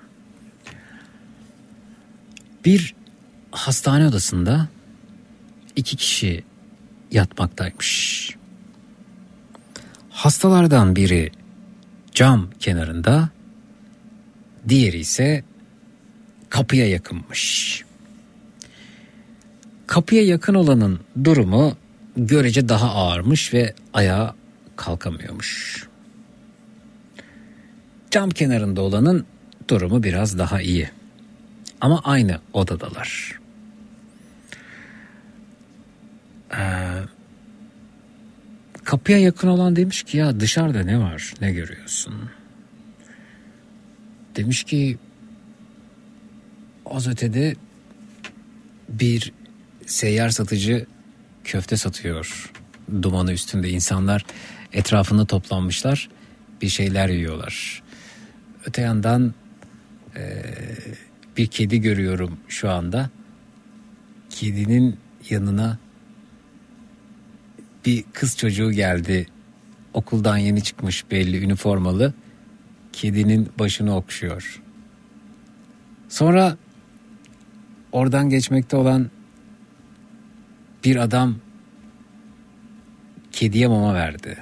Bir hastane odasında iki kişi yatmaktaymış. Hastalardan biri cam kenarında, diğeri ise kapıya yakınmış. Kapıya yakın olanın durumu görece daha ağırmış ve ayağa kalkamıyormuş. Cam kenarında olanın durumu biraz daha iyi. Ama aynı odadalar. Ee, kapıya yakın olan demiş ki ya dışarıda ne var, ne görüyorsun? Demiş ki az ötede bir seyyar satıcı köfte satıyor. Dumanı üstünde insanlar etrafında toplanmışlar, bir şeyler yiyorlar. Öte yandan e, bir kedi görüyorum şu anda. Kedinin yanına bir kız çocuğu geldi. Okuldan yeni çıkmış belli, üniformalı. Kedinin başını okşuyor. Sonra oradan geçmekte olan bir adam kediye mama verdi.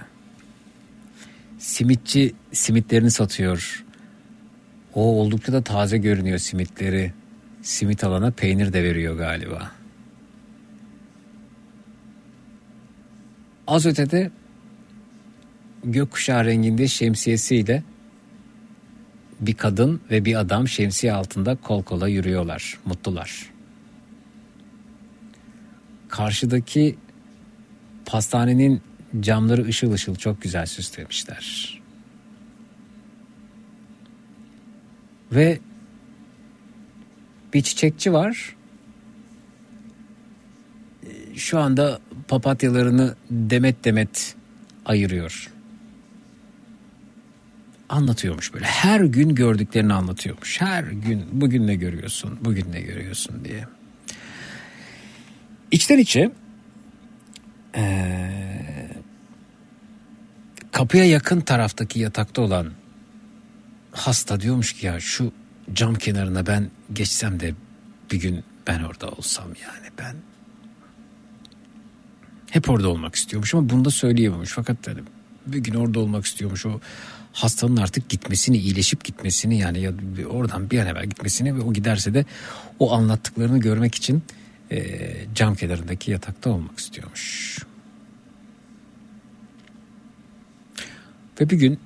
Simitçi simitlerini satıyor. O oldukça da taze görünüyor simitleri. Simit alana peynir de veriyor galiba. Az ötede gökkuşağı renginde şemsiyesiyle bir kadın ve bir adam şemsiye altında kol kola yürüyorlar, mutlular. Karşıdaki pastanenin camları ışıl ışıl çok güzel süslemişler. Ve bir çiçekçi var. Şu anda papatyalarını demet demet ayırıyor. Anlatıyormuş böyle. Her gün gördüklerini anlatıyormuş. Her gün bugün ne görüyorsun, bugün ne görüyorsun diye. İçten içe ee, kapıya yakın taraftaki yatakta olan hasta diyormuş ki ya şu cam kenarına ben geçsem de bir gün ben orada olsam yani ben hep orada olmak istiyormuş ama bunu da söyleyememiş. Fakat hani bir gün orada olmak istiyormuş. O hastanın artık gitmesini, iyileşip gitmesini yani ya oradan bir an evvel gitmesini ve o giderse de o anlattıklarını görmek için e, cam kenarındaki yatakta olmak istiyormuş. Ve bir gün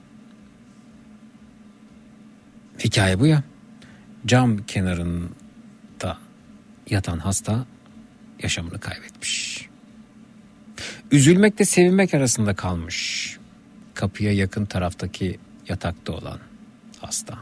hikaye bu ya, cam kenarında yatan hasta yaşamını kaybetmiş. Üzülmekle sevinmek arasında kalmış. Kapıya yakın taraftaki yatakta olan hasta.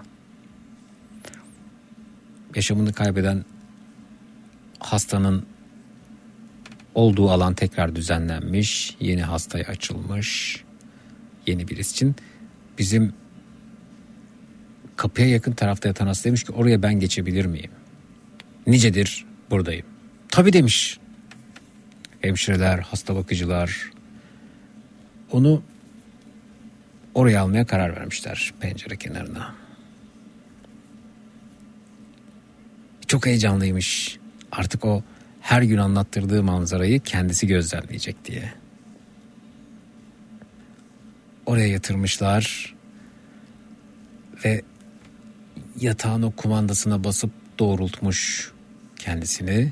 Yaşamını kaybeden hastanın olduğu alan tekrar düzenlenmiş. Yeni hastaya açılmış. Yeni birisi için. Bizim kapıya yakın tarafta yatan hasta demiş ki oraya ben geçebilir miyim? Nicedir buradayım. Tabii demiş. Hemşireler, hasta bakıcılar onu oraya almaya karar vermişler pencere kenarına. Çok heyecanlıymış. Artık o her gün anlattırdığı manzarayı kendisi gözlemleyecek diye. Oraya yatırmışlar ve yatağın o kumandasına basıp doğrultmuş kendisini.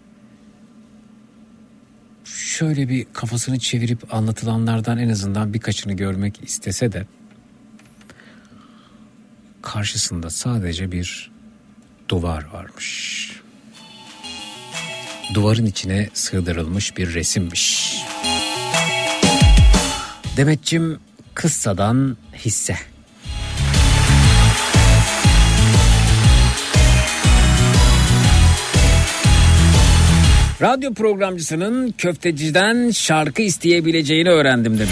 Şöyle bir kafasını çevirip anlatılanlardan en azından birkaçını görmek istese de karşısında sadece bir duvar varmış. Duvarın içine sığdırılmış bir resimmiş. Demetciğim, kıssadan hisse. Radyo programcısının köfteciden şarkı isteyebileceğini öğrendim demiş.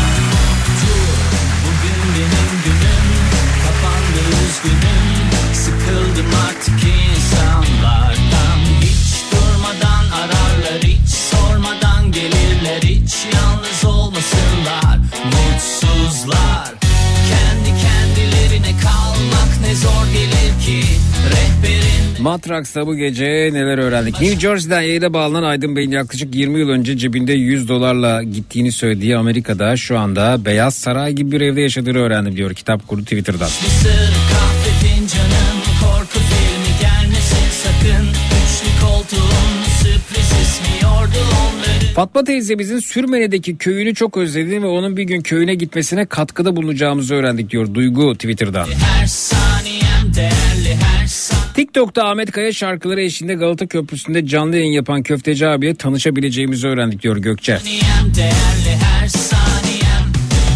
Bugün benim günüm, kapandı üzgünüm, sıkıldım artık insanlardan. Hiç durmadan ararlar, hiç sormadan gelirler, hiç yalnız olmasınlar, mutsuzlar. Kendi kendilerine kalmak ne zor gelir ki rehberin. Matraks'ta bu gece neler öğrendik? New Jersey'den yayına bağlanan Aydın Bey'in yaklaşık yirmi yıl önce cebinde yüz dolarla gittiğini söylediği Amerika'da şu anda Beyaz Saray gibi bir evde yaşadığını öğrendim diyor Kitap Kurdu Twitter'dan. Bir sır kahve fincanım, korku filmi gelmesin sakın. Üçlü koltuğun sürpriz ismiyordu onları. Fatma teyzemizin Sürmene'deki köyünü çok özlediğini ve onun bir gün köyüne gitmesine katkıda bulunacağımızı öğrendik diyor Duygu Twitter'dan. Her saniyem değerli, her saniyem. TikTok'ta Ahmet Kaya şarkıları eşliğinde Galata Köprüsü'nde canlı yayın yapan köfteci abiye tanışabileceğimizi öğrendik diyor Gökçe. Değerli her saniyem.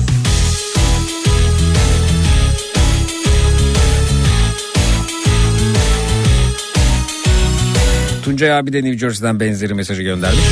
Tuncay abi de New Jersey'den benzeri mesajı göndermiş.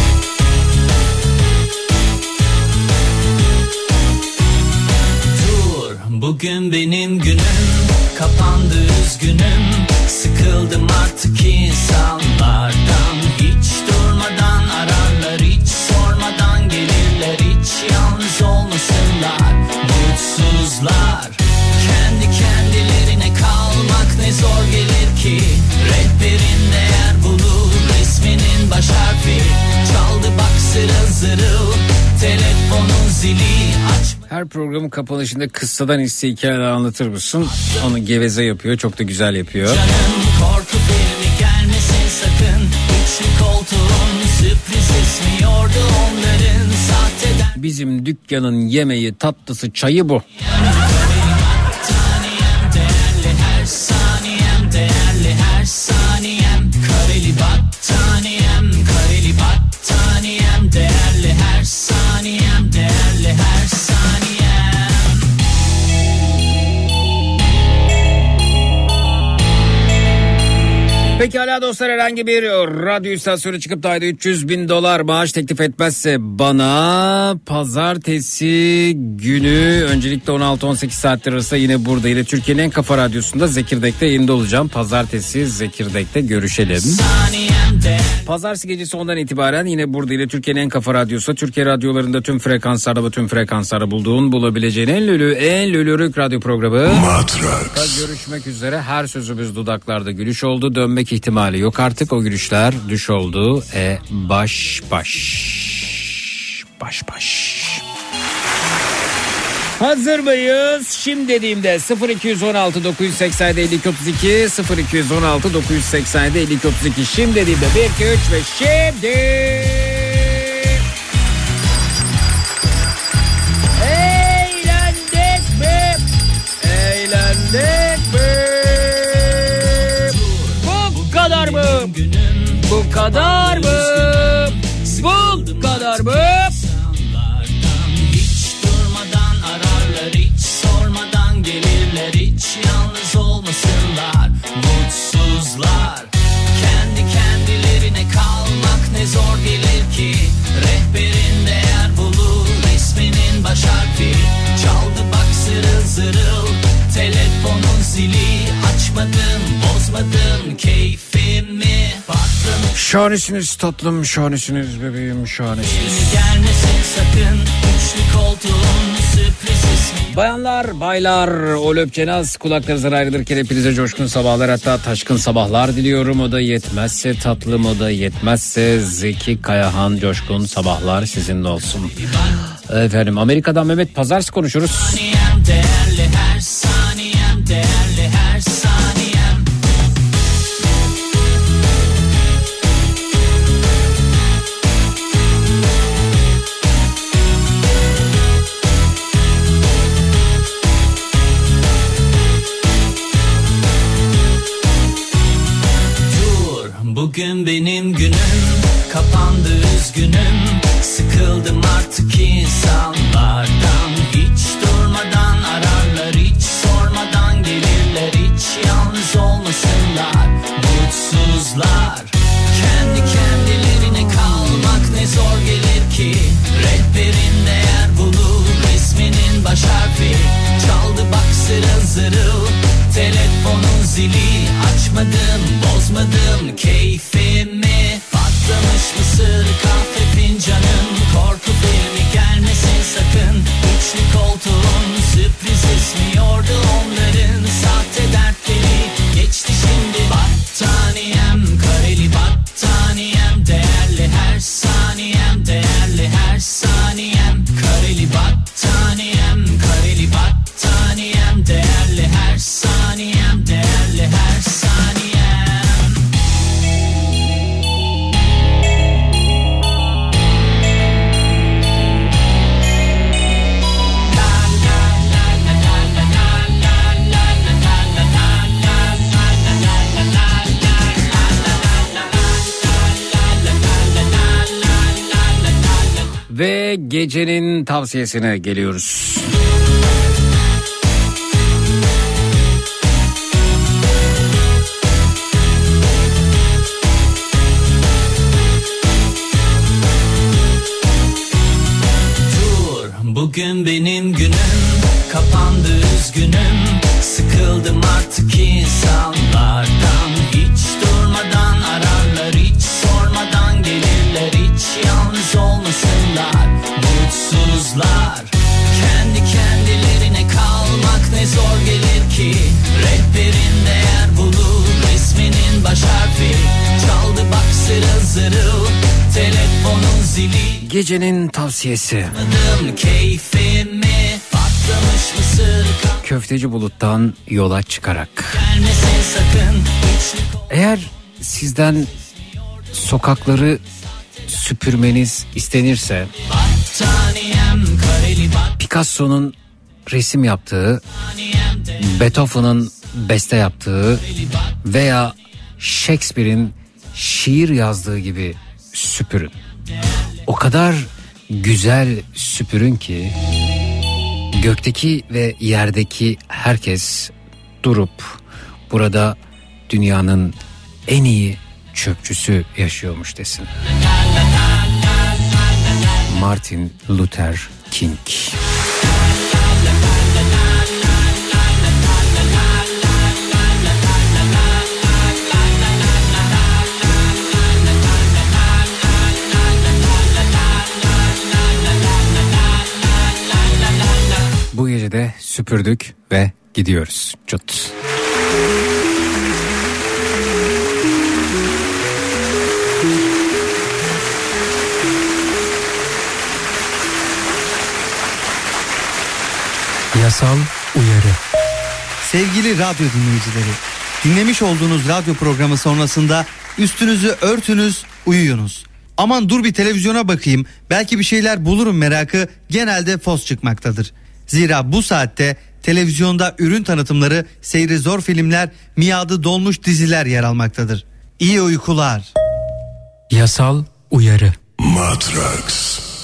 Dur, bugün benim günüm, kapandı üzgünüm, sıkıldım artık insanlardan. Hiç durmadan ararlar, hiç sormadan gelirler, hiç yalnız olmasınlar, mutsuzlar. Kendi kendilerine kalmak ne zor gelir ki rehberin değer bulur, resminin baş harfi çaldı bak zırıl zırıl, telefonun zili aç. Her programın kapanışında kıssadan hisse hikayeler anlatır mısın? Onu geveze yapıyor, çok da güzel yapıyor. Canım korku filmi gelmesin sakın. Üçlü koltuğun sürpriz ismiyordu onların sahteden. Bizim dükkanın yemeği, tatlısı, çayı bu. Battaniyem değerli her saniyem, değerli her saniyem. Kareli battaniyem, kareli battaniyem, değerli her saniyem, değerli her saniyem. Pekala dostlar, herhangi bir radyo istasyonu çıkıp da ayda üç yüz bin dolar maaş teklif etmezse bana, pazartesi günü öncelikle on altı on sekiz saatler arasında yine burada yine Türkiye'nin en kafa radyosunda Zekirdek'te yayında olacağım. Pazartesi Zekirdek'te görüşelim. Pazartesi gecesi ondan itibaren yine burada yine Türkiye'nin en kafa radyosu, Türkiye radyolarında tüm frekanslarda ve tüm frekanslarda bulduğun bulabileceğin en lülü en lülürük radyo programı Matrax. Görüşmek üzere. Her sözümüz dudaklarda gülüş oldu. Dönmek ihtimali yok artık. O gülüşler düş oldu. E baş baş. Baş baş. Hazır mıyız? Şimdi dediğimde sıfır iki on altı dokuz seksen elli iki otuz iki sıfır iki on altı dokuz seksen elli iki otuz iki şimdi dediğimde bir iki üç ve şimdi eğlendik mi? Eğlendik mi? Bu kadar mı? Bu kadar mı? Bu kadar mı? Hiç sormadan gelirler, hiç yalnız olmasınlar. Mutsuzlar, kendi kendilerine kalmak ne zor gelir ki. Rehberin değer bulur, resminin baş harfi. Çaldı bak zırıl zırıl, telefonun zili. Açmadın, bozmadın keyfimi. Patlamış. Şahanesiniz tatlım, şahanesiniz bebeğim, şahanesiniz. Gelmesin sakın, üçlü koltuğun sürpriz ismi. Bayanlar, baylar, o löpçenaz kulaklarınızdan ayrılırken hepinize coşkun sabahlar, hatta taşkın sabahlar diliyorum. O da yetmezse tatlım, o da yetmezse Zeki Kayahan coşkun sabahlar sizinle olsun. Efendim, Amerika'dan Mehmet Pazars konuşuruz. Saniyem değerli, her saniyem değerli, her saniyem. Bugün benim günüm, kapandı üzgünüm. Sıkıldım artık insanlardan. Hiç durmadan ararlar, hiç sormadan gelirler. Hiç yalnız olmasınlar, mutsuzlar. Kendi kendilerine kalmak ne zor gelir ki. Rehberin değer bulur, resminin baş harfi. Çaldı bak zırıl zırıl, telefonun zili. Açmadım, bozmadım keyfimi. Patlamış mısır kahve fincanım. Korku filmi gelmesin sakın. Üçlü koltuğun sürpriz ismi. Yordu onların sahte dertleri. Geçti şimdi battaniyem, kareli battaniyem. Değerli her saniyem, değerli her saniyem. Kareli battaniyem, kareli battaniyem. Değerli her saniyem, değerli her saniyem. Ve gecenin tavsiyesine geliyoruz. Dur, bugün benim günüm, kapandı üzgünüm. Sıkıldım artık insanlardan. Hiç durmadan ararlar, hiç sormadan gelirler. Hiç yalnız olmasınlar, mutsuzlar. Kendi kendilerine kalmak ne zor gelir ki. Rehberin değer bulur, resminin baş harfi. Çaldı bak zırıl zırıl, telefonun zili. Gecenin tavsiyesi. Keyfimi, patlamış mısır. Köfteci Bulut'tan yola çıkarak. Gelmesin sakın. Eğer sizden sokakları süpürmeniz istenirse, Picasso'nun resim yaptığı, Beethoven'ın beste yaptığı veya Shakespeare'in şiir yazdığı gibi süpürün. O kadar güzel süpürün ki gökteki ve yerdeki herkes durup burada dünyanın en iyi çöpçüsü yaşıyormuş desin. Martin Luther King. Bu gece de süpürdük ve gidiyoruz. Çut. Yasal uyarı. Sevgili radyo dinleyicileri, dinlemiş olduğunuz radyo programı sonrasında üstünüzü örtünüz, uyuyunuz. Aman dur bir televizyona bakayım, belki bir şeyler bulurum merakı genelde fos çıkmaktadır. Zira bu saatte televizyonda ürün tanıtımları, seyri zor filmler, miadı dolmuş diziler yer almaktadır. İyi uykular. Yasal uyarı. Matrax.